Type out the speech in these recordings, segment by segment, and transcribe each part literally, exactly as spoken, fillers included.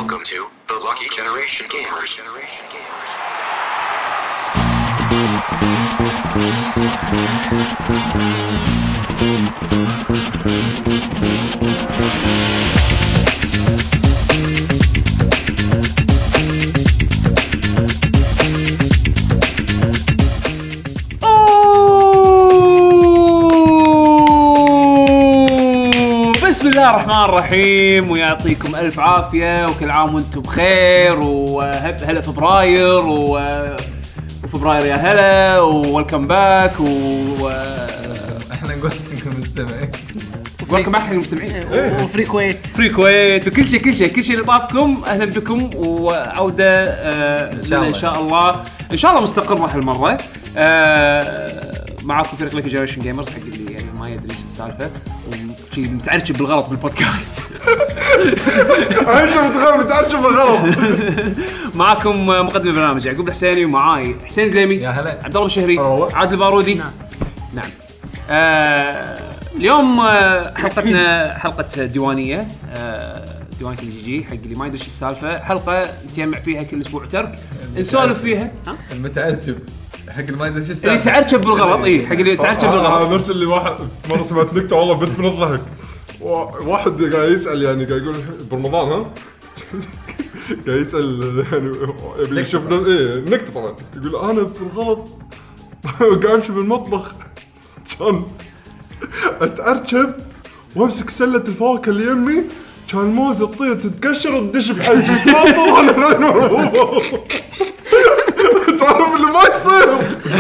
Welcome to the Lucky Generation Gamers. Generation Gamers. بسم الله الرحمن الرحيم ويعطيكم ألف عافية وكل عام وانتم بخير وهلا فبراير و... وفبراير يا هلا وويلكم باك و احنا نقول لكم مستمعين ويلكم باك حق المستمعين وفري كويت فري كويت وكل شيء كل شيء كل شيء اللي طافكم اهلا بكم وعودة آه ان شاء الله ان شاء الله ان شاء الله مستقرة هالمرة. آه معاكم فريق لكي جنريشن جيمرز حق اللي يعني ما يدري ايش السالفة وشي متعرجب بالغلط بالبودكاست. عايشة متغلط متعرجب بالغلط. معاكم مقدم البرنامج يعقوب الحسيني ومعاي حسين القليمي يا هلا عبد الله الشهري أوه. عادل البارودي. نعم نعم. آه اليوم آه حلقتنا حلقة ديوانية آه ديوانية الجي جي حق اللي ما يدري ايش السالفة. حلقة نتجمع فيها كل اسبوع ترك نسولف فيها ها المتعجب حق اللي ما يدري ايش اللي تعرجب بالغلط. اي حق اللي تعرجب بالغلط. نفس اللي واحد مرة سمعت نكتة والله بنت من الضحك. واحد قاعد يسأل يعني قاعد يقول برمضان ها قاعد يسأل يعني يبي يشوف ايه نكتة طبعا يقول انا بالغلط قاعد امشي بالمطبخ كان اتعرجب وامسك سلة الفواكه اللي يمي كان موز تطير تتقشر وتدش بحلجي وانا مربوط. تعرف اللي ما يصير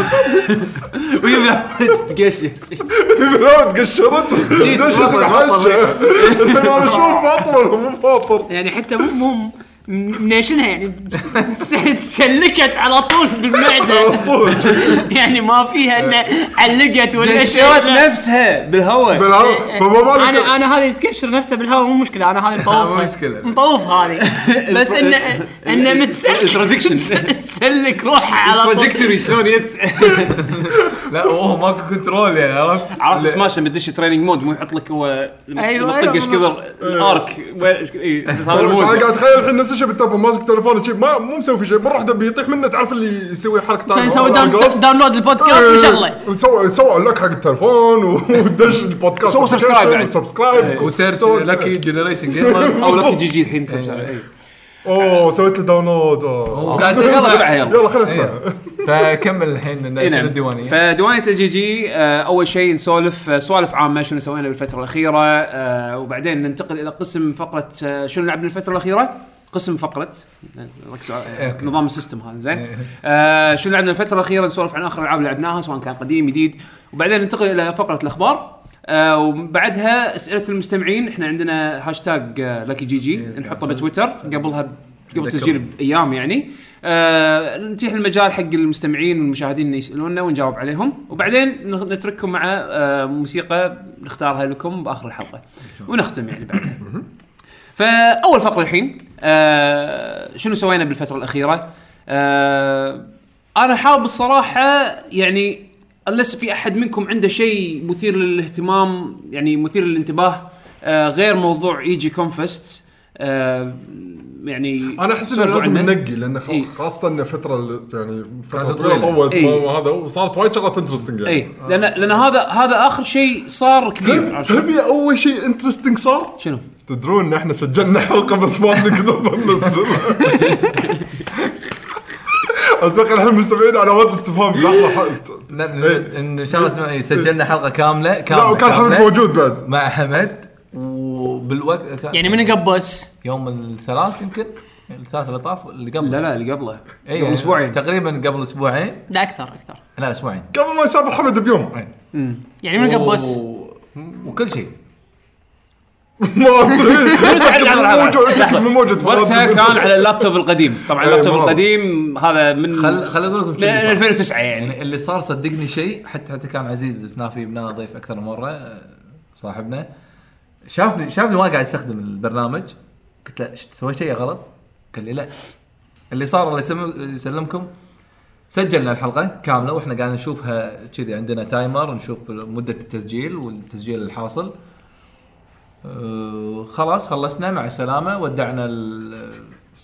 ويبدا تتقشر لا تقشرت دشت بحلجة. انا اشوف فاطر ولا مو فاطر يعني حتى مو مو منيشنها يعني تسلكت على طول بالمعدة يعني ما فيها انه علقت ولا شيء دشرت نفسها بالهواء بالهواء. فما بالك انا انا هذه تكشر نفسها بالهواء مو مشكله انا هذه مطوفها مشكلة. مطوف هذه بس ان ان متسلك Introduction. تسلك روحها على طول. تراجكتوري شلون يت لا وهو ماكو كنترول يعني عرفت عرفت سماش لما تدش تريننج مود مو يحط لك هو أيوة مطقش أيوة. كذا الارك اي بس هذا انا الموز قاعد اتخيل الحين نفس الشيء بالتلفون ماسك تلفون شيء ما مو مسوي شيء مره واحده بيطيح منه تعرف اللي يسوي حركه عشان يسوي داون داونلود البودكاست وشغله وسوى سوى لك حق التلفون ودش البودكاست سوى سبسكرايب بعد. سبسكرايب وسيرش لكي جنريشن جيمر او لك جي جي الحين تسوي. اوه سويت له داونلود. وقاعد يلا تسمع اسمع يلا يلا خلينا نسمع. فكمل الحين إيه شنو نعم. الديوانيه. فديوانية الجي جي آه، أول شيء نسولف آه، سوالف عامة شنو سوينا بالفترة الأخيرة آه، وبعدين ننتقل إلى قسم فقرة آه، شنو لعبنا الفترة الأخيرة. قسم فقرة ركزوا على نظام السيستم هذا زين. آه، شنو لعبنا الفترة الأخيرة نسولف عن آخر الألعاب اللي لعبناها سواء كان قديم جديد وبعدين ننتقل إلى فقرة الأخبار. آه، وبعدها أسئلة المستمعين. إحنا عندنا هاشتاج آه، لكي جي جي نحطه بتويتر قبلها قبل تسجيل بأيام يعني. آه، نتيح المجال حق المستمعين والمشاهدين إن يسألونا ونجاوب عليهم وبعدين نترككم مع آه، موسيقى نختارها لكم بآخر الحلقة ونختم يعني بعدها. فأول فقرة الحين آه، شنو سوينا بالفترة الأخيرة. آه، أنا حابب الصراحة يعني ألس في أحد منكم عنده شيء مثير للاهتمام يعني مثير للانتباه آه، غير موضوع إيجي كونفست. آه، يعني انا احس انه لازم ننقي لان خاصه ان فتره يعني فتره طويله طولت وهذا وصارت وايد شغلات انترستنج يعني. اي لان لان هذا هذا اخر شيء صار كبير. تبي اول شيء انترستنج صار شنو؟ تدرون ان احنا سجلنا حلقه بس ما نقدر ننزلها. اتوقع الحين مستمعين على وقت استفهام لحظه ان شاء الله اسمع سجلنا حلقه كامله كامله. لا وكان حمد موجود بعد مع حمد وبالوقت يعني من قبس يوم الثلاث يمكن الثلاث اللي طاف اللي قبل. لا لا اللي قبله قبل يعني اسبوعين تقريبا قبل اسبوعين. لا اكثر اكثر لا اسبوعين قبل ما يسافر حمد بيوم يعني من قبس و... وكل شيء ما ادري موجود وقتها كان على اللابتوب القديم. طبعا اللابتوب القديم هذا من خل خل اقول لكم من ألفين وتسعة يعني. يعني اللي صار صدقني شيء حتى حتى كان عزيز سنافي بنا ضيف اكثر من مره صاحبنا شافني شافني وانا قاعد استخدم البرنامج قلت له سويت شيء غلط قال لي لا اللي صار الله يسلمكم سجلنا الحلقه كامله واحنا قاعدين نشوفها كذي عندنا تايمر نشوف مده التسجيل والتسجيل الحاصل. أه خلاص خلصنا مع السلامه ودعنا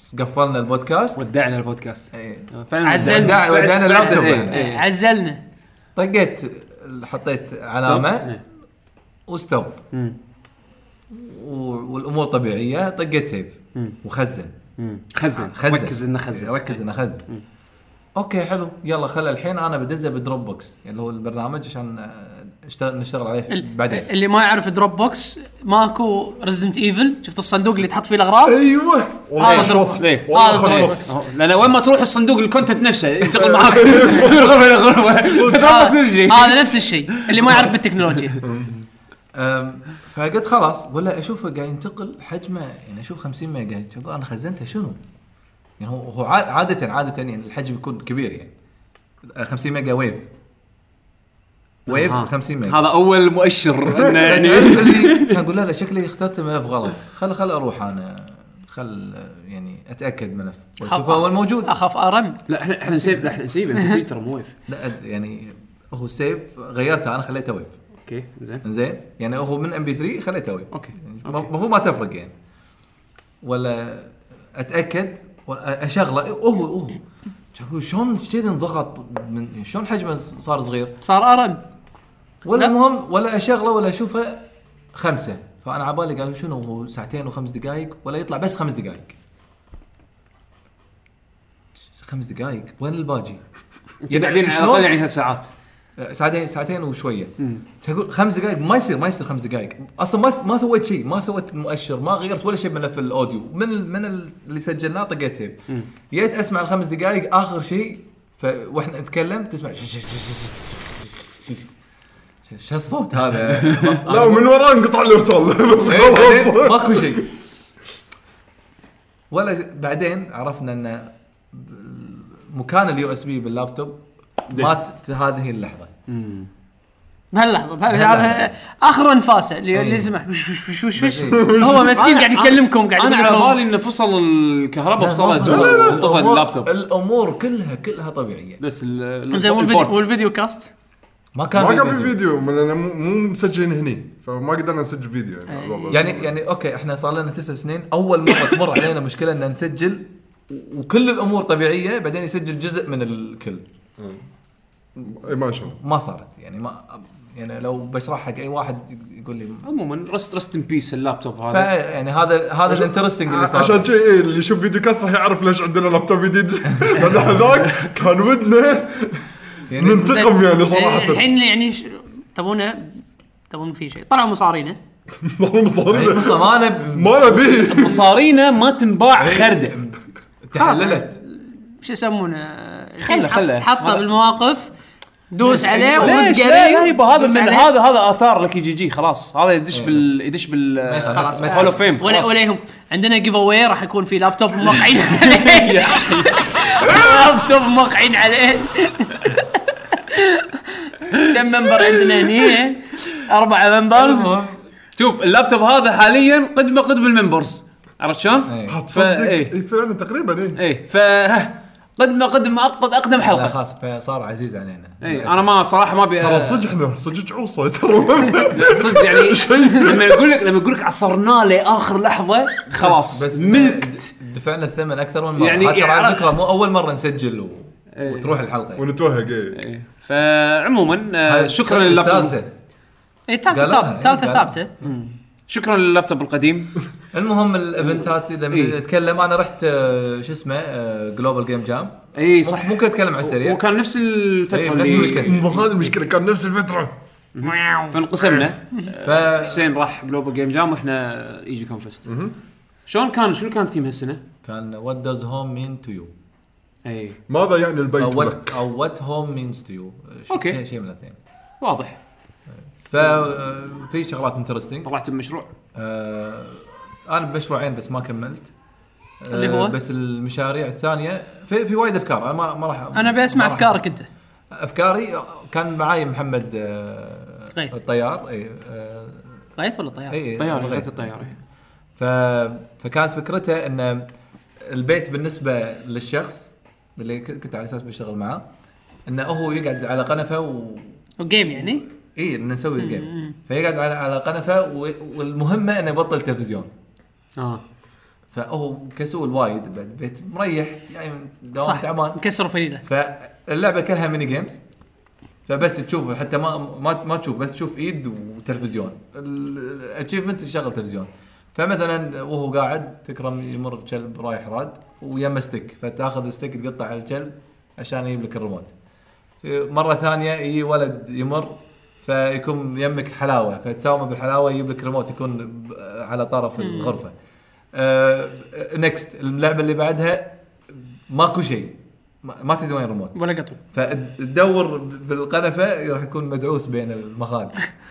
قفلنا البودكاست ودعنا البودكاست إيه. فعلا عزلنا. ودع- ودعنا اللابتوب إيه، يعني. إيه. عزلنا. طقيت حطيت علامه إيه. وستوب مم. و- والامور طبيعيه. طقيت سيف مم. وخزن مم. خزن خزن ركز انه خزن ركز انه خزن اوكي حلو يلا خلى الحين انا بدزه بدروب بوكس اللي هو البرنامج عشان آه، اشتغل نشتغل عليه ال- بعدين. اللي ما يعرف دروب بوكس ماكو ريزدنت ايفل شفت الصندوق اللي تحط فيه الاغراض ايوه والله هذا خلص إيه. والله هذا خلص أهو، لان وين ما تروح الصندوق الكونتنت نفسه ينتقل معاك من غرفه الى غرفه نفس الشيء هذا نفس الشيء اللي ما يعرف بالتكنولوجيا. أم، فقلت خلاص ولا اشوفه قاعد ينتقل حجمه يعني اشوف خمسين ميجا اقول انا خزنته شنو يعني هو هو عا- عاده عاده يعني الحجم يكون كبير يعني خمسين ميجا ويف ويف آه. خمسين ميجا هذا اول مؤشر انه يعني اللي كان اقول لا لا شكلي اخترت الملف غلط خل خل اروح انا خل يعني اتاكد ملف واشوفه اول موجود. اخاف ارم. لا احنا احنا نسيب لا احنا نسيبه في ترى مو ويف لا أد- يعني هو سيف غيرته انا خليته ويف اوكي زين زين يعني هو من ام بي ثلاثة خليته ويف اوكي ما ما هو ما تفرق يعني ولا اتاكد ولا اشغله هو هو شوفوا شلون كذا انضغط من شلون حجمه صار صغير صار ارم. ولا لا. المهم ولا اشغله ولا اشوفه خمسة فانا عبالي قالوا شنو هو ساعتين وخمس دقائق ولا يطلع بس خمس دقائق خمس دقائق وين الباجي بعدين على شلون؟ الاقل يعني ثلاث ساعات ساعتين ساعتين وشويه تقول خمس دقائق ما يصير ما يصير خمس دقائق اصلا ما س- ما سويت شيء ما سويت مؤشر ما غيرت ولا شيء من في الاوديو من ال من ال اللي سجلناه طقيت سيف جيت اسمع الخمس دقائق اخر شيء واحنا نتكلم تسمع شو الصوت هذا لا ومن وراه انقطع الارسال بس إيه، بعدين خلاص ماكو شيء ولا بعدين عرفنا ان مكان اليو اس بي باللابتوب مات في هذه اللحظه بهاللحظه بهال- بهاللحظة. هذا اخر انفاسه اللي إيه. اللي يسمع وش وش وش وش إيه. هو مسكين قاعد يكلمكم قاعد انا يقول على لكم. بالي انه فصل الكهرباء فصل لا، الجهاز لا، لا، انطفى الأمور- اللابتوب الامور كلها كلها طبيعيه بس ال زين والفيديو البورت. والفيديو كاست ما كان ما في كان في فيديو. فيديو من انا مو مو مسجلين هني فما قدرنا نسجل فيديو يعني والله. يعني يعني اوكي احنا صار لنا تسع سنين اول مره تمر علينا مشكله ان نسجل وكل الامور طبيعيه بعدين يسجل جزء من الكل اي ما شاء الله ما صارت يعني ما يعني لو بشرح حق اي واحد يقول لي عموما رست رست ان بيس اللابتوب هذا فيعني هذا هذا الانترستنج اللي صار عشان شيء إيه اللي يشوف فيديو كاست راح يعرف ليش عندنا لابتوب جديد هذا هذاك كان ودنا يعني ننتقم يعني صراحه الحين يعني ش- تبونه تبون في شيء طلعوا مصارينه والله مصارينا بص ما انا ما نبيه مصارينا ما تنباع خرده تحللت شو يسمونه خله- خله. حطه هذا- بالمواقف دوس ليش؟ عليه ليش ومتقري لا لا يبا هذا دوس من عليه. هذا هذا اثار لك جي جي خلاص هذا يدش بال يدش بال يخالف. خلاص ما هول اوف فيم ولا ولا يهم عندنا جيف اواي راح يكون في لابتوب موقعين عليه لابتوب موقعين عليه كم منبر عندنا هني اربعه منبرز المهم شوف اللابتوب هذا حاليا قدمه قدم الممبرز عرفت شلون؟ إيه. هتصدق فا- إيه. اي فعلا تقريبا اي ايه ف ها، قدمه قدم أقد اقدم لا حلقه خلاص فصار عزيز علينا اي انا ما صراحه ما ابي ترى صدق احنا صدق عوصه ترى صدق يعني لما يقول لك لما يقول لك عصرناه لاخر لحظه خلاص بس ملكت دفعنا الثمن اكثر من مره يعني يعني ترى يعني- على فكره مو اول مره نسجل و... إيه. وتروح الحلقه ونتوهق اي إيه. فعموما آه، هاي شكرا الثالثة. لللابتوب اي ثالثه قالها، ثابته إيه، ثالثه قالها. ثابته شكرا لللابتوب القديم المهم الايفنتات اذا إيه. نتكلم انا رحت آه، شو اسمه جلوبال جيم جام اي صح ممكن اتكلم على السريع وكان نفس الفتره إيه، اللي نفس المشكلة. هذه المشكله كان نفس الفتره فانقسمنا ف حسين راح جلوبال جيم جام واحنا ايجي كون فيست شلون كان شنو كان ثيم هالسنه؟ كان وات داز هوم مين تو يو اي ماذا يعني البيت او لك وات او وات هوم مينز تو يو أوكي. شيء شيء من الاثنين واضح ففي شغلات انترستنج طلعت بمشروع آه انا بمشروعين بس ما كملت آه اللي هو؟ بس المشاريع الثانيه في في وايد افكار انا ما ما راح انا بسمع ما راح- افكارك انت افكاري كان معاي محمد آه غيث. الطيار اي آه غيث ولا طيار؟ اي طياري غيث. غيث الطياري ف... فكانت فكرته ان البيت بالنسبه للشخص اللي ك- كنت على اساس بشتغل معاه انه هو يقعد على قنفه و وجيم يعني اي إن نسوي الجيم فيقعد على على قنفه و... والمهمه انه يبطل تلفزيون اه فهو كسول وايد بعد بيت مريح يعني دوام صح تعبان. مكسر فريده. فاللعبه كلها ميني جيمز فبس تشوف حتى ما ما ما تشوف بس تشوف ايد وتلفزيون الاتشيفمنت تشغل تلفزيون. فمثلا وهو قاعد تكرم يمر كلب رايح راد ويم ستيك فتاخذ ستيك تقطع على الكلب عشان يجيب لك الريموت. مره ثانيه يجي ولد يمر فيكون يمك حلاوه فتساومه بالحلاوه يجيب لك ريموت يكون على طرف الغرفه. آه نكست اللعبه اللي بعدها ماكو شيء ما تدري وين الريموت ولا قطو فتدور بالقنفه راح يكون مدعوس بين المخالب.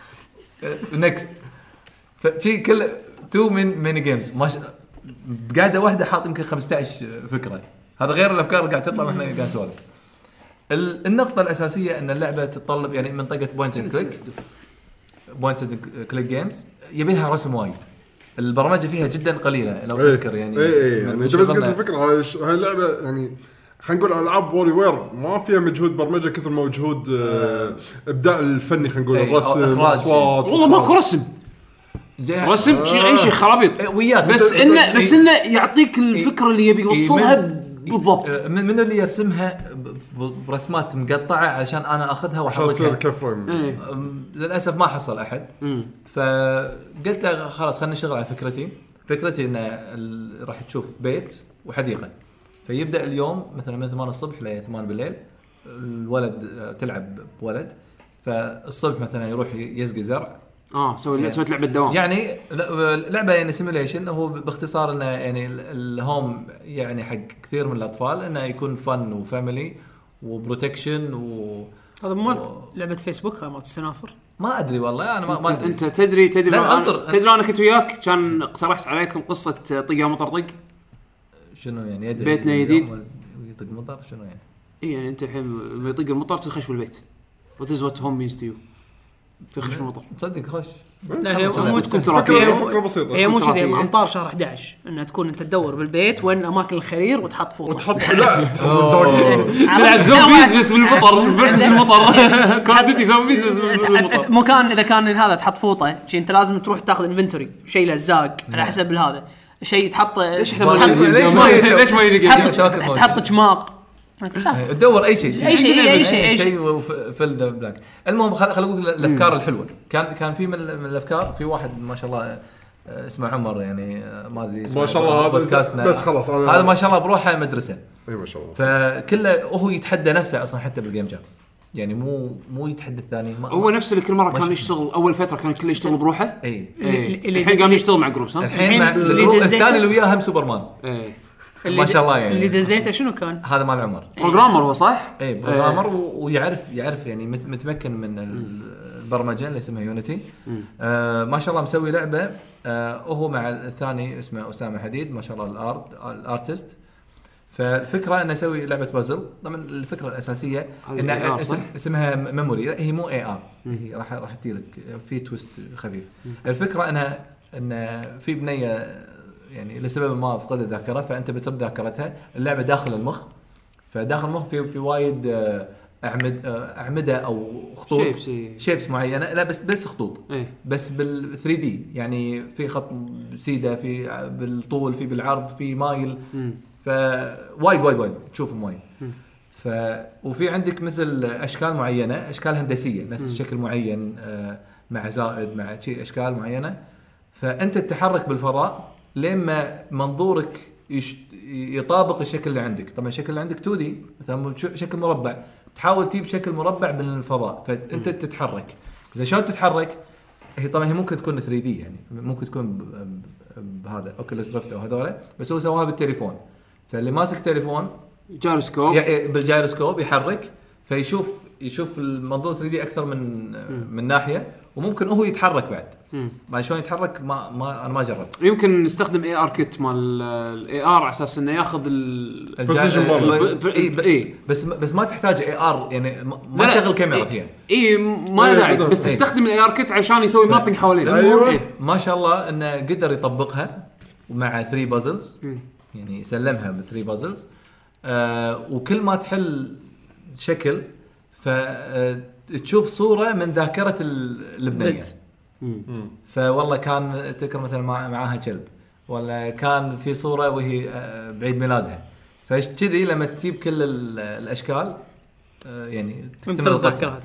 نكست فشي كل تو من ميني جيمز ماش... بقاعده واحده حاط يمكن خمسة عشر فكره. هذا غير الافكار اللي قاعد تطلع واحنا قاعد نسولف. النقطه الاساسيه ان اللعبه تتطلب يعني منطقه بوينت اند كليك بوينت اند كليك جيمز يبي لها رسم وايد. البرمجه فيها جدا قليله لو تذكر يعني اي اي يعني انت بس قلت الفكره هاي هاي اللعبه يعني خلينا نقول العاب ووري وير ما فيها مجهود برمجه كثر ما مجهود آه ابداع الفني خلينا نقول الرسم الاصوات والله ماكو رسم رسم آه. اي شيء خرابيط وياك بس انه بس انه يعطيك الفكره اللي يبي يوصلها بالضبط. من من اللي يرسمها برسمات مقطعه علشان انا اخذها واحطها إيه. للاسف ما حصل احد. فقلت له خلاص خلينا نشتغل على فكرتي. فكرتي انه راح تشوف بيت وحديقه فيبدا اليوم مثلا من ثمانية الصبح ل ثمانية بالليل الولد تلعب بولد فالصبح مثلا يروح يسقي زرع اه سوي يعني سويت لعبه دوام يعني لعبه يعني سيميليشن. هو باختصار انه يعني الهوم يعني حق كثير من الاطفال انه يكون فن وفاميلي وبروتكشن و هذا مالت و... لعبه فيسبوك مالت السنافر ما ادري والله انا ما, ما ادري. انت تدري تدري أنا تدري انا كنت وياك كان اقترحت عليكم قصه طقه مطر طق شنو يعني يدري بيتنا جديد يطق مطر شنو يعني اي يعني انت الحين يطق المطر تخش بالبيت what is what home means to you تخش بالمطر تصدق خش لا هي مو تكون فكرة بسيطة هي مو شيء امطار شهر أحد عشر انها تكون انت تدور بالبيت وين اماكن الخرير وتحط فوطه وتحط لا تحط الزاويه تلعب زومبيز بس بالمطر بس المطر كواليتي زومبيز بس بالمطر مكان اذا كان هذا تحط فوطه شيء انت لازم تروح تاخذ انفنتوري شيء لزاق على حسب هذا شيء تحط ليش ليش ما ليش ما يلقى تحط جماق تدور اي شيء اي شيء اي شيء اي شيء في البلاك. المهم خل خل اقول الافكار الحلوه. كان كان في من, من الافكار في واحد ما شاء الله اسمه عمر يعني ما ادري ما شاء الله بودكاستنا بس خلاص هذا ما شاء الله بروحه مدرسه اي ما شاء الله فكله وهو يتحدى نفسه اصلا حتى بالجيم جام يعني مو مو يتحدى الثاني هو نفسه اللي كل مره كان يشتغل اول فتره كان كله يشتغل بروحه اي الحين قام يشتغل مع جروبس الحين الثاني اللي وياه هم سوبرمان اي ما شاء الله يعني اللي دزيته شنو كان هذا مال عمر بروجرامر هو صح اي بروجرامر ويعرف يعرف يعني متمكن من البرمجه اللي اسمها يونيتي آه ما شاء الله مسوي لعبه آه وهو مع الثاني اسمه اسامه حديد ما شاء الله الارت الارتست. فالفكره انه يسوي لعبه بازل. طبعا الفكره الاساسيه ان اسم اسمها ميموري هي مو اي ار هي راح راح تجيلك في تويست خفيف. الفكره انها ان في بنيه يعني لسبب ما فقدت الذاكره فانت بترد ذاكرتها. اللعبه داخل المخ فداخل المخ في في وايد اعمد اعمده او خطوط شيبس, شيبس معينه لا بس بس خطوط ايه؟ بس بال ثري دي يعني في خط سيده في بالطول في بالعرض في مايل فوايد وايد وايد تشوفهم وايد. ف وفي عندك مثل اشكال معينه اشكال هندسيه نفس شكل معين مع زائد مع شيء اشكال معينه فانت تتحرك بالفضاء لما منظورك يشت... يطابق الشكل اللي عندك. طبعا الشكل اللي عندك تو دي مثلا شكل مربع تحاول تجيب شكل مربع بالفضاء فانت تتحرك. اذا شلون تتحرك هي طبعا هي ممكن تكون ثري دي يعني ممكن تكون بهذا اوكيوليس ريفت او هذول بس هو سواها بالتليفون. فاللي ماسك تليفون جايروسكوب بالجايروسكوب يحرك فيشوف يشوف المنظور ثري دي اكثر من م. من ناحيه وممكن هو يتحرك بعد ما شلون يتحرك ما ما انا ما جربت. يمكن نستخدم اي ار كيت مال الاي ار على اساس انه ياخذ البوزيشن مال اي بس بس ما تحتاج اي ار يعني ما تشغل كاميرا فيها اي ما داعي بس تستخدم الاي ار كيت عشان يسوي مابينج حوالين. أيوة. ما شاء الله انه قدر يطبقها مع ثري بازلز يعني سلمها بثري بازلز آه وكل ما تحل شكل فتشوف صورة من ذاكرة البنية. فوالله كان تذكر مثلا معاها كلب ولا كان في صوره وهي آه، بعيد ميلادها. فكذي لما تجيب كل ال- الاشكال آه، يعني انت تكتمل القصه. تتذكرها.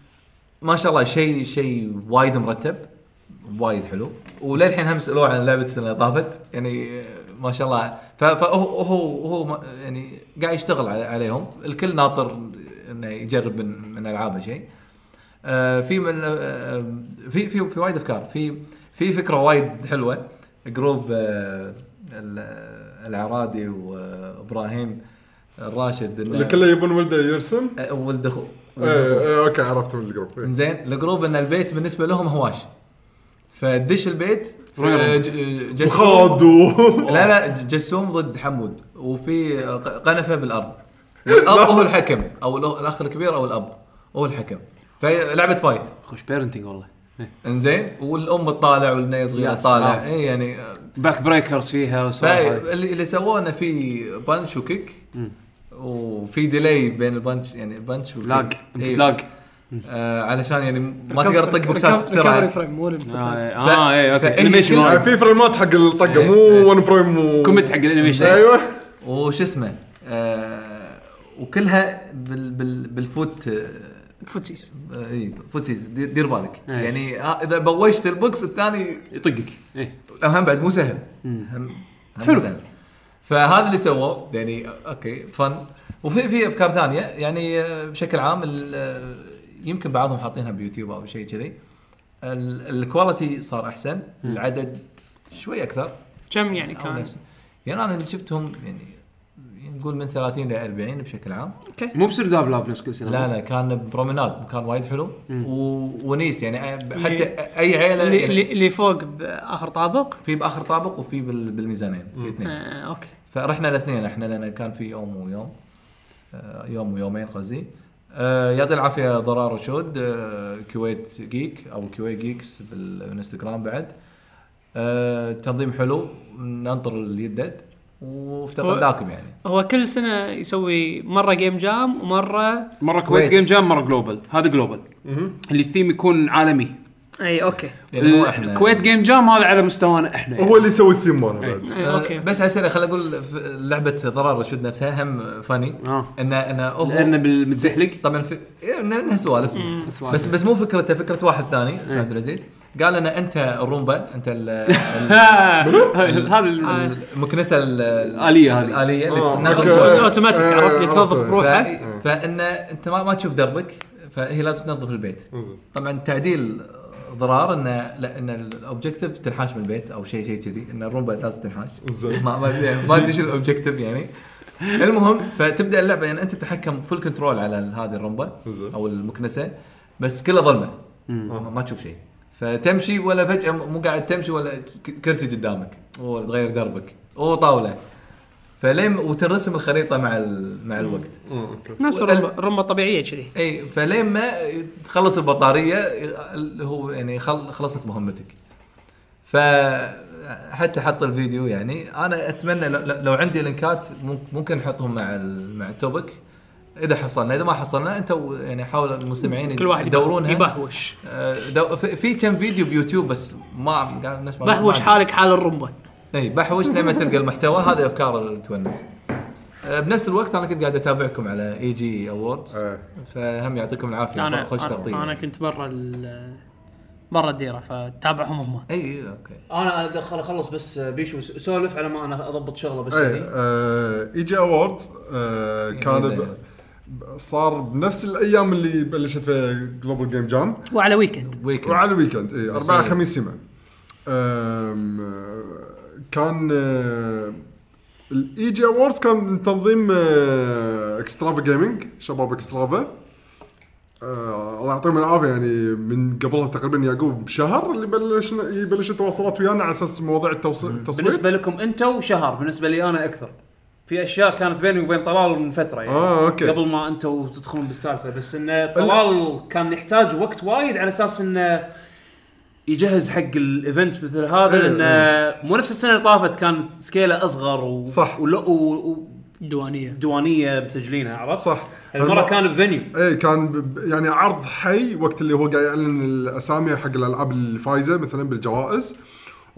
ما شاء الله شيء شيء وايد مرتب وايد حلو. وللحين هم سألوه عن لعبه السنه اللي طافت يعني آه، ما شاء الله. ف- فهو هو هو ما- يعني قاعد يشتغل على- عليهم. الكل ناطر انه يجرب من من العابه شيء. آه، في من آه، في في في وايد افكار. في في فكره وايد حلوه. جروب آه، ال- العرادي وابراهيم الراشد اللي كله يبون ولده يرسم. آه، ولد اخو ايه ايه اوكي عرفت من الجروب. إيه. زين. الجروب ان البيت بالنسبه لهم هواش. فدش البيت في رياضة. ج- جسوم. خاد و لا لا جسوم ضد حمود وفي قنفه بالارض. الاب هو الحكم او الأخ- الاخ الكبير او الاب هو الحكم. فلعبه فايت. خوش بيرنتنج والله. انزين. والام تطالع والبنيه صغيره يا تطالع. سلام. اي يعني باك بريكرز فيها وسوالف. فاللي اللي سووه انه في بانش وكيك وفي ديلي بين البانش يعني البانش والكيك. لاج إيه. لاج. آه علشان يعني ما تقدر تطق بوكسات ريكفري بسرعه. فريم مو اه الانبوت. اه ايه اوكي. فأي انيميشن كلمة- يعني في فريمات حق الطقه مو ون فريم و كومنت حق الانيميشن. ايوه وش اسمه آه وكلها بال بال بالفوت آه فوتسيس. اي فوتسيز دير, دير بالك. إيه. يعني آه اذا بوشت البوكس الثاني يطقك. ايه هم بعد مو سهل. هم هم حلو. مو سهل. فهذا اللي سووه يعني اوكي فن. وفي في افكار ثانيه يعني آه، بشكل عام ال- آه، يمكن بعضهم حاطينها بيوتيوب او شيء كذي. ال- الكواليتي صار احسن. العدد شوي اكثر كم يعني أو كان؟ نفسه. يعني انا اللي شفتهم يعني نقول من ثلاثين ل أربعين بشكل عام. اوكي. مو بسرداب لاب نفس كل سنه. لا لا كان برومناد مكان وايد حلو و- ونيس يعني حتى اللي- اي عيله اللي, يعني اللي اللي فوق باخر طابق. في باخر طابق وفي بال- بالميزانين في اثنين. آه، اوكي. فرحنا الاثنين احنا لان كان في يوم ويوم آه، يوم ويومين قصدي. آه، يعطي العافيه ضرار رشود آه، كويت جيك او كويت جيكس بالانستغرام بعد. آه، تنظيم حلو ننطر اليدد وافتقدناكم يعني. هو كل سنه يسوي مره جيم جام ومره مره كويت كويت. جيم جام مره جلوبال. هذا جلوبال اللي الثيم يكون عالمي. اي اوكي. يعني مو احنا الكويت جيم جام هذا على مستوانا احنا يعني. هو اللي يسوي الثيم ماله بعد. أي آه، اوكي. بس على السريع خل اقول ف- لعبه ضرار رشود نفسها هم فاني. آه. ان ان هو لانه بالمتزحلق. طبعا في إيه، انها إنها سوالف. سوالف. بس بس مو فكرته فكره واحد ثاني اسمه إيه. عبد العزيز قال لنا انت الرومبا انت ال- هذا ال- المكنسه ال- الآلية هذه. الاليه اللي آه، تنظف أوكي. بروحها. اوتوماتيك آه، عرفت اللي عرفت. تنظف بروحه. ف- فان انت ما, ما تشوف دربك فهي لازم تنظف البيت. انزين. طبعا تعديل ضرار انه لا ان الاوبجيكتيف تنحاش من البيت او شيء شيء كذي ان الرومبا لازم تنحاش. زين. ما ما يعني ما ادري شو الاوبجيكتيف يعني. المهم فتبدا اللعبه يعني انت تتحكم فول كنترول على هذه الرومبا زين. او المكنسه بس كلها ظلمه ما, ما تشوف شيء. فتمشي ولا فجاه مو قاعد تمشي ولا ك- كرسي قدامك او تغير دربك او طاوله. فلين وترسم الخريطه مع ال- مع الوقت. آه، اوكي. نفس وال- الرمبة الرمبة طبيعيه كذي. اي فلين ما تخلص البطاريه اللي هو يعني خل خلصت مهمتك. فحتى حط الفيديو يعني انا اتمنى لو, لو عندي لينكات ممكن- ممكن نحطهم مع ال- مع التوبك اذا حصلنا. اذا ما حصلنا انت يعني حاول المستمعين كل واحد يدورونها. يبهوش آه، دو في في كم فيديو بيوتيوب بس ما قاعد الناس ما بهوش ما- حالك حال الرمبة. اي بحوش لما تلقى المحتوى. هذه افكار اللي تونس. آه، بنفس الوقت انا كنت قاعد اتابعكم على اي جي اووردز إيه. فهم يعطيكم العافيه. انا خوش تغطيه. انا, أنا كنت برا ال برا الديره فتابعهم هم. اي اي اوكي. انا ادخل اخلص بس بيشو سولف على ما انا اضبط شغله بس اي هذي. آه، اي جي اوورد آه، كان ب- ب- صار بنفس الايام اللي بلشت فيها جلوبال جيم جام وعلى ويكند. ويكند. وعلى الويكند اي اربعاء يصير. خميس يمه. آم، آه، كان الاي جي اووردز كان من تنظيم آه، اكسترافا جيمنج شباب اكسترافا. آه، الله يعطيهم العافيه يعني من قبلها تقريبا يعقوب بشهر اللي بلش يبلش تواصلات ويانا على اساس مواضيع التوص- التصويت. بالنسبه لكم انتم شهر، بالنسبه لي انا اكثر. في اشياء كانت بيني وبين طلال من فتره يعني آه، أوكي. قبل ما انتم تدخلون بالسالفه، بس انه طلال كان يحتاج وقت وايد على اساس انه يجهز حق الايفنت مثل هذا، إيه، لانه مو نفس السنه اللي طافت كانت سكيله اصغر و... صح. ولو و... ديوانيه وديوانيه مسجلينها، عرفت؟ صح. المره الم- كان بفينيو. ايه كان ب- يعني عرض حي وقت اللي هو قاعد يعلن الاسامي حق الالعاب الفايزه مثلا بالجوائز،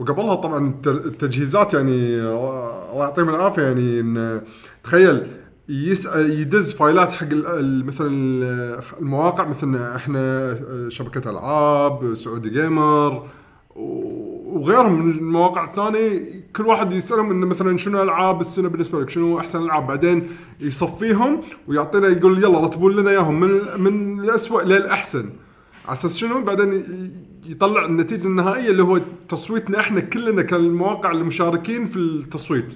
وقبلها طبعا الت- التجهيزات يعني الله يعطيهم العافيه يعني إن تخيل يسأل يدز فايلات حق ال- ال- مثلا ال- المواقع مثلا احنا شبكه العاب سعودي جيمر وغيرهم من المواقع الثانيه كل واحد يسالهم انه مثلا شنو العاب السنه بالنسبه لك شنو احسن العاب بعدين يصفيهم ويعطينا يقول يلا رتبوا لنا اياهم من من الاسوء للاحسن على اساس شنو بعدين ي- يطلع النتيجه النهائيه اللي هو تصويتنا احنا كلنا كالمواقع المشاركين في التصويت.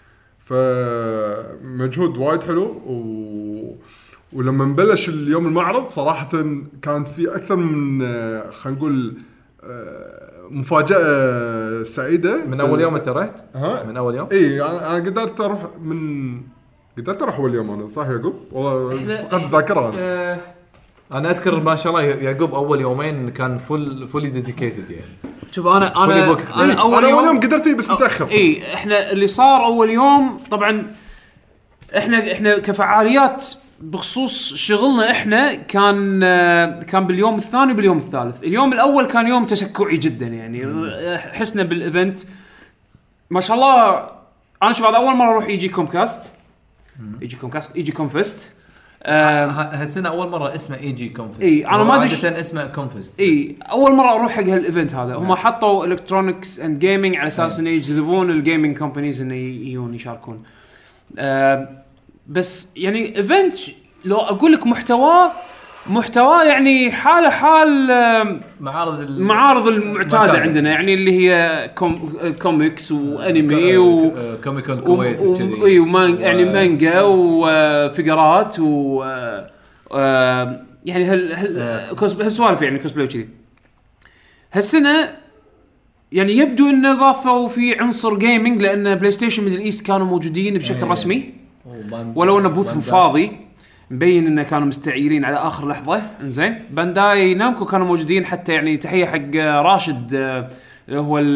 فمجهود وايد حلو و... ولما نبلش اليوم المعرض صراحه كانت في اكثر من آه، خلينا نقول آه، مفاجاه سعيده من اول يوم انت رحت؟ ها من اول يوم؟ اي انا انا قدرت اروح من قدرت اروح اول يوم انا صح يعقوب والله فقدت ذاكره انا آه، انا اذكر ما شاء الله يعقوب اول يومين كان فل فولي ديديكيتد يعني. شوف انا Fully انا booked. انا إيه، اول انا اول يوم يوم قدرت إيه بس متاخر اي احنا اللي صار اول يوم طبعا احنا احنا كفعاليات بخصوص شغلنا احنا كان كان باليوم الثاني وباليوم الثالث. اليوم الاول كان يوم تشكعي جدا يعني حسنا بالايفنت ما شاء الله. انا شوف هذا اول مره اروح يجي كوم كاست يجي كوم كاست يجي كوم فيست. آه هالسنه اول مره اسمه اي جي كونفست. إي، أنا ما أدري عادة اسمه كونفست. اي اول مره اروح حق هالايفنت هذا. هم حطوا الكترونكس اند جيمنج على اساس انه يجذبون الجيمنج كومبانيز انه يجون يشاركون. آه بس يعني ايفنت لو اقول لك محتوى محتوى يعني حاله حال آه معارض المعارض المعتاده عندنا يعني اللي هي كوم كوميكس وانمي و كوميكون كويت وكذي. اي ومان يعني مانجا وفيجرات و آه يعني هال هال هالسوالف يعني كوسبلاي وكذي. هالسنه يعني يبدو انه ضافوا في عنصر جيمنج لان بلاي ستيشن ميدل ايست كانوا موجودين بشكل رسمي ولو انه بوثهم فاضي مبين انه كانوا مستعيرين على اخر لحظه. انزين بانداي نامكو كانوا موجودين حتى يعني تحيه حق راشد اللي هو ال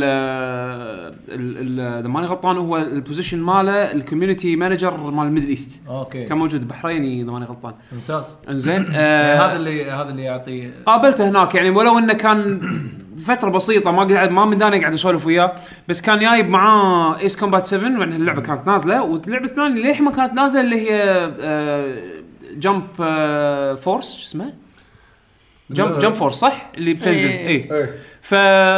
اذا ماني غلطان هو البوزيشن ماله الكوميونتي مانجر مال الميدل ايست. اوكي كان موجود بحريني اذا ماني غلطان. ممتاز. انزين يعني هذا اللي هذا اللي يعطي قابلته هناك يعني ولو انه كان فتره بسيطه ما قاعد ما من داني قاعد اسولف وياه بس كان جايب معاه ايس كومبات سبعة لان اللعبه كانت نازله واللعبه الثانيه ليه ما كانت نازله اللي هي جمب فورس شو اسمه جمب جمب فورس صح اللي بتنزل اي إيه. ف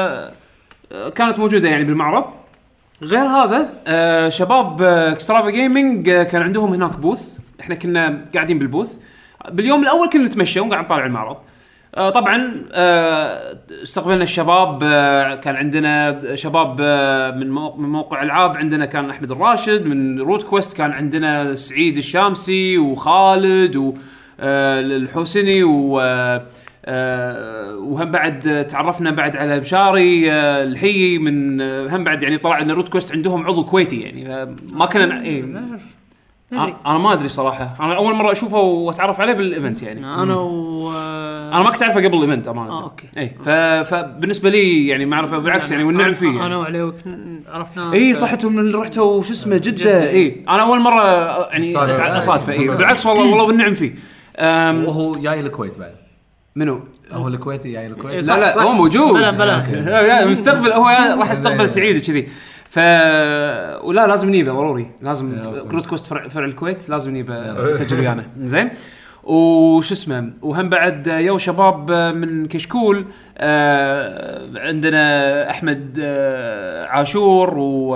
كانت موجوده يعني بالمعرض. غير هذا آه شباب اكسترافا جيمنج آه كان عندهم هناك بوث. احنا كنا قاعدين بالبوث باليوم الاول كنا نتمشى وقاعد نطالع المعرض. آه طبعا آه استقبلنا الشباب. آه كان عندنا شباب آه من من موقع العاب عندنا كان احمد الراشد من روت كويست كان عندنا سعيد الشامسي وخالد والحسني و آه وهم بعد تعرفنا بعد على بشاري آه الحيي من آه هم بعد يعني طلع ان روت كويست عندهم عضو كويتي يعني آه ما كنا ايه انا ما ادري صراحه. انا اول مره اشوفه واتعرف عليه بالايفنت يعني انا و انا ما كنت اعرفه قبل الايفنت امانه. اه اوكي اي ف... فبالنسبه لي يعني معرفه بالعكس يعني والنعم فيه يعني. انا وعليوك عرفنا اي صحتهم من اللي رحتوا وش اسمه جده. اي انا اول مره يعني اصادفه. اي بالعكس والله والله والنعم فيه. وهو جاي الكويت بعد. منو هو الكويتي جاي الكويت. لا لا هو موجود بلا بلا مستقبل هو راح يستقبل سعيد كذي. ف ولا لازم نيبه ضروري لازم كروت كوست فرع, فرع الكويت لازم نيبه يسجل ويانا. زين وش اسمه وهم بعد يو شباب من كشكول. آه عندنا احمد آه عاشور و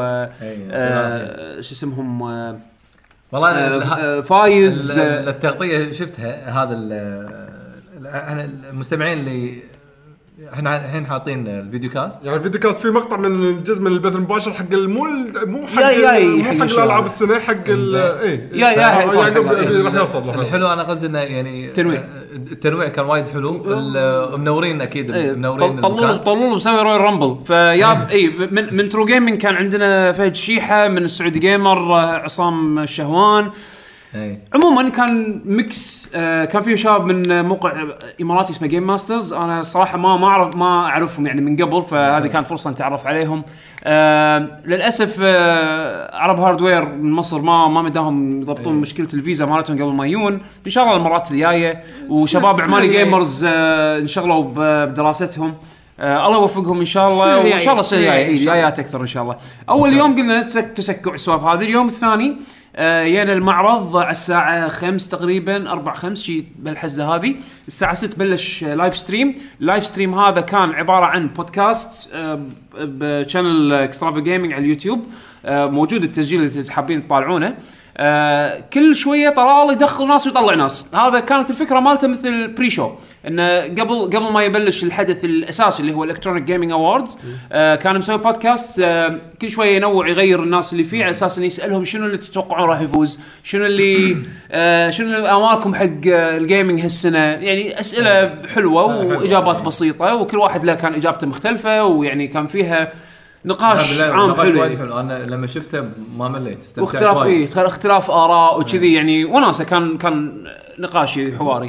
آه شو اسمهم آه والله آه فايز. التغطيه شفتها هذا احنا المستمعين اللي احنا الحين حاطين الفيديو كاست يعني الفيديو كاست في مقطع من الجزء من البث المباشر حق مو مو حق مو حق الالعاب السنه حق اي يا يا راح يوصل له. الحلو انا قصدي انه يعني تنويع التنويع كان وايد حلو. منورين اكيد منورين طلول طلول مسوي رويال رامبل فيا اي من من ترو جيمنج كان عندنا فهد شيحه من السعودي جيمر عصام الشهوان. أي. عموما كان ميكس. آه كان فيه شباب من موقع اماراتي اسمه جيم ماسترز. انا صراحه ما ما اعرف ما اعرفهم يعني من قبل فهذه كانت فرصه نتعرف عليهم. آه للاسف آه عرب هاردوير من مصر ما ما مداهم يضبطون مشكله الفيزا مالتهم قبل ما يجون. ان شاء الله المرات الجايه. وشباب عماني جيمرز آه انشغلوا بدراستهم آه الله يوفقهم ان شاء الله، السنة وان الجاية، شاء الله السنه السنة الجايه الجاية. جايات اكثر ان شاء الله. اول يوم قلنا تسك تسكع السوالف هذه، اليوم الثاني آه جينا المعرض على الساعه خمس تقريبا أربعة خمس شيء بالحزه هذه. الساعه ستة بلش لايف ستريم. اللايف ستريم هذا كان عباره عن بودكاست آه بشانل اكسترافا جيمنج على اليوتيوب، آه موجود التسجيل اذا حابين تطالعونه. آه كل شويه طلال يدخل ناس ويطلع ناس. هذا كانت الفكره مالته مثل بري شو، انه قبل قبل ما يبلش الحدث الاساسي اللي هو الكترونيك جيمنج اووردز آه كان مسوي بودكاست، آه كل شويه ينوع يغير الناس اللي فيه على اساس انه يسالهم شنو اللي تتوقعون راح يفوز، شنو اللي آه شنو امالكم حق الجيمنج هالسنه. يعني اسئله حلوه واجابات بسيطه، وكل واحد له كان اجابته مختلفه، ويعني كان فيها نقاش عام حلو. انا لما شفته ما مليت، استمتعت واختلاف وايد. ايه اختلاف اراء وكذي يعني وناسه، كان كان نقاشي حواري.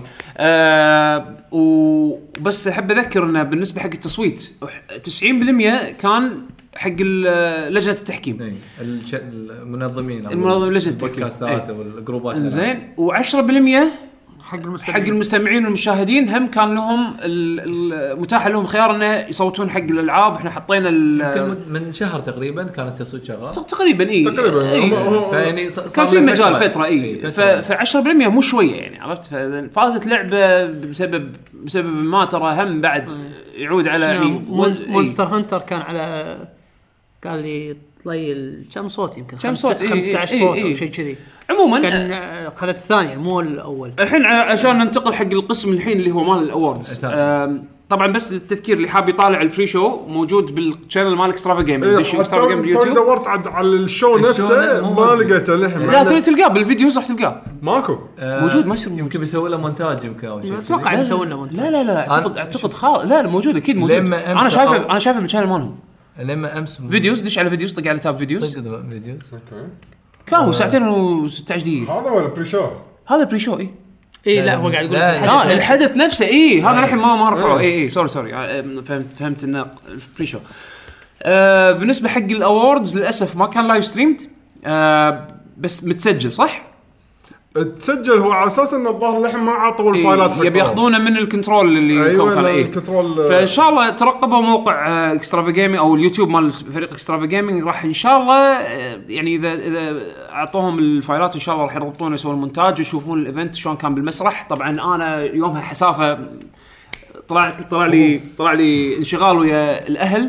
آه وبس احب اذكر انه بالنسبه حق التصويت تسعين بالمية كان حق لجنه التحكيم، اي الش- المنظمين المنظم لجنه التحكيم البودكاستات إيه. والجروبات. زين، و10 بالمية حق حق المستمعين. المستمعين والمشاهدين هم كان لهم ال- ال- متاح لهم خيار انه يصوتون حق الالعاب. احنا حطينا يمكن من شهر تقريبا كان التصويت شغال تقريبا اي تقريبا. إيه. هم- هم- فيعني ص- كان صار في له مجال فترة. فتره اي فترة. ف عشرة بالمية مو شويه يعني، عرفت؟ فازت لعبه بسبب بسبب ما ترى هم بعد يعود على يعني مون- إيه. مونستر هانتر كان على قال لي طلي كم صوت، يمكن كم صوت؟ إيه، خمسة عشر إيه، صوت إيه. او شيء كذي. عموما كان آه، اخذت الثانيه مو الاول. الحين ع- عشان ننتقل حق القسم الحين اللي هو مال الاووردز. أساساً. طبعا بس للتذكير اللي حاب يطالع البري شو موجود بالشانل مال اكسترافا جيمنج، إيه، دش اكسترافا جيمنج تو باليوتيوب. دورت عاد على الشو الشو نفسه مو ما موجود. لقيته للحين. لا ترى تلقاه بالفيديوز راح تلقاه ماكو. آه، موجود، ما يصير يمكن بيسوي له مونتاج يمكن او شيء. اتوقع لا، يسوون له مونتاج. لا لا لا اعتقد أنا- اعتقد خال لا لا موجود اكيد موجود. لما انا أمس شايفه أو- انا شايفه بالشانل مالهم لما امس فيديوز. دش على فيديوز، طق على تاب فيديوز، طق فيديوز. اوكي. كاهو ساعتين و16 دقيقه. هذا ولا بري شو؟ هذا البري شو اي اي لا هو قاعد يقول لا، لك لا، لا الحدث الحدث نفسه اي هذا الحين ما ما رفعوه. إيه. اي اي سوري سوري آه، فهمت فهمت انه البري شو. آه بالنسبه حق الاووردز للاسف ما كان لايف ستريمد، آه بس متسجل صح؟ تسجل هو على اساس انه الظاهر للحين ما عطوا إيه، الفايلات حق يبي ياخذونه من الكنترول اللي ايوه كان ايه. الكنترول. فان شاء الله ترقبوا موقع آه، اكسترافا جيمنج او اليوتيوب مال فريق اكسترافا جيمنج، راح ان شاء الله آه، يعني اذا اذا اعطوهم الفايلات ان شاء الله راح يربطون يسوون المونتاج ويشوفون الايفنت شلون كان بالمسرح. طبعا انا يومها حسافه طلع طلع لي طلع لي انشغال ويا الاهل،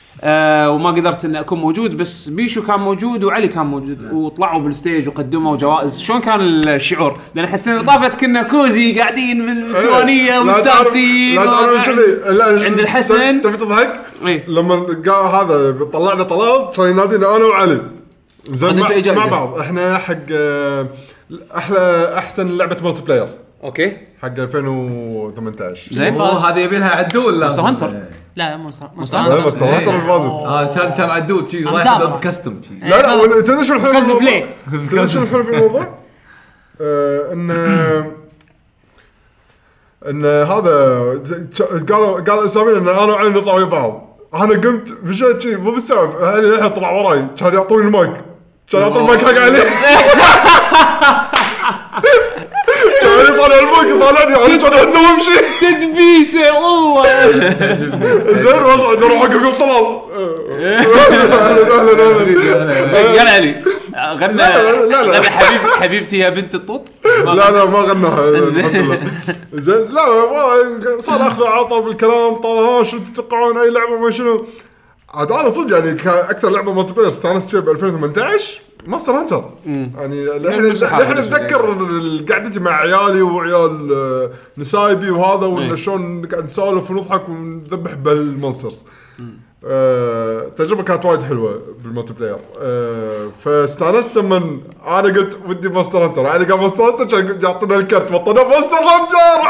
آه وما قدرت ان اكون موجود، بس بيشو كان موجود وعلي كان موجود وطلعوا بالستيج وقدموا جوائز. شلون كان الشعور؟ لان حسينا طافت كنا كوزي قاعدين بالديوانيه ومستانسين لا تعرف كذي. لا عند الحسن. تبي تضحك إيه. لما قال هذا طلعنا طلال كان ينادينا انا وعلي زين أنتوا أي مع, جائزة؟ مع بعض. احنا حق آه، احلى احسن لعبه ملتي بلاير اوكي حق ألفين وثمانية عشر. زين هو فاز. هذه يبي لها عدول لازم. مونستر هانتر. إيه. لا مو صار مو مستر لا هانتر. بس ترى اللي فازت. اه كان كان عدول شيء عم واحد تابع. بكستم شيء. لا لا ولا- تدري شو الحلو كاز بالموضوع؟ بلاي. تدري شو الحلو بالموضوع؟ آه، ان ان هذا قالوا قال اسامينا ان انا وعلي نطلع ويا بعض. انا قمت فجأة شيء مو بالسبب علي الحين طلع وراي كان يعطوني المايك كان يعطوني المايك حق علي كان يطلع المايك يطلعني علي كان عنده امشي تدبيسه والله. زين وصل نروح حق يقول طلال اهلا اهلا قال علي غنى لا، لا، لا. غنى حبيب حبيبتي يا بنت الطوط. لا لا ما غناها الحمد لله. زين لا ما- صار اخذ عطى بالكلام. طال ها شو تتوقعون اي لعبه ما شنو عاد. انا صدق يعني اكثر لعبه مالتي بلاير استانست فيها ب ألفين وثمانية عشر مونستر هانتر. يعني الحين مسحات الحين بالنسبة لي. اتذكر قعدتي مع عيالي وعيال آه، نسايبي وهذا ولا شلون قاعد نسولف ونضحك ونذبح بالمونسترز. آه، تجربه كانت وايد حلوه بالمالتي بلاير. آه، فاستانست لما انا قلت ودي مونستر هانتر. علي قال مونستر هانتر كان يعطينا الكرت بطلنا مونستر هانتر.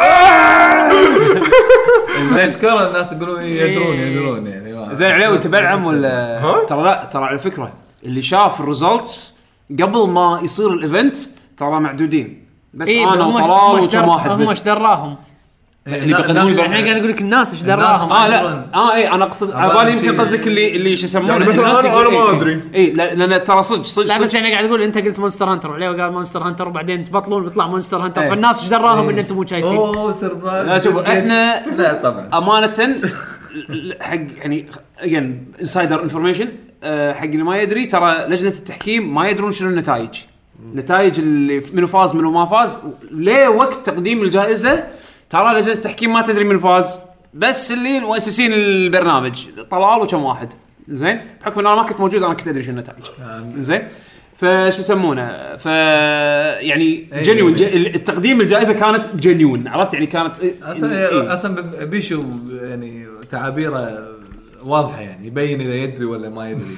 زين اشكر الناس يقولون يدرون يدرون يعني. زين علاوي تبلعم ولا ها؟ ترى لا ترى على فكره اللي شاف الريزلتس قبل ما يصير الايفنت ترى معدودين بس إيه انا هم وطلال ايش در- وكم واحد هم بس ايش دراهم. اللي بيقدمون احنا قاعد نقول لك الناس ايش الناس دراهم. ما- اه لا اه اي انا اقصد على بالي يمكن شي- قصدك اللي اللي شو يسمونه يعني مثلاً الناس أنا- يقول أنا ما إيه، أدري. اي لا لان ترى صدق صدق لا بس صدق. يعني قاعد تقول انت قلت مونستر هانتر وعليه قال مونستر هانتر وبعدين تبطلون بيطلع مونستر هانتر إيه. فالناس ايش دراهم إيه. ان انتم مو شايفين. اوه سربرايز. لا، شوفوا، إحنا- لا طبعا امانه حق يعني اجين انسايدر انفورميشن حق اللي ما يدري، ترى لجنه التحكيم ما يدرون شنو النتائج، نتائج اللي منو فاز منو ما فاز ليه وقت تقديم الجائزه. ترى لجنه التحكيم ما تدري من فاز، بس اللي مؤسسين البرنامج طلال وكم واحد. زين بحكم ان انا ما كنت موجود انا كنت ادري شنو النتائج. زين فش يسمونه ف يعني جنيون التقديم الجائزه كانت جنيون، عرفت يعني كانت اصلا اصلا بيشو يعني تعابيره واضحه يعني يبين اذا يدري ولا ما يدري.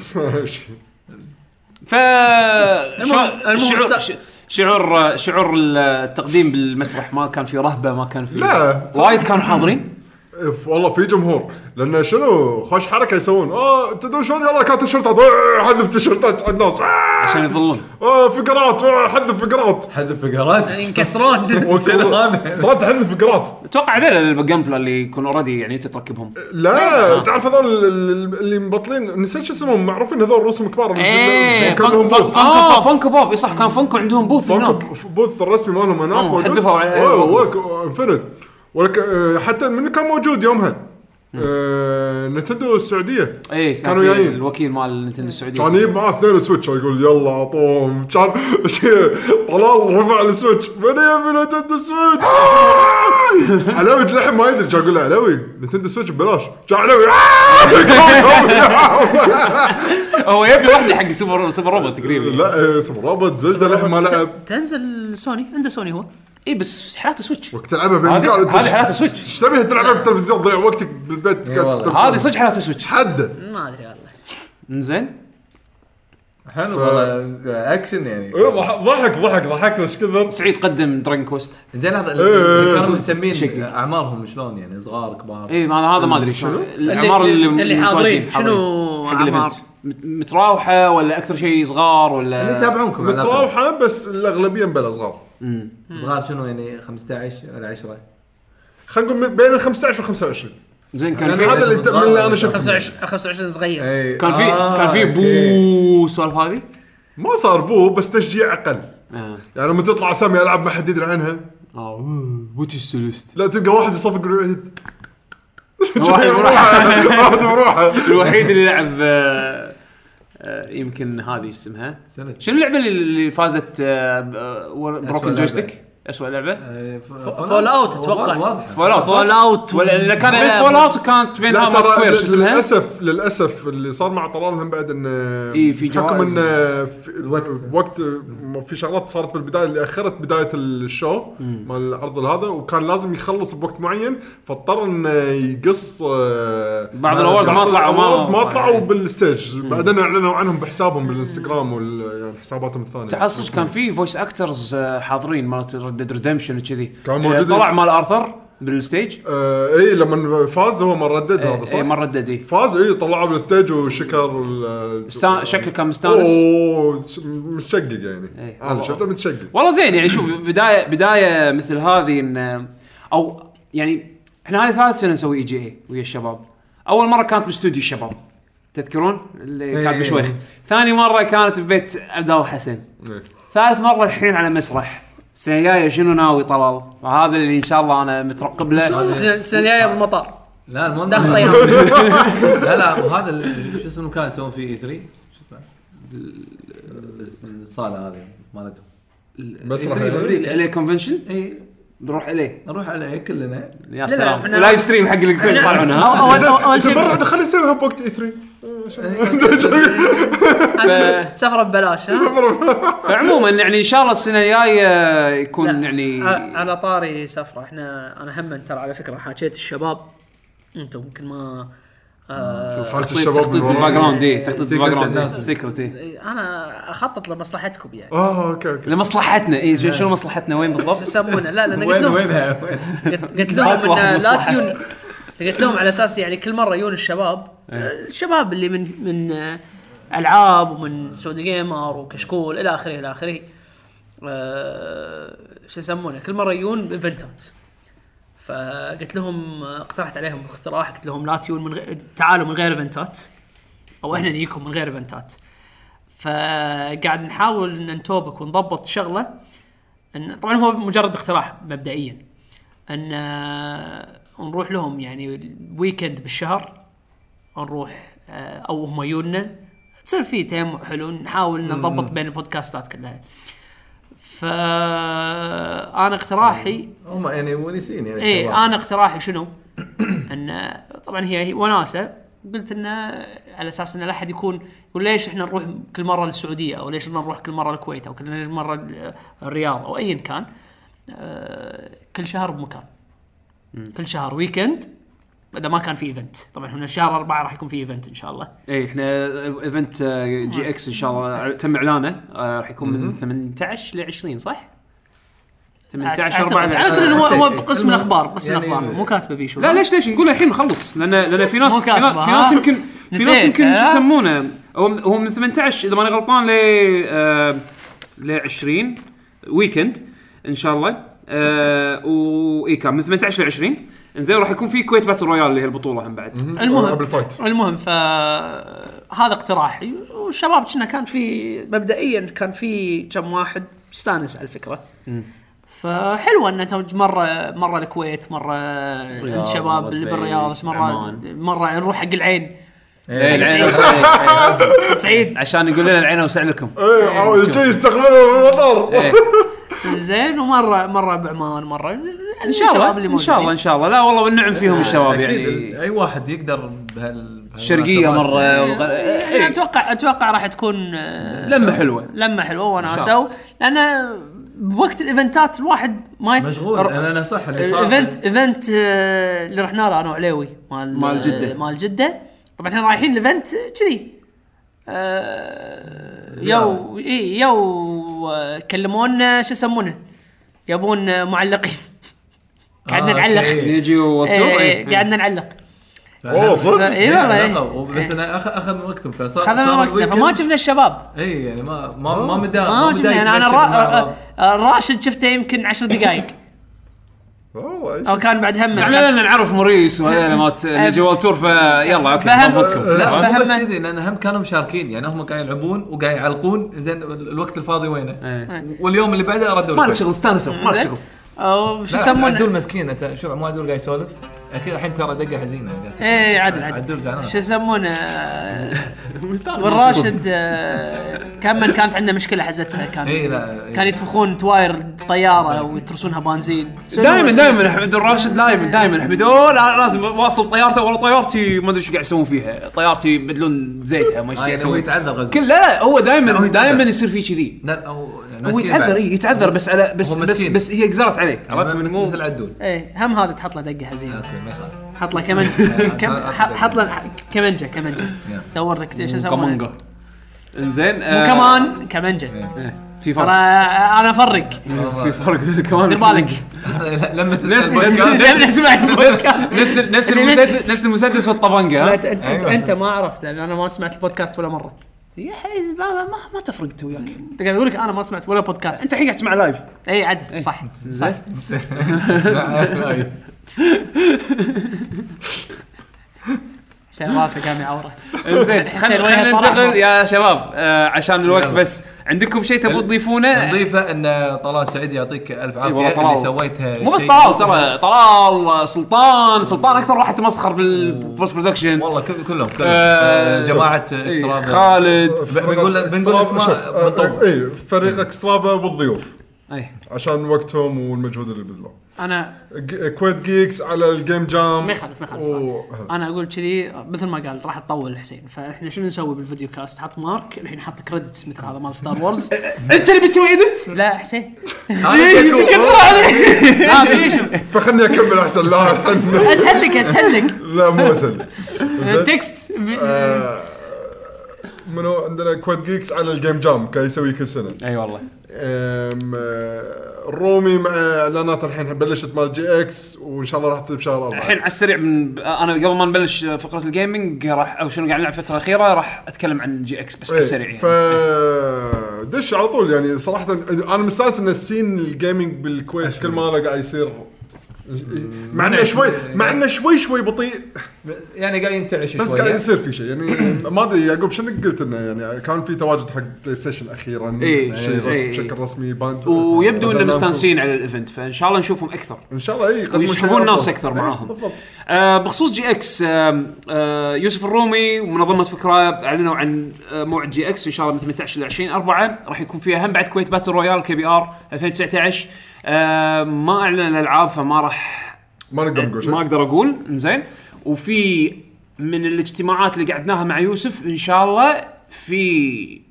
ف شعور شعور شعور التقديم بالمسرح ما كان في رهبه، ما كان في لا وايد كانوا حاضرين والله في جمهور، لان شنو خوش حركه يسوون. اه تدرون شلون يلا كانت التيشيرتات حذف تيشيرتات على الناس عشان يظلون اه فقرات حذف فقرات حذف فقرات ينكسرون صارت حذف فقرات. اتوقع هذول الجيم اللي يكونوا اوريدي يعني تركبهم. لا تعرف هذول اللي مبطلين نسيت شو اسمهم، معروفين هذول رسوم كبار اللي كان لهم بوث. اه فانكو بوب صح، كان فانكو عندهم بوث هناك، بوث الرسمي مالهم هناك موجود. حذفوا انفنت ولك حتى من كان موجود يومها آه، نتندو السعوديه. اي كانوا جايين الوكيل مال نتندو السعوديه كان يجيب معاه اثنين سويتش يقول يلا اعطوهم. كان طلال رفع السويتش من يبي نتندو سويتش علوي لحم ما يدري. كان يقول له علوي نتندو سويتش ببلاش. كان علوي هو يبي واحده حق سوبر سوبر روبوت تقريبا. لا سوبر روبوت زلده لحم ما لعب. تنزل سوني عنده سوني هو اي بس حياته سويتش وقت تلعبها بالمكان. هذه حياته سويتش. ايش تبي تلعبها بالتلفزيون تضيع وقتك بالبيت. هذه صدق حياته سويتش حد ما ادري والله. انزين حلو والله اكشن يعني ضحك ضحك ضحك ليش كثر. سعيد قدم دراجون كويست. زين هذا اللي كانوا مسمين اعمارهم شلون يعني صغار كبار. اي ما هذا ما ادري شنو الاعمار اللي, اللي حاضرين شنو حق الايفنت متراوحه ولا اكثر شيء صغار ولا اللي يتابعونكم متراوحه بس الاغلبيه بلا صغار. امم صغار شنو يعني خمسة عشر ولا عشرة خلينا نقول بين ال خمسة عشر و خمسة وعشرين. زين كان في هذا اللي, اللي انا شفته خمسة وعشرين خمسة وعشرين صغير. كان في آه كان في بو سوالف هذه ما صار بو بس تشجيع اقل. آه. يعني لما تطلع اسامي العاب ما حد يدري عنها اه وات از سيلست لا تلقى واحد يصفق الوحيد واحد واحد بروحه الوحيد اللي لعب آه آه يمكن هذه اسمها شنو اللعبه اللي فازت بروكن جويستيك اسوء لعبه فول اوت اتوقع فول اوت فول اوت ولا كانت بين فول اوت وكانت بينها مات سكوير شو اسمها. للاسف للاسف اللي صار مع طلال هم بعد ان اي في حكم ان الوقت وقت في شغلات صارت بالبدايه اللي اخرت بدايه الشو مال العرض هذا وكان لازم يخلص بوقت معين فاضطر انه يقص بعض الاوردز ما طلعوا ما ما طلعوا بالستيج بعدين اعلنوا عنهم بحسابهم بالانستغرام والحساباتهم الثانيه. تعصب كان في فويس اكترز حاضرين مالت ريد ريدمشن وكذي كان موجود طلع مال ارثر بالستيج. آه اي لما فاز هو ما ردد هذا صح. اي ما ردد اي فاز اي طلعوا بالستيج وشكر استان... شكله كان مستانس اوه متشقق يعني ايه. انا شفته متشقق والله زين يعني شوف بدايه بدايه مثل هذه ان او يعني احنا هذه ثالث سنه نسوي اي جي اي ويا الشباب. اول مره كانت باستوديو الشباب تذكرون اللي كانت بشويخ. ثاني مره كانت ببيت عبد الله الحسن. ايه. ثالث مره الحين على مسرح. السنة الجاية شنو ناوي طلال؟ وهذا اللي إن شاء الله أنا مترقب له. السنة الجاية بالمطار. لا المهم دخل لا لا وهذا شو اسمه المكان يسوون فيه إي ثري شو اسمه الصالة هذه مالته مسرح إليه كونفنشن. إيه نروح إليه. نروح عليه كلنا. يا سلام. لايف ستريم حق اللي كنا طالعونها. أول أول شيء. مرة دخل يسويها بوقت إي ثري. سفرة ببلاش ها. فعموما يعني إن شاء الله السنة الجاية يكون يعني. على طاري سفرة إحنا أنا هم ترى على فكرة حكيت الشباب أنتم ممكن ما. شوف حالة الشباب بالباك جراوند دي تخطيط بالباك جراوند سيكرتي. أنا أخطط لمصلحتكم يعني. آه أوكي أوكي. لمصلحتنا إيه شنو مصلحتنا وين بالضبط؟ يسمونه لا لا وين وينها قلت لهم إن لا تيون قلت لهم على أساس يعني كل مرة يجون الشباب الشباب اللي من من ألعاب ومن سعودي جيمر وكشكول إلى آخره إلى آخره أه شو يسمونه كل مرة يجون بإيفنتات. فقلت لهم اقترحت عليهم اقتراح قلت لهم لا تيون من غير تعالوا من غير إيفنتات أو إحنا نجيكم من غير إيفنتات. فقاعد نحاول إن نتوبك ونضبط شغلة إن طبعا هو مجرد اقتراح مبدئيا إن ونروح لهم يعني ويكند بالشهر نروح او هم يجونا تصير في تيم حلو نحاول نضبط بين البودكاستات كلها. فانا اقتراحي هم يعني ونسين يعني ايه انا اقتراحي شنو ان طبعا هي وناسه قلت انه على اساس ان لا احد يكون يقول ليش احنا نروح كل مره للسعوديه او ليش نروح كل مره الكويت او كل مره الرياض او ايا كان. آه كل شهر بمكان م. كل شهر ويكند اذا ما كان في ايفنت. طبعا هنا الشهر أربعة راح يكون في ايفنت ان شاء الله. اي احنا ايفنت جي اكس ان شاء الله تم اعلانه راح يكون من ثمانية عشر ل عشرين صح ثمانية عشر أربعة وعشرين. هو هو بقسم الاخبار قسم يعني الاخبار مو كاتبه بيه شو. لا ليش ليش نقول الحين نخلص لان لان في ناس في ناس يمكن في ناس يمكن شو يسمونه هو هو من ثمانية عشر اذا ماني غلطان ل ل عشرين ويكند ان شاء الله. آه واي كان من ثمانية عشر ل عشرين انزين راح يكون في كويت باتل رويال اللي هي البطوله هم بعد. المهم المهم فهذا اقتراحي والشباب كنا كان في مبدئيا كان في كم واحد استانس على الفكره. م. فحلوه ان توج مره مره الكويت مره عند شباب اللي بالرياض مره مره نروح حق العين. ايه العين سعيد عشان يقول لنا العين اوسع لكم. ايه او يجي يستقبلوا المطار زين. ومره مره بعمان مره ان شاء الله ان شاء الله ان شاء الله. لا والله والنعم فيهم الشباب يعني اي واحد يقدر بهال الشرقيه مره والغ... إيه. اتوقع اتوقع راح تكون لمه حلوه لمه حلوه وانا اسوي لان بوقت الايفنتات الواحد ما يت... مشغول. انا انا صح اللي صار ايفنت ايفنت اللي رحنا له انا وعليوي مال مال جده مال جده. طبعا احنا رايحين الايفنت كذي أه... يو اي يو كلمونا شو يسمونه يبون معلقين. قعدنا نعلق يجي وتور ايه قعدنا نعلق. اوه صدق اي والله بس انا اخذ اخذ من وقتهم فصار صار وقتنا فما شفنا الشباب. اي يعني ما ما ما مدى ما شفنا يعني انا راشد شفته يمكن عشر دقائق او كان بعد هم زعلنا نعرف موريس وهذول مات نجي والتور فيلا اوكي ناخذكم. لا مو بس كذي لان هم كانوا مشاركين يعني هم قاعد يلعبون وقاعد يعلقون زين الوقت الفاضي وينه واليوم اللي بعده ردوا ما لك شغل استانسوا ما لك شغل او شو يسمونه عدول مسكين انت شوف مو عدول قاعد يسولف اكيد الحين ترى دقه حزينه. ايه عدل عدل شو يسمونه والراشد كم من كانت عندنا مشكله حزتها كان إيه كان يتفخون تواير طياره ويترسونها بنزين دائما دائما احمد الراشد دائما دائما احمد اوه لازم واصل طيارته ولا طيارتي ما ادري ايش قاعد يسوون فيها طيارتي يبدلون زيتها ما ايش قاعد يسوي يتعذر غزه كل لا هو دائما دائما يصير فيه كذي. لا هو هو يتعذر اي يتعذر بس على بس بس, بس هي قزرت عليه عرفت من مو مثل عدول. ايه هم هذا تحط له دقه حزينه. اوكي ما يخالف حط له كمان حط له كمانجه كمانجه دور لك ايش اسوي كمانجه انزين مو كمان كمانجه في فرق. انا افرق في فرق بين كمان دير بالك لما تسمع البودكاست نفس نفس المسدس نفس المسدس والطبنجه. انت ما عرفت انا ما سمعت البودكاست ولا مره يا حي ما ما, ما تفرقت وياك. انت قاعد اقول لك انا ما سمعت ولا بودكاست. انت الحين قاعد تسمع لايف. اي عدل صح صح سير راسه قام يعوره. زين خلينا ننتقل يا شباب آه عشان الوقت بس عندكم شيء تبغوا تضيفونه؟ نضيفه ان طلال سعيد يعطيك الف عافيه اللي سويتها. مو بس طلال ترى طلال سلطان سلطان اكثر واحد تمسخر بالبوست برودكشن والله كلهم كلهم جماعه اكسترافا خالد بنقول بنقول اسماء اي فريق اكسترافا والضيوف اي عشان وقتهم والمجهود اللي بذلوه. انا كويت جيكس على الجيم جام ما يخالف ما يخالف انا اقول كذي مثل ما قال راح تطول الحسين. فاحنا شنو نسوي بالفيديو كاست حط مارك الحين حط كريدتس مثل هذا مال ستار وورز. انت اللي بتسوي اديت؟ لا حسين كسر عليه لا بيشوف فخلني اكمل احسن. لا اسهل لك اسهل لك لا مو اسهل تكست منو عندنا كويت جيكس على الجيم جام قاعد يسوي كل سنه. اي والله الرومي مع اعلانات الحين بلشت مال جي اكس وان شاء الله راح تصير بشهر أربعة. الحين على السريع من انا قبل ما نبلش فقره الجيمنج راح او شنو قاعد نلعب الفتره الاخيره راح اتكلم عن جي اكس بس على السريع يعني. فدش على طول يعني صراحه انا مستانس ان السين الجيمنج بالكويت كل ما له قاعد يصير مع انه شوي مع انه شوي شوي بطيء يعني قاعد ينتعش شويه بس قاعد يصير في شيء يعني ما ادري يعقوب شنو قلت انه يعني كان في تواجد حق بلاي ستيشن اخيرا إيه، شيء إيه، رسم إيه. بشكل رسمي باند ويبدو انه بدأنا مستانسين على الايفنت فان شاء الله نشوفهم اكثر ان شاء الله اي يقدمون شيء ويسحبون ناس أفضل. اكثر إيه، معاهم. بالضبط. آه بخصوص جي اكس آه آه يوسف الرومي ومنظمه فكره اعلنوا عن آه موعد جي اكس ان شاء الله من ثمانية عشر ل عشرين أربعة راح يكون فيها هم بعد كويت باتل رويال كي بي ار ألفين وتسعة عشر. آه ما اعلن الالعاب فما راح ما نقدر نقول شيء ما اقدر اقول انزين. وفي من الاجتماعات اللي قعدناها مع يوسف ان شاء الله في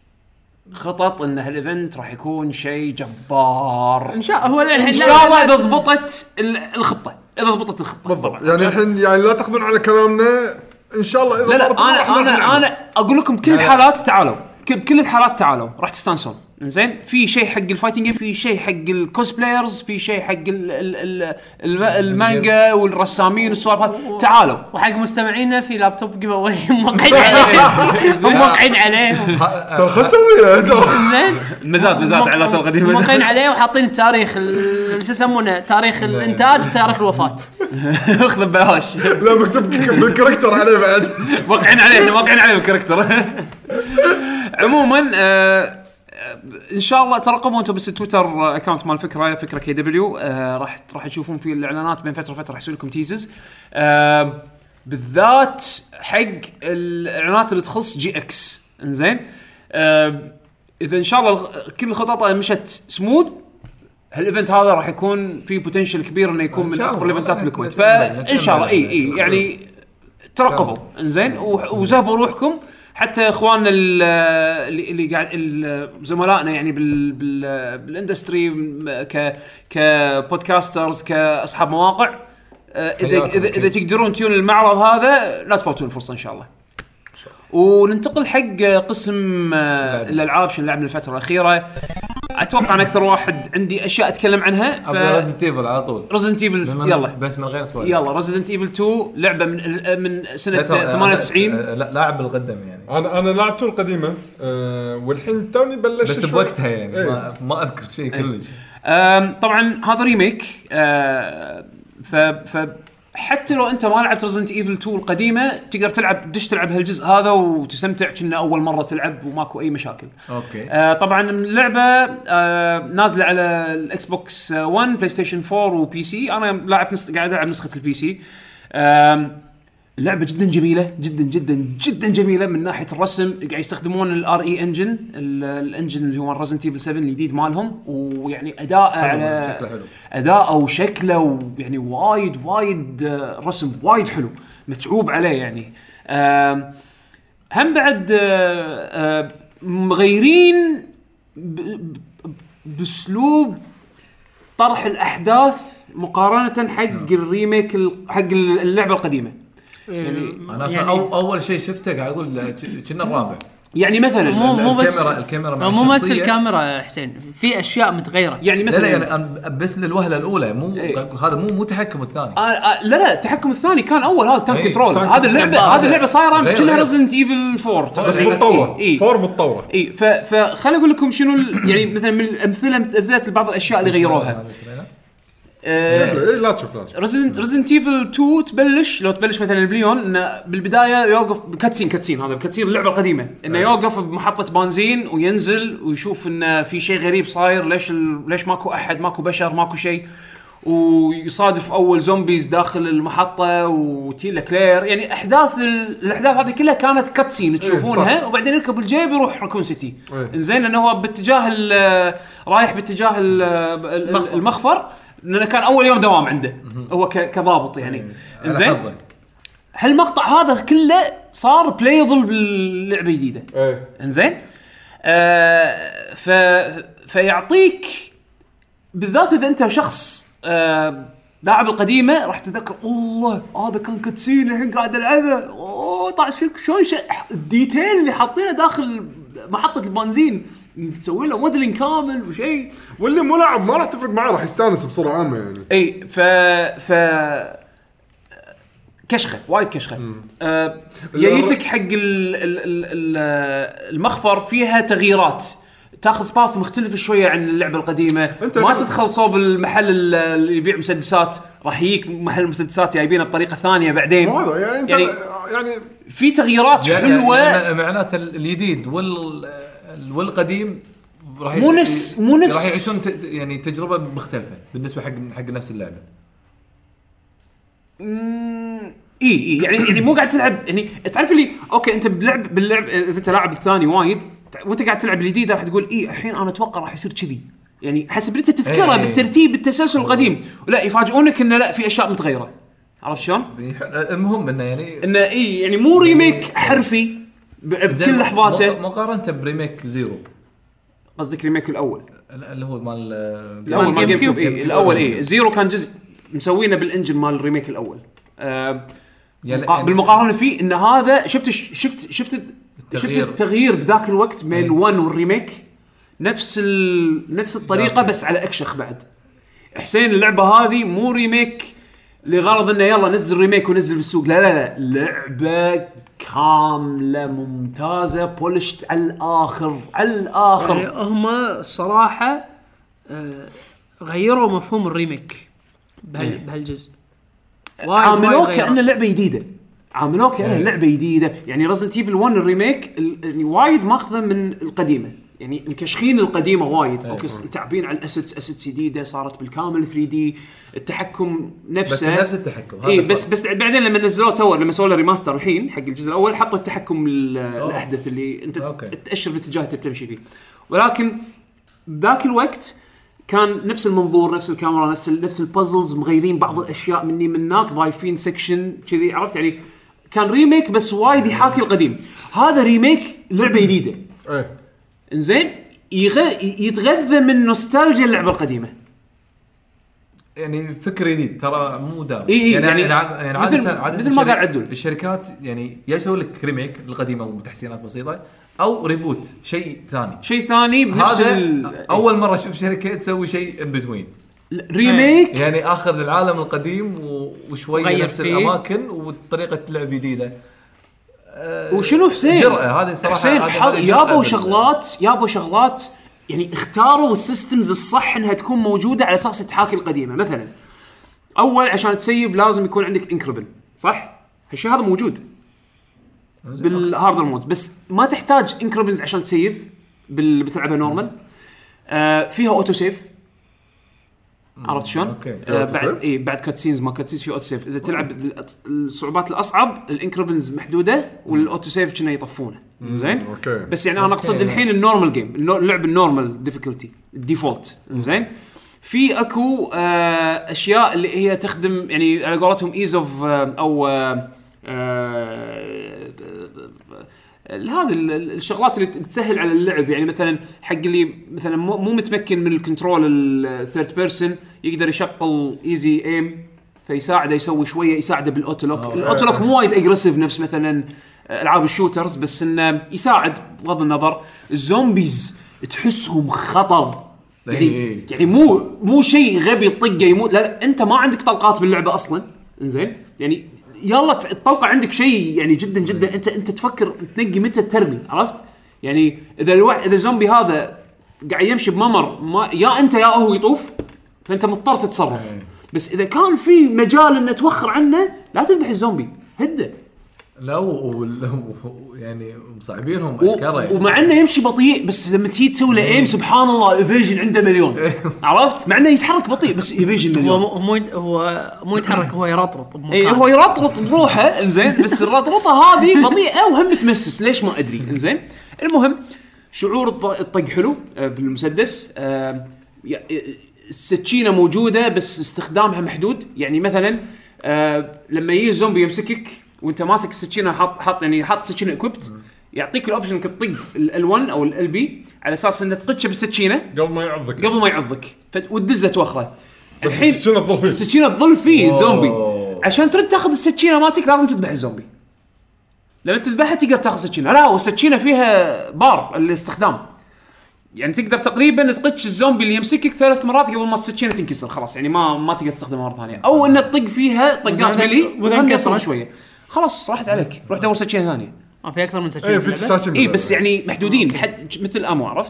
خطط ان هالايفنت راح يكون شيء جبار ان شاء الله. هو الحين ان شاء الله اذا ضبطت ال- الخطه اذا ضبطت الخطه بالضبط يعني الحين يعني لا تاخذون على كلامنا ان شاء الله اذا لا لا صارت انا راح نلعب. انا انا اقول لكم كل الحالات تعالوا كل بكل الحالات تعالوا راح تستانسون زين. في شيء حق الفايتنج جيم في شيء حق الكوسبلايرز في شيء حق ال ال ال ال المانجا والرسامين والسوالف هذه تعالوا. وحق مستمعينا في لابتوب جيف اواي موقعين عليه هم موقعين عليه ترى خل نسويها زين مزاد مزاد على القديمه موقعين عليه وحاطين التاريخ ال- شو يسمونه تاريخ الانتاج وتاريخ الوفاه. اخذ ببلاش لا مكتوب بالكاركتر عليه بعد واقعين عليه احنا واقعين عليه الكاركتر. عموما آه ان شاء الله ترقبوا انتم بس التويتر اكونت مال فكره فكره كي دبليو آه راح راح تشوفون فيه الاعلانات بين فتره وفتره راح يسوي لكم تيزز آه بالذات حق الاعلانات اللي تخص جي اكس انزين. آه اذا ان شاء الله كل الخطط مشت سموث هالايفنت هذا راح يكون فيه بوتنشل كبير انه يكون من اكبر الايفنتات بالكويت فان شاء الله اي اي يعني ترقبوا انزين وزهبوا روحكم حتى اخواننا اللي اللي قاعد زملائنا يعني بال بال بالاندستري ك كبودكاسترز كاصحاب مواقع اذا اذا, إذا تقدرون تجون المعرض هذا لا تفوتون الفرصه ان شاء الله. وننتقل حق قسم الالعاب شنو لعبنا الفتره الاخيره. اتوقع ان اكثر واحد عندي اشياء اتكلم عنها ف... ريزيدنت ايفل على طول ريزيدنت ايفل يلا بس من غير سبويلر يلا ريزيدنت ايفل تو لعبه من من سنه ثمانية وتسعين لا لاعب القدم يعني انا انا لعبته القديمه أه والحين توني بلشت بس بوقتها يعني ايه. ما, ما اذكر شيء كلش. طبعا هذا ريميك أه ف ف حتى لو انت ما لعبت ريزيدنت ايفل تو القديمه تقدر تلعب دش تلعب هالجزء هذا وتستمتع كأنه اول مره تلعب وماكو اي مشاكل. اوكي آه طبعا اللعبه آه نازله على الاكس بوكس ون بلاي ستيشن فور وبي سي. انا لاعب نسخ قاعد العب نسخه البي سي. آه اللعبه جدا جميله جدا جدا جدا جميله من ناحيه الرسم. قاعد يستخدمون الار اي انجن الانجن اللي هو ريزيدنت ايفل سفن الجديد مالهم ويعني اداء على اداء وشكله يعني وايد وايد رسم وايد حلو متعوب عليه يعني. هم بعد مغيرين باسلوب طرح الاحداث مقارنه حق الريميك حق اللعبه القديمه. يعني انا يعني أو اول شيء شفته قاعد اقول كنا الرابع يعني مثلا مو مو بس الكاميرا الكاميرا مع مو بس الكاميرا حسين في اشياء متغيره يعني مثلا لا لا يعني بس للوهله الاولى مو ايه؟ هذا مو مو تحكم الثاني آه آه لا لا التحكم الثاني كان اول هذا تانك كنترول. هذا اللعبه هذه اللعبه صايره كأنها ريزيدنت ايفل فور بس متطوره إيه؟ فور متطوره اي فخليني اقول لكم شنو يعني مثلا من الامثله امثله بعض الاشياء اللي غيروها. ايه لا تشوف لا تشوف ريزيدنت ريزيدنت ايفل تو تبلش لو تبلش مثلا البليون انه بالبدايه يوقف كاتسين كاتسين هذا كاتسين اللعبه القديمه انه يوقف بمحطه بنزين وينزل ويشوف انه في شيء غريب صاير ليش ال... ليش ماكو احد ماكو بشر ماكو شيء ويصادف اول زومبيز داخل المحطه وتيلا كلير يعني احداث ال... الاحداث هذه كلها كانت كاتسين تشوفونها ايه وبعدين يركب الجيب يروح راكون سيتي. ايه. انزين لانه هو باتجاه ال... رايح باتجاه ال... المخفر لأنه كان أول يوم دوام عنده هو كضابط يعني. إنزين هالمقطع هذا كله صار بلايبل باللعبة الجديدة. إنزين آه ف فيعطيك بالذات إذا أنت شخص آه لاعب القديمة راح تذكر الله هذا كان كاتسين الحين قاعد ألعبه أوه طلع شوك شوي شيء الديتيل اللي حاطينه داخل محطة البنزين نسوي له موديلين كامل وشيء واللي مو لاعب ما راح تفرق معاه راح يستانس بصورة عامة يعني. اي ف ف كشخه وايد كشخه آه جايتك حق ال... ال... ال... المخفر فيها تغييرات تاخذ باث مختلف شويه عن اللعبه القديمه، أنت ما الحين- تدخل صوب المحل اللي يبيع مسدسات، راح يجيك محل مسدسات جايبينه بطريقه ثانيه بعدين. مو هذا يعني انت يعني- يعني, يعني في تغييرات يعني حلوه. يعني معناته الجديد وال والقديم راح مو نفس- مو نفس- راح يعيشون ت- يعني تجربه مختلفه بالنسبه حق حق نفس اللعبه. اي اي يعني يعني مو قاعد تلعب يعني تعرف اللي اوكي انت بلعب باللعب اذا انت لاعب الثاني وايد وانت قاعد تلعب الجديد راح تقول اي الحين انا اتوقع راح يصير كذي، يعني حسب انت تذكره إيه. بالترتيب بالتسلسل القديم، ولا يفاجئونك انه لا في اشياء متغيره. عرفت شلون؟ المهم انه يعني انه اي يعني مو ريميك حرفي ب- زين بكل لحظاته. مقارنه بريميك زيرو قصدك ريميك الاول؟ اللي هو مال الاول مال جيم جيم كيوب. كيوب. إيه الاول ايه زيرو كان جزء مسوينه بالانجن مال الريميك الاول. آه يعني- مقا- بالمقارنه فيه ان هذا شفت شفت شفت شفت التغيير. التغيير بذاك الوقت بين الون والريميك نفس ال... نفس الطريقه نعم. بس على اكشخ بعد. حسين اللعبه هذه مو ريميك لغرض انه يلا نزل ريميك ونزل بالسوق، لا لا لا لعبه كامله ممتازه بولشت على الاخر على يعني الاخر. هم الصراحه آه، غيروا مفهوم الريميك بهال إيه. بهالجزء. وايد عاملوه وايد غيروا. كأنه لعبه جديده، عاملوه كأنه لعبه جديده. يعني ريزنت ايفل واحد الريميك ال- يعني وايد ماخذه من القديمه، يعني مكشخين القديمه وايد. اوكي تعبين على الاسيتس اسيتس جديده صارت بالكامل ثري دي، التحكم نفسه بس نفس التحكم هذا اي الفرق. بس بس بعدين لما نزلوه تو لما سووا له ريماستر الحين حق الجزء الاول حطوا التحكم ال- الاحدث اللي انت أوكي. تاشر بالاتجاه اللي بتمشي فيه. ولكن ذاك الوقت كان نفس المنظور نفس الكاميرا نفس ال نفس البازلز، مغيرين بعض الاشياء مني من هناك، ضايفين سكشن كذي، عرفت يعني كان ريميك بس وايد يحاكي القديم. هذا ريميك لعبه جديده ايه انزين يغ... يتغذى من نوستالجيا اللعبه القديمه. يعني فكر جديد ترى مو دام إي إي يعني يعني يعني, يعني مثل- عاده عاده مثل ما الشرك- قاعد عدول. الشركات يعني يا يسوي لك ريميك القديمه وتحسينات بسيطه او ريبوت شيء ثاني. شيء ثاني بنفس هذا ال... اول مره اشوف شركه تسوي شيء ان بتوين، ريميك يعني اخذ العالم القديم و- وشويه غير نفس فيه. الاماكن وطريقه لعب جديده. أه وشنو حسين جرأة هذه صراحه حسين هذه- حط- هذه جرأة يابوا بال- شغلات يابوا شغلات يعني اختاروا السيستمز الصح انها تكون موجوده على اساس تحاكي القديمه. مثلا اول عشان تسيف لازم يكون عندك انكربل صح، هالشيء هذا موجود بالهاردر مود بس ما تحتاج انكربلز عشان تسيف بال... بتلعبها نورمال. آه فيها اوتو سيف، عرفت شلون؟ أوكي. آه أوتو بعد سيف؟ اي بعد كاتسينز ما كاتسينز في اوتو سيف. اذا تلعب ال- الصعوبات الاصعب الانكربلز محدوده والاوتو سيف كنا يطفونه زين. اوكي بس يعني انا اقصد أوكي. الحين النورمال جيم النو- اللعب النورمال ديفيكولتي الديفولت زين. في اكو آه اشياء اللي هي تخدم يعني على قولتهم ايز اوف او آه آه هذا ال- ال- الشغلات اللي تسهل على اللعب. يعني مثلا حق اللي مثلا مو مو متمكن من الكنترول الثيرد بيرسون يقدر يشغل ايزي ايم فيساعده يسوي شويه يساعده بالاوتولوك. الاوتولوك مو وايد اجريسيف نفس مثلا العاب الشوترز بس انه يساعد بغض النظر. الزومبيز تحسهم خطر يعني إيه. يعني مو مو شيء غبي طقه يموت، لا, لا انت ما عندك طلقات باللعبه اصلا انزين. يعني يلا الطلقه عندك شيء يعني جدا جدا انت انت تفكر تنقي متى ترمي، عرفت يعني اذا الوع... اذا الزومبي هذا قاعد يمشي بممر ما يا انت يا هو يطوف فانت مضطر تتصرف. بس اذا كان في مجال ان توخر عنه لا تذبح الزومبي هده. لا و- و- يعني مصعبينهم و- اشكره يعني. ومع انه يمشي بطيء بس لما تيجي تسوي له ايم سبحان الله ايفيجن عنده مليون، عرفت مع انه يتحرك بطيء بس ايفيجن هو مليون. مو هو يت- هو مو يتحرك هو يرطرط بمكان. اي هو يرطرط بروحه انزين بس الرطرطه هذه بطيئه وهم متمسس ليش ما ادري انزين. المهم شعور الط- الطق حلو آه، بالمسدس. آه، يا- السكينه موجوده بس استخدامها محدود. يعني مثلا آه، لما يجي الزومبي يمسكك وانت ماسك السكينه حاط حاط يعني حاط سكينه اكوبت يعطيك الاوبشن انك تطق ال واحد او ال بي على اساس انك تقتشه بالسكينه قبل ما يعضك قبل ما يعضك فت- وتدزه توخره. بس السكينة تظل فيه. السكينه تظل فيه الزومبي. أوه. عشان ترد تاخذ السكينه مالتك لازم تذبح الزومبي. لما تذبحها تقدر تاخذ سكينه. لا والسكينه فيها بار الاستخدام يعني تقدر تقريبا تقتش الزومبي اللي يمسكك ثلاث مرات قبل ما السكينه تنكسر خلاص. يعني ما ما تقدر تستخدمها مره ثانيه او انك تطق فيها طقات وإذا- ملي وإذا وهم انكسرت؟ يصل شويه خلاص راحت عليك روح دور سكينه ثانيه. ما في اكثر من ايه سكين في سكاكين اي بس يعني محدودين حد مثل الامو عرفت.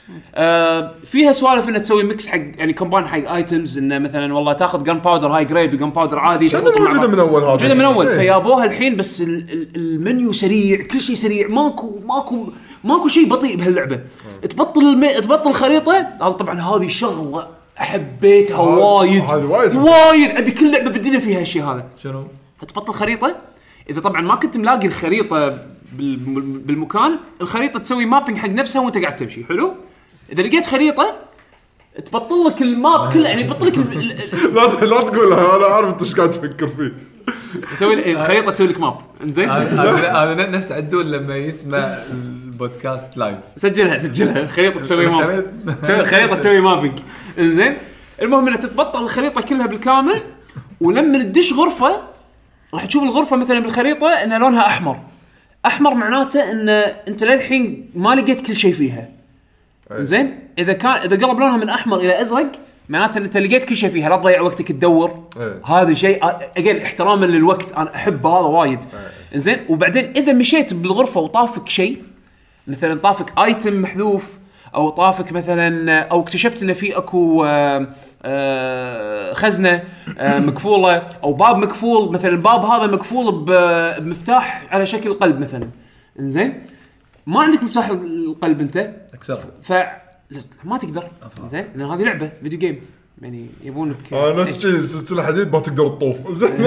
آه فيها سوالف انها تسوي ميكس حق يعني كومباين حق ايتمز، انه مثلا والله تاخذ جن باودر هاي جريد وجن باودر عادي شنو موجوده من اول هذا موجوده من اول إيه. فيابوها الحين، بس ال- ال- المنيو سريع، كل شيء سريع، ماكو ماكو ماكو شيء بطيء بهاللعبه. تبطل الم... تبطل الخريطه هذا طبعا هذه شغله حبيتها هذا- وايد هذا وايد. وايد ابي كل لعبه بالدنيا فيها هالشيء هذا. شنو؟ تبطل خريطه، اذا طبعا ما كنت ملاقي الخريطه بال- بالمكان، الخريطه تسوي مابينج حق نفسها وانت قاعد تمشي. حلو، اذا لقيت خريطه تبطل لك الماب كله، يعني يبطل لك ال- ال- لا لا تقولها، انا عارف انت ايش قاعد تفكر فيه. تسوي الخريطه تسوي لك ماب. انزين هذا هذا نفس عدول لما يسمع البودكاست لايف. سجلها سجلها الخريطه تسوي ماب، الخريطة- تسوي الخريطه تسوي مابينج. انزين المهم انها تتبطل الخريطه كلها بالكامل، ولما تدش غرفه راح تشوف الغرفه مثلا بالخريطه ان لونها احمر. احمر معناته ان انت للحين ما لقيت كل شيء فيها. زين اذا كان اذا قلب لونها من احمر الى ازرق معناته ان انت لقيت كل شيء فيها، لا تضيع وقتك تدور. أيه. هذا شيء اجين احتراما للوقت، انا احب هذا وايد. زين وبعدين اذا مشيت بالغرفه وطافك شيء، مثلا طافك ايتم محذوف، او طافك مثلا، او اكتشفت ان في اكو آه، آه، خزنه آه، مقفوله، او باب مقفول، مثلا الباب هذا مقفول ب- بمفتاح على شكل قلب مثلا. انزين ما عندك مفتاح القلب انت، اكسر ف ما تقدر. زين لان هذه لعبه فيديو جيم، يعني يبونك اه نفس الشيء سلسله حديد ما تقدر تطوف. زين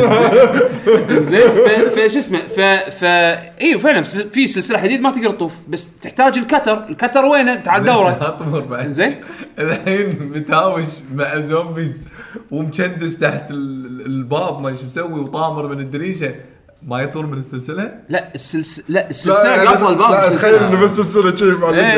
زين ف فش اسمه ف ف ايوه فعلا في سلسله حديد ما تقدر تطوف، بس تحتاج الكتر. الكتر وينه؟ تعال دوره. اطمر بعد. زين الحين متهاوش مع زومبيز ومكندس تحت ال- الباب، ما شو مسوي، وطامر من الدريشه، ما يطول من السلسله. لا السلسله لا السلسله لا قافله الباب. لا تخيل انه بس سلسله شيء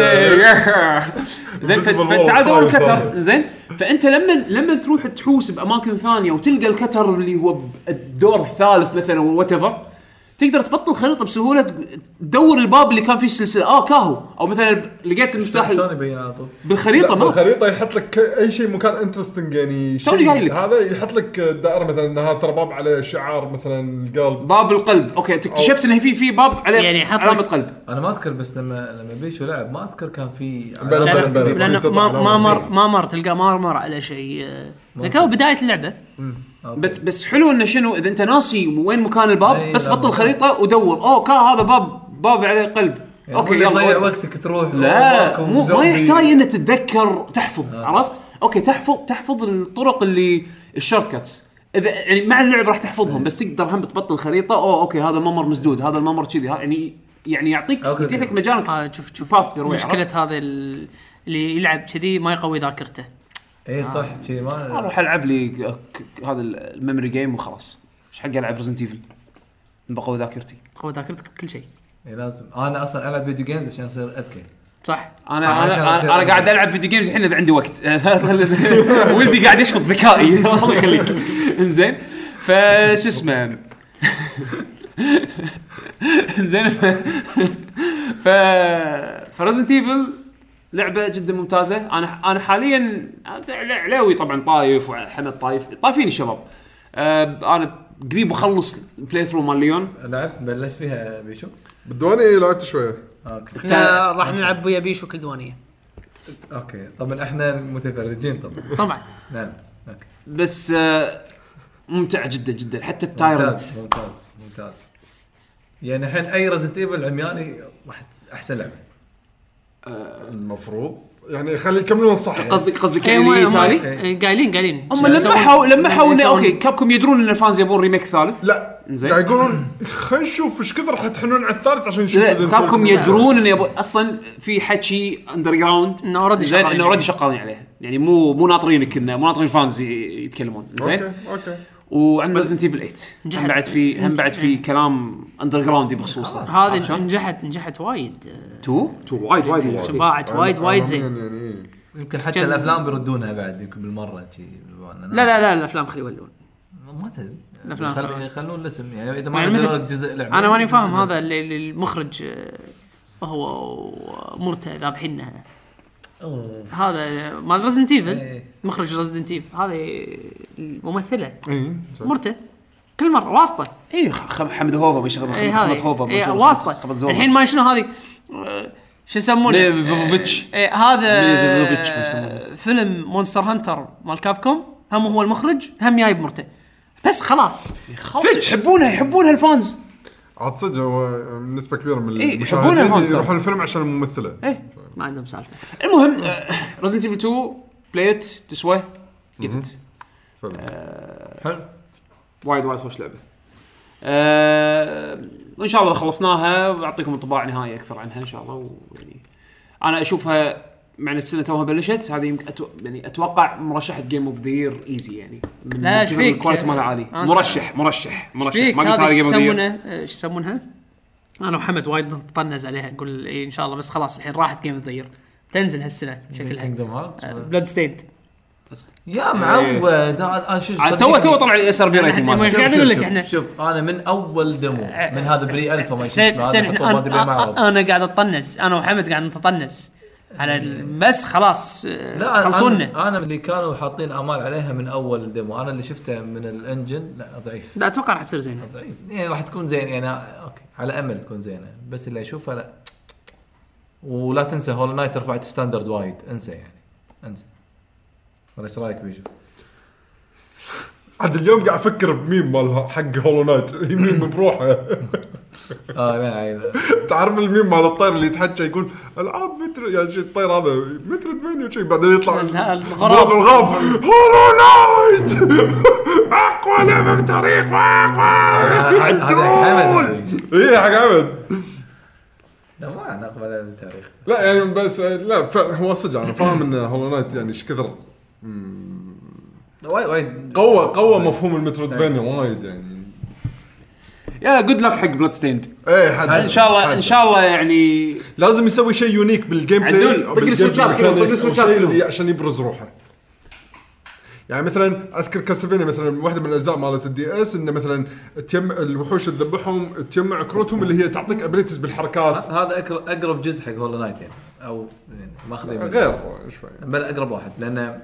إيه. زين ف- بس بالله فتعال دور خايف الكتر. هذا. زين فانت لما لما تروح تحوس باماكن ثانيه وتلقى الكتر اللي هو الدور الثالث مثلا وات ايفر، تقدر تبطل خريطه بسهوله، تدور الباب اللي كان فيه السلسله اه كاهو، او مثلا لقيت المفتاح شلون يبين على طول؟ بالخريطه ما الخريطه يحط لك اي شيء مكان انترستنج، يعني توني قايل لك. شيء هذا يحط لك دائره مثلا انها ترى باب على شعار مثلا القلب. باب القلب. اوكي اكتشفت ان في في باب عليه يعني حط علامه لك- قلب. انا ما اذكر، بس لما لما بيشو لعب ما اذكر كان في بلا بلا بلا. لان تطلع ما علامة ما مر فيه. ما مر تلقى ما مر على شيء، لكن هو بدايه اللعبه. بس بس حلو انه شنو اذا انت ناسي وين مكان الباب، أي بس لا، بطل ممتاز. خريطه ودور. اوه كا هذا باب باب عليه قلب. يعني اوكي يلا تضيع يلا. وقتك تروح لا وماكو مو ما زومبي. يحتاج انك تتذكر تحفظ. عرفت؟ اوكي تحفظ تحفظ الطرق اللي الشورت كاتس، اذا يعني مع اللعب راح تحفظهم، بس تقدر هم تبطل خريطه. اوه اوكي هذا الممر مسدود، هذا الممر كذي، ها- يعني يعني يعطيك أوكي. يتيح لك مجال. آه شوف شوف فاض تروي، عرفت؟ مشكله هذا ال- اللي يلعب كذي ما يقوي ذاكرته. اي صح شيء ما اروح العب لي ك- ك- هذا الميموري جيم وخلاص. ايش حق العب ريزنت ايفل بقوي ذاكرتي. قوي ذاكرتك بكل شيء. إيه لازم. انا اصلا العب فيديو جيمز عشان اصير اذكى. صح انا صح، عشان انا, أصير أنا, أنا قاعد العب فيديو جيمز الحين اذا عندي وقت. ولدي قاعد يشفط ذكائي. الله يخليك. انزين فش اسمه زين ف فريزنت ايفل لعبه جدا ممتازه. انا انا حاليا علاوي طبعا طايف وحمد طايف طايفين الشباب. أه انا قريب اخلص بلاي ثرو مال ليون. لعبت بلشت فيها بيشو. بدواني لعبت شويه. اوكي احنا راح نلعب ويا بيشو كل دوانيه اوكي طبعا احنا متفرجين طبعا. طبعا. نعم اوكي بس أه ممتع جدا جدا. حتى التايرنت ممتاز ممتاز ممتاز. يعني الحين اي ريزنت ايفل عمياني راح احسن لعبه المفروض يعني خلي يكملون صح. قصدك قصدك إيه، اللي ما- تالي ما- إيه، قايلين قايلين هم لمحوا لمحوا انه يسوون- اوكي كابكم يدرون ان الفانز يبون ريميك ثالث. لا زين. قاعد يقولون خلينا نشوف ايش كثر راح تحنون على الثالث عشان نشوف لا إذا كابكم نسوي- يدرون انه يبون اصلا في حكي اندر جراوند إنه already زين شغالين انه عليه. اوريدي شغالين عليه، يعني مو مو ناطرينك انه مو ناطرين فانز ي- يتكلمون. زين اوكي اوكي. وعند ريزنت ايفل ثمانية نجحت. هم بعد في هم بعد في كلام اندر جراوند بخصوصه. هذه نجحت نجحت وايد. تو تو وايد وايد نجحت. باعت وايد وايد زين. يعني إيه. يمكن حتى جن- الافلام بيردونها بعد يمكن بالمره شيء. لا لا لا الافلام خلي يولون. ما تدري. الأفلام خل... خلاص. يخلون الاسم يعني اذا ما يعني نزلوا مثل- لك جزء لعبه. انا ماني فاهم هذا اللي اللي المخرج آه، هو مرته ذابحينها. أوه. هذا مال ريزنت ايفل، إيه. مخرج ريزنت ايفل هذه الممثله ايه صح. مرته كل مره واسطه. اي خ- حمد هوفا بيشغل اي خدمه هذه هوفا إيه بيشغل واسطه. خدمة زوفا. الحين ما شنو هذه آه، شو يسمونه ليفوفيتش. إيه هذا ليزوفيتش يسمونه. فيلم مونستر هانتر مال كابكوم هم هو المخرج هم جايب مرته بس خلاص خلاص يحبونها يحبونها الفانز. عاد صدق هو نسبه كبيره من إيه، المشاهدين يحبونها الفانز. يروحون الفيلم عشان الممثله. ايه ما عندهم سالفه. المهم ريزنت ايفل تو بلايت تسوى جيتت فيلم. حلو. وايد وايد خوش لعبه. أه وان شاء الله خلصناها واعطيكم انطباع نهائي اكثر عنها ان شاء الله. ويعني انا اشوفها مع السنه توها بلشت هذه يمكن أتو... يعني اتوقع مرشحه جيم اوف ذا يير ايزي يعني من لا، إيش فيك؟ الكواليتي مالها عالي. أنت- مرشح مرشح مرشح فيك ما قلت هذا هذا جيم شو اوف ذا يير. يسمونه ايش يسمونها انا وحمد وايد نطنز عليها نقول إيه ان شاء الله بس خلاص الحين راحت جيم اوف ذا يير تنزل هالسنه شكلها كينجدم هارت بلاد ستيند يا معود انا شو تو تو طلع لي اس ار بي ريتنج إحنا- مالها. إيش قاعد أقول لك إحنا؟ شوف انا من اول دمو من هذا بري الفا ما حسين اسمه حسين هذا إحنا- حطوه بعد أنا- بالمعرض. انا قاعد اطنز انا وحمد قاعد نتطنز على ال- بس خلاص لا خلصونا. انا انا اللي كانوا حاطين امال عليها من اول ديمو انا اللي شفته من الانجن لا ضعيف لا اتوقع راح تصير زينه. ضعيف يعني راح تكون زين يعني اوكي على امل تكون زينه بس اللي اشوفها لا. ولا تنسى هول نايت رفعت ستاندرد وايد انسى يعني انسى. ولا ايش رايك بيجو؟ عاد اليوم قاعد افكر بميم مال حق هولو نايت هي ميم بروحه. اه لا عيل تعرف الميم مال الطير اللي يتحكى يقول العاب متر يعني شيء الطير هذا متر ثمانية وشيء بعدين يطلع لا، الغراب. الغاب هولو نايت اقوى لعبه بالتاريخ هذا حق حمد ايه حق عمد. لا ما نقبل التاريخ لا يعني بس لا هو صدق انا فاهم ان هولو نايت يعني ايش كثر وايد وايد قوه قوه مفهوم المترويدفانيا وايد يعني. يا جود لك حق بلاد ستيند ايه حد ان شاء الله حد. ان شاء الله يعني لازم يسوي شيء يونيك بالجيم بلاي عدول، أو طق بالجيم السويتشات كلهم، طق ميكانيكس أو السويتشات شيء كلهم. اللي عشان يبرز روحه. يعني مثلا اذكر كاسلفينيا مثلا واحده من الاجزاء مالت الدي اس انه مثلا تجمع الوحوش تذبحهم تجمع كروتهم اللي هي تعطيك ابيليتيز بالحركات هذا اقرب اقرب جزء حق هولو نايت يعني او يعني ماخذين منه. غير شوي. بل اقرب واحد لان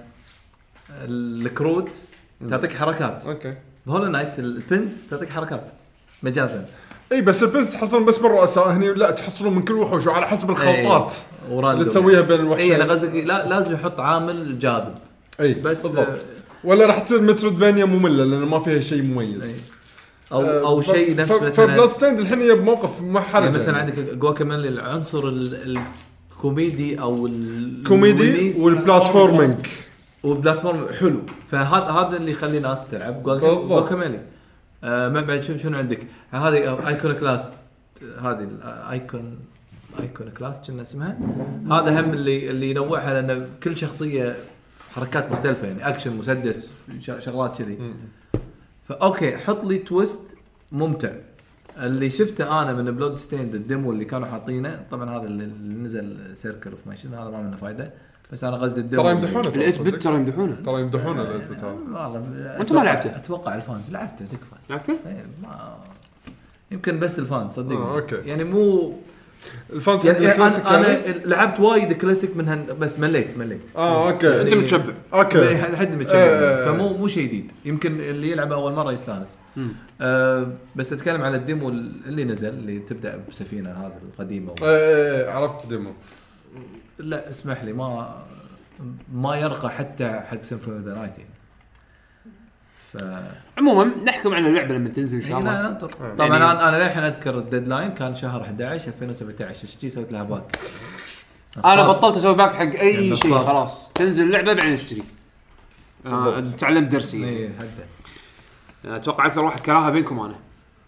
الكروت تعطيك حركات اوكي هولو نايت البنز تعطيك حركات مجازا اي بس البنس تحصلون بس من الرؤساء هني لا تحصلون من كل وحوش وعلى حسب الخلطات أيه. اللي تسويها بين الوحشين. اي انا قصدي لا لازم يحط عامل جاذب اي بس بالضبط. آه، ولا راح تصير مترويدفانيا ممله لان ما فيها شيء مميز. أي. او او شيء نفس مثلا مثلا فبلاست ستاند الحين هي بموقف ما حرج يعني مثلا عندك جواكاميلي العنصر ال- الكوميدي او كوميدي الوينيس والبلاتفورمينج والبلاتفورم حلو فهذا هذا اللي يخلي ناس تلعب بالضبط. جواكاميلي. آه ما بعد شنو شنو عندك هذه ايكون كلاس هذه الايكون ايكون كلاس كنا اسمها هذا هم اللي اللي ينوعها لان كل شخصيه حركات مختلفه يعني اكشن مسدس شغلات كذي. فاوكي حط لي تويست ممتع. اللي شفته انا من بلود ستيند الديمو اللي كانوا حاطينه طبعا هذا اللي نزل سيركل اوف ماشين هذا ما منه فايده بس انا قصدي الديمو ترى يمدحونه الاث بت ترى يمدحونه ترى يمدحونه الاث بت هذا. والله وأنت ما لعبته؟ اتوقع الفانز لعبته تكفى لعبته؟ إيه، ما يمكن بس الفانز صدقني آه، أوكي. يعني مو الفانس يعني الكلاسيك انا, أنا يعني؟ لعبت وايد كلاسيك منها بس مليت مليت اه اوكي انت متشبع. اوكي حد متشبع إيه. فمو مو شيء جديد يمكن اللي يلعب اول مره يستانس. آه بس اتكلم على الديمو اللي نزل اللي تبدا بسفينه هذه القديمه و... ايه عرفت ديمو. لا اسمح لي ما ما يرقى حتى حق سيمفوني اوف ذا نايت يعني. ف عموما نحكم عن اللعبه لما تنزل ان شاء لا الله. ننطر طبعا يعني- انا انا للحين اذكر الديدلاين كان شهر احد عشر ألفين وسبعة عشر ايش سويت لها باك. انا بطلت اسوي باك حق اي يعني شيء بالضبط. خلاص تنزل اللعبه بعدين اشتري. آه، بالضبط. تعلمت درسي. اي حتى اتوقع اكثر واحد كراهه بينكم انا.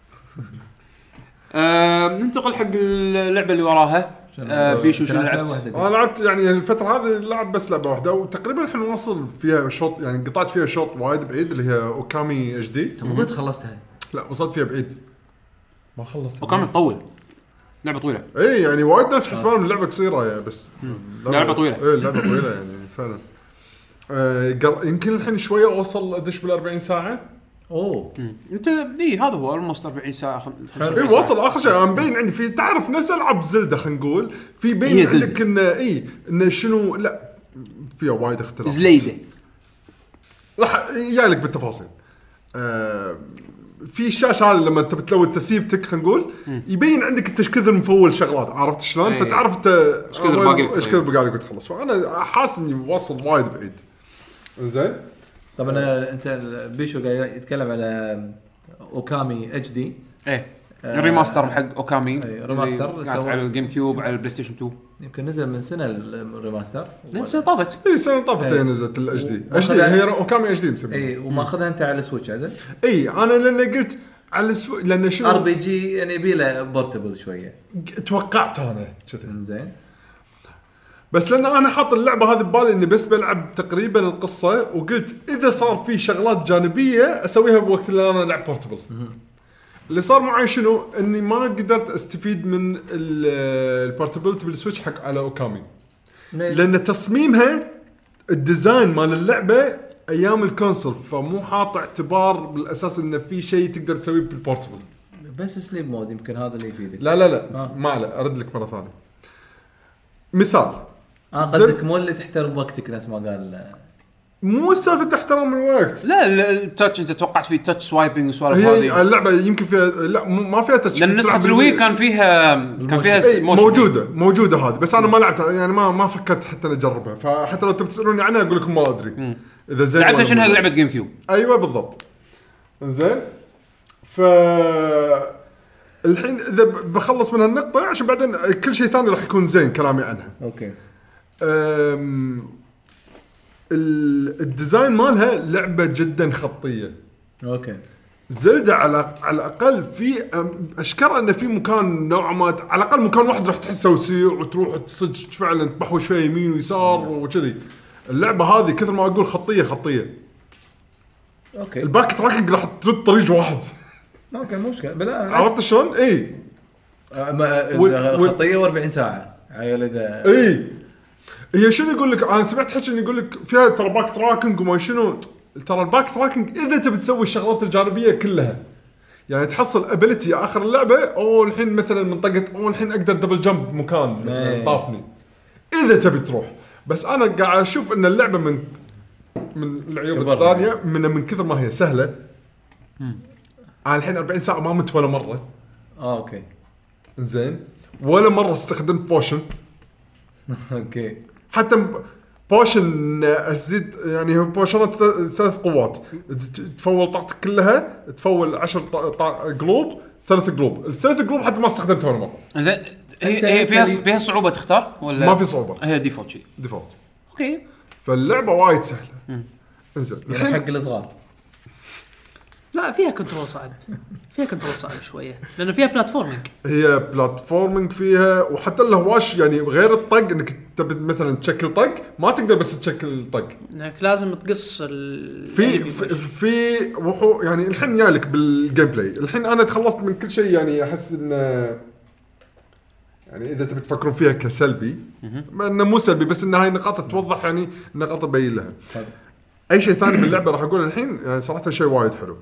آه، ننتقل حق اللعبه اللي وراها. آه، بيشو شنو لعبت؟ انا لعبت يعني الفتره هذه لعب بس لعبه واحده وتقريبا الحين وصل فيها شوط يعني قطعت فيها شوط وايد بعيد اللي هي اوكامي اتش دي. انت مو قلت خلصتها؟ لا وصلت فيها بعيد ما خلصت. وكان تطول. لعبه طويله. اي يعني وايد ناس حسبانهم اللعبه قصيره يعني بس لعبة طويلة. اي لعبه طويله يعني فعلا. آه قر- يمكن الحين شويه اوصل ادش بال أربعين ساعه. اوه انت اي هذا هو الموست أربعين ساعه خمسة اي وأربعين ساعة. وصل اخر شيء انا مبين عندي في تعرف نفس العاب زلده خلينا نقول في بين هي زلدة. عندك انه اي انه شنو لا فيها وايد اختلاف زليده. راح جايلك بالتفاصيل. آه في الشاشه هذه لما انت بتلود تسيفتك خلينا نقول يبين عندك انت ايش كثر مفول شغلات عرفت شلون أيه. فتعرف انت ايش كثر باقي لك ايش كثر باقي لك تخلص فانا حاسس اني واصل وايد بعيد زين. طبعا انت بيشو قاعد يتكلم على اوكامي اتش دي ايه الريماستر حق اوكامي ريماستر كانت على الجيم كيوب على البلاي ستيشن تو يمكن نزل من سنه الريماستر سنه طافت اي سنه طافت أيه. نزلت الاتش دي اتش دي هي اوكامي اتش دي مسميها اي وماخذها انت على السويتش عدل اي انا لان قلت على السو... لان شو ار بي جي يعني بيله بورتبل شويه توقعت انا كذا زين بس لان انا حاط اللعبه هذه ببالي اني بس بلعب تقريبا القصه وقلت اذا صار في شغلات جانبيه اسويها بوقت اللي انا العب بورتبل. اللي صار معي شنو اني ما قدرت استفيد من البورتبيلتي بالسويتش حق على اوكامي لان تصميمها الديزاين مال اللعبه ايام الكونسول فمو حاط اعتبار بالاساس انه في شيء تقدر تسويه بالبورتبل بس سليب مود يمكن هذا اللي يفيدك. لا لا لا آه. ما له ارد لك مره ثانيه مثال اه قصدك مو اللي تحترم وقتك ناس ما قال مو سالفه احترام الوقت لا التاتش انت توقعت فيه تاتش سوايبنج وسوالف هي هذه اللعبه يمكن فيها لا ما فيها تاتش لان نسخه الوي كان فيها كان فيها ايه موجوده موجوده هذه بس انا ما لعبتها يعني ما ما فكرت حتى اجربها فحتى لو تسالوني عنها اقول لكم ما ادري اذا زين لعبتها شنو لعبه جيم كيوب ايوه بالضبط زين ف الحين اذا بخلص من هالنقطه عشان بعدين كل شيء ثاني راح يكون زين كلامي عنها. اوكي أم... الديزاين مالها لعبه جدا خطيه. اوكي زلدة على على الاقل في اشكر انه في مكان نوعا ما على الاقل مكان واحد راح تحسه وسيع وتروح تصج فعلا تبحوش شويه يمين ويسار وكذي. اللعبه هذه كثر ما اقول خطيه خطيه. اوكي الباك تراكنج راح ترد طريق واحد. اوكي مو مشكله بلا عرفت شلون؟ اي خطيه وأربعين ساعه عيل اذا اي هي شنو يقول لك انا سمعت حكي يقول لك فيها ترى باك تراكنج وما شنو ترى الباك تراكنج اذا تبي تسوي الشغلات الجانبيه كلها يعني تحصل ابيليتي اخر اللعبه او الحين مثلا منطقه او الحين اقدر دبل جمب مكان مثلا طافني اذا تبي تروح بس انا قاعد اشوف ان اللعبه من من العيوب الثانيه من من كثر ما هي سهله انا الحين أربعين ساعه ما مت ولا مره. اه اوكي زين ولا مره استخدمت بوشن. اوكي حتى بوشن ازيد يعني هو بوشنات ثلاث قوات تفول طاقتك كلها تفول عشر قلوب ثلاث قلوب الثلاث قلوب حتى ما استخدمتها ولا مره. زين هي فيها فيها صعوبه تختار ولا ما في صعوبه هي ديفولت شيء ديفولت اوكي فاللعبه وايد سهله. انزين يعني حق الصغار لا فيها كنترول صعب فيها كنترول صعب شويه لانه فيها بلاتفورمينج هي بلاتفورمينج فيها وحتى الهواش يعني غير الطق انك تبي مثلا تشكل طق ما تقدر بس تشكل الطق انك لازم تقص ال في في, في وحو يعني الحين يالك بالجيم بلاي الحين انا تخلصت من كل شيء يعني احس ان يعني اذا تبي تفكرون فيها كسلبي ما انه مو سلبي بس ان هاي نقاط توضح يعني نقاط ابين لها. اي شيء ثاني باللعبه راح اقول الحين يعني صراحه شيء وايد حلو.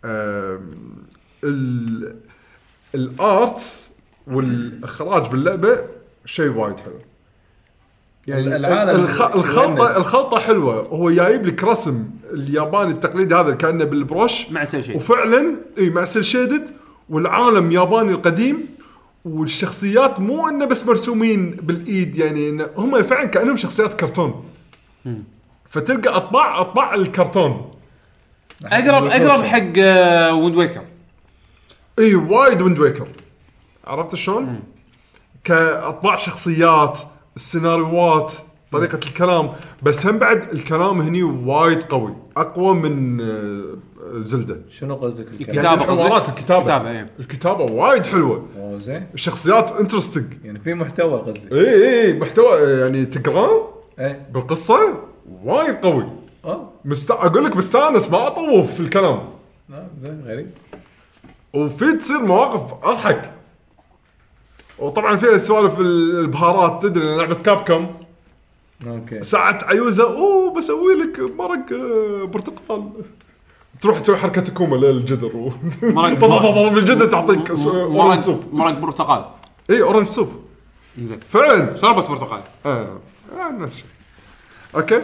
ال الارت والاخراج باللعبه شيء وايد حلو يعني العالم الخ... الخلطه الخلطه حلوه هو جايب لك رسم الياباني التقليدي هذا كانه بالبروش مع سيل شيد وفعلا اي مع سيل شيدد والعالم ياباني القديم والشخصيات مو انه بس مرسومين بالايد يعني إن هم فعلا كانهم شخصيات كرتون فتلقى اطباع اطباع الكرتون اقرب اقرب حق ويند ويكر. اي وايد ويند ويكر عرفت شلون كاطباع شخصيات السيناريوهات طريقه الكلام بس هم بعد الكلام هني وايد قوي اقوى من زلدة. شنو قصدك الكتابه حوارات الكتابه الكتابه, ايه. الكتابه وايد حلوه زين الشخصيات انترستنج يعني في محتوى قصدك اي اي محتوى يعني تقرا ايه بالقصه وايد قوي اه مست... اقول لك مستانس ما اطوف في الكلام اه زين غريب وفي تصير مواقف اضحك وطبعا فيها سوالف البهارات تدري لعبه كابكوم اوكي ساعه عيوزه اوه بسوي لك مرق برتقال تروح تسوي حركه كوما للجدر مرق بالجدر تعطيك اورنج سوب مرق برتقال اي اورنج سوب زين فعلا شربت برتقال اه نفس الشيء اوكي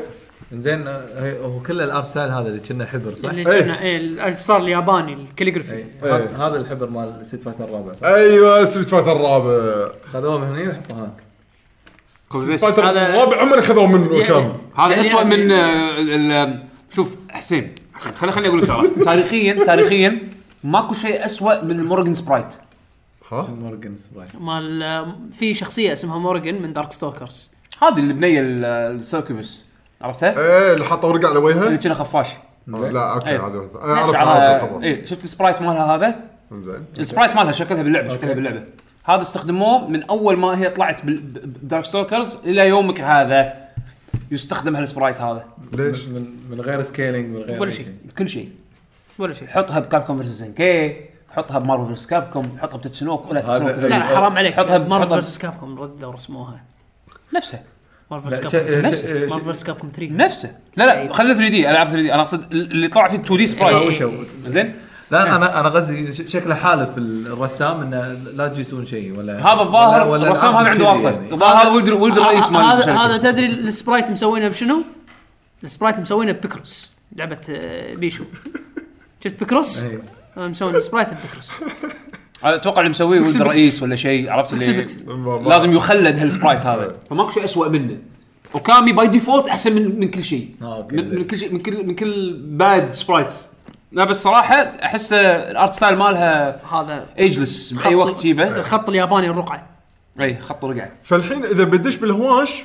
زين هو كل الارت ستايل هذا اللي كنا حبر صح؟ اللي كنا ايه الستار الياباني الكاليغرافي إيه. هذا هذا الحبر مال ستريت فايتر الرابع صح؟ ايوه ستريت فايتر الرابع خذوه من هنا وحطوه هناك. ستريت فايتر الرابع عمري خذوه منه كامل. هذا اسوء من آه، ال- شوف حسين خليني خليني اقول لك شغله تاريخيا تاريخيا ماكو شيء اسوء من المورغان سبرايت. ها مورغان سبرايت مال في شخصيه اسمها مورغان من دارك ستوكرز. هذه اللي بنيه السيركبس عرفتها؟ ايه اللي حطوا ورقه على وجهها. اللي كنا خفاش. لا اوكي أيه. هذا انا عرفت هذا الخبر. ايه شفت السبرايت مالها هذا؟ زين السبرايت مالها شكلها باللعبه شكلها باللعبه هذا استخدموه من اول ما هي طلعت بدارك ستوكرز الى يومك هذا يستخدم هالسبرايت هذا. ليش؟ من من غير سكيلينج من غير ولا شيء كل شيء ولا شيء. حطها بكابكوم فيرسس ان كي حطها بمارفل فيرسس كابكوم حطها بتتسنوك ولا هذا- تتسنوك لا لا حرام عليك حطها مارفل حطها فيرسس كابكوم ردوا ورسموها نفسها مارفل لا، فيرسس ش- كابكوم ش- ش- مارفل فيرسس كابكوم ثلاثة نفسه لا لا خلي ثري دي العاب ثري دي انا اقصد اللي طلع فيه تو دي سبرايت زين. لا انا انا غزي ش- شكله حالف الرسام انه لا تجيسون شيء ولا هذا الظاهر ولا- ولا الرسام هذا عنده كذي واسطه يعني. الظاهر هذا ولد ولد الرئيس مال هذا الشركة. هذا تدري السبرايت مسوينه بشنو؟ السبرايت مسوينه ببيكروس لعبه آه، بيشو. شفت بيكروس؟ إيه. أنا مسوي سبرايت ببيكروس. اتوقع اللي مسويه ولد بيكسل الرئيس ولا شيء عرفت بيكسل اللي بيكسل. لازم يخلد هالسبرايت هذا فماكو شيء اسوء منه. وكامي باي ديفولت احسن من من كل شيء آه، أوكي، من, زين. من كل شيء من كل من كل باد سبرايتس. لا بس صراحه احس الارت ستايل مالها هذا ايجلس باي وقت تجيبه. الخط الياباني الرقعه. اي خط رقع. فالحين اذا بدش بالهواش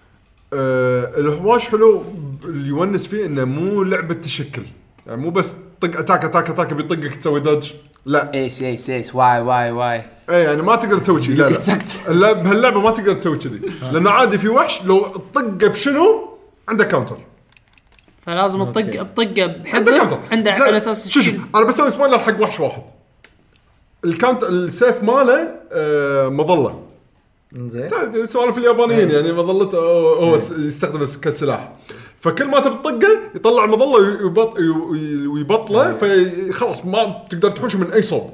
آه الهواش حلو اللي يونس فيه انه مو لعبه تشكل يعني مو بس طق اتاك اتاك اتاك بيطقك تسوي دوج لا ايس ايس ايس واي واي واي اي يعني ما تقدر تسوي شيء لا لا سكت. لا بهاللعبه ما تقدر تسوي كذي لانه عادي في وحش لو طقه بشنو عنده كاونتر فلازم تطق أوكي. بطقه عنده بحبه كاونتر عنده لا، على اساس شوف تشيل. انا بسوي سبويلر حق وحش واحد الكاونت السيف ماله آه مظله زين سوالف اليابانيين يعني مظلته هو هو يستخدم كسلاح فكل ما تبطقه يطلع المظله ويبط ويبطله فخلاص ما تقدر تحوشه من اي صوب.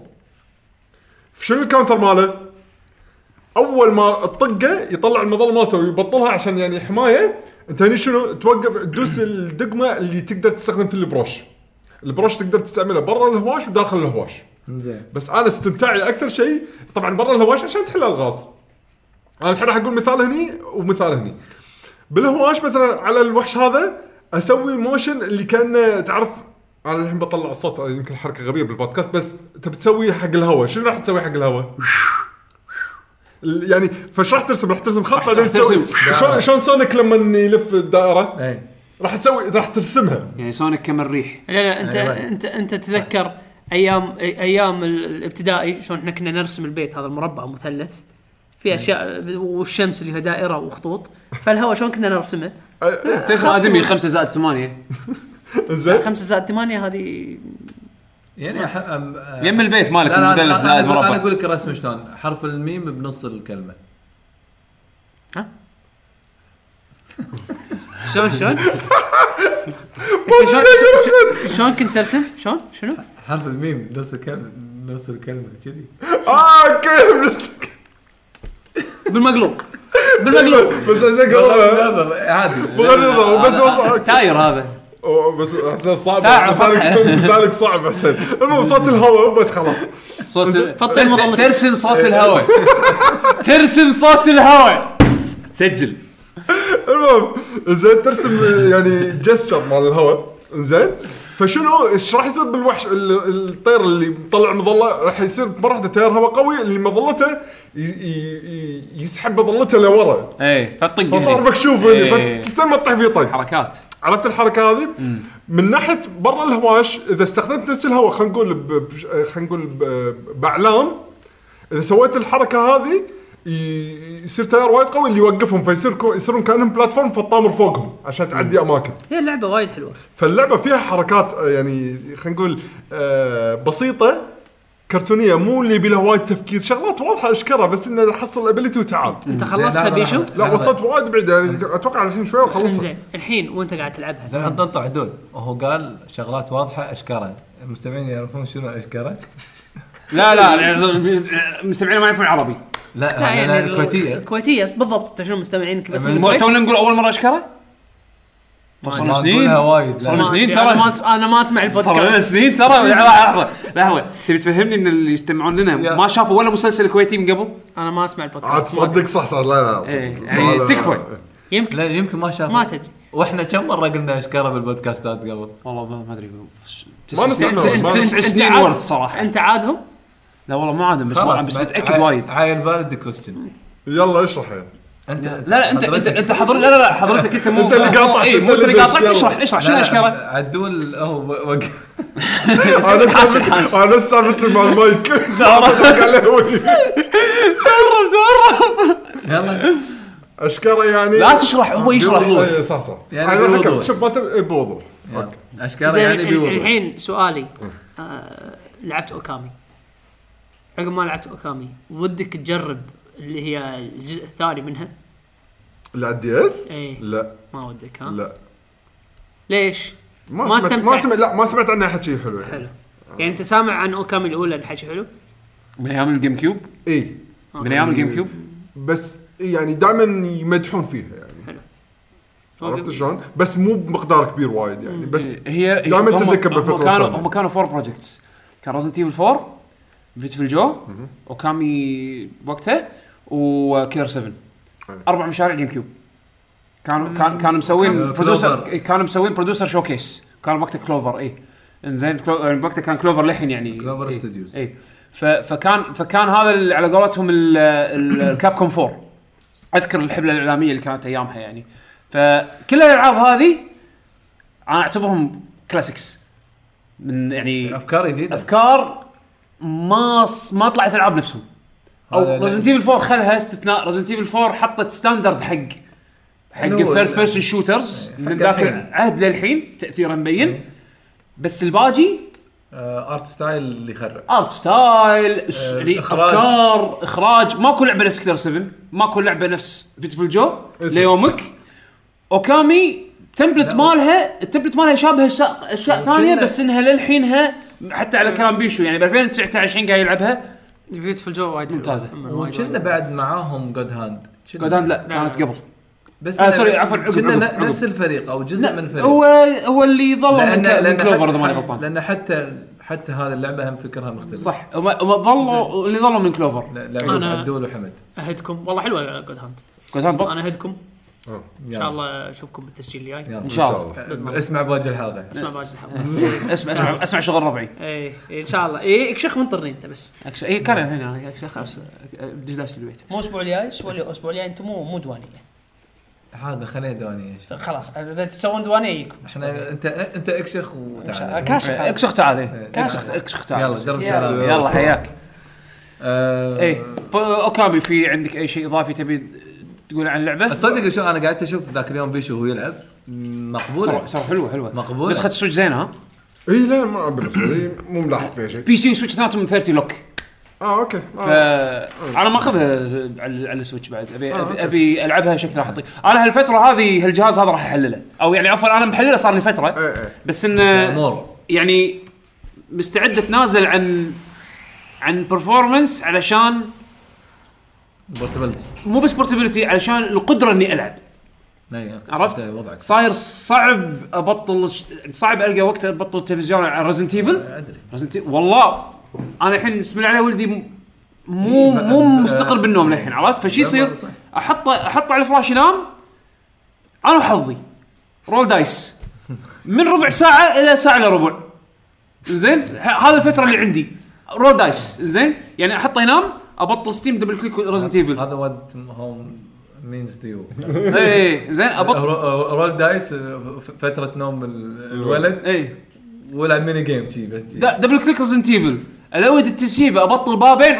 شنو الكاونتر ماله؟ اول ما تطقه يطلع المظله مالته ويبطلها عشان يعني حمايه. انت هني شنو توقف تدوس الدقمه اللي تقدر تستخدم في البروش. البروش تقدر تستعمله برا الهواش وداخل الهواش. زين بس انا استمتاعي اكثر شيء طبعا برا الهواش عشان تحل الغاز. انا الحين راح اقول مثال هني ومثال هني. بالهواش مثلا على الوحش هذا اسوي موشن اللي كان تعرف انا الحين بطلع الصوت يمكن حركه غبيه بالبودكاست بس انت بتسوي حق الهواء. شنو راح تسوي حق الهواء؟ يعني فش راح ترسم راح ترسم خط بعدين تسوي شلون شلون سونيك لما يلف الدائره اي راح تسوي راح ترسمها. يعني سونيك كمريح. لا لا انت أيوة. انت انت تتذكر ايام ايام الابتدائي شلون احنا كنا نرسم البيت هذا المربع مثلث في اشياء والشمس اللي هي دائره وخطوط فالهواء شلون كنا نرسمه ترسم ادمي خمسة زائد ثمانية زين خمسة زائد ثمانية هذه يعني أح... أم... أم... يم البيت مالك لا لا المثلث لا زائد انا أقول- أنا مربع. اقول لك الرسم شلون حرف الميم بنص الكلمه. ها شلون شلون أنت شلون شلون- شلون كنت ترسم شلون شنو حرف الميم بنص الكلمه نص الكلمه كذي. اه كيف بالمقلوب بالمقلوب بس زين قربها نظر عادي بغض النظر بس وص- تاير هذا أوه، بس حسين صعب تعال لذلك صح. لذلك صعب حسين. المهم صوت الهواء بس خلاص صوت فط المظلة. ترسم صوت الهواء ترسم صوت الهواء سجل. المهم زين ترسم يعني جستشر مال الهواء زين. فشنو ايش راح يصير بالوحش ال- الطير اللي مطلع مظله راح يصير مره واحده تيار هواء قوي اللي مظلته ي- ي- ي- يسحب مظلته لورا اي فطق فصار مكشوف إيه. فتستنى ما تطيح فيه طق. حركات. عرفت الحركه هذه من ناحيه برا الهواش اذا استخدمت نفس الهواء خلينا نقول ب- خلينا نقول ب- باعلام اذا سويت الحركه هذه ي- يصير تيار وايد قوي اللي يوقفهم فيصير كو- يصيرون كانهم بلاتفورم فالطامر فوقهم عشان تعدي اماكن. هي اللعبه وايد حلوه فاللعبه فيها حركات آه، يعني خلينا نقول آه، بسيطه كرتونيه مو اللي بيها وايد تفكير شغلات واضحه اشكرها بس انه حصل ابيليتي وتعال. انت خلصتها لا، لا، بيشو لا. لا وصلت وايد بعيد يعني اتوقع الحين شويه وخلصت. انزين الحين وانت قاعد تلعبها زين انت انت عدول وهو قال شغلات واضحه اشكره. المستمعين يعرفون شنو اشكره؟ لا لا مستمعين ما يعرفون عربي. لا لا يعني يعني الكويتيه الكويتيه بالضبط انت شنو مستمعينك بس من- من مو الكويت تونا نقول اول مره اشكره. صار ما سنين نقولها وايد، صار لا. سنين انا ترى ما أس- انا ما اسمع صار لنا البودكاست. سنين ترى. لحظه لحظه تبي تفهمني ان اللي يستمعون لنا يا. ما شافوا ولا مسلسل كويتي من قبل؟ انا ما اسمع عاد البودكاست. تصدق صح صح لا لا إيه، صح- يعني صح- تكفى. يمكن لا يمكن ما شاف ما تدري. واحنا كم مره قلنا اشكره بالبودكاستات قبل. والله ما ما ادري ما نستحمل. تسع ما- تسع أنت سنين عاد- ورث صراحه. انت عادهم لا والله ما عادم بس ما بس متاكد وايد. هاي الفاليد كويستشن. يلا اشرح يعني انت لا لا انت انت انت حضر لا لا لا حضرتك انت مو أنت اللي قاطعت، اي أنت مو انت اللي اللي قاطعت. دش، اشرح يلا. اشرح شنو اشكره. عدول هو وق- انا سالفت انا سالفت مع المايك تهرب تهرب. يلا اشكره يعني لا تشرح هو يشرح هو. إيه، صح صح يعني انا بوضوح. حكم شوف ما تبي بوضوح يلا. اشكره زين. يعني ال- بيوضح. الحين سؤالي آه لعبت اوكامي. عقب ما لعبت اوكامي ودك تجرب اللي هي الجزء الثاني منها؟ لا الدي اس ايه لا ما ودك ها؟ لا ليش؟ ما, ما سمعت ما استمتعت. سمعت لا ما سمعت عنها حكي حلو يعني حلو. يعني انت سامع عن اوكامي الاولى الحكي حلو؟ من ايام الجيم كيوب اي من ايام الجيم كيوب بس يعني دائما يمدحون فيها يعني هو عرفت شلون بس مو بمقدار كبير وايد يعني بس هي دائما هم- تتذكر هم بالفترة كانوا الثانية. هم كانوا فور بروجكتس. كان ريزنت ايفل فور بيوتيفل جو وكامي وقتها وكيلر سفن. أي. اربع مشاريع جيم كيوب. كانوا كان كانوا مسوين كان برودوسر كلوفر. كانوا مسوين برودوسر شوكيس. كان وقتها كلوفر اي انزين كلو... يعني وقتها كان كلوفر للحين يعني كلوفر إيه. ستوديوز. اي ف... فكان فكان هذا ال- على قولتهم الكاب كوم فور. اذكر الحبله الاعلاميه اللي كانت ايامها يعني. فكل الالعاب هذه انا اعتبرهم كلاسيكس من يعني افكار جديده. افكار ما ص- ما طلعت العاب نفسهم. هذا او ريزنت ايفل فور خلها استثناء. ريزنت ايفل فور حطت ستاندرد حق حق اللي هو الثيرد ال- بيرسون شوترز حق من ذاك الحين. العهد للحين تاثيره مبين. بس الباجي آه، ارت ستايل اللي يخرع. ارت ستايل آه، يعني إخراج. افكار اخراج. ماكو لعبه نفس كلر سفن. ماكو لعبه نفس بيوتيفل جو اسم. ليومك. اوكامي تمبلت لا. مالها التمبلت مالها يشابه أشياء- اشياء وكنا- ثانيه بس انها للحينها حتى على كلام بيشو يعني ب ألفين وتسعة عشر قاعد يلعبها بيوتيفل جو وايد حلو. ممتازة. هم وايد وكنا وايد. بعد معاهم جود هاند. جود هاند لا كانت قبل. بس آه، إنه- سوري، عفواً، عقب- كنا عقب- ن- عقب. نفس الفريق او جزء من فريق. هو هو اللي ظل من, ك- من كلوفر اذا ماني حتى غلطان. لان حتى حتى هذه اللعبه هم فكرها مختلف. صح هم هم ظلوا اللي ظلوا من كلوفر. لعبه أنا- عدول وحمد. اهدكم والله حلوه جود هاند. جود هاند بط انا اهدكم ان يلا. شاء الله اشوفكم بالتسجيل الجاي. يلا. ان شاء الله. آه، اسمع باقي الحلقه. اسمع باقي الحلقه. اسمع اسمع اسمع شغل ربعي. اي إيه، ان شاء الله اي اكشخ منطرني انت بس. أكش... اي كان هنا اكش خلاص بدي داش البيت. مو الاسبوع الجاي الاسبوع الجاي الاسبوع الجاي انتم مو مو دوانيه. هذا خلينا دوانيه. خلاص اذا تسوون دوانيه يجيكم. احنا انت انت اكشخ وتعال. كاشخ اكشخ تعال إيه. إيه. كاشخ اكشخ تعال. يلا جرب يلا. سلام. يلا حياك. آه، ايه ب- اوكامي في عندك اي شيء اضافي تبي تقول عن اللعبه؟ تصدق شو انا قعدت اشوف ذاك اليوم بيشو وهو يلعب مقبوله. ترى ترى حلوه حلوه مقبولة. نسخه سويتش زينه ها. اي لا ما بالنسبه لي مو ملاحظ فيها شيء بي سي سويتش اثنيناتهم من ثلاثين لوك. اه اوكي ف آه. انا ما اخذها على على السويتش بعد ابي ابي, أبي العبها شكلها احطي. انا هالفتره هذه هالجهاز هذا راح احلله او يعني عفوا انا محلله صار لي فتره ايه ايه بس انه امور يعني مستعد اتنازل عن عن برفورمانس علشان بورتبلتي. مو بس بورتابيلتي علشان القدره اني العب. عرفت وضعك صاير صعب ابطل صعب القى وقت ابطل التلفزيون على ريزنت ايفل. ادري. ريزنت والله انا الحين بسم الله عليه ولدي م- مو إيه، مو ب- مستقر بالنوم للحين عرفت فشي يصير صح. احطه احطه على الفراش ينام انا وحظي رول دايس من ربع ساعه الى ساعه الا ربع زين هذا الفتره اللي عندي رول دايس زين يعني احطه ينام ابطل ستيم دبل كليك ريزنت ايفل هذا وات هوم مينز تو يو. اي زين ابطل رول دايس فتره نوم ال- الولد اي ولعب ميني جيم شي بس شي. دبل كليك ريزنت ايفل الود التسييفه ابطل بابين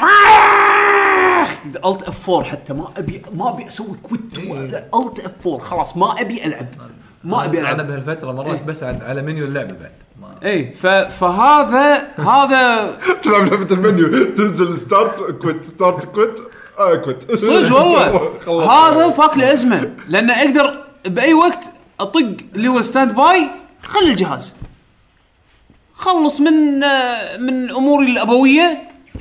الت اف أربعة حتى ما ابي ما ابي اسوي كويت الت اف أربعة خلاص ما ابي العب ما ابي انا العب بهالفتره مرات إيه. بس على على منيو اللعبه بعد ما اي ف... فهذا هذا تلعب لعبه المنيو تنزل ستارت كويت ستارت كويت اه كويت صدق والله خلاص. هذا فاك لي ازمه لان اقدر باي وقت اطق اللي هو ستاند باي خلي الجهاز خلص من آه، من اموري الابويه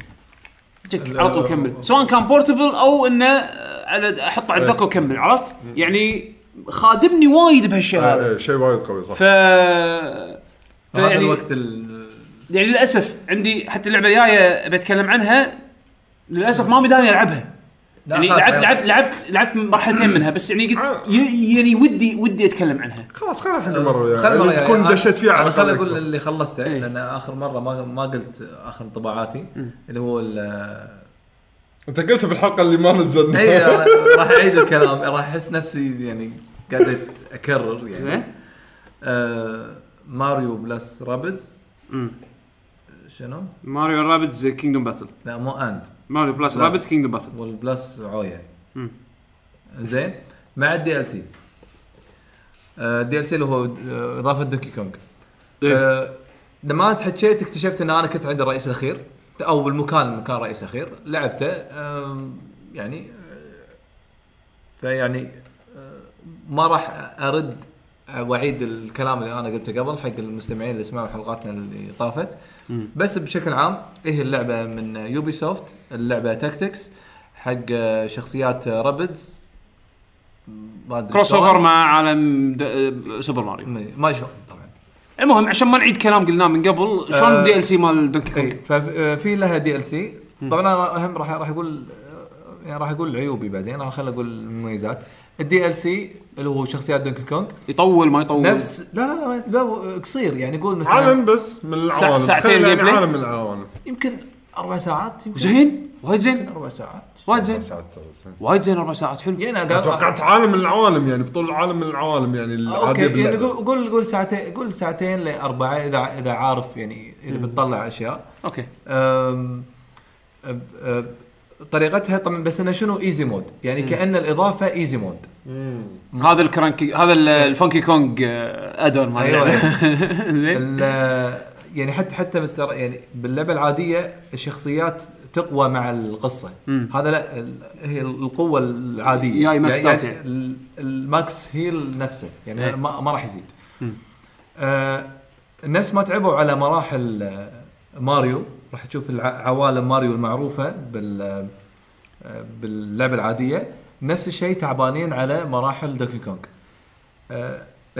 جك على طول كمل سواء كان بورتبل او انه آه، على احط على الدوك وكمل عرفت يعني خادمني وايد بهالشيء هذا. ايه شيء وايد قوي صح. ف هذا يعني الوقت ال... يعني للاسف عندي حتى اللعبه الجايه بتكلم عنها للاسف ما مداني العبها. يعني لعبت لعبت لعبت لعبت مرحلتين منها بس يعني قلت ي- يعني ودي ودي اتكلم عنها. خلاص خلينا الحين المره خل اللي يعني تكون دشيت فيها انا على خل خلق. اقول اللي خلصته إيه. لان اخر مره ما ما قلت اخر انطباعاتي اللي هو انت قلت بالحلقه اللي ما نزلنا. اي راح اعيد الكلام راح احس نفسي يعني قاعد اكرر يعني آه ماريو بلس رابيدز شنو ماريو رابيدز كينجدوم باتل. لا مو اند ماريو بلس رابيدز كينجدوم باتل والبلس عويه زين مع الدي ال سي. الدي ال سي اللي هو اضافه دونكي كونغ. أه لما انت حكيت اكتشفت ان انا كنت عند الرئيس الاخير او بالمكان مكان رئيس اخير لعبته يعني فيعني ما راح ارد واعيد الكلام اللي انا قلته قبل حق المستمعين اللي سمعوا حلقاتنا اللي طافت. بس بشكل عام ايه اللعبه من يوبي سوفت اللعبه تاكتكس حق شخصيات رابيدز كروس اوفر مع عالم سوبر ماريو ما شلون طبعا. المهم عشان ما نعيد كلام قلناه من قبل شلون آه دي ال سي مال دونكي كونغ. ففي لها دي ال سي طبعا انا اهم راح راح اقول يعني راح اقول عيوبي بعدين انا خليني اقول المميزات. الدي ال سي اللي هو شخصيات دونكي كونغ يطول ما يطول نفس لا لا لا قصير يعني يقول مثلا عالم بس من العوالم ساعتين يعني عالم من العوالم يمكن أربع ساعات يمكن زين وايد زين أربع ساعات وايد زين وايد زين أربع ساعات حلو. يعني توقعت عالم من العوالم يعني بطول العالم من العوالم يعني العادي اوكي يعني قول قول ساعتين قول ساعتين لأربعة اذا اذا عارف يعني اذا بتطلع اشياء اوكي. أم أب أب طريقتها طبعا بس انه شنو ايزي مود يعني مم. كأن الاضافه ايزي مود. هذا الكرانكي هذا الفانكي كونغ ادون مال أيوة زين يعني حتى حتى يعني باللعبه العاديه الشخصيات تقوى مع القصه مم. هذا لا هي القوه العاديه يعني ماكس يعني يعني الماكس هيل نفسه يعني ايه. ما, ما راح يزيد. آه الناس ما تعبوا على مراحل ماريو راح تشوف عوالم ماريو المعروفه بال باللعبه العاديه نفس الشيء تعبانين على مراحل دونكي كونغ. آه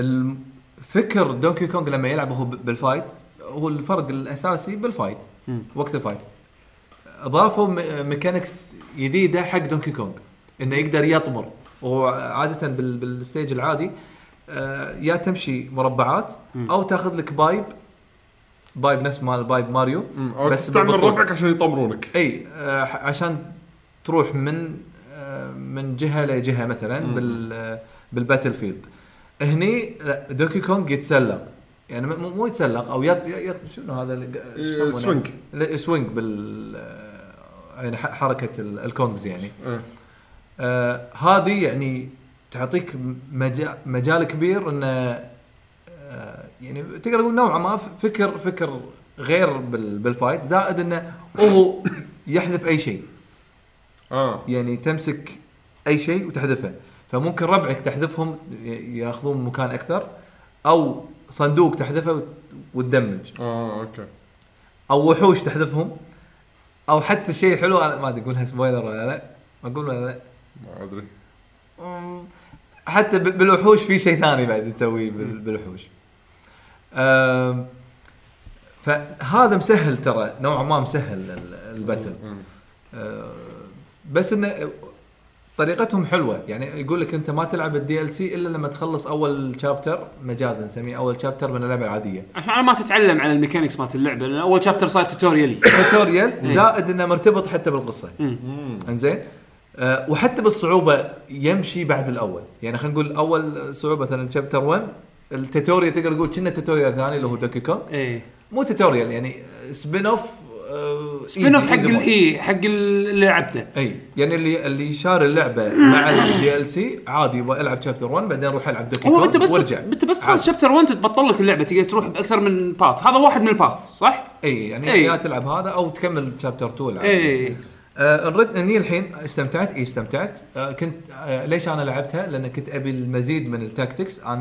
الفكر دونكي كونغ لما يلعب هو بالفايت هو الفرق الاساسي بالفايت م. وقت الفايت اضافوا ميكانكس جديده حق دونكي كونغ انه يقدر يطمر وهو عاده بالستيج العادي آه يا تمشي مربعات م. او تاخذ لك بايب بايب نفس مال بايب ماريو بس تعمل ربعك عشان يطمرونك اي آه عشان تروح من آه من جهه لجهه مثلا م. بال بالباتل فيلد. هني دونكي كونغ يتسلق يعني مو يتسلق او يط يط شنو هذا سوينج سوينج بال يعني حركه الكونغز يعني أه. آه هذه يعني تعطيك مجال مجال كبير انه آه يعني تقدر تقول نوعا ما فكر فكر غير بالفايت زائد انه هو يحذف اي شيء اه يعني تمسك اي شيء وتحذفه فممكن ربعك تحذفهم ياخذون مكان اكثر او صندوق تحذفه وتدمج اه اوكي او وحوش تحذفهم او حتى الشيء حلو ما ادري اقولها سبويلر ولا لا ما اقول ولا لا ما ادري حتى بالوحوش في شيء ثاني بعد تسويه بالوحوش. آه فهذا مسهل ترى نوعا ما مسهل الباتل آه بس انه طريقتهم حلوه يعني يقول لك انت ما تلعب الدي ال سي الا لما تخلص اول شابتر مجازا نسميه اول شابتر من اللعبه العاديه عشان ما تتعلم على الميكانكس مالت اللعبه لان اول شابتر صار توتوريال توتوريال زائد انه مرتبط حتى بالقصه انزين أه وحتى بالصعوبه يمشي بعد الاول يعني خلينا نقول اول صعوبه مثلا شابتر واحد التوتوريال تقدر تقول كنا توتوريال ثاني اللي هو دوكي كونغ ايه مو توتوريال يعني سبين اوف سبين اوف حق الاي حق اللي لعبته اي يعني اللي اللي شار اللعبه مع الدي ال سي عادي يبغى العب شابتر واحد بعدين اروح العب دوكي كونغ انت بس وارجع انت بس تخلص شابتر واحد تبطل لك اللعبه تقدر تروح باكثر من باث هذا واحد من الباث صح اي يعني يا أي. تلعب هذا او تكمل شابتر اثنين اي آه الرد اني الحين استمتعت اي استمتعت آه كنت آه ليش انا لعبتها لان كنت ابي المزيد من التاكتكس انا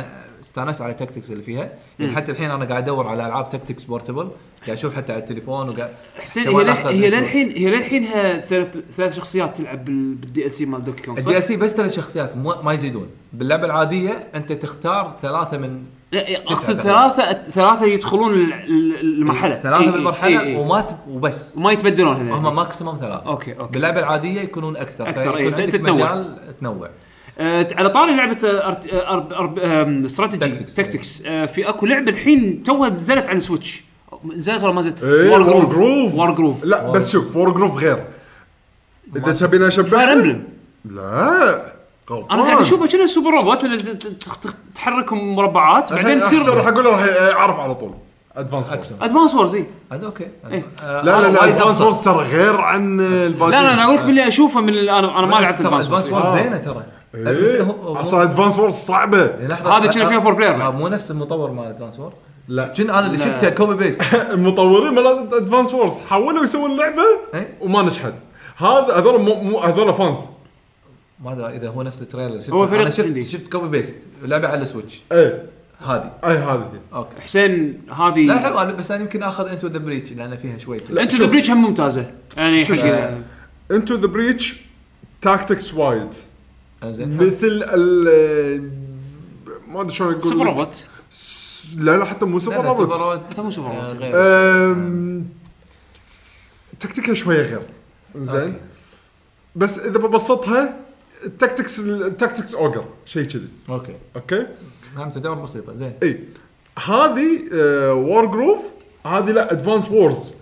استانس على تكتكس اللي فيها يعني. حتى الحين انا قاعد ادور على العاب تكتكس بورتبل قاعد اشوف حتى على التليفون وقاعد حسين هي لح... هي للحين هي للحينها ثلاث ثلاث شخصيات تلعب بالدي ال سي مال دوكي كونغ. الدي ال سي بس ثلاث شخصيات ما يزيدون. باللعبه العاديه انت تختار ثلاثه من اقصد ثلاثه ثلاثه يدخلون المرحله ثلاثه بالمرحله إيه وما ت... وبس وما يتبدلون هذول هم ماكسيموم ثلاثه. اوكي اوكي. باللعبه العاديه يكونون اكثر, أكثر. فيكون عندك مجال تنوع. أه على طاري لعبه استراتيجي تكتكس أه في اكو لعبه الحين توها نزلت على السويتش. نزلت ولا ما نزلت؟ وور جروف. وور جروف لا وار بس شوف وور جروف غير. اذا تبينا نشبه فاير امبلم. لا غلطان. انا قاعد اشوفه كأنه سوبر روبوت اللي تحركهم مربعات بعدين تصير راح اقول له راح يعرف على طول ادفانس فورس. ادفانس وورز هذا اوكي. إيه. لا لا لا ادفانس فورس ترى غير عن الباقي. لا لا انا اقول لك باللي اشوفه من انا انا ما لعبت ادفانس فورس زينه ترى. اصلا ادفانس فورس صعبه. هذا كنا فيها فور بلاير مو نفس المطور مال ادفانس فورس. لا كنا انا اللي شفته كوبي بيست. المطورين مال ادفانس فورس حاولوا يسوون اللعبه وما نجحت. هذا هذول مو هذول فانز. ما ادري اذا هو نفس التريلر شفت انا شفت شفت كوبي بيست لعبه على السويتش. ايه هذه اي هذه اوكي حسين هذه لا حلو بس انا يمكن اخذ انتو ذا بريتش لان فيها شوي انتو ذا بريتش هم ممتازه يعني حقيقه. انتو ذا بريتش تاكتكس وايد زين مثل ال ما ادري شلون اقول سوبر روبوت. لا لا حتى مو سوبر روبوت حتى مو سوبر روبوت تكتيكها شويه غير زين. بس اذا ببسطها التكتكس التكتكس اوجر شيء كذي. اوكي اوكي هم تجارب بسيطه زين. اي هذه وور جروف هذه لا ادفانس وورز.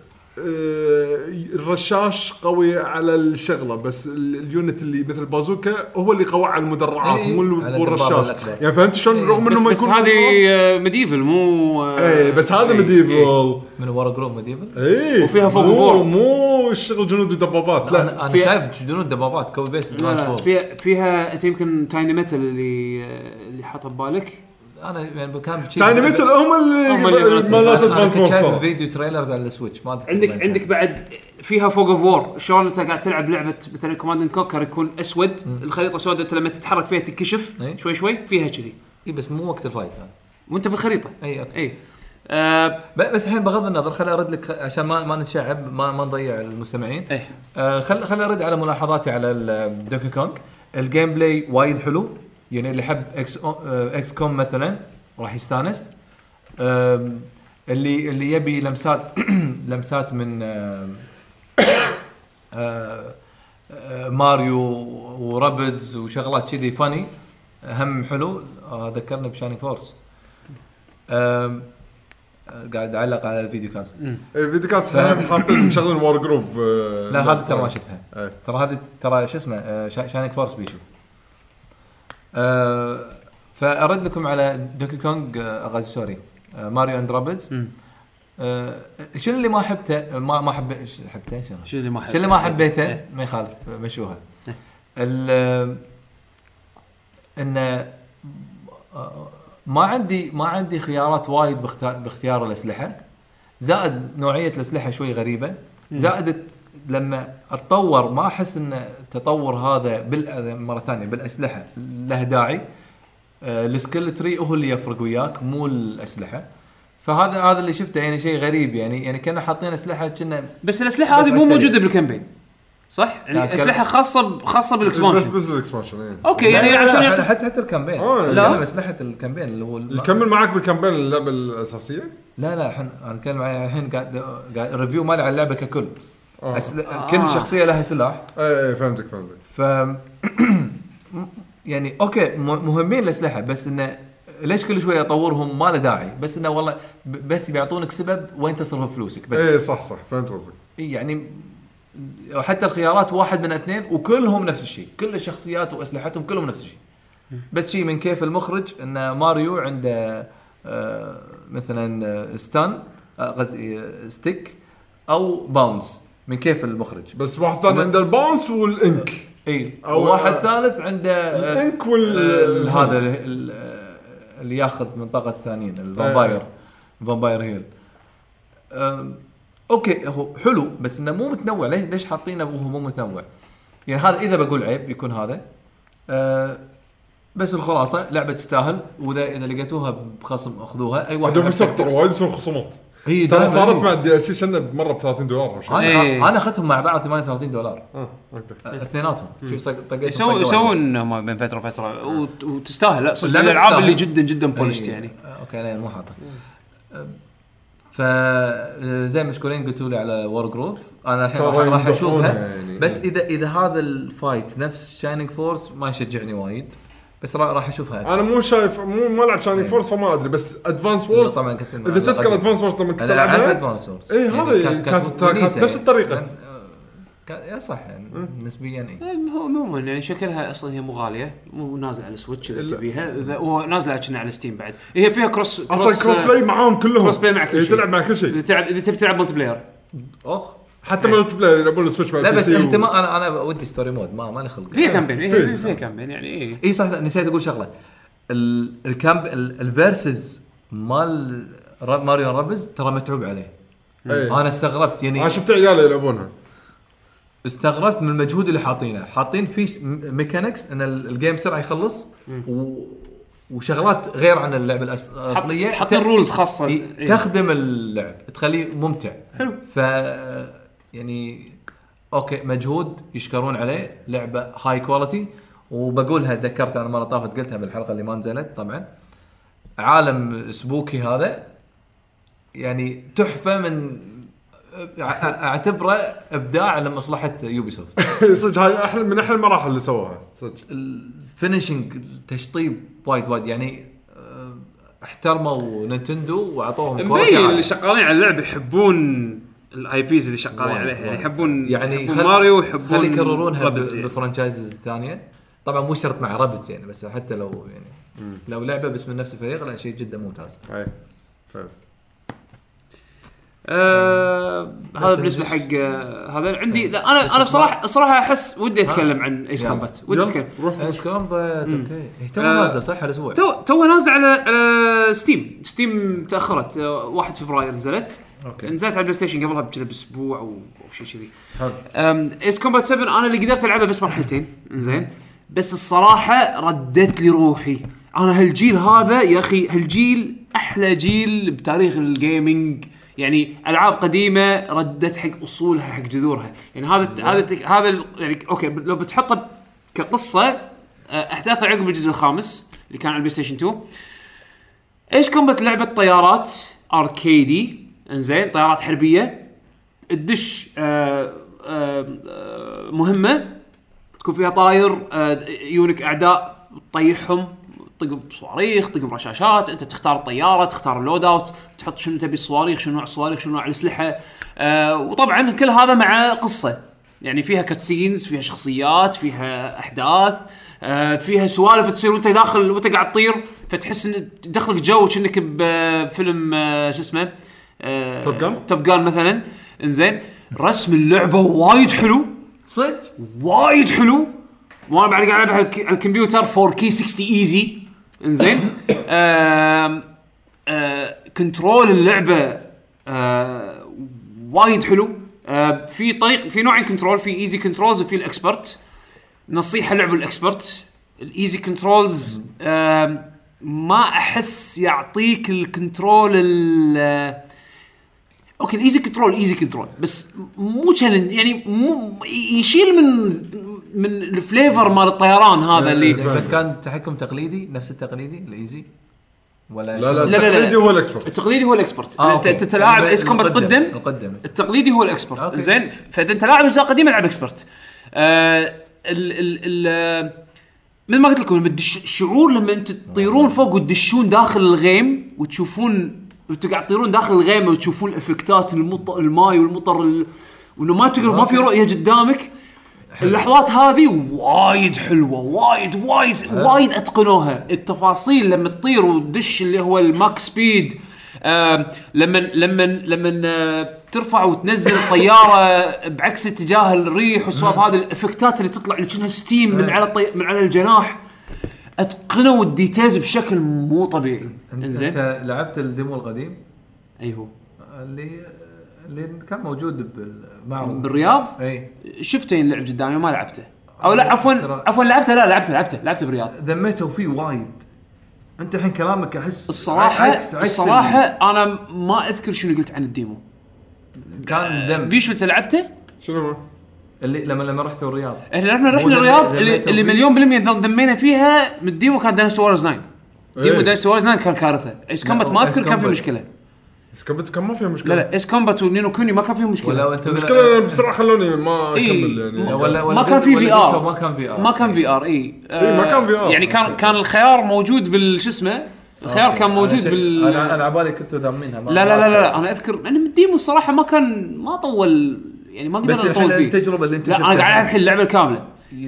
الرشاش قوي على الشغله بس اليونت اللي مثل بازوكا هو اللي قوي على المدرعات إيه مو الرشاش يعني فهمت شلون إيه رغم انه ما يكون بس هذه ميديفل مو اي بس هذا ميديفل إيه من وور جروف ميديفل اي وفيها فوق مو فور مو الشغل جنود ودبابات. لا انا, أنا شايف جنود دبابات كوبي بيست ترانسفورم فيها فيها انت يمكن تايني ميتال اللي اللي حاطه ببالك. انا يعني بكان تايني ميتال هم اللي مالات ادفانس شايف فيديو تريلرز على السويتش ما ادري. عندك عندك بعد فيها فوق اوف وور شلون انت قاعد تلعب لعبه مثلا كوماند اند كوكر يكون اسود م. الخريطه سوداء انت لما تتحرك فيها تنكشف ايه؟ شوي شوي فيها كذي. اي بس مو وقت الفايت هذا وانت بالخريطه. اي اوكي اي آه بس الحين بغض النظر خليني ارد لك عشان ما ما نتشعب ما ما نضيع المستمعين. ايه آه خل خليني ارد على ملاحظاتي على الدوكي كونغ. الجيم بلاي وايد حلو يعني اللي يحب اكس اكس كوم مثلا راح يستانس. اللي اللي يبي لمسات لمسات من آه آه ماريو ورابدز وشغلات كذي فاني هم حلو. آه ذكرني بشاينينج فورس. آه قاعد اعلق على الفيديو كاست. الفيديو كاست هم حاطين مشغلين وور جروف. آه لا هذا ترى ما شفتها. ايه. ترى هذه ترى شو اسمه آه شاينينج فورس بيشو. آه فأرد لكم على دوكي كونغ غاز سوري ماريو اند رابدز. آه شنو اللي ما حبته ما ما حبيت حبته شنو اللي ما حبيته شنو اللي ما حبيته ايه. ما يخالف مشوها ايه. ال ان ما عندي ما عندي خيارات وايد باختيار الأسلحة زائد نوعية الأسلحة شوي غريبة زائد لما اتطور ما احس ان التطور هذا بالمره ثانيه بالاسلحه له داعي. آه السكيل تري هو اللي يفرق وياك مو الاسلحه. فهذا هذا اللي شفته يعني شيء غريب يعني يعني كنا حاطين اسلحه كنا بس الاسلحه هذه مو موجوده بالكامبين صح يعني اسلحه خاصه خاصه بالاكسبانشن بس بس بالاكسبانشن ايه. اوكي يعني عشان يعطي... حتى حتى الكامبين آه لا اسلحه الكامبين اللي هو الم... يكمل معك بالكامبين اللعبه الاساسيه. لا لا الحين انا اتكلم معي الحين قاعد قاعد ريفيو مالي على اللعبه ككل. آه. أسل... آه. كل شخصيه لها سلاح. ايه فهمتك فهمتك. ف يعني اوكي مهمين الاسلحه بس انه ليش كل شويه اطورهم ما له داعي بس انه والله بس بيعطونك سبب وين تصرف فلوسك بس. ايه صح صح فهمت قصدك. يعني حتى الخيارات واحد من اثنين وكلهم نفس الشيء كل الشخصيات واسلحتهم كلهم نفس الشيء بس شيء من كيف المخرج ان ماريو عنده آه مثلا ستان غزي ستيك او باونس من كيف المخرج. بس واحد ثاني عنده الباونس والانك. اي او واحد ثالث عنده الانك وال هذا اللي ياخذ منطقه الثانيين الفامباير فامباير هيل. اوكي هو حلو بس انه مو متنوع. ليش ليش حاطينه وهو مو متنوع يعني؟ هذا اذا بقول عيب يكون هذا. أه بس الخلاصه لعبه تستاهل، واذا اذا لقيتوها بخصم اخذوها. اي واحد هذا بيسوفت وايد يسوون خصومات. هي ترى دائماً صارت هي. مع الدي ال سي شنه بمره ب ثلاثين دولار او شيء. انا إيه. انا اخذتهم مع بعض ثمانية وثلاثين دولار اه اوكي. اثنيناتهم. شوف طقيت يسوون يسوون هم بين فتره وفتره وت- وتستاهل. لا صدق اللعبة الالعاب تستاهل. اللي جدا جدا بولشت يعني. اوكي لا مو حاطه. ف زي مشكورين قلتوا لي على وور جروب، انا الحين ترى راح راح يمدحونها اشوفها يعني. بس اذا اذا هذا الفايت نفس شاينينج فورس ما يشجعني وايد، بس را- راح اشوفها. انا مو شايف مو ما لعب شاينينج فورس فما ادري، بس ادفانس وورز طبعاً كنت اذا تذكر ادفانس وورز لما كنت انا اعرف العبها ادفانس وورز. إيه، هذا كانت- كانت ونيسة نفس الطريقة. يعني. كان- يا صح يعني نسبيا اي. هو عموما يعني شكلها اصلا هي مو غاليه، مو نازله على سويتش اذا لا. تبيها، اذا ونازله كنا على ستيم بعد. هي فيها كروس اصلا كروس بلاي معاهم كلهم. كروس بلاي مع كل إيه، شيء. تلعب مع كل اذا شيء تلعب اذا تبي تلعب ملتي بلاير. اخ حتى ملتي بلاير يلعبون السويتش مع لا البي بس سي و- اهتمام. انا انا ودي ستوري مود ما ما لي خلق فيها كامبين فيه. فيها فيها كامبين يعني ايه. اي صح. نسيت اقول شغله. ال- الكامب ال- الفيرسز مال ر- ماريو رابز ترى متعوب عليه. إيه. انا استغربت يعني انا شفت عيالي يلعبونها. استغربت من المجهود اللي حاطينه. حاطين فيه ميكانكس ان ال- الجيم سرعه يخلص و... وشغلات غير عن اللعبه الأس- الاصليه. حاطين رولز خاصه إيه، إيه. تخدم اللعب تخليه ممتع. حلو. ف يعني اوكي مجهود يشكرون عليه. لعبه هاي كواليتي. وبقولها تذكرت انا مره طافت قلتها بالحلقه اللي ما نزلت طبعا. عالم سبوكي هذا يعني تحفه، من أع- اعتبره ابداع لمصلحه يوبي سوفت. صدق هاي احلى من احلى المراحل اللي سووها صدق. الفينيشنج التشطيب وايد وايد يعني أه، احترموا نينتندو واعطوهم مبين كواليتي اللي عالي. شغالين على اللعبه يحبون الاي بيز اللي شغالين وايد عليها يعني وايد. يحبون يعني يحبون خل- ماريو ويحبون خلي يكررونها ب- رابتز يعني. بفرانشايزز ثانيه. طبعا مو شرط مع رابتس يعني، بس حتى لو يعني لو لعبه بس من نفس الفريق لا شيء جدا ممتاز. اي فعلا. آه هذا بالنسبه ندش. حق آه هذا عندي. لا انا انا صراحه صراحه احس ودي اتكلم عن ايش يلا. كومبات. ودي اتكلم روح. ايش كومبات اوكي. هي تو آه، نازله صح هالاسبوع. تو تو نازله على على ستيم. ستيم تاخرت. آه، واحد فبراير نزلت. أوكي. نزلت على البلاي ستيشن قبلها بكذا باسبوع او أو شيء كذي. حلو. ايس كومبات سبعة انا اللي قدرت العبها بس مرحلتين زين. بس الصراحه ردت لي روحي. انا هالجيل هذا يا اخي هالجيل احلى جيل بتاريخ الجيمنج. يعني العاب قديمه ردت حق اصولها حق جذورها. يعني هذا هذا هذا ال- يعني اوكي لو بتحطه كقصه آه، احداثها عقب الجزء الخامس اللي كان على البلاي ستيشن اثنين. ايش كومبات لعبه طيارات اركيدي انزين. طيارات حربيه تدش آه، آه، آه، مهمه تكون فيها طاير آه، يونك اعداء تطيحهم طقم صواريخ طقم رشاشات. انت تختار الطياره تختار اللود اوت تحط شنو تبي الصواريخ شنو نوع الصواريخ شنو نوع الاسلحه. آه، وطبعا كل هذا مع قصه يعني فيها كاتسينز فيها شخصيات فيها احداث آه، فيها سوالف تصير وانت داخل وانت قاعد تطير فتحس ان تدخلك جو كأنك بفيلم آه، شو اسمه آه، توب جان؟ توب جان مثلا. انزين رسم اللعبه وايد حلو صدق وايد حلو. وانا بعد قاعد العبها على الك- على الكمبيوتر فور كي ستين ايزي انزين. آم، آه، كنترول اللعبه آه، وايد حلو. آه، في طريق في نوعين كنترول في ايزي كنترولز وفي الاكسبرت. نصيحه لعبوا الاكسبرت. الايزي كنترولز آم، ما احس يعطيك الكنترول ال اوكي الايزي كنترول ايزي كنترول بس مو تشالنج يعني مو يشيل من من الفليفر مال الطيران هذا اللي زين، بس كان تحكم تقليدي نفس التقليدي الايزي ولا لا لا لا، لا. التقليدي هو الاكسبرت. التقليدي هو الاكسبرت. آه، انت أوكي. انت تلاعب يعني ايس كومبات المقدم- قدم المقدم. التقليدي هو الاكسبرت أوكي. زين. فاذا انت لاعب اجزاء قديمه العب اكسبرت. آه ال ال ال مثل ما قلت لكم الشعور لما انت تطيرون فوق وتدشون داخل الغيم وتشوفون وانتوا قاعد تطيرون داخل الغيم وتشوفون افكتات المطر الماي والمطر ال... وانه ما تقدر ما في رؤيه قدامك. اللحظات هذه وايد حلوه وايد وايد وايد اتقنوها. التفاصيل لما تطير وتدش اللي هو الماك سبيد آه لما لما لما آه ترفع وتنزل الطياره بعكس اتجاه الريح والسوالف هذه الافكتات اللي تطلع اللي كأنها ستيم من على الطي... من على الجناح. اتقنوا الديتيلز بشكل مو طبيعي. انت, انت لعبت الديمو القديم اي هو اللي اللي كان موجود بالمعرض بالرياض اي شفته ينلعب قدامي ما لعبته. او لا عفوا عفوا لعبته لا لعبته لعبته لعبته بالرياض ذميته فيه وايد. انت الحين كلامك احس الصراحه عكس عكس الصراحه انا ما اذكر شنو قلت عن الديمو. كان ذم. بيشو انت لعبته؟ شنو اللي لما لما رحت الرياض احنا رحنا رحنا الرياض اللي, اللي مليون بالمية ذمينا فيها من الديمو كان داينستي وورز تسعة. ديمو إيه. داينستي وورز تسعة كان كارثه. ايس كومبات ما اذكر كان في مشكله. ايس كومبات كان ما فيها مشكله. لا لا ايس كومبات ونينو كوني ما كان فيهم مشكله. ولا انت المشكله بسرعه خلوني ما اكمل يعني. ولا ولا ما كان في في ار. ما كان في ار. ما كان في ار اي إيه ما كان في ار. يعني كان كان الخيار موجود بالش اسمه. الخيار كان موجود بال انا انا عبالي كنتوا دامينها. لا لا لا لا انا اذكر يعني الديمو الصراحه ما كان ما طول يعني ما قدرنا نطول فيه. التجربه اللي انت لا شفتها انا قاعد الحين اللعبه الكامله.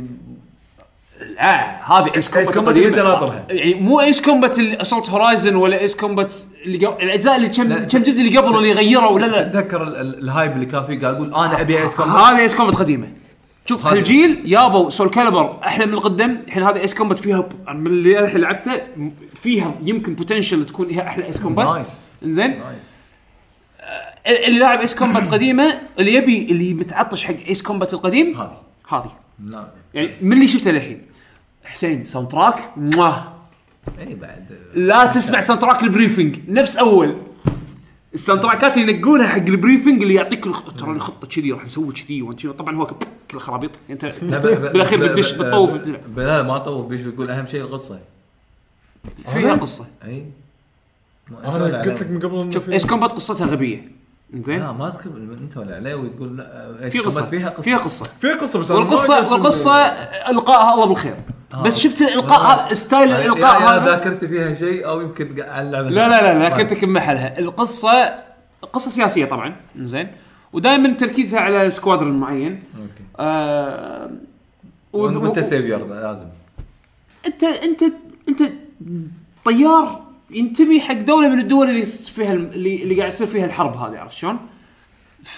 لا هذه ايس كومبات اللي تناطرها يعني مو ايس كومبات الاسولت هورايزن ولا ايس كومبات اللي قبل الاجزاء اللي كم كم جزء اللي قبل اللي غيروا ولا لا. تتذكر الهايب اللي كان فيه قاعد اقول انا ابي ايس كومبات. هذه ايس كومبات قديمه. شوف هالجيل يابو سول كاليبر احلى من القدم. الحين هذا ايس كومبات فيها من اللي الحين لعبته فيها يمكن بوتنشل تكون هي احلى ايس كومبات. نايس زين نايس. اللي لاعب ايس كومبات قديمه اللي يبي اللي متعطش حق ايس كومبات القديم هذه هذه نعم. يعني من اللي شفته للحين حسين ساوند تراك مواه. اي بعد لا تسمع ساوند تراك البريفنج نفس اول الساوند تراكات اللي ينقونها حق البريفنج اللي يعطيك ترى الخطه كذي راح نسوي كذي وانت طبعا هو كل خرابيط انت بالاخير بتدش بتطوف لا ما طوف بيش يقول اهم شيء القصه فيها قصه. اي انا قلت لك من قبل شوف ايش كومبات قصتها غبيه زين. لا ما تذكر انت ولا عليوي تقول لا في قصه فيها قصه فيها قصه في قصه بس والقصه والقصه القائها الله بالخير. آه. بس شفت الالقاء هذا ستايل الالقاء هذا ذاكرتي فيها شيء او يمكن على اللعبه. لا لا لا ذاكرتك بمحلها. القصه قصه سياسيه طبعا زين ودائما تركيزها على سكوادرون معين. اوكي آه وانت سيفير لازم انت انت انت طيار ينتمي حق دوله من الدول اللي فيها اللي, اللي قاعد يصير فيها الحرب هذه عرفت شلون. ف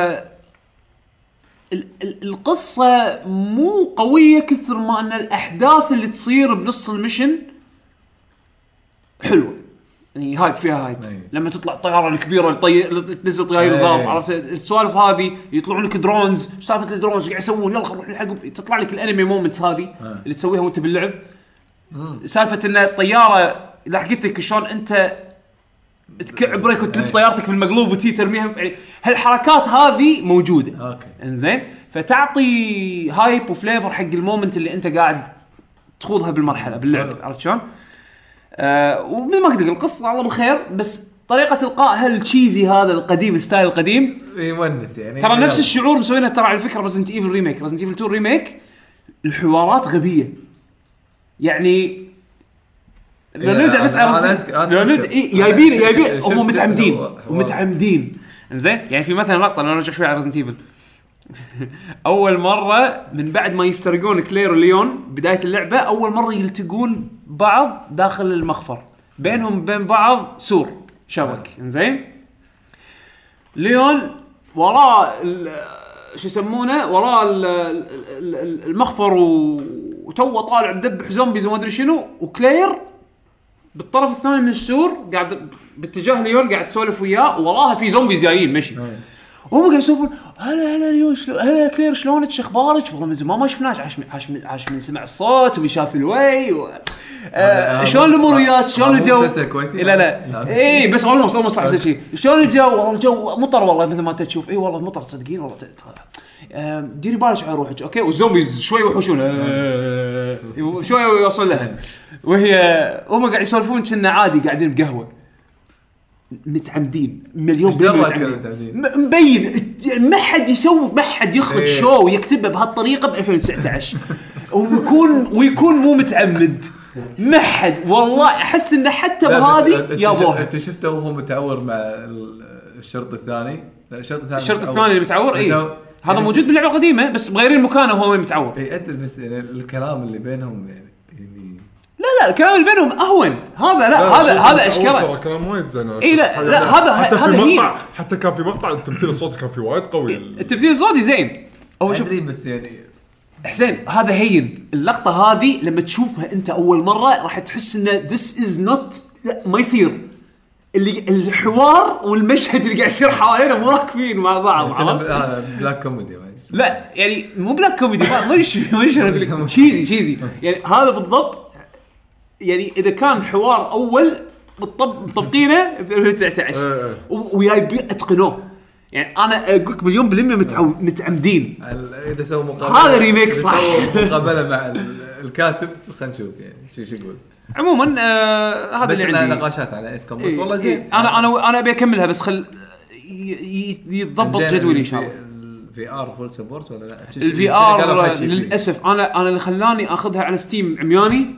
القصه مو قويه كثر ما ان الاحداث اللي تصير بنص المشن حلوه يعني هايب فيها هايب. أيه. لما تطلع الطياره الكبيره اللي تنزل طيار صغار عرفت السوالف هذه يطلعون لك درونز سالفه الدرونز قاعد يسوون يلا خلينا نروح نلحق تطلع لك الانمي مومنتس هذه أيه. اللي تسويها وانت باللعب. مم. سالفه ان الطياره لحقتك شلون انت تكعب بريك وتلف طيارتك بالمقلوب وتي ترميها يعني هالحركات هذه موجوده. اوكي انزين فتعطي هايب وفليفر حق المومنت اللي انت قاعد تخوضها بالمرحله باللعب عرفت شلون. آه ومثل ما قلت القصه الله بالخير بس طريقه القائها التشيزي هذا القديم ستايل القديم يونس يعني ترى نفس الشعور مسوينها ترى على فكره ريزنت ايفل ريميك ريزنت ايفل تو ريميك الحوارات غبيه يعني لو نرجع بس على لو نرجع جايبين جايبين هم متعمدين ومتعمدين انزين يعني في مثلا لقطه لو نرجع شوي على ريزنت ايفل اول مره من بعد ما يفترقون كلير وليون بدايه اللعبه اول مره يلتقون بعض داخل المخفر بينهم بين بعض سور شبك انزين ليون وراء شو يسمونه وراء المخفر وتو طالع مذبح زومبيز وما ادري شنو وكلير بالطرف الثاني من السور قاعد باتجاه ليون قاعد تسولف وياه وراها في زومبيز جايين ماشي وهم قاعد يسولفون هلا هلا ليون شلون هلا كلير شلونك شو اخبارك والله من زمان ما شفناش عاش من عاش من عاش من سمع الصوت وشاف الوي و... آه شلون الامور وياك شلون الجو لا لا اي بس اولموست اولموست راح شيء شلون الجو والله الجو مطر والله مثل ما انت تشوف اي والله مطر تصدقين والله آه ديري بالك على روحك اوكي والزومبيز شوي وحوشون آه شوي يوصل لها وهي هم قاعد يسولفون كنا عادي قاعدين بقهوه متعمدين مليون بالمية مبين ما حد يسوي ما حد يخرج ايه. شو يكتبه بهالطريقه ب ألفين وتسعة عشر ويكون ويكون مو متعمد ما حد والله احس انه حتى بهذه يا ابوه انت شفته وهو متعور مع الشرط الثاني الشرط الثاني الشرط الثاني اللي متعور اي هذا يعني موجود باللعبه القديمه بس مغيرين مكانه وهو متعور اي ادري بس يعني الكلام اللي بينهم يعني لا لا الكلام اللي بينهم اهون هذا لا, لا هذا هذا اشكره ترى كلام وايد زين اي لا لا هذا هذا هي حتى كان في مقطع التمثيل الصوتي كان في وايد قوي التمثيل الصوتي زين هو شوف بس يعني حسين هذا هين اللقطه هذه لما تشوفها انت اول مره راح تحس ان this is not لا ما يصير اللي الحوار والمشهد اللي قاعد يصير حوالينا مو راكبين مع بعض هذا بلاك كوميدي لا يعني مو بلاك كوميدي ما ما ايش ما ايش اقول لك تشيزي تشيزي يعني هذا بالضبط. يعني اذا كان حوار اول بالطب مطبقينه ب ألفين وتسعة عشر وياي اتقنوه يعني انا اقول لك مليون بالمية متعمدين اذا سووا مقابله هذا ريميك صح مقابله مع الكاتب خلينا نشوف يعني شو شو يقول. عموما آه هذا اللي عندي نقاشات على ايس كومبات إيه والله زين. إيه انا انا انا ابي اكملها بس خل يتضبط جدولي ان شاء الله. الفي ار فول سبورت ولا لا؟ الفي ار للاسف انا انا اللي خلاني اخذها على ستيم عمياني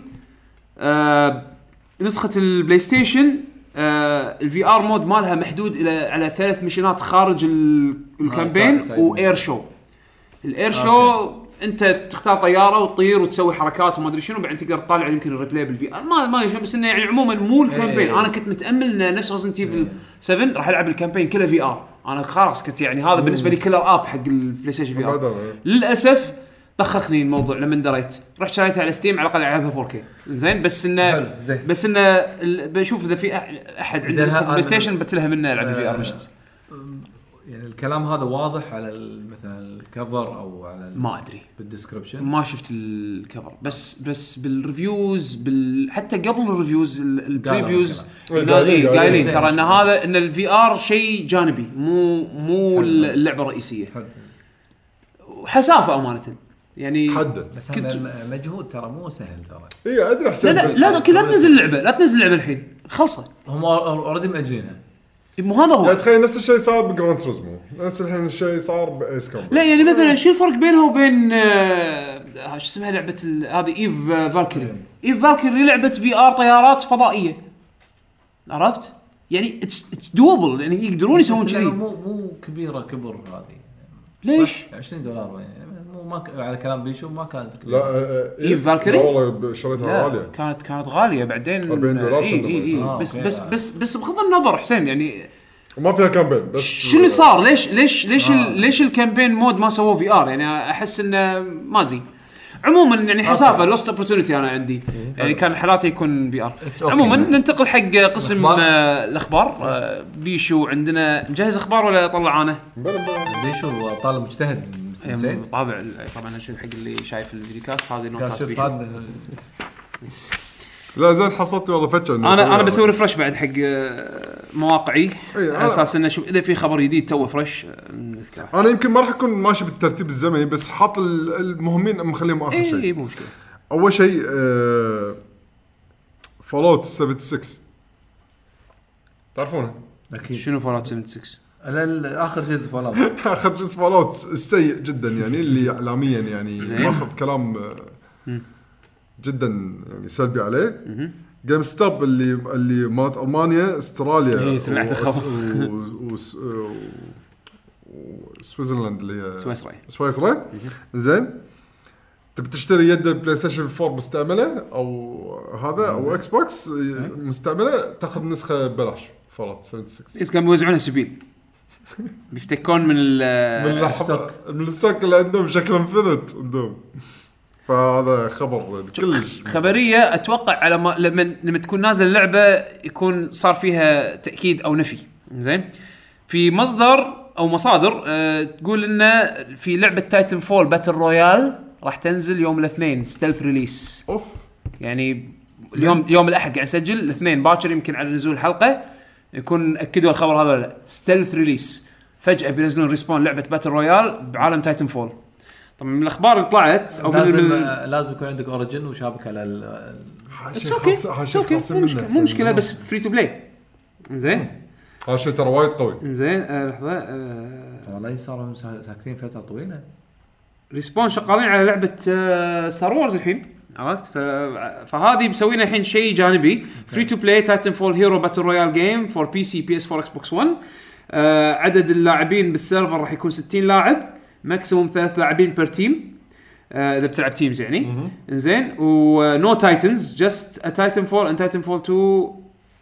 آه نسخه البلاي ستيشن آه الفي ار مود مالها محدود الى على ثلاث مشينات خارج الكامبين واير شو. الاير شو انت تختار طياره وتطير وتسوي حركات وما ادري شنو بعدين تقدر تطالع يمكن الريبلاي بالفي ار ما ما بس انه يعني عموما مو الكامبين. انا كنت متامل ان نفس ريزنت ايفل سبعة راح العب الكامبين كله في ار. انا خلاص كنت يعني هذا بالنسبه لي كلر اب حق البلاي ستيشن في ار. للاسف طخخني الموضوع لما دريت رحت شريتها على ستيم على الاقل العبها فور كي زين. بس انه بس انه بشوف اذا في احد عنده بلاي ستيشن بتلها منه العب الفي ار مشت. يعني الكلام هذا واضح على مثلا الكفر او على ما ادري بالديسكربشن ما شفت الكفر بس بس بالريفيوز بال حتى قبل الريفيوز البريفيوز قايلين ترى ان هذا ان الفي ار شيء جانبي مو مو اللعبه الرئيسيه. وحسافه امانه يعني حد بس هذا مجهود ترى مو سهل ترى. اي ادري حسين لا لا لا كذا تنزل اللعبه لا تنزل اللعبه الحين خلصه هم اوريدي ماجلينها. مو هذا هو يعني تخيل نفس الشيء صار بجراند توريزمو نفس الحين الشيء صار بايس كومبات. لا يعني مثلا شو الفرق بينها وبين آه شو اسمها لعبه هذه ايف فالكيري. ايف فالكيري لعبه في ار طيارات فضائيه عرفت يعني اتس دوبل يعني يقدرون يسوون كذي. مو مو كبيره كبر هذه ليش عشرين دولار يعني مو ما على كلام بيشو ما كانت كبيرة. لا ايف فالكيري والله شريتها غاليه كانت كانت غاليه بعدين أربعين دولار. إيه إيه إيه آه بس, بس بس بس بغض النظر حسين يعني وما فيها كامبين بس شو اللي صار ليش ليش ليش آه. ليش الكامبين مود ما سووه في ار يعني احس انه ما ادري. عموما يعني حسافه لوست اوبورتونيتي انا عندي يعني كان حالاتي يكون في ار. عموما ننتقل حق قسم آه الاخبار آه بيشو عندنا مجهز اخبار ولا اطلع انا بيشو طالب مجتهد زين طابع طبعا اشوف حق اللي شايف الفيديوكاست هذه نوتات بيشو. لا زين حصلتي والله فتشه انا انا بسوي ريفرش بعد حق مواقعي على اساس انه اشوف اذا في خبر جديد تو فريش نذكره. انا يمكن ما راح اكون ماشي بالترتيب الزمني بس حاط المهمين مخليهم اخر شيء. اي مو مشكله. اول شيء فولوت سبعة وسبعين تعرفونه اكيد. شنو فولوت سبعة وسبعين؟ على اخر جزء فولوت اخر جزء فولوت السيء جدا يعني اللي اعلاميا يعني ماخذ كلام جدا يعني سلبي عليه. جيم ستوب اللي اللي مات المانيا استراليا سمعت الخبر وسويسرلاند اللي هي سويسرا سويسرا زين تبي تشتري يد البلاي ستيشن فور مستعمله او هذا او اكس بوكس مستعمله تاخذ نسخه ببلاش فولوت سبعة وسبعين. كانوا بيوزعونها سبيل بيفتكون من من الستوك من الستوك اللي عندهم شكل انفينيت عندهم. فهذا خبر كلش خبريه اتوقع على ما لما لما تكون نازل اللعبه يكون صار فيها تاكيد او نفي. زين في مصدر او مصادر أه تقول انه في لعبه تايتن فول باتل رويال راح تنزل يوم الاثنين ستيلث ريليس. اوف يعني اليوم يوم الاحد قاعد نسجل الاثنين باكر يمكن على نزول الحلقه يكون اكدوا الخبر هذا ولا لا. ستيلث ريليس فجاه بينزلون ريسبون لعبه باتل رويال بعالم تايتن فول. طبعا من الاخبار اللي طلعت او لازم من لازم يكون عندك اوريجن وشابك على ال حاشي خاص منه مو مشكله بس فري تو بلاي. زين هذا شيء ترى وايد قوي. زين لحظه أه والله صاروا ساكتين فتره طويله. ريسبون شغالين على لعبه ستار وورز الحين عرفت فهذه مسوينا الحين شيء جانبي فري تو بلاي تايتن فول هيرو باتل رويال جيم فور بي سي بي اس فور اكس بوكس ون. أه عدد اللاعبين بالسيرفر راح يكون ستين لاعب ماكسيموم ثلاث لاعبين بير تيم اذا uh, بتلعب تيمز يعني. انزين ونو تايتنز جاست ا تايتن فول ان تايتن فول تو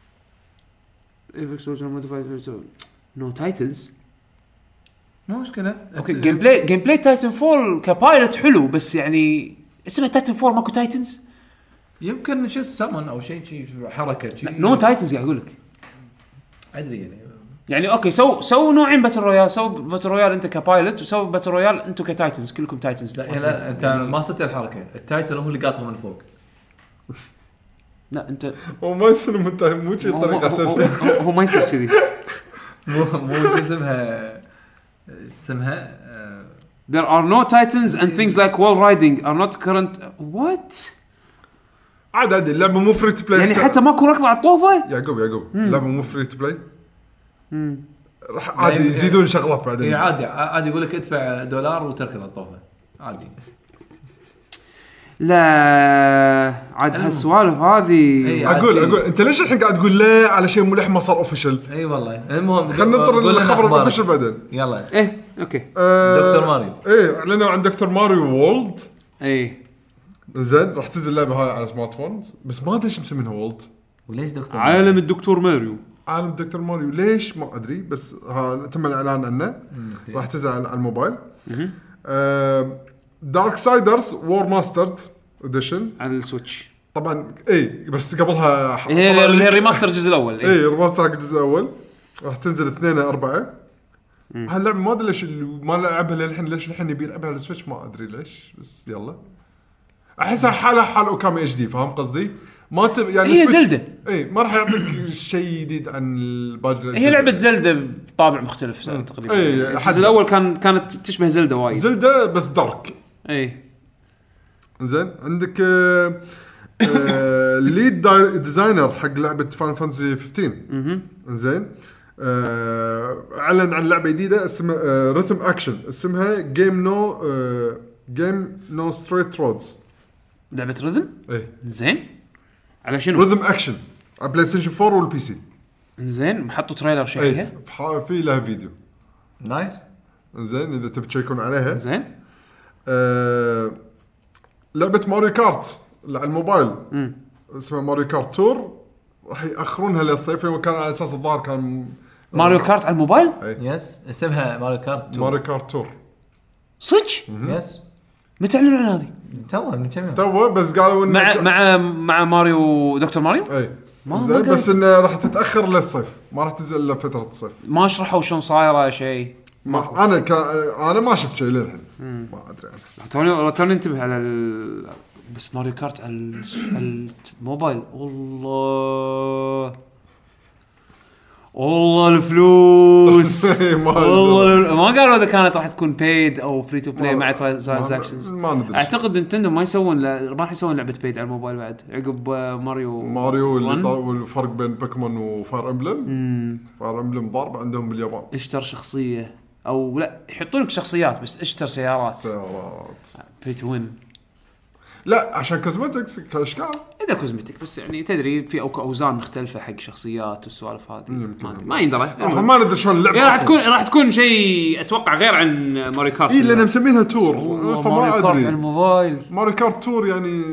نو تايتنز مو مشكله. اوكي جيم بلاي جيم بلاي تايتن فول كبايلوت حلو بس يعني اسمه تايتن فول ماكو تايتنز يمكن شيء سمن او شيء شيء حركه شيء نو تايتنز قاعد اقول لك ادري يعني يعني اوكي سو سو نوعين باتل رويال، سو باتل رويال انت كبايلوت وسو باتل رويال انتم كتايتنز، كلكم تايتنز. لا لا انت ما صدت الحركه، التايتن هو اللي قاطه من فوق. لا انت هو ما يصير انت مو شيء طريقه اساسيه. هو ما يصير كذي. مو مو شو اسمها اسمها There are no titans and things like wall riding are not current. What? عاد عاد اللعبه مو فري تو بلاي يعني حتى ماكو ركض على الطوفه. يعقوب يعقوب اللعبه مو فري تو بلاي. راح عادي يزيدون شغلات بعدين. اي عادي عادي يقول لك ادفع دولار وتركض على الطوفه عادي. لا عاد هالسوالف هذه اقول اقول انت ليش الحين قاعد تقول لا على شيء ملح ما صار اوفيشال؟ اي والله المهم خلينا ننطر الخبر الاوفيشال بعدين. يلا ايه اوكي. آه دكتور ماريو ايه اعلنوا عن دكتور ماريو وولد. ايه زين راح تنزل اللعبه هاي على سمارت فونز بس ما ادري ايش مسمينها وولد. وليش دكتور عالم ماريو؟ الدكتور ماريو عالم دكتور ماريو ليش ما ادري بس ها تم الاعلان عنه راح تنزل على الموبايل. آه دارك سايدرز وور ماسترد اديشن على السويتش طبعا. اي بس قبلها هي هي ريماستر الجزء الاول. اي ريماستر حق الجزء الاول راح تنزل اثنين أربعة. هاللعبه ما ادري ليش ما لعبها للحين، ليش الحين يبي يلعبها على السويتش ما ادري ليش بس يلا. احسها حالها حال اوكامي اتش دي فاهم قصدي؟ ما تب يعني هي زلدة. اي ما راح يعطيك شيء جديد عن الباقي. هي لعبه زلدة بطابع مختلف تقريبا. اي الجزء الاول كان كانت تشبه زلدة وايد. زلدة بس دارك. اي زين عندك آه آه ليد ديزاينر حق لعبه فاين فانتسي خمسة عشر. اها زين آه اعلن عن لعبه جديده اسمها آه ريثم اكشن اسمها جيم نو آه جيم نو ستريت رودز. لعبه ريثم ايه زين على شنو؟ ريثم اكشن على بلاي ستيشن فور والبي سي. زين حطوا تريلر شيء ايه في لها فيديو نايس. زين اذا تبي تشيكون عليها. زين آه لعبه ماريو كارت على الموبايل م. اسمها ماريو كارت تور راح ياخرونها للصيف وكان على اساس الظاهر كان ماريو كارت على الموبايل. يس اسمها ماريو كارت تور. ماريو كارت تور صدق. يس متى اعلنوا عن هذه؟ تو من كم يوم تو بس قالوا إن مع مع مع ماريو دكتور ماريو. اي زين بس انه راح تتاخر للصيف ما راح تنزل الا فتره الصيف. ما شرحوا شلون صايره شيء. ما انا ك... انا ما شفت شيء للحين ما ادري انا توني توني انتبه على ال... بس ماريو كارت على الموبايل. والله والله الفلوس والله ما قالوا اذا كانت راح تكون بيد او فري تو بلاي مع ترانزاكشنز. اعتقد نينتندو ما يسوون لا ما راح يسوون لعبه بيد على الموبايل بعد عقب ماريو ماريو اللي والفرق بين بوكيمون وفار امبلم. فار امبلم ضارب عندهم باليابان. اشتر شخصيه او لا يحطون لك شخصيات بس اشتر سيارات سيارات بي تو وين. لا عشان كوزمتكس كاشكال اذا كوزمتيك بس يعني تدري في او اوزان مختلفه حق شخصيات والسوالف هذه ما ما يندرى ما ندري شلون اللعبه راح تكون راح تكون شيء اتوقع غير عن ماريو كارت. اي لان مسمينها تور فما ادري على الموبايل ماريو كارت تور يعني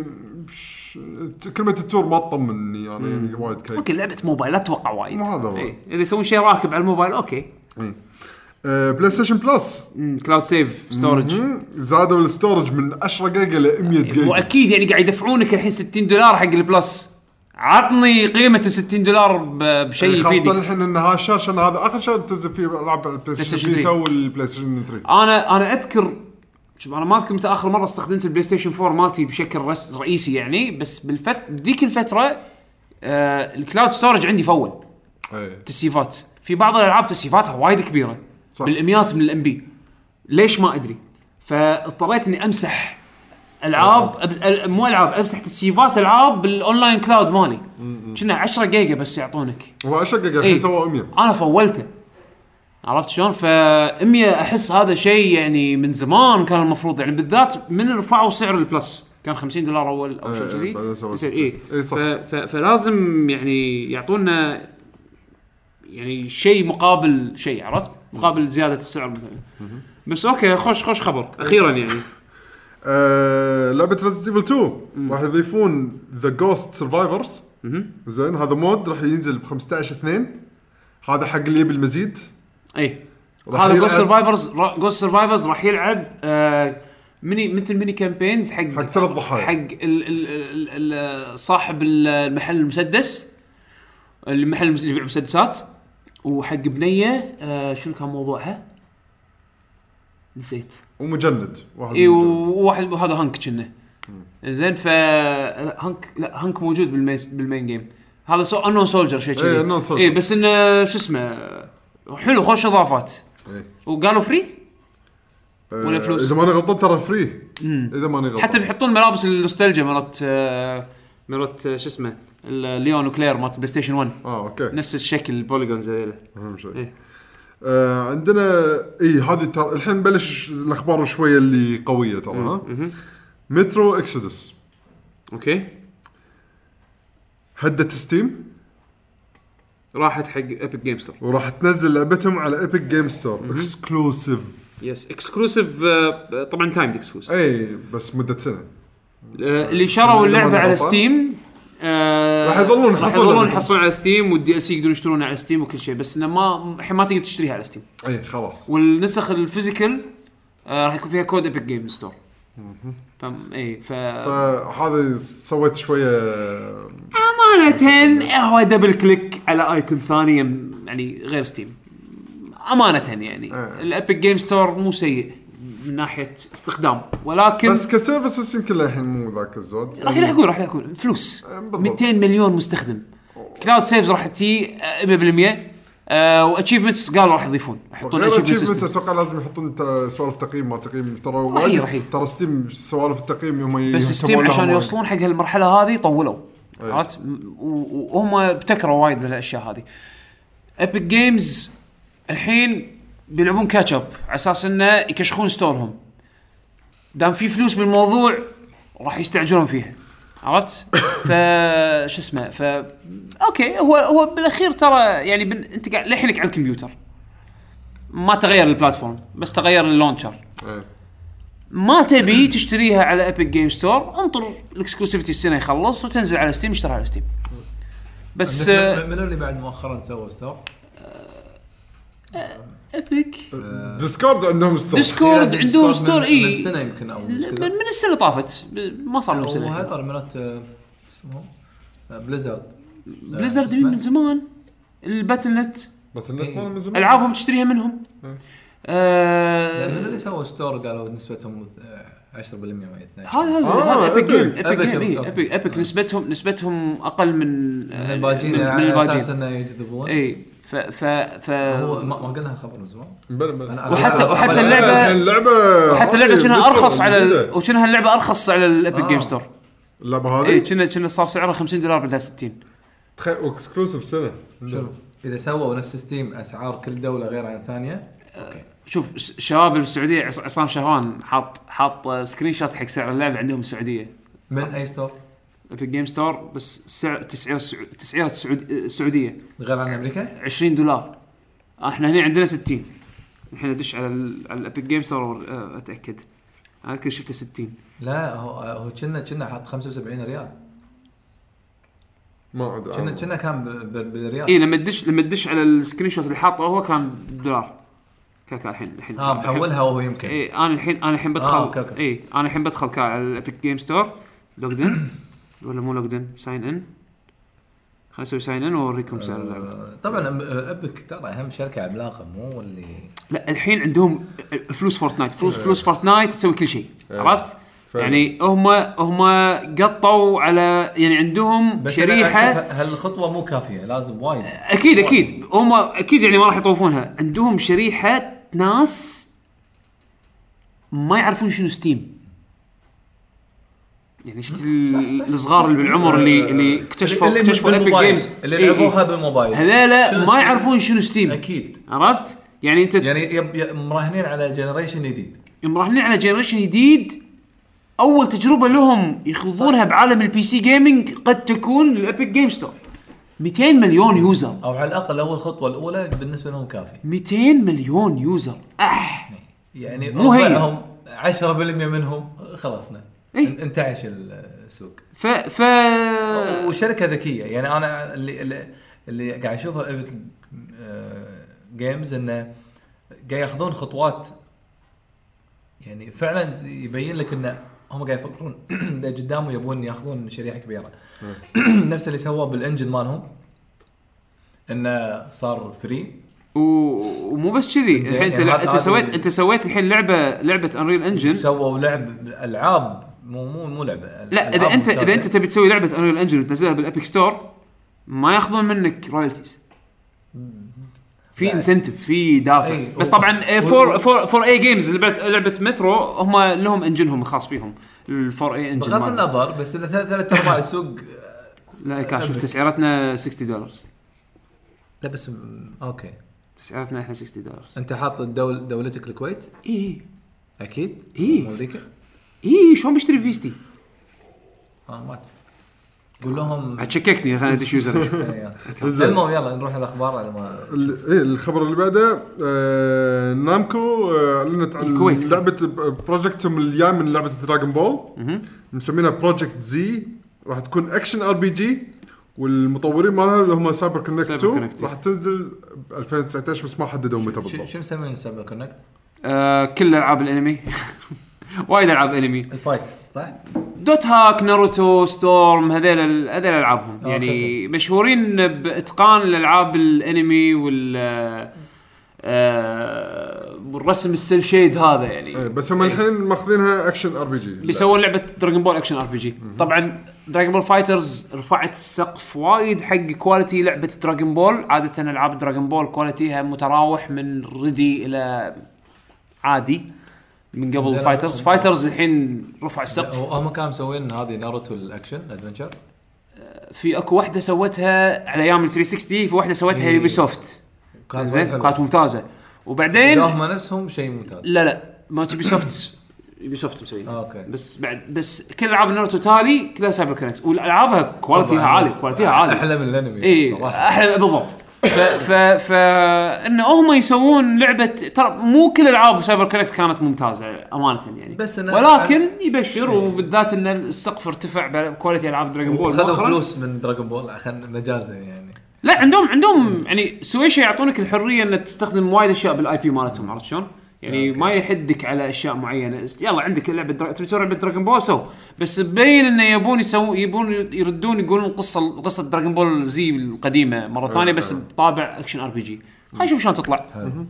كلمه التور ما تطمني يعني, يعني وايد كيف اوكي لعبه موبايل لا تتوقع وايد. إيه. اذا يسوون شيء راكب على الموبايل اوكي. إيه. بلاي ستيشن بلس كلاود سيف ستورج زادوا الستورج من عشرة جيجا ل مية جيجا. واكيد يعني قاعد يدفعونك الحين ستين دولار حق البلس. عطني قيمه ستين دولار بشيء يعني يفيدك. خاصه الحين ان هذا الشاشه هذا اخر شيء تنزل فيه العاب البلاي ستيشن فيتا والبلاي ستيشن ثلاثة. انا انا اذكر شوف انا ما اذكر متى اخر مره استخدمت البلاي ستيشن فور مالتي بشكل رس رئيسي يعني بس بالفت ذيك الفتره آه الكلاود ستورج عندي فول. ايه تسييفات في بعض الالعاب تسييفاتها وايد كبيره صح. بالاميات من الام بي ليش ما ادري فاضطريت اني امسح العاب أب... مو العاب امسح تسييفات العاب بالاونلاين كلاود مالي كنا عشرة جيجا بس يعطونك. هو عشرة جيجا الحين سووا مية. انا فولته عرفت شلون فمية احس هذا شيء يعني من زمان كان المفروض يعني بالذات من رفعوا سعر البلس كان خمسين دولار اول او شيء كذي يصير اي إيه ف... ف... فلازم يعني يعطونا يعني شيء مقابل شيء عرفت مقابل زياده السعر مثلا. بس اوكي خوش خوش خبر اخيرا يعني. آه لعبه ريزيدنت ايفل تو راح يضيفون ذا جوست سرفايفرز. زين هذا مود راح ينزل ب خمسة عشر اثنين هذا حق اللي يبي المزيد. اي هذا جوست سرفايفرز جوست سرفايفرز راح يلعب آه ميني مثل ميني كامبينز حق حق ثلاث ضحايا حق ال ال ال صاحب المحل المسدس المحل اللي يبيع مسدسات وحق بنيه آه شنو كان موضوعها نسيت ومجند واحد اي مجند. وواحد هذا هانك كنا زين ف هانك لا هانك موجود بالمين بالمين جيم هذا سو انو سولجر شيء إيه، كذي unknown soldier. اي بس انه شو اسمه حلو خوش اضافات إيه. وقالوا فري آه، ولا فلوس؟ اذا ماني غلطان ترى فري اذا ماني غلطان حتى بيحطون ملابس النوستالجيا مالت آه، مالت آه، شو اسمه ليون وكلير مالت بلاي ستيشن واحد اه اوكي نفس الشكل البوليجونز هذول اهم شيء إيه. آه عندنا اي هذه ترى الحين بلش الاخبار شويه اللي قويه ترى ها مترو اكسودس اوكي هدت ستيم راحت حق ايبك جيم ستور وراح تنزل لعبتهم على ايبك جيم ستور اكسكلوسيف يس اكسكلوسيف طبعا تايم اكسكلوسيف اي بس مده سنه اللي شروا اللعبه على ستيم آه راح يظلون راح يحصلون يظلون لعبتهم. يحصلون على ستيم والدي ال سي يقدرون يشترونه على ستيم وكل شيء بس انه ما الحين ما تقدر تشتريها على ستيم اي خلاص والنسخ الفيزيكال آه راح يكون فيها كود ايبك جيم ستور فم اي ف فهذا سويت شويه امانه هو دبل كليك على ايكون ثاني يعني غير ستيم امانه يعني آه. الابيك جيم ستور مو سيء من ناحيه استخدام ولكن بس كسيرفيسز يمكن للحين مو ذاك الزود راح يلحقون راح يلحقون فلوس بالضبط. مئتين مليون مستخدم كلاود سيفز راح تجي مية بالمية آه واتشيفمنتس قالوا راح يضيفون يحطون غير اتشيفمنت اتشيفمنت سيستم اتوقع لازم يحطون ت- سوالف تقييم ما تقييم ترى راح وايد راح ترى ستيم سوالف التقييم يوم بس ستيم عشان يوصلون حق هالمرحله هذه طولوا أيه. عرفت و- وهم ابتكروا وايد من الاشياء هذه ايبك جيمز الحين بيلعبون كاتشب على اساس انه يكشخون ستورهم دام في فلوس بالموضوع راح يستعجلون فيها عرفت ف شو اسمه ف اوكي هو هو بالاخير ترى يعني بن... انت قاعد لحينك على الكمبيوتر ما تغير البلاتفورم بس تغير اللونشر إيه. ما تبي تشتريها على ايبك جيم ستور انطر الاكسكلوسيفيتي السنه يخلص وتنزل على ستيم اشتريها على ستيم بس من من اللي بعد مؤخرا سووا ستور ايبك ديسكورد عندهم ستور ديسكورد عندهم ستور من اي سنه يمكن او مش من, كذا من السنه اللي طافت ما صار لهم سنه وهذا مرات اسمه بليزرد بليزرد من زمان الباتل نت بس النت ما من زمان العابهم تشتريها منهم من آه اللي سووا ستور قالوا نسبتهم عشرة بالمية ما اثنين هذا هذا آه، هذا ايبك جيم Epic. ايبك جيم Epic. اي ايبك ايبك نسبتهم نسبتهم اقل من من آه، الباجين من على اساس الباجين انه يجذبون اي ف ف ف هو ما ما قلنا الخبر من زمان بلا بلا. أنا- وحتى أنا- وحتى أنا- اللعبه اللعبه وحتى اللعبه هذه كانها مترو ارخص على ال- جديدة. وكانها اللعبه ارخص على الايبك آه. جيم ستور اللعبه اي هذه كنا كنا صار سعرها خمسين دولار بدل ستين تخيل اكسكلوسيف سنه شوف اذا سووا نفس ستيم اسعار كل دوله غير عن ثانيه شوف ش- شباب السعوديه عص- عصام شهوان حاط حاط سكرين شوت حق سعر اللعبه عندهم السعوديه من اي ستور في الجيم ستور بس سعر تسعيره السعو- تسعيره السعود- السعوديه غير عن امريكا عشرين دولار احنا هنا عندنا ستين الحين ادش على ال على الابيك جيم ستور اتاكد انا اذكر شفته ستين لا هو هو كنا كنا حاط خمسة وسبعين ريال ما ادري كنا كنا كان ب- ب- بالريال اي لما تدش لما تدش على السكرين شوت اللي حاطه هو كان دولار كان كان الحين الحين اه محولها وهو يمكن اي انا الحين انا الحين بدخل آه، أوكي، أوكي. اي انا الحين بدخل كا على الابيك جيم ستور لوجدن ولا مو لوجدن ساين ان خلينا نسوي ساين ان واوريكم سعر اللعبه آه، طبعا أم- ابك ترى اهم شركه عملاقه مو اللي لا الحين عندهم فلوس فورتنايت فلوس فلوس فورتنايت تسوي كل شيء إيه. عرفت فعلا. يعني هم هم قطوا على يعني عندهم بس شريحه أنا أشوف هالخطوه مو كافيه لازم وايد اكيد اكيد هم اكيد يعني ما راح يطوفونها عندهم شريحه ناس ما يعرفون شنو ستيم يعني شفت ال- الصغار اللي بالعمر اللي اللي اكتشفوا اللي اكتشفوا ايبك بالموبايل، جيمز اللي لعبوها بالموبايل هذول شنو ما ستيم؟ يعرفون شنو ستيم اكيد عرفت يعني انت يعني يب يب مراهنين على جنريشن جديد مراهنين على جنريشن جديد اول تجربه لهم يخوضونها بعالم البي سي جيمنج قد تكون الابيك جيم ستور مئتين مليون يوزر او على الاقل اول خطوه الاولى بالنسبه لهم كافي مئتين مليون يوزر اح يعني مو هي. ربعهم عشرة بالمية منهم خلصنا إيه. ان- انتعش السوق ف ف وشركه ذكيه يعني انا اللي اللي, اللي قاعد اشوفه ايبك جيمز انه قاعد ياخذون خطوات يعني فعلا يبين لك انه هم قاعد يفكرون قدام يبون ياخذون شريحه كبيره نفس اللي سووه بالانجن مالهم انه صار فري و- ومو بس كذي زين، الحين انت يعني لع- هذا- انت هذا سويت اللي- انت سويت الحين لعبه لعبه انريل انجن. سووا لعب العاب مو مو مو لعبه لا اذا انت اذا انت تبي تسوي لعبه انريل انجن وتنزلها بالابيك ستور ما ياخذون منك رويالتيز. في انسنتيف في دافع. أي. بس طبعا فور فور فور اي جيمز لعبه لعبه مترو هم لهم انجنهم الخاص فيهم الفور اي انجن. بغض النظر بس اذا ثلاث ثلاث ارباع السوق لا كان شوف تسعيرتنا ستين دولار. لا بس م- اوكي تسعيرتنا احنا ستين دولار. انت حاط الدول دولتك الكويت اي اكيد إيه. مو امريكا اي شلون بشتري فيستي؟ اه ما أدري. قول لهم هتشككني خليني ادش يوزر. إيه، يلا. المهم يلا نروح الاخبار على ما ال- ايه الخبر اللي بعده آه نامكو آه، اعلنت عن الكويت. لعبه بروجكتهم الجاي من لعبه دراغون بول مسمينها بروجكت زي. راح تكون اكشن ار بي جي والمطورين مالها اللي هم سايبر كونكت سايبر اثنين كونكت. راح تنزل ب ألفين وتسعة عشر بس ما حددوا متى شو بالضبط. شو مسمين سايبر كونكت آه كل العاب الانمي. وايد العاب انمي. الفايت صح دوت هاك ناروتو ستورم هذيل ال- هذيل العابهم آه، يعني مشهورين باتقان الالعاب الانمي وال آه والرسم السيل شيد هذا يعني. إيه، بس هم الحين ماخذينها اكشن ار بي جي. بيسوون لعبه دراغون بول اكشن ار بي جي. طبعا دراغون بول فايترز رفعت السقف وايد حق كواليتي لعبه دراغون بول. عاده العاب دراغون بول كواليتيها متراوح من ردي الى عادي من قبل زين، فايترز. هم- فايترز الحين رفع السقف. هم كانوا مسوين هذه ناروتو الاكشن ادفنتشر في اكو واحده سوتها على ايام ال ثلاثمية وستين، في واحده سوتها إيه. يوبي سوفت كانت زين حلوة. كانت ممتازه. وبعدين هم نفسهم شيء ممتاز لا لا ما يوبي سوفت يوبي سوفت مسوي آه، أوكي. بس بعد بس كل العاب ناروتو تالي كلها سايبر كونكت والالعابها كواليتيها طبعاً. عالي كواليتيها عالي احلى من الانمي اي صراحه احلى بالضبط. ف ف ف انه هم يسوون لعبه ترى مو كل العاب سايبر كونكت كانت ممتازه امانه يعني بس الناس ولكن يبشر وبالذات ان السقف ارتفع بكواليتي العاب دراغون بول خذوا مؤخراً. فلوس من دراغون بول عشان مجازا يعني لا عندهم عندهم يعني سويشة يعطونك الحريه ان تستخدم وايد اشياء بالاي بي مالتهم عرفت شلون؟ يعني ما يحدك على اشياء معينه. يلا عندك لعبه درا... تبي تسوي لعبه دراغون بول سو بس تبين انه يبون يسوون يبون يردون يقولون قصه قصه دراغون بول زي القديمه مره ثانيه بس بطابع اكشن ار بي جي. خلينا نشوف شلون تطلع.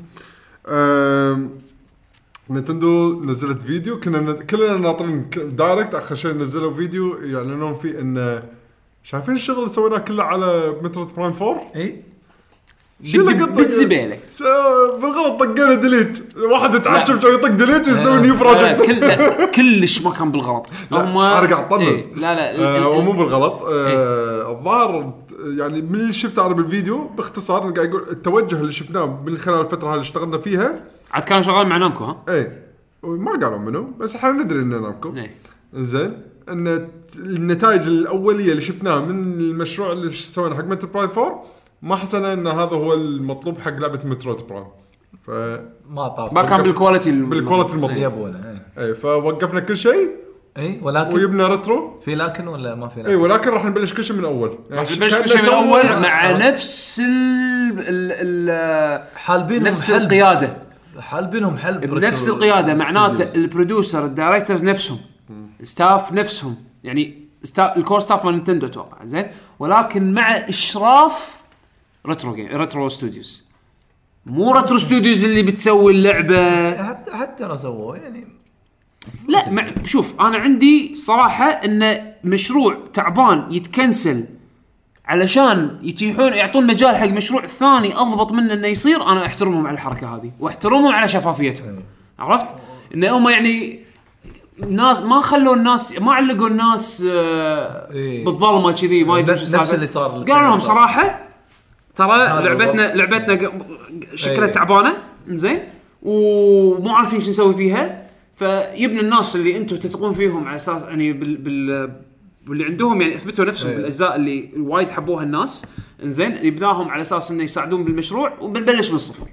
آم، نينتندو نزلت فيديو كنا ن- كلنا ناطرين ك- دايركت اخر شيء نزلوا فيديو يعلنون فيه ان شايفين الشغل اللي سويناه كله على مترويد برايم فور. اي شيله بد- قطة بالزبالة. س- بالغلط طقينا ديليت. واحد يتعشم شو يطق ديليت ويسوي نيو لا، بروجكت. كل لا، كلش ما كان بالغلط. هم ارجع طنز. إيه، لا لا ال- آه ال- ومو بالغلط. آه الظاهر يعني من اللي شفته انا بالفيديو باختصار قاعد يقول التوجه اللي شفناه من خلال الفتره اللي اشتغلنا فيها. عاد كانوا شغالين مع نامكو ها. ايه ما قالوا منه بس احنا ندري انه نامكو. إيه. زين ان النتائج الاوليه اللي شفناها من المشروع اللي سويناه حق مترو برايم فور ما حسنا ان هذا هو المطلوب حق لعبه مترويد برايم. ف ما طاف ما كان بالكواليتي الم- بالكواليتي المطلوب. يبونه اي ايه فوقفنا كل شيء اي ولكن ويبنا ريترو. في لكن ولا ما في لكن اي ولكن راح نبلش كل شيء من اول. راح نبلش كل شيء من اول مع نفس ال ال ال حالبينهم نفس حلب. القياده حالبينهم حلب بنفس ريترو القياده معناته ستوديوز. البروديوسر الدايركتورز نفسهم ستاف نفسهم يعني ستاف الكور ستاف مال نينتندو اتوقع زين ولكن مع اشراف ريترو جيم ريترو ستوديوز مو ريترو ستوديوز اللي بتسوي اللعبه. حتى حتى لو سووه يعني لا مع شوف انا عندي صراحه ان مشروع تعبان يتكنسل علشان يتيحون يعطون مجال حق مشروع ثاني اضبط منه انه يصير. انا احترمهم على الحركه هذه واحترمهم على شفافيتهم. عرفت ان هم يعني الناس ما خلوا الناس ما علقوا الناس آه إيه. بالظلمه كذي ما يدرون شو نفس السالفة. اللي صار قالوا لهم صراحه ترى لعبتنا بالضبط. لعبتنا ق- شكلها إيه. تعبانه زين ومو عارفين شو نسوي فيها. فيبني الناس اللي انتم تثقون فيهم على اساس يعني بال, بال واللي عندهم يعني اثبتوا نفسهم إيه. بالاجزاء اللي وايد حبوها الناس انزين يبناهم على اساس انه يساعدون بالمشروع وبنبلش من الصفر.